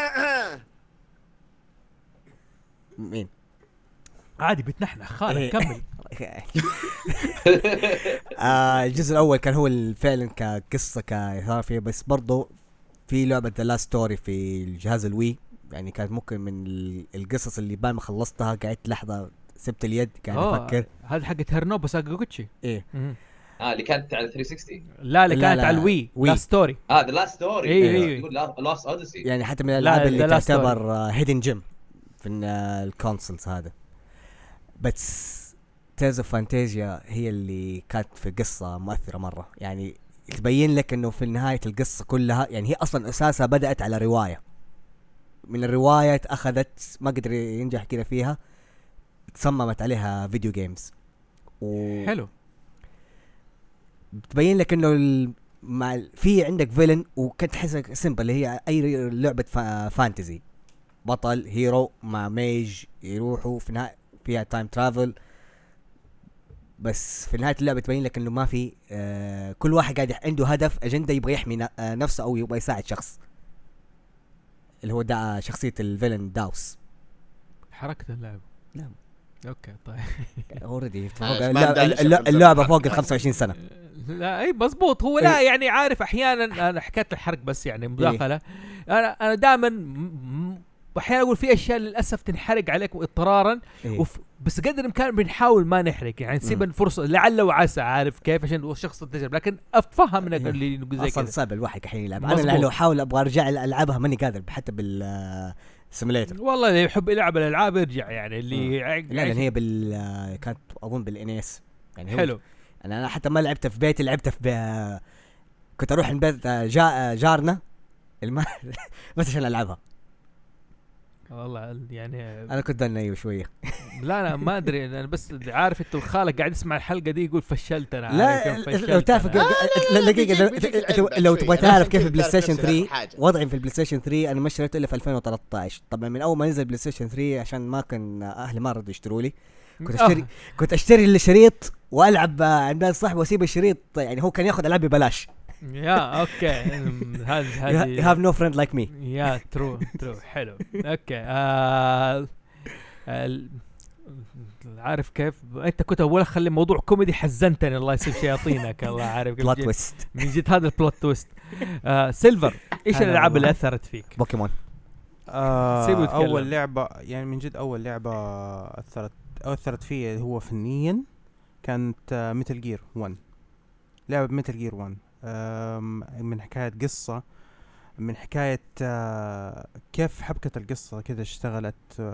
مين عادي بتنحنح خالد كمل. آه الجزء الاول كان هو فعلا كقصه كاثار فيه، بس برضه في لعبه ذا لاست ستوري في الجهاز الوي يعني كانت ممكن من القصص اللي بعد ما خلصتها قعدت لحظه سبت اليد قاعد افكر. هذه حقت هرنوبو ساكاغوتشي. ايه اه اللي كانت على ثري سكستي. لا اللي كانت على الوي لاست ستوري. اه ذا لاست ستوري. ايه يقول لاست اوديسي يعني حتى من الالعاب اللي تعتبر هيدن جيم في الكونسولز هذا. بس تيرز اوف فانتازيا هي اللي كانت في قصة مؤثرة مرة يعني تبين لك انه في نهاية القصة كلها يعني هي اصلا اساسها بدأت على رواية، من الرواية اخذت ما قدر ينجح كده فيها تصممت عليها فيديو جيمز و... حلو. بتبين لك انه ال... مع في عندك فيلن وكنت تحسها سمبل اللي هي اي لعبة فا... فانتزي بطل هيرو مع ميج يروحوا في نهاية فيها تايم ترافل، بس في نهاية اللعبة تبين لك انه ما في آه كل واحد قاعد عنده هدف اجندة يبغى يحمي ن... آه نفسه او يبغى يساعد شخص اللي هو دا شخصية الفيلن داوس. حركة اللعبة. نعم. اوكي طيب. اوريدي اللعبة فوق ال خمسة وعشرين سنة. لا اي مزبوط هو لا يعني عارف احيانا انا حكيت الحرق بس يعني مداخلة. انا انا دائما احيانا اقول في اشياء للاسف تنحرق عليك اضطرارا إيه؟ وف... بس قدر الامكان بنحاول ما نحرق يعني نسيب الفرصه لعل وعسى عارف كيف عشان الشخص التجربه، لكن افهم انك إيه؟ اللي نقول زي كذا كذا صعب الواحد الحين يلعب. انا لو احاول ابغى ارجع العبها ماني قادر حتى بال سيميليتر. والله اللي يحب يلعب الالعاب يرجع يعني اللي لا لان هي بال كانت اظن بالانيس يعني حلو. انا انا حتى ما لعبتها في بيتي لعبتها في ب... كنت اروح البيت جا... جارنا الم... بس عشان العبها. والله يعني انا كنت ضنيو شويه. لا لا ما ادري انا بس عارف انت الخالق قاعد يسمع الحلقه دي يقول فشلت انا. لا لو تعرف دقيقه لو تبغى تعرف كيف البلاي ستيشن ثري وضعي في البلاي ستيشن ثري انا ما اشتريته الا في ألفين وثلاثة عشر. طبعا من اول ما نزل بلاي ستيشن ثري عشان ما كان اهلي ما رضوا يشتروا لي كنت اشتري كنت اشتري الشريط والعب عند الصاحب واسيب الشريط يعني هو كان ياخذ العاب ببلاش. يا اوكي هذا هذه you have no friend like me. يا ترو ترو حلو. اوكي آه عارف كيف انت كنت اول خلي موضوع كوميدي حزنتني الله يسلم شياطينك الله عارف بلوت تويست من جد هذا البلوت تويست. آه سيلفر ايش الالعاب اللي اثرت فيك؟ بوكيمون. آه اول لعبه يعني من جد اول لعبه اثرت اثرت فيه هو فنيا كانت ميتل جير ون. لعبه ميتل جير ون من حكاية قصة من حكاية كيف حبكة القصة كذا اشتغلت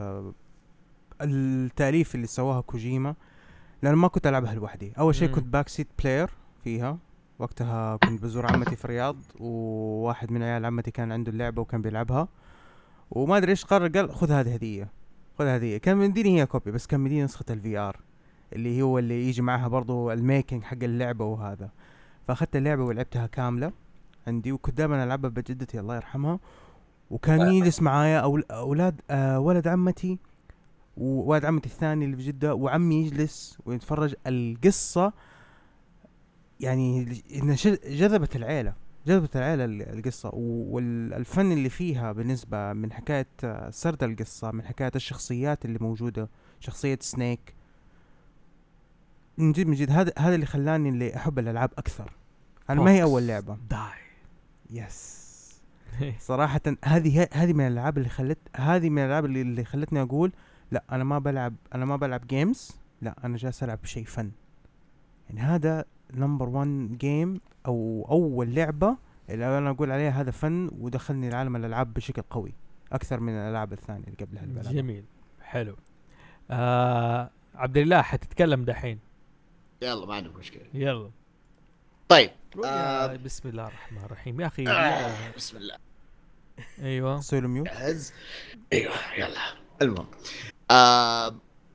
التأليف اللي سواها كوجيما لأن ما كنت ألعبها لوحدي. أول شيء كنت باك سيت بلاير فيها وقتها كنت بزور عمتي في الرياض وواحد من عيال عمتي كان عنده اللعبة وكان بيلعبها وما أدري إيش قرر قال خذ هذه هدية خذ هدية. كان مديني هي كوبي بس كان مديني نسخة الفي آر اللي هو اللي يجي معها برضو الميكينج حق اللعبة وهذا. فاخذت اللعبه ولعبتها كامله عندي وكنت دائما العبها بجدتي الله يرحمها وكان يجلس معايا اولاد آه ولد عمتي وولد عمتي الثاني اللي في جده وعمي يجلس ويتفرج القصه يعني جذبت العيله جذبت العيله القصه والفن اللي فيها بالنسبه من حكايه سرد القصه من حكايه الشخصيات اللي موجوده شخصيه سنيك من جد من جد هذا هذا اللي خلاني اللي احب الالعاب اكثر. انا ما هي اول لعبه داي يس صراحه هذه هذه من الالعاب اللي خلت هذه من الالعاب اللي, اللي خلتني اقول لا انا ما بلعب انا ما بلعب جيمز لا انا جالس العب شيء فن. يعني هذا نمبر واحد جيم او اول لعبه اللي انا اقول عليها هذا فن ودخلني العالم الالعاب بشكل قوي اكثر من الالعاب الثانيه اللي قبلها اللي بلعبها. جميل حلو. آه عبد الله حتتكلم دحين. يلا ما عندك مشكلة. يلا. طيب. آه بسم الله الرحمن الرحيم يا أخي. آه بسم الله. أيوة. سوي له ميوت. جاهز. أيوة يلا. المهم آه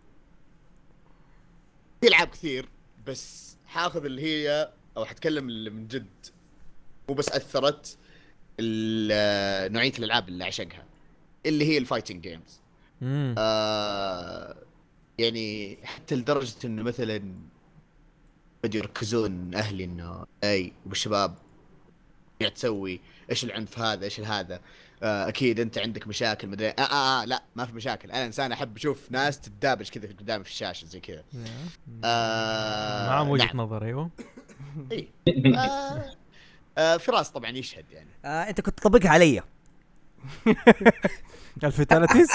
في العاب كثير بس حاخذ اللي هي او حتكلم اللي من جد مو بس اثرت نوعيه الالعاب اللي اعشقها اللي هي الفايتنج جيمز. آه يعني حتى لدرجه انه مثلا بدي يركزون اهلي انه اي والشباب قاعد تسوي ايش العنف هذا ايش هذا آه اكيد انت عندك مشاكل مدري آه, آه, اه لا ما في مشاكل انا انسان احب اشوف ناس تتدابش كذا قدامي في الشاشه زي كذا آه مع وجهه نعم. نظر ايوه اي آه آه فراس طبعا يشهد يعني آه انت كنت تطبقها علي الفتالتيس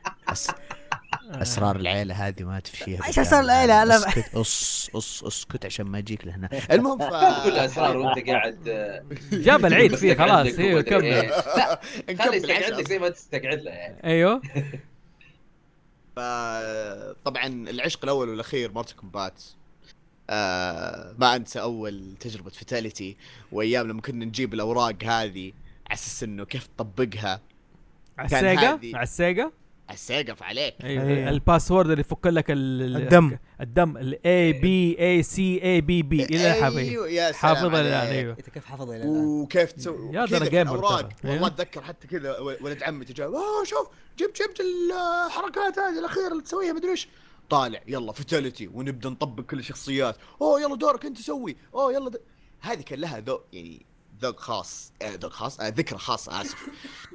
اسرار العيله هذه ما تفشيها. ايش اسرار العيله؟ انا اسكت اس اس اسكت عشان ما اجيك لهنا. المهم ف كل اسرار وانت قاعد جاب العيد فيه خلاص. ايوه كمل. لا خلي يستقعد لك زي ما تستقعد له يعني. ايوه طبعا العشق الاول والاخير مارتل كومبات. آه ما انسى اول تجربه فيتاليتي وايام لما كنا نجيب الاوراق هذه على اساس انه كيف تطبقها على السيجا على السيجا السيقف عليك. أيوة. أيوة. الباسورد اللي يفك لك الدم الدم ال A B A C A B B الى حافظ. ايوه يا سلام حافظها الان. ايوه انت كيف حافظها الان وكيف تسوي يا ده جيمر والله أيوه. اتذكر حتى كذا ولد عمي تجا اوه شوف جبت جبت الحركات هذه الاخيره اللي تسويها مدري ايش طالع يلا فيتاليتي ونبدا نطبق كل الشخصيات. اوه يلا دورك انت سوي. اوه يلا د... هذه كان لها ذوق يعني ذوق خاص آه ذوق خاص آه ذكرى خاصه اسف.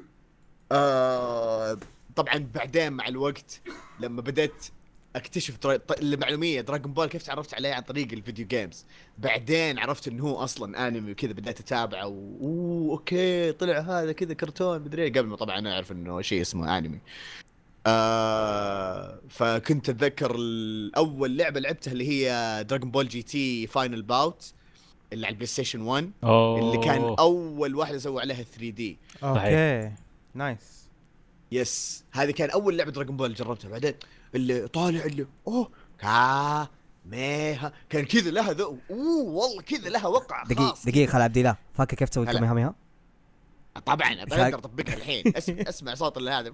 آه طبعا بعدين مع الوقت لما بدأت اكتشف طر... المعلوميه دراغون بول كيف تعرفت عليه عن طريق الفيديو جيمز. بعدين عرفت انه هو اصلا انمي وكذا بدأت اتابعه و... اوه اوكي طلع هذا كذا كرتون مدري قبل ما طبعا انا اعرف انه شيء اسمه انمي. آه فكنت اتذكر اول لعبه لعبتها اللي هي دراغون بول جي تي فاينل باوت اللي على البلاي ستيشن واحد أوه. اللي كان اول واحده سووا عليها ثري دي. اوكي نايس يس هذه كان اول لعبه دراغون بول جربتها. بعدين اللي طالع اللي اوه كا ميها كان كذا لها ذو اوه والله كذا لها وقع خاص. دقيقه دقيقه خل عبد الله فاكر كيف تسوي الكاميهاميها؟ طبعا اقدر اطبقها الحين. اسمع اسمع صوت اللي هذا.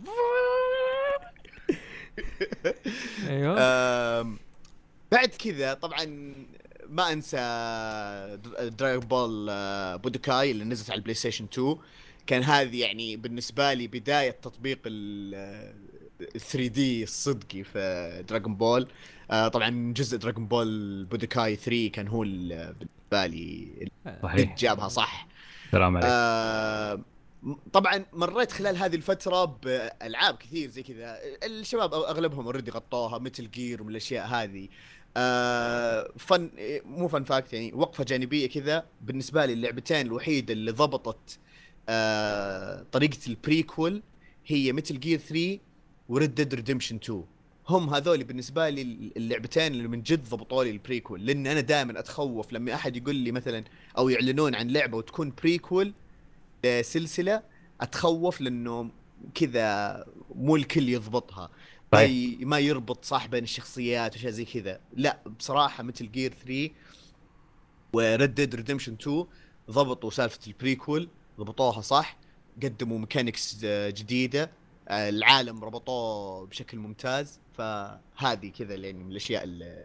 ايوه بعد كذا طبعا ما انسى دراغون بول بودوكاي اللي نزلت على البلاي ستيشن اثنين. كان هذه يعني بالنسبه لي بدايه تطبيق ال ثري دي الصدقي في دراغون بول. آه طبعا جزء دراغون بول بودوكاي ثري كان هو بالنسبه لي صحيح جابها صح. سلام عليك. آه طبعا مريت خلال هذه الفتره بالعاب كثير زي كذا الشباب اغلبهم اوريدي غطوها مثل جير ومن الاشياء هذه. آه فن مو فن فاكت يعني وقفه جانبيه كذا بالنسبه لي اللعبتين الوحيده اللي ضبطت آه طريقه البريكول هي مثل جير ثري وريد ديد ريديمشن تو. هم هذول بالنسبه لي اللعبتين اللي من جد ضبطوا لي البريكول. لان انا دائما اتخوف لما احد يقول لي مثلا او يعلنون عن لعبه وتكون بريكول سلسله اتخوف لانه كذا مو الكل يضبطها ما ما يربط صح بين الشخصيات وشيء زي كذا. لا بصراحه مثل جير ثري وريد ديد ريديمشن تو ضبطوا سالفه البريكول ضبطوها صح. قدموا ميكانيكس جديده العالم ربطوه بشكل ممتاز. فهذه كذا يعني من الاشياء اللي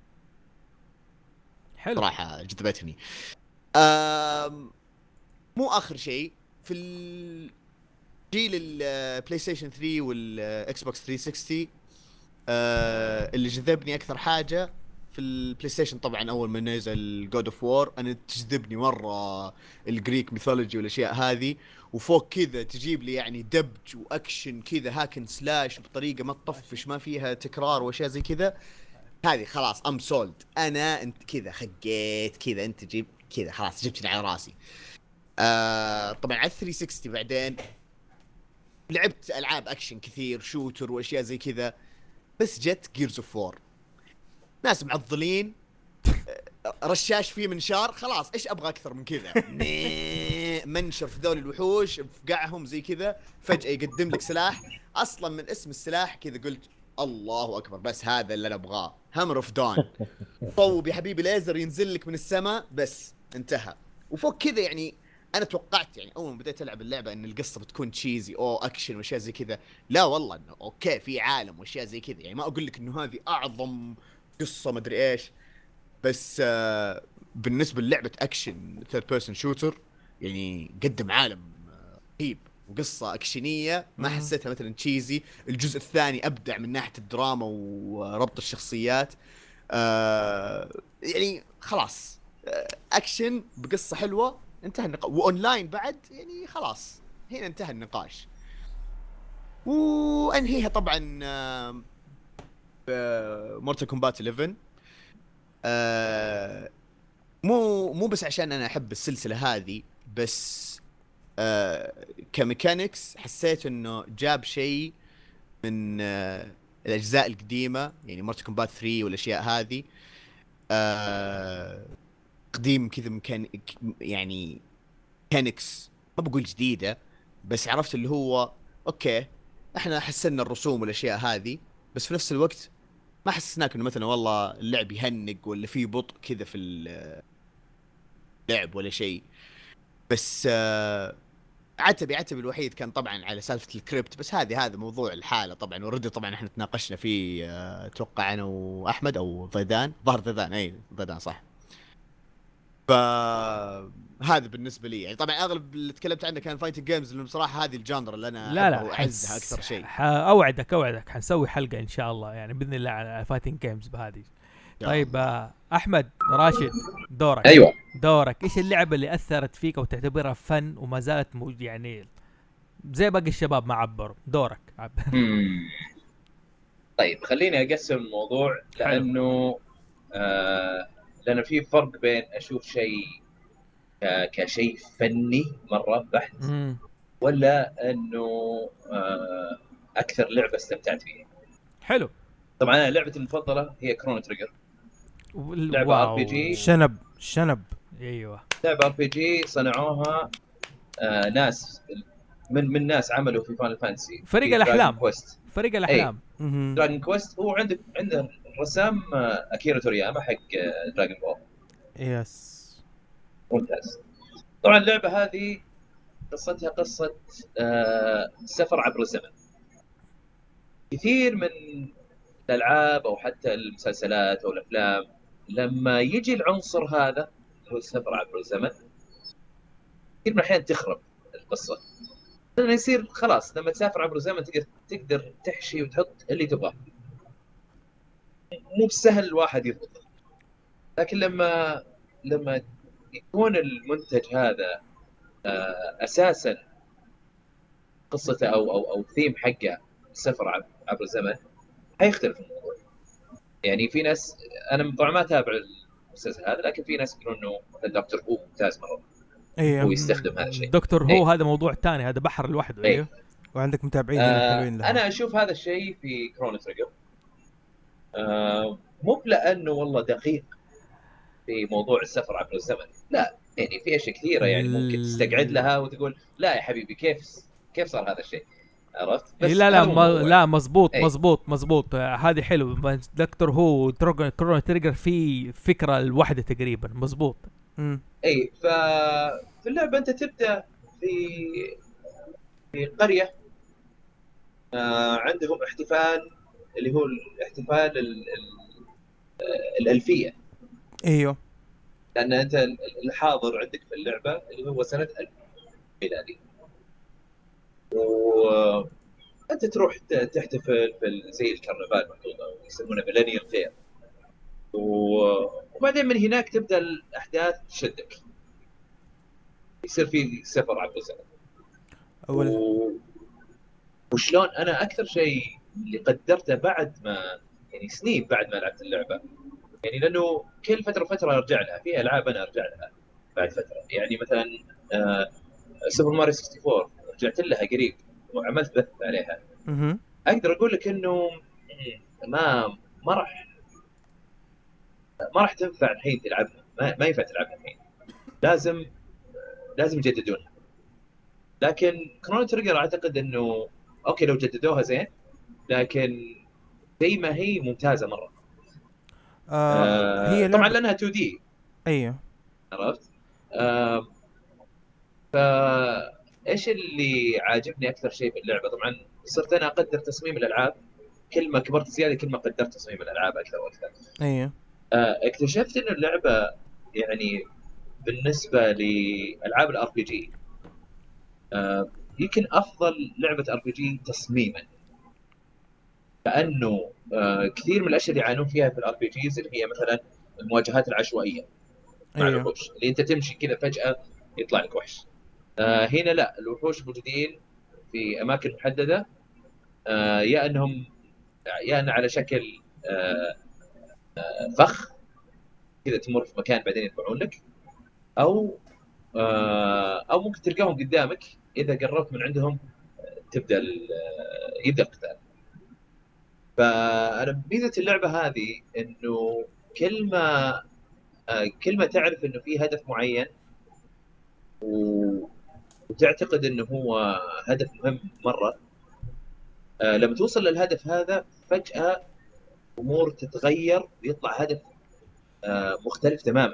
حلو صراحه جذبتني. مو اخر شيء في الجيل البلاي ستيشن ثري والاكس بوكس ثري سيكستي آه اللي جذبني اكثر حاجه في البلاي ستيشن طبعا اول ما نزل جود اوف وور. انا تجذبني مره الجريك ميثولوجي والاشياء هذه وفوق كذا تجيب لي يعني دبج واكشن كذا هاكن سلاش بطريقه ما تطفش ما فيها تكرار واشياء زي كذا. هذه خلاص ام سولد انا انت كذا خقيت كذا انت جيب كذا خلاص جبتني على راسي. آه طبعا على ثري سيكستي بعدين لعبت العاب اكشن كثير شوتر واشياء زي كذا. بس جت جيرز اوف وور ناس معضلين رشاش فيه منشار خلاص ايش ابغى اكثر من كذا. منشر في ذول الوحوش بفقعهم زي كذا فجأة يقدم لك سلاح اصلا من اسم السلاح كذا قلت الله اكبر بس هذا اللي انا ابغاه. هامر اوف دون طوب يا حبيبي ليزر ينزل لك من السماء بس انتهى. وفوق كذا يعني انا توقعت يعني اول ما بديت العب اللعبه ان القصه بتكون تشيزي او اكشن واشياء زي كذا. لا والله انه اوكي في عالم واشياء زي كذا، يعني ما اقول لك انه هذه اعظم قصه مدري ايش، بس آه بالنسبه للعبه اكشن ثيرد بيرسون شوتر يعني قدم عالم رهيب وقصه اكشنيه ما حسيتها مثلا تشيزي. الجزء الثاني ابدع من ناحيه الدراما وربط الشخصيات. آه يعني خلاص آه اكشن بقصه حلوه انتهى النقاش، واونلاين بعد يعني خلاص هنا انتهى النقاش. وانهيها طبعا آه مورتال كومبات إحدى عشر. آه مو مو بس عشان انا احب السلسله هذه، بس آه كميكانيكس حسيت انه جاب شيء من آه الاجزاء القديمه، يعني مورتال كومبات ثلاثة والاشياء هذه. آه قديم كذا مكان يعني ميكانيكس ما بقول جديده، بس عرفت اللي هو اوكي احنا حسنا الرسوم والاشياء هذه، بس في نفس الوقت ما حسسناك انه مثلا والله اللعب يهنق ولا في بطء كذا في اللعب ولا شيء. بس آه عتبي عتبي الوحيد كان طبعا على سالفه الكريبت، بس هذه هذا موضوع الحاله طبعا، ورد طبعا احنا تناقشنا فيه آه اتوقع انا واحمد او ضيدان، ظهر ضيدان اي ضيدان صح. فهذا بالنسبه لي يعني طبعا اغلب اللي تكلمت عنه كان فايتنج جيمز، اللي بصراحه هذه الجانر اللي انا لا لا اعزها اكثر شيء. اوعدك اوعدك حنسوي حلقه ان شاء الله يعني باذن الله على فايتنج جيمز بهذه. طيب آه احمد راشد دورك. ايوه دورك، ايش اللعبه اللي اثرت فيك وتعتبرها فن وما زالت موجوده يعني زي باقي الشباب ما عبروا؟ دورك. طيب خليني اقسم الموضوع لانه آه لأنه في فرق بين أشوف شيء كشيء فني مرة بحت مم. ولا أنه آه أكثر لعبة استمتعت فيها. حلو. طبعا أنا لعبتي المفضلة هي كرونو تريجر، لعبة ار بي جي شنب شنب ايوه لعبة ار بي جي صنعوها آه ناس من من ناس عملوا في فاينل فانتسي فريق الأحلام فريق الأحلام دراجون كويست. هو عندك عنده رسام اكيرا تورياما حق دراجون بول. يس ممتاز. طبعا اللعبه هذه قصتها قصه آه سفر عبر الزمن. كثير من الالعاب او حتى المسلسلات او الافلام لما يجي العنصر هذا هو السفر عبر الزمن كثير من الاحيان تخرب القصه، لانه يصير خلاص لما تسافر عبر الزمن تقدر تقدر تحشي وتحط اللي تبغاه، مو بسهل الواحد يضبط. لكن لما لما يكون المنتج هذا اساسا قصته او او او ثيم حقه السفر عبر الزمن هيختلف الموضوع. يعني في ناس انا طبعا ما اتابع المسلسل هذا، لكن في ناس يقولون انه دكتور هو ممتاز مره. ايوه هو يستخدم هذا الشيء. دكتور هو هذا موضوع ثاني، هذا بحر لوحده. ايوه وعندك متابعين آه حلوين له. انا اشوف هذا الشيء في كرونو تريجر آه مو لانه والله دقيق في موضوع السفر عبر الزمن، لا يعني في اشياء كثيره يعني ممكن تستقعد لها وتقول لا يا حبيبي كيف كيف صار هذا الشيء، عرفت؟ بس لا لا ما لا مزبوط أي. مزبوط مزبوط آه هذه حلو. دكتور هو كرونو تريجر في فكره الوحده تقريبا مزبوط. امم اي ففي اللعبه انت تبدا في في قريه آه عندهم احتفال اللي هو الاحتفال ال... ال... الالفيه. ايوه لان انت الحاضر عندك في اللعبه اللي هو سنه ألف ميلادي، وانت تروح تحتفل في زي الكرنفال محطوطه يسمونه ميلينيوم فير، وبعدين من هناك تبدا الاحداث تشدك، يصير في سفر عبر الزمن. أول... و... وشلون انا اكثر شيء اللي قدرته بعد ما يعني سنين بعد ما لعبت اللعبه، يعني لانه كل فتره فتره ارجع لها، في العاب انا ارجع لها بعد فتره، يعني مثلا آه سوبر ماريو أربعة وستين رجعت لها قريب وعملت بث عليها. اها اقدر اقول لك انه ما ما راح ما راح تنفع الحين تلعبها، ما, ما ينفع تلعبها الحين، لازم لازم يجددونها. لكن كرونو تريجر اعتقد انه اوكي لو جددوها زين، لكن زي ما هي ممتازه مره. آه آه هي طبعا لعبة... لانها تو دي. ايوه عرفت. آه فايش اللي عاجبني اكثر شيء في اللعبه؟ طبعا صرت انا اقدر تصميم الالعاب، كل ما كبرت زياده كل ما قدرت تصميم الالعاب اكثر واكثر. ايوه آه، اكتشفت انه اللعبه يعني بالنسبه لالعاب الار بي جي يمكن افضل لعبه ار بي جي تصميما، لانه آه، كثير من الاشياء اللي يعانون فيها في الار بي جيز اللي هي مثلا المواجهات العشوائيه مع أيوه. الوحوش، اللي انت تمشي كذا فجاه يطلع لك وحش. آه، هنا لا، الوحوش موجودين في اماكن محدده، آه، يا انهم يا انه على شكل آه، آه، فخ كذا تمر في مكان بعدين يطلعون لك، او آه، او ممكن تلقاهم قدامك اذا قربت من عندهم تبدا ال- آه، يبدا القتال. فانا ميزه اللعبه هذه انه كل ما آه، كل ما تعرف انه في هدف معين و- وتعتقد انه هو هدف مهم مره، آه، لما توصل للهدف هذا فجاه امور تتغير ويطلع هدف آه، مختلف تماما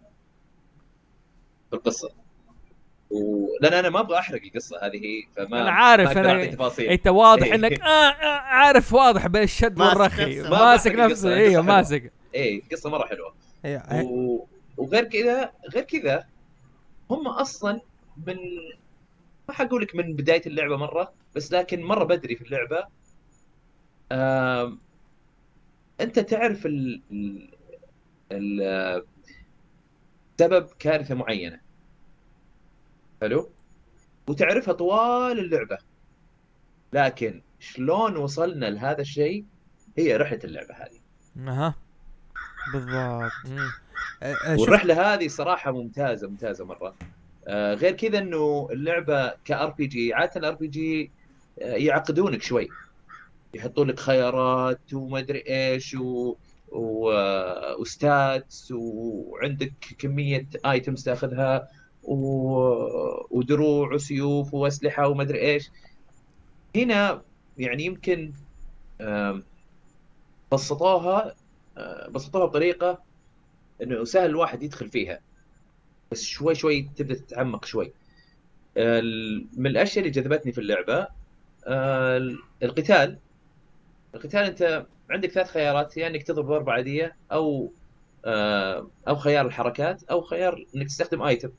في القصه. ولان انا ما ابغى احرق القصه هذه، فما انا عارف ما أقدر انا أعطي تفاصيل. انت واضح إيه. انك آه آه عارف، واضح بين الشد ماسك والرخي، نفسه. ماسك ما نفسه. القصة- ايوه القصة ماسك. ايه القصه مره حلوه. أيوه. و... وغير كذا غير كذا هم اصلا من ما حقول لك من بدايه اللعبه مره، بس لكن مره بدري في اللعبه آم... انت تعرف ال... ال... ال... سبب كارثه معينه، حلو، وتعرفها طوال اللعبه، لكن شلون وصلنا لهذا الشيء هي رحله اللعبه هذه. اها بالضبط. مم. أه، أه، شوف والرحله هذه صراحه ممتازه ممتازه مره. آه غير كذا انه اللعبه كار بي جي، عاده الار بي جي يعقدونك شوي، يحطون لك خيارات وما ادري ايش و... و... وستاتس، وعندك كميه ايتمز تاخذها و... ودروع وسيوف واسلحه وما ادري ايش. هنا يعني يمكن آم، بسطوها آه، بسطوها بطريقه انه سهل الواحد يدخل فيها، بس شوي شوي تبدا تتعمق شوي. ال- من الاشياء اللي جذبتني في اللعبه آه، القتال. القتال انت عندك ثلاث خيارات، يا يعني انك تضرب ضربه عاديه، او آه، او خيار الحركات، او خيار انك تستخدم ايتم.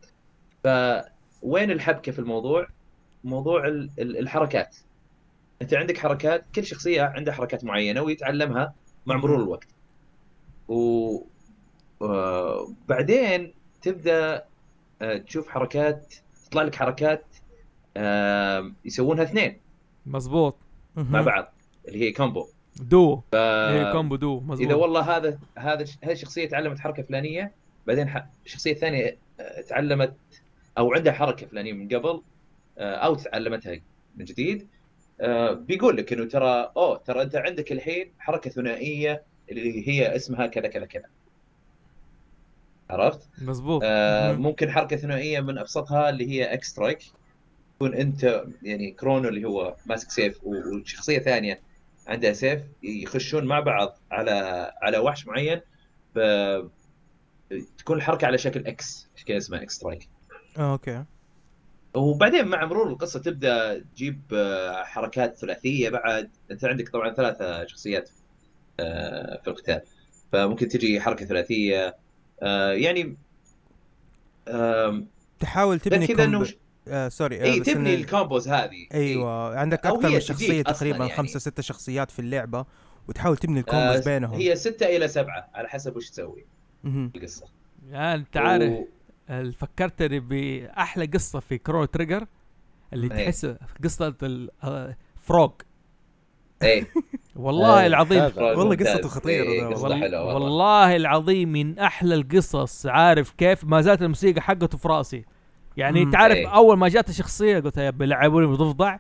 فوين الحبكه في الموضوع؟ موضوع ال- ال- الحركات. انت عندك حركات، كل شخصيه عندها حركات معينه ويتعلمها مع مرور الوقت، وبعدين تبدا آه، تشوف حركات، تطلع لك حركات آه، يسوونها اثنين مظبوط مع بعض اللي هي كومبو دو. ف... ايه كومبو دو مظبوط. اذا والله هذا هذا هذه الشخصيه تعلمت حركه فلانيه، بعدين ح... الشخصيه الثانيه آه، تعلمت او عندها حركه فلانيه من قبل آه، او تعلمتها من جديد، آه، بيقول لك انه ترى اوه ترى انت عندك الحين حركه ثنائيه اللي هي اسمها كذا كذا كذا، عرفت؟ مظبوط. آه مم. ممكن حركه ثنائيه من ابسطها اللي هي اكس سترايك، يكون انت يعني كرونو اللي هو ماسك سيف وشخصيه ثانيه عندها سيف، يخشون مع بعض على على وحش معين، ب... تكون الحركه على شكل اكس، عشان كذا اسمها اكس سترايك. اوكي. وبعدين مع مرور القصه تبدا تجيب آه، حركات ثلاثيه. بعد انت عندك طبعا ثلاثه شخصيات آه، في القتال، فممكن تجي حركه ثلاثيه آه، يعني آم، تحاول غير تبني كذا انه كومب... ش- آه سوري آه اي بس تبني إنه- الكومبوز هذه. ايوه عندك أو اكثر هي من تجيك شخصيه أصلاً تقريبا يعني. خمسة ستة شخصيات في اللعبه، وتحاول تبني آه، الكومبوز بينهم. هي ستة الى سبعة على حسب وش تسوي مهم. القصه. يعني انت عارف و... ال- فكرتني باحلى قصه في كرونو تريجر، اللي إيه. تحس قصه الفروغ. ايه والله إيه، العظيم هذا. والله ممتاز. قصته خطيرة إيه، ده قصته وال- حلوه والله. والله العظيم من احلى القصص. عارف كيف ما زالت الموسيقى حقته في راسي، يعني مم. انت عارف إيه. اول ما جات الشخصيه قلت يا بيلعبوني بضفدع.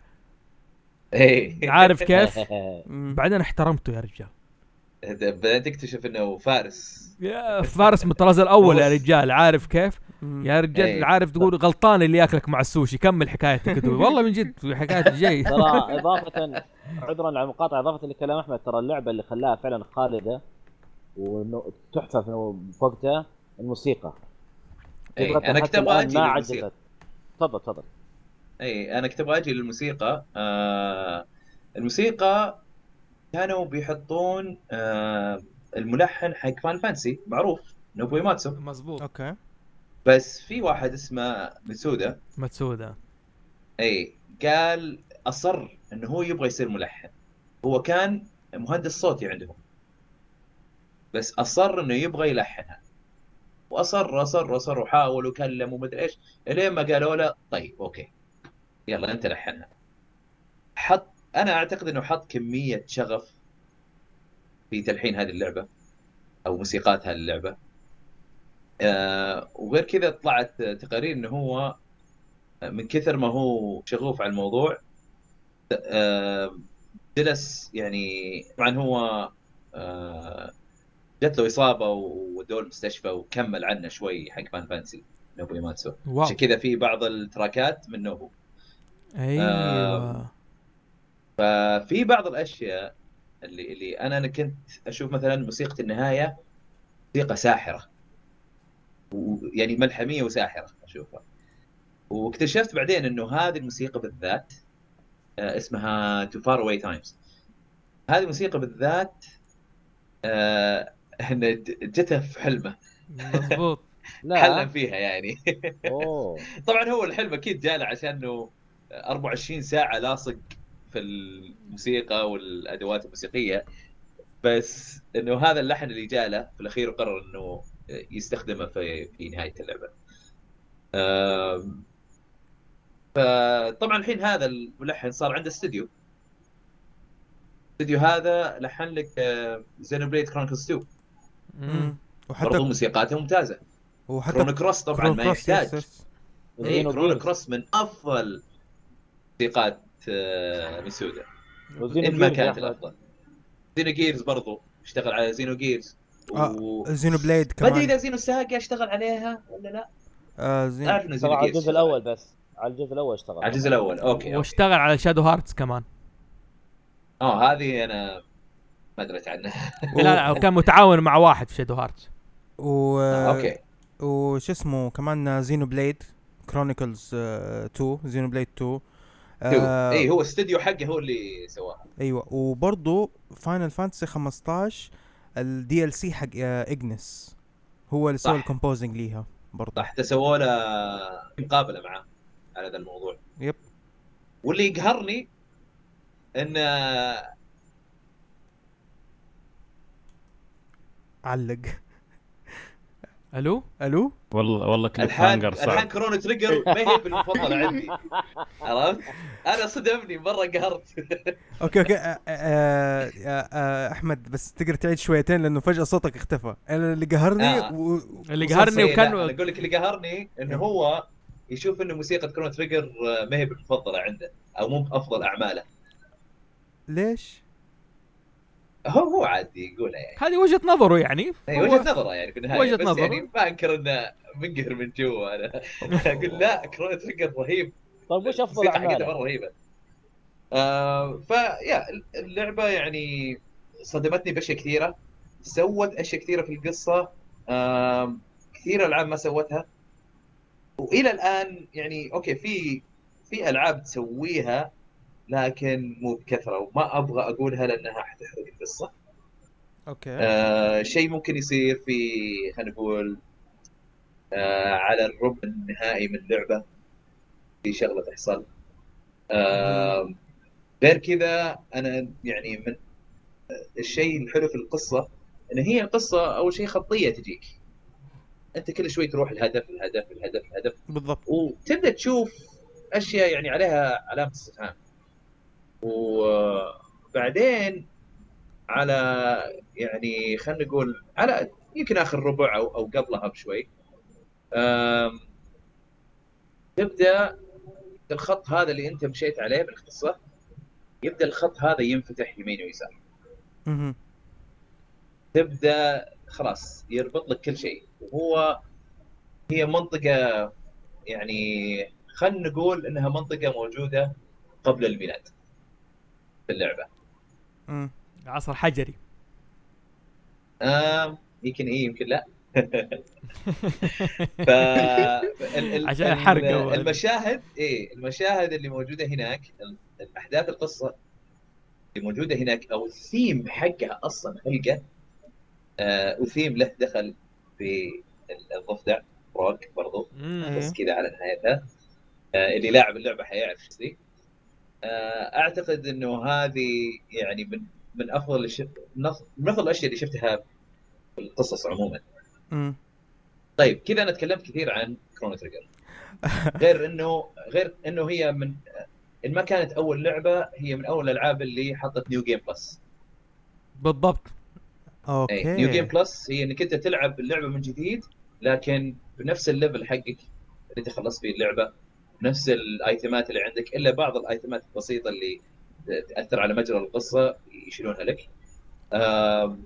ايه عارف كيف؟ مم. بعدين احترمته يا رجال، بدأت تكتشف انه فارس. يا فارس من الطراز الاول يا بص. رجال. عارف كيف؟ مم. يا رجال إيه. عارف تقول غلطان اللي ياكلك مع السوشي. كمل حكايتك كده. والله من جد في حكايه جاي. ترى اضافه، عذرا على المقاطعه، اضافه لكلام احمد، ترى اللعبه اللي خلاها فعلا خالده وتحفه في وقتها الموسيقى. إيه، تبغى أنا حتى كنت أبغى الآن أجي ما للموسيقى. عجزت تفضل تفضل. اي انا كنت ابغى اجي للموسيقى. آه الموسيقى كانوا بيحطون آه الملحن حق فان فانسي معروف نوبو ايماتسو. مزبوط. اوكي. بس في واحد اسمه متسودا متسودا اي قال اصر انه هو يبغى يصير ملحن. هو كان مهندس صوتي عندهم بس اصر انه يبغى يلحنها واصر اصر اصر وحاول وكلم ومدري ايش الين ما قالوا له طيب اوكي يلا انت لحنها. حط انا اعتقد انه حط كميه شغف في تلحين هذه اللعبه او موسيقات هذه اللعبه. آه وغير كذا طلعت تقارير انه هو من كثر ما هو شغوف على الموضوع آه جلس يعني طبعا هو آه جت له اصابه ودول المستشفى وكمل عنه شوي حق فان فانسي نوبو ايماتسو. عشان كذا في بعض التراكات من نوبو. ايوه. آه ففي بعض الاشياء اللي اللي انا انا كنت اشوف مثلا موسيقى النهايه موسيقى ساحره ويعني ملحميه وساحره اشوفها. واكتشفت بعدين انه هذه الموسيقى بالذات آه اسمها تو فار اواي تايمز. هذه الموسيقى بالذات آه احنا جتها في حلمه. مضبوط. حلم فيها يعني. اوه طبعا هو الحلم اكيد جاله عشانه أربعة وعشرين ساعه لاصق في الموسيقى والادوات الموسيقيه بس انه هذا اللحن اللي جاله في الاخير وقرر انه يستخدمه في في نهايه اللعبه. فطبعا الحين هذا الملحن صار عنده استوديو. الاستوديو هذا لحن لك زينوبليد كرونيكلز تو. امم وحتى برضو موسيقاته ممتازه. وحتى كرونو كروس طبعا كرونو ما كروس، يحتاج. يس يس. اي كرونو كروس من افضل موسيقات ميسودا ان ما كانت الافضل. زينو جيرز برضو اشتغل على زينو جيرز و... آه زينو بليد ما كمان. ادري اذا زينو ساجا اشتغل عليها ولا لا. آه زينو اعرف انه اشتغل زينو على جيرز الجزء الاول بس على الجزء الاول اشتغل على الجزء الاول. اوكي, أوكي. واشتغل على شادو هارتس كمان. اه هذه انا ما دريت عنها. لا لا كان متعاون مع واحد في شادو هارتس. و آه، اوكي. وش اسمه كمان زينو بليد كرونيكلز تو زينو بليد تو. آه اي هو استوديو حقه هو اللي سواها. ايوه وبرضه فاينل فانتسي خمستاشر الدي ال سي حق اجنس هو اللي سوى الكومبوزنج ليها برضه. حتى سووا له مقابله معاه على هذا الموضوع. يب. واللي يقهرني ان علق. الو الو والله والله كليب الحان هانجر صعب. الحان كرونو تريجر ما هي بالمفضله عندي. عرفت انا صدمني مره قهرت. اوكي اوكي آه آه آه احمد بس تقدر تعيد شويتين لانه فجاه صوتك اختفى. انا اللي قهرني آه. و... اللي قهرني وكان انا اقول لك اللي قهرني انه هو يشوف انه موسيقى كرونو تريجر ما هي بالمفضله عنده او مو بافضل اعماله. ليش؟ هو هو عادي يقولها يعني. هذه وجهة نظره يعني. اي وجهة نظره يعني في النهاية. وجهة بس نظره. يعني ما انكر انه منقهر من جوا انا. اقول لا كرونو تريجر رهيب. طيب وش افضل اعماله؟ مره رهيبه. آه فيا اللعبه يعني صدمتني باشياء كثيره. سوت اشياء كثيره في القصه آه كثير العاب ما سوتها. والى الان يعني اوكي في في العاب تسويها لكن مو بكثره وما ابغى اقولها لانها حتحرق القصه. اوكي. آه شيء ممكن يصير في خلينا نقول آه على الربع النهائي من اللعبه في شغله تحصل. آه غير كذا انا يعني من الشيء الحلو في القصه ان هي القصه اول شيء خطيه تجيك انت كل شوي تروح الهدف الهدف الهدف الهدف بالضبط. وتبدا تشوف اشياء يعني عليها علامه استفهام. وبعدين على يعني خلينا نقول على يمكن اخر ربع او او قبلها بشوي تبدا الخط هذا اللي انت مشيت عليه بالقصه يبدا الخط هذا ينفتح يمين ويسار. اها تبدا خلاص يربط لك كل شيء. وهو هي منطقه يعني خلينا نقول انها منطقه موجوده قبل الميلاد في اللعبه. امم عصر حجري. آه يمكن ايه يمكن لا. ف ال- ال- عشان ال- الحرق أول. المشاهد ايه المشاهد اللي موجوده هناك، ال- الاحداث القصه اللي موجوده هناك، او الثيم حقها اصلا حلقه آه وثيم له دخل في الضفدع روك برضو، مم. بس كذا على نهايتها. آه اللي لاعب اللعبه حيعرف ايش ذي. آه اعتقد انه هذه يعني من من افضل الش... من افضل الاشياء اللي شفتها في القصص عموما. مم. طيب كذا انا تكلمت كثير عن كرونو تريجر. غير انه غير انه هي من ان ما كانت اول لعبه، هي من اول الالعاب اللي حطت نيو جيم بلس. بالضبط. اوكي. نيو جيم بلس هي انك انت تلعب اللعبه من جديد، لكن بنفس الليفل حقك اللي انت خلصت فيه اللعبه، نفس الايتمات اللي عندك، الا بعض الايتمات البسيطه اللي تاثر على مجرى القصه يشيلونها لك. آم،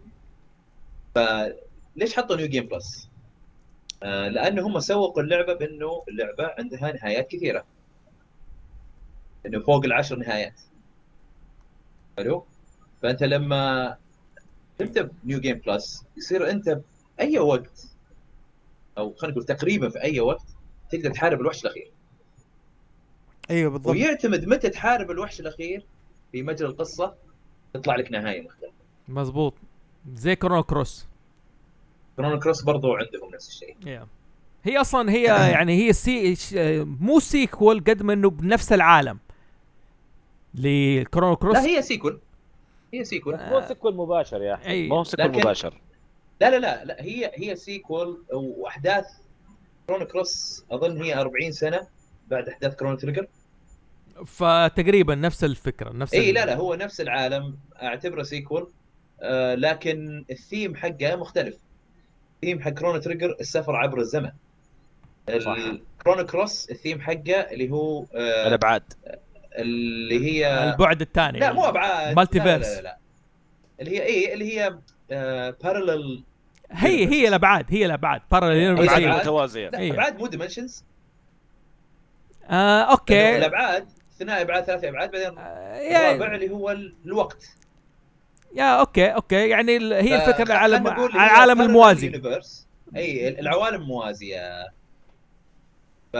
فليش حطوا نيو جيم بلس؟ آه، لانه هم سوقوا اللعبه بانه اللعبه عندها نهايات كثيره، انه فوق العشر نهايات. حلو. فانت لما تبدا نيو جيم بلس يصير انت باي وقت، او خلينا نقول تقريبا في اي وقت، تقدر تحارب الوحش الاخير. ايوه بالضبط. ويعتمد متى تحارب الوحش الاخير في مجرى القصه تطلع لك نهايه مختلفه. مزبوط. زي كرونو كروس. كرونو كروس برضو عندهم نفس الشيء. yeah. هي اصلا هي يعني هي سي مو سيكول قد ما انه بنفس العالم لكرونو كروس. لا هي سيكول، هي سيكول. مو سيكول مباشر يا احمد، أي. مو سيكول لكن- مباشر. لا لا لا لا هي هي سيكول. واحداث كرونو كروس اظن هي أربعين سنه بعد احداث كرونو تريجر. فتقريبا نفس الفكره نفس اي ال- لا لا هو نفس العالم، اعتبره سيكول. آه لكن الثيم حقه مختلف. الثيم حق كرونو تريجر السفر عبر الزمن. الكرونو كروس الثيم حقه اللي هو آه الابعاد اللي هي البعد الثاني. لا مو ابعاد، مالتي لا لا, فيرس. لا, لا. اللي هي ايه اللي هي بارلل. هي هي الابعاد هي الابعاد باراليل أبعاد يونيفرس. أبعاد. متوازيه. لا إيه. ابعاد مو ديمنشنز. آه اوكي. الابعاد ثنائي ابعاد ثلاثي ابعاد، بعدين آه يا, الرابع اللي هو ال- الوقت. يا اوكي اوكي يعني ال- هي ف- الفكره على خلنا نقول هي على العالم parallel الموازي. universe. اي العوالم موازيه. ف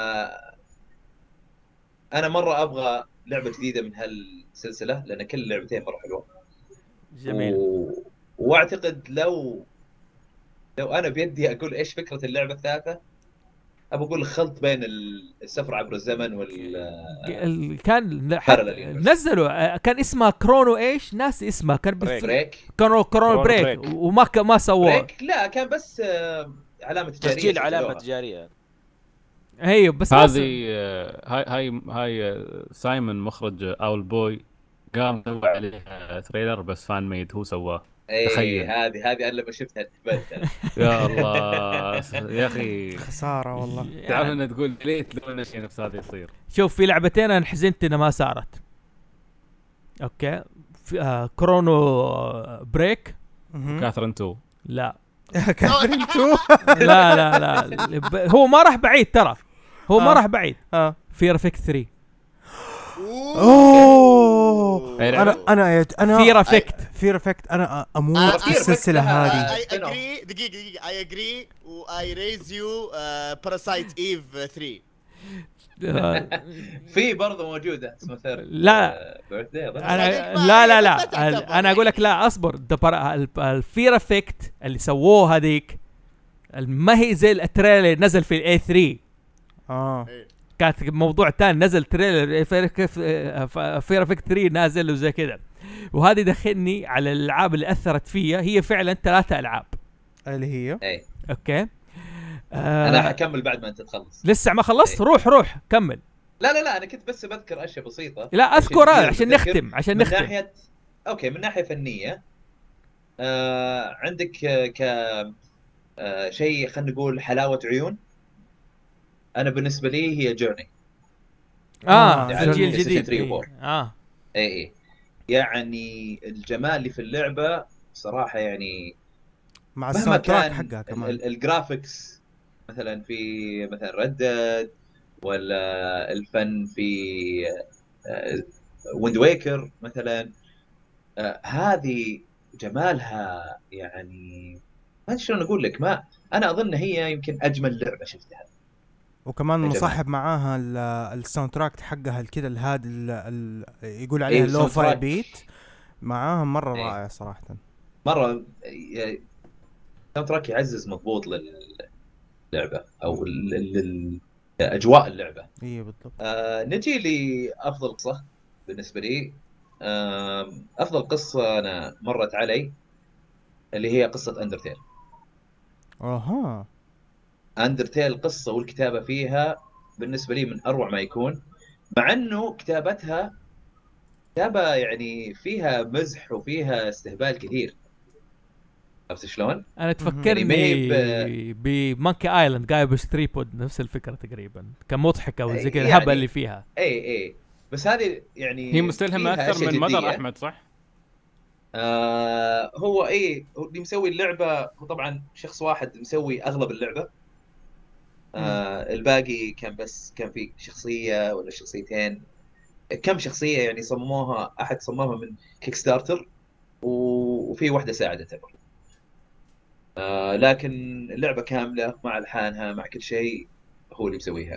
انا مره ابغى لعبه جديده من هالسلسله، لان كل اللعبتين مره حلوه. جميل. و... واعتقد لو لو انا بيدي اقول ايش فكره اللعبه الثالثه، ابى اقول خلط بين السفر عبر الزمن وال ال- كان Parallel universe. نزلوا آه، كان اسمها كرونو ايش ناس اسمها كان بف... بريك. كرونو كرونو كرونو بريك, بريك. وما ك... ما سووه. بريك لا كان بس آه، علامه تجاريه. تسجيل علامه سجلوها. تجاريه. هي بس ما هذه آه، هاي هاي هاي آه، سايمون مخرج اول بوي قام سوى عليها تريلر بس فان ميد هو سواه. تخيل. ايه هذه هذه انا لما شفتها تقبلت أنا. يا الله يا اخي خساره والله. تعرف انك تقول ليت لو ان شيء نفس هذا يصير. شوف في لعبتين انا حزنت انها ما صارت. اوكي في آه كرونو آه، بريك. مهم. كاثرين تو لا كاثرين تو. لا لا لا ب- هو ما راح بعيد ترى. هو ما آه. راح بعيد. اه في افكت ثري. اوه أي انا انا انا في افكت. في افكت انا اموت آه، في Fear السلسله Effect هذه. اي اجري دقيقه دقيقه اي اجري واي ريز يو باراسايت ايف ثري. في برضه موجوده اسمها ثيرد. لا. بيرثداي انا لا لا لا ال- انا اقول لك لا اصبر. الفير افكت اللي سووه هذيك ما هي زي التريلر اللي نزل في الاي ثري. اه كانت موضوع ثاني. نزل تريلر فير افكت ثري نازل وزي كذا. وهذه دخلني على الالعاب اللي اثرت فيها. هي فعلا ثلاثه العاب. اللي هي اي اوكي آه انا حكمل بعد ما انت تخلص. لسه ما خلصت. إيه. روح روح كمل. لا لا لا انا كنت بس بذكر اشياء بسيطه. لا اذكر أشياء عشان بذكر نختم عشان من نختم. ناحيه اوكي من ناحيه فنيه. آه عندك آه، ك آه شيء خلينا نقول حلاوه عيون. انا بالنسبه لي هي جيرني. اه يعني الجيل PlayStation الجديد. ثري إيه. وفور. اه اي اي يعني الجمال اللي في اللعبه صراحه يعني مع مهما الساوند تراك كان حقها ال- كمان. ال- الجرافيكس مثلا في مثلا ردد، ولا الفن في ويند ويكر مثلا. آه، هذه جمالها يعني ما شلون اقول لك، ما انا اظن هي يمكن اجمل لعبه شفتها. وكمان يا مصاحب معاها ال- الساوند تراك حقها كده الهادي ال- ال- يقول عليها إيه، اللو الساوند فاي تراك. بيت معاها مره إيه. رائع صراحه. مره الساوند تراك يعزز مضبوط للعبه او ال- ال- ال- اجواء اللعبه. اي بالضبط. آه نجي لافضل قصه بالنسبه لي. آه افضل قصه انا مرت علي اللي هي قصه اندرتيل. اها اندرتيل القصه والكتابه فيها بالنسبه لي من اروع ما يكون، مع انه كتابتها كتابه يعني فيها مزح وفيها استهبال كثير. عرفت شلون؟ انا تفكرني بمونكي ايلاند جايب ستريبود، نفس الفكره تقريبا، كان مضحكه وزي كذا الهبل اللي فيها. اي اي بس هذه يعني هي مستلهمه اكثر من مدر احمد صح؟ آه هو ايه هو اللي مسوي اللعبه، هو طبعا شخص واحد مسوي اغلب اللعبه. آه الباقي كان بس كان في شخصيه ولا شخصيتين، كم شخصيه يعني صمموها، احد صممها من كيك ستارتر وفي واحده ساعدته. آه لكن اللعبه كامله مع الحانها مع كل شيء هو اللي مسويها.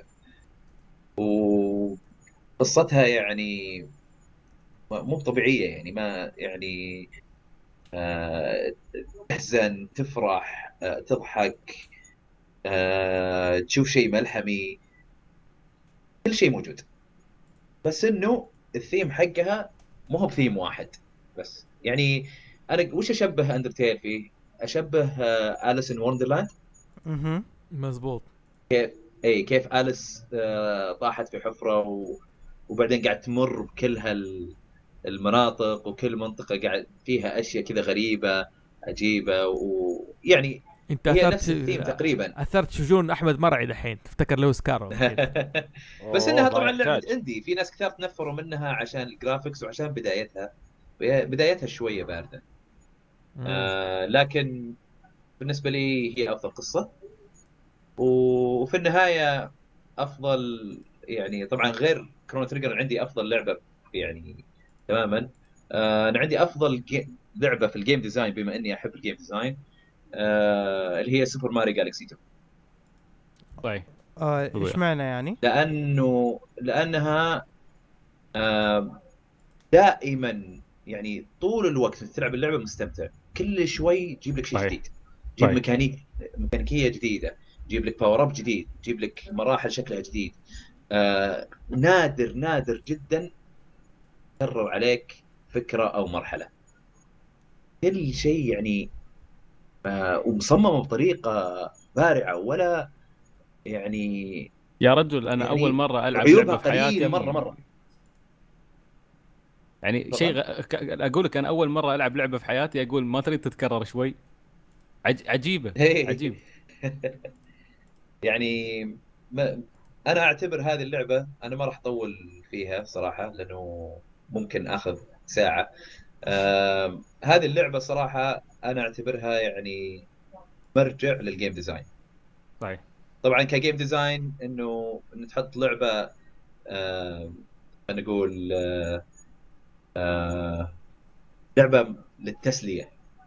وقصتها يعني مو طبيعيه، يعني ما يعني آه تحزن، تفرح، آه تضحك، آه تشوف شيء ملحمي، كل شيء موجود. بس انه الثيم حقها مو هو بثيم واحد بس. يعني انا وش اشبه اندرتيل فيه؟ اشبه آه أليس إن وندرلاند. اها مزبوط. كيف اي كيف أليس آه طاحت في حفره و... وبعدين قاعد تمر بكل هال المناطق، وكل منطقه قاعد فيها اشياء كذا غريبه عجيبه، ويعني انت هي اثرت نفس الثيم تقريبا. اثرت شجون احمد مرعي دحين، تفتكر لويس كارول. بس انها طبعا لعبه اندي، في ناس كثار تنفروا منها عشان الجرافيكس وعشان بدايتها بدايتها شويه بارده. آه لكن بالنسبه لي هي افضل قصه، وفي النهايه افضل يعني طبعا غير كرونو تريجر عندي افضل لعبه يعني تماما. آه انا عندي افضل لعبه في الجيم ديزاين بما اني احب الجيم ديزاين، آه اللي هي سوبر ماريو جالكسي تو. طيب ايش معنى يعني؟ لانه لانها آه دائما يعني طول الوقت تلعب اللعبه مستمتع، كل شوي تجيب لك شيء جديد، تجيب ميكانيك ميكانيكيه جديده، تجيب لك باور اب جديد، تجيب لك مراحل شكلها جديد. آه نادر نادر جدا كرر عليك فكره او مرحله، كل شيء يعني آه ومصممه بطريقه بارعه، ولا يعني يا رجل انا يعني اول مره العب عيوبها لعبه في حياتي مره مره يعني شيء غ... اقول لك انا اول مره العب لعبه في حياتي اقول ما تريد تتكرر شوي. عج... عجيبه عجيب. يعني ما... انا اعتبر هذه اللعبه انا ما راح اطول فيها صراحه لانه ممكن اخذ ساعه. آه... هذه اللعبه صراحه انا اعتبرها يعني مرجع للجيم ديزاين. صحيح. طبعا كجيم ديزاين انه ان تحط لعبه آه... نقول آه... آه... لعبه للتسليه،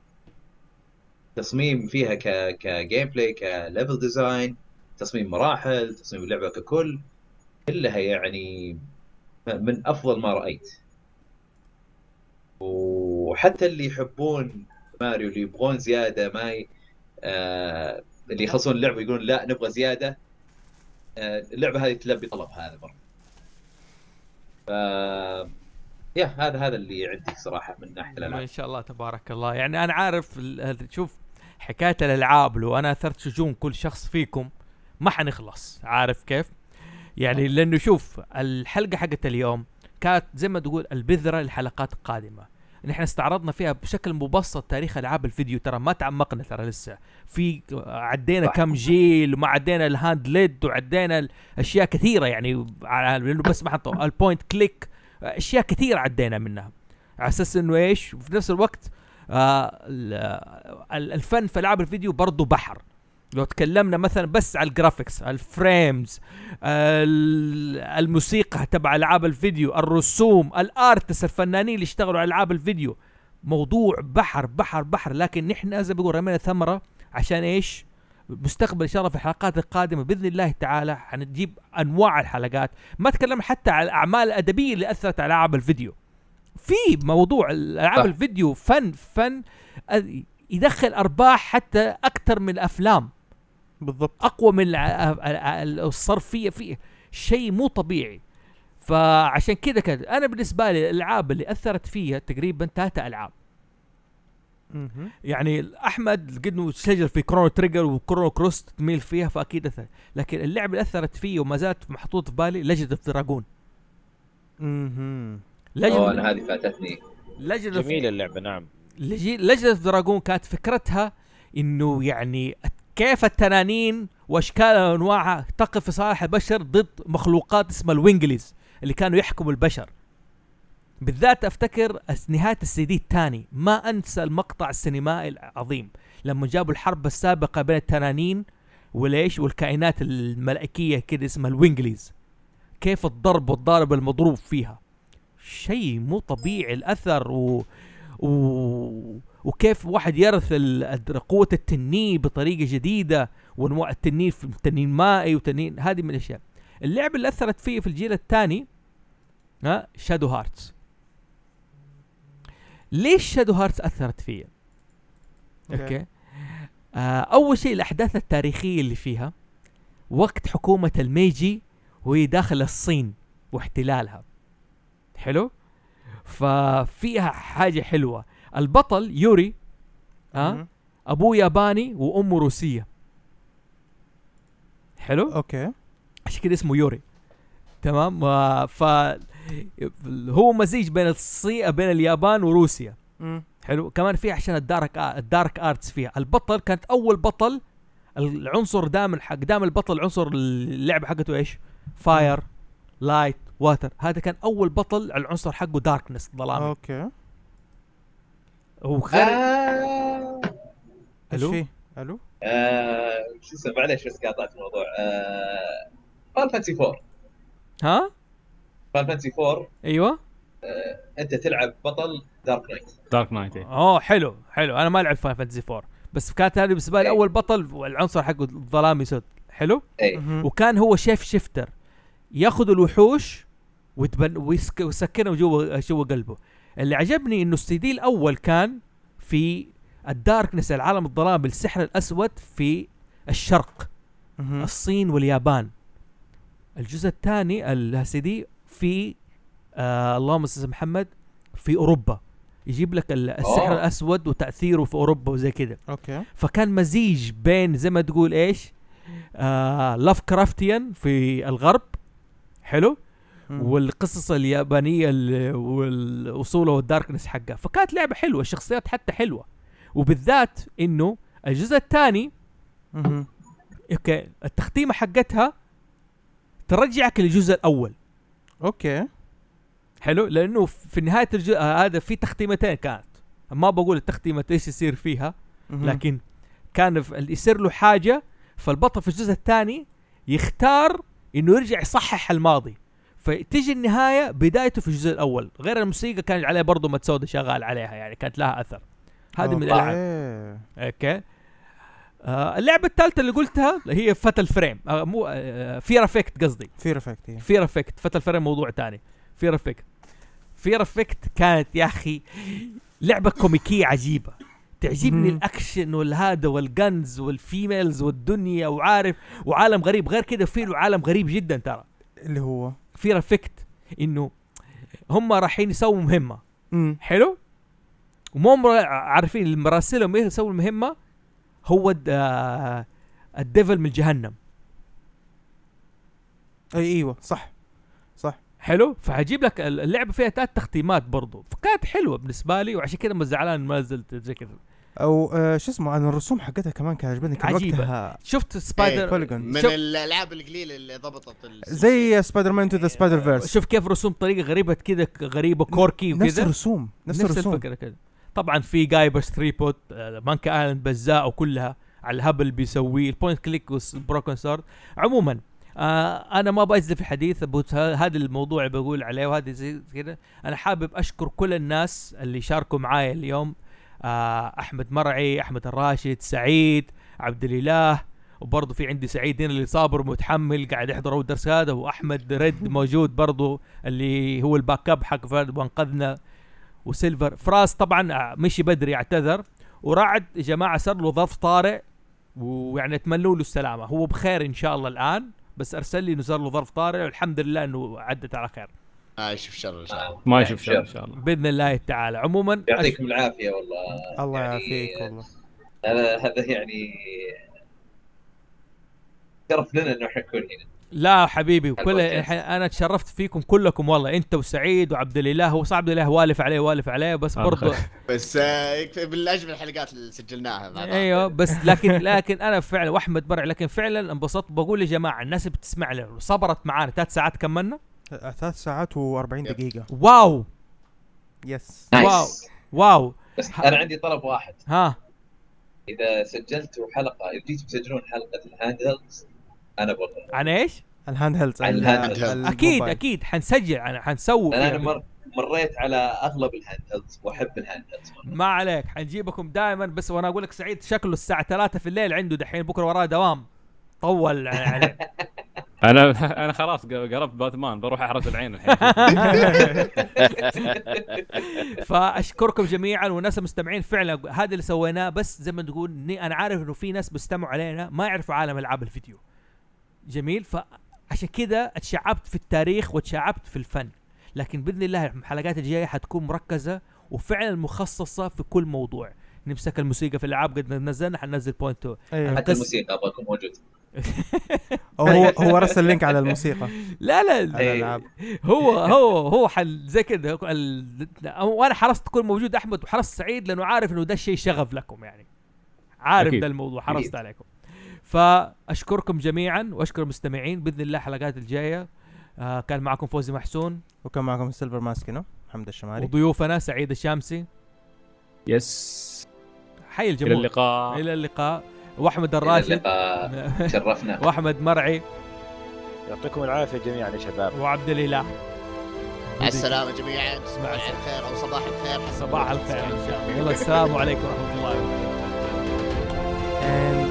تصميم فيها ك كجيم بلاي، كليفل ديزاين، تصميم مراحل، تصميم اللعبه ككل، كلها يعني من افضل ما رايت. وحتى اللي يحبون ماريو اللي يبغون زياده ما ي... آه... اللي يخلصون اللعبه يقولون لا نبغى زياده، آه... اللعبه هذه تلبي طلب هذا مره. ف يا هذا هذا اللي عندي صراحه من ناحيه الالعاب. ما شاء الله تبارك الله. يعني انا عارف شوف حكايه الالعاب، لو انا اثرت شجون كل شخص فيكم ما حنخلص، عارف كيف يعني؟ لانه شوف الحلقه حقت اليوم كانت زي ما تقول البذره للحلقات القادمه. نحن استعرضنا فيها بشكل مبسط تاريخ العاب الفيديو، ترى ما تعمقنا، ترى لسه في عدينا كم جيل وما عدينا الهاند ليد وعدينا اشياء كثيره يعني، لانه بس ما حطوا البوينت كليك، اشياء كثيره عدينا منها على اساس انه ايش. وفي نفس الوقت آه الفن في العاب الفيديو برضو بحر. لو تكلمنا مثلا بس على الجرافيكس، الفريمز، الموسيقى تبع العاب الفيديو، الرسوم، الارتس، الفنانين اللي اشتغلوا على العاب الفيديو، موضوع بحر بحر بحر. لكن نحن زي بيقول رمينا ثمره عشان ايش مستقبل ان شاء الله في الحلقات القادمه باذن الله تعالى حنجيب انواع الحلقات. ما تكلم حتى على الاعمال الادبيه اللي اثرت على العاب الفيديو. في موضوع العاب الفيديو فن فن يدخل ارباح حتى اكثر من الافلام بالضبط، اقوى من الصرفيه فيه، شيء مو طبيعي. فعشان كذا كان انا بالنسبه لي الالعاب اللي اثرت فيها تقريبا ثلاثه العاب. يعني احمد قد سجل في كرونو تريجر وكرونو كروس تميل فيها فاكيد اثر، لكن اللعبه اللي اثرت فيه وما زالت محطوط في بالي ليجند اوف دراجون. اها اوه انا هذه فاتتني. جميله اللعبه. نعم ليجند اوف دراجون كانت فكرتها انه يعني كيف التنانين واشكالها وانواعها تقف في صالح البشر ضد مخلوقات اسمها الوينجليز اللي كانوا يحكموا البشر. بالذات افتكر نهايه السي دي الثاني ما انسى المقطع السينمائي العظيم لما جابوا الحرب السابقه بين التنانين وليش والكائنات الملائكيه كده اسمها الوينجليز، كيف الضرب والضارب المضروب فيها شيء مو طبيعي الاثر و... و... وكيف واحد يرث ال... قوه التنين بطريقه جديده وانواع التنين في تنين مائي وتنين. هذه من الاشياء. اللعبه اللي اثرت فيه في الجيل الثاني ها شادو هارتس. ليش شادو هارتس أثرت فيها؟ أوكي. آه أول شيء الأحداث التاريخية اللي فيها وقت حكومة الميجي وهي داخل الصين واحتلالها. حلو؟ ففيها حاجة حلوة. البطل يوري آه أبوه ياباني وأمه روسية. حلو؟ أوكي. عشان كده اسمه يوري. تمام. ف هو مزيج بين الصين بين اليابان وروسيا. م. حلو. كمان فيها عشان الدارك الدارك ارتس فيها. البطل كانت اول بطل العنصر دائما حق دائما البطل عنصر اللعبه حقته ايش؟ فاير لايت واتر. هذا كان اول بطل العنصر حقه داركنس ظلام. اوكي. وغير آه... الو شي. الو آه... شو اسمه معلش بس قاطعت الموضوع. آه... فان فانتسي فور. ها فان فانتسي فور. ايوه. آه... انت تلعب بطل دارك نايت. دارك نايت. اوه حلو حلو. انا ما لعبت فان فانتسي فور بس كانت هذه بالنسبه لي اول بطل والعنصر حقه الظلامي سود. حلو. اي. وكان هو شيف شيفتر ياخذ الوحوش ويتبن ويسك... ويسكنهم جوا جوا قلبه. اللي عجبني انه السي دي الاول كان في الداركنس العالم الظلام السحر الاسود في الشرق الصين واليابان. الجزء الثاني السي دي في آه اللهم صل محمد في اوروبا يجيب لك السحر أوه. الاسود وتاثيره في اوروبا وزي كده. اوكي. فكان مزيج بين زي ما تقول ايش آه لاف كرافتيان في الغرب. حلو. مم. والقصص اليابانيه والوصوله والداركنس حقها. فكانت لعبه حلوه الشخصيات حتى حلوه وبالذات انه الجزء الثاني اوكي التختيمه حقتها ترجعك للجزء الاول. اوكي حلو. لانه في نهايه الجزء هذا في تختيمتين كانت ما بقول التختيمه ايش يصير فيها لكن كان يصير له حاجه فالبطل في الجزء الثاني يختار انه يرجع يصحح الماضي فتيجي النهايه بدايته في الجزء الاول. غير الموسيقى كان عليها برضه متسودة شغال عليها يعني كانت لها اثر. هذه من الالعاب. اوكي. آه اللعبه الثالثه اللي قلتها هي فتل فريم آه مو آه فير افكت قصدي فير افكت فير افكت فتل فريم موضوع تاني. فير افكت فير افكت كانت يا اخي لعبه كوميكيه عجيبه تعجبني. الاكشن والهذا والجنز والفيميلز والدنيا وعارف وعالم غريب. غير كده في له عالم غريب جدا ترى اللي هو فير افكت انه هم رايحين يسووا مهمه. مم. حلو. ومو عارفين المراسلهم ايه يسووا المهمه هو الديفل من جهنم. اي ايوه صح صح. حلو. فهجيب لك اللعبه فيها ثلاث تختيمات برضو فكانت حلوه بالنسبه لي وعشان كده مزعلان ما زلت زي كده. او آه شو اسمه انا الرسوم حقتها كمان كان عجبني كان وقتها. شفت سبايدر ايه من شوف الالعاب القليله اللي ضبطت زي سبايدر مان تو ذا سبايدر فيرس. شوف كيف رسوم طريقه غريبه كده غريبه كوركي وكذا نفس الرسوم نفس, نفس الرسوم الفكره كده. طبعا في جايبرز ثري بوت مانكا ايلاند بزاء وكلها على الهبل بيسويه البوينت كليك وبروكن سورد. عموما آه انا ما بأجزل في الحديث هذا الموضوع اللي بقول عليه وهذا زي كده. انا حابب اشكر كل الناس اللي شاركوا معايا اليوم. آه احمد مرعي احمد الراشد سعيد عبد الاله، وبرضه في عندي سعيد هنا اللي صابر متحمل قاعد يحضر الدرس هذا، واحمد رد موجود برضه اللي هو الباك اب حق فرد وانقذنا، وسيلفر. فراس طبعا مشي بدري اعتذر، ورعد يا جماعه صار له ظرف طارئ ويعني اتمنوا له السلامه، هو بخير ان شاء الله الان، بس ارسل لي انه صار له ظرف طارئ والحمد لله انه عدت على خير. ما يشوف شر ان شاء الله، ما يشوف شر ان شاء الله باذن الله تعالى. عموما يعطيكم العافيه والله، الله يعني يعافيك والله. هذا هذا يعني شرف لنا انه احنا نكون هنا. لا حبيبي، وكل انا تشرفت فيكم كلكم والله، انت وسعيد وعبد الاله. هو صعب الاله والف عليه والف عليه بس برضه بس يكفي بالاجمل الحلقات اللي سجلناها مع بعض. ايوه بس لكن لكن انا فعلا واحمد برع، لكن فعلا انبسطت. بقول يا جماعه الناس اللي بتسمع لنا صبرت معانا ثلاث ساعات كملنا، ثلاث ساعات وأربعين دقيقة. واو يس واو واو. بس انا عندي طلب واحد، ها اذا سجلتوا حلقه، اذا جيتوا تسجلون حلقه الهاند هيلز انا بقول عن ايش؟ الهاند هيلز. اكيد اكيد حنسجل، انا حنسوي. انا مر مريت على اغلب الهاند هيلز واحب الهاند هيلز. ما عليك، حنجيبكم دائما. بس وانا اقول لك سعيد شكله الساعه ثلاثة في الليل عنده دحين، بكره وراه دوام طول يعني. انا انا خلاص قربت باتمان، بروح احرس العين الحين. فاشكركم جميعا والناس المستمعين، فعلا هذا اللي سويناه. بس زي ما تقول انا عارف انه في ناس بيستمعوا علينا ما يعرفوا عالم العاب الفيديو جميل، فعشان كذا اتشعبت في التاريخ واتشعبت في الفن. لكن باذن الله الحلقات الجايه حتكون مركزه وفعلا مخصصه في كل موضوع. نمسك الموسيقى في الالعاب قد نزلنا حننزل بوينتو. أيوة. حتى الموسيقى ابغاكم موجود. هو هو رسل اللينك على الموسيقى. لا لا أيوة. هو هو هو حل زي كده ال... وانا حرصت تكون موجود احمد وحرصت سعيد لانه عارف انه ده الشيء شغف لكم، يعني عارف ده الموضوع حرصت أكيد. عليكم. فاشكركم جميعا واشكر المستمعين. باذن الله الحلقات الجايه. آه كان معكم فوزي محسون، وكان معكم السيلفر ماسكينو محمد الشمالي، وضيوفنا سعيد الشامسي. يس حي الجمهور. الى اللقاء. الى اللقاء. واحمد الراشد شرفنا. واحمد مرعي. يعطيكم العافيه جميعا يا شباب. وعبد الاله. مع السلامه جميعا، تصبحوا على الخير او صباح الخير. صباح الخير ان شاء الله. يلا السلام عليكم ورحمه الله وبركاته.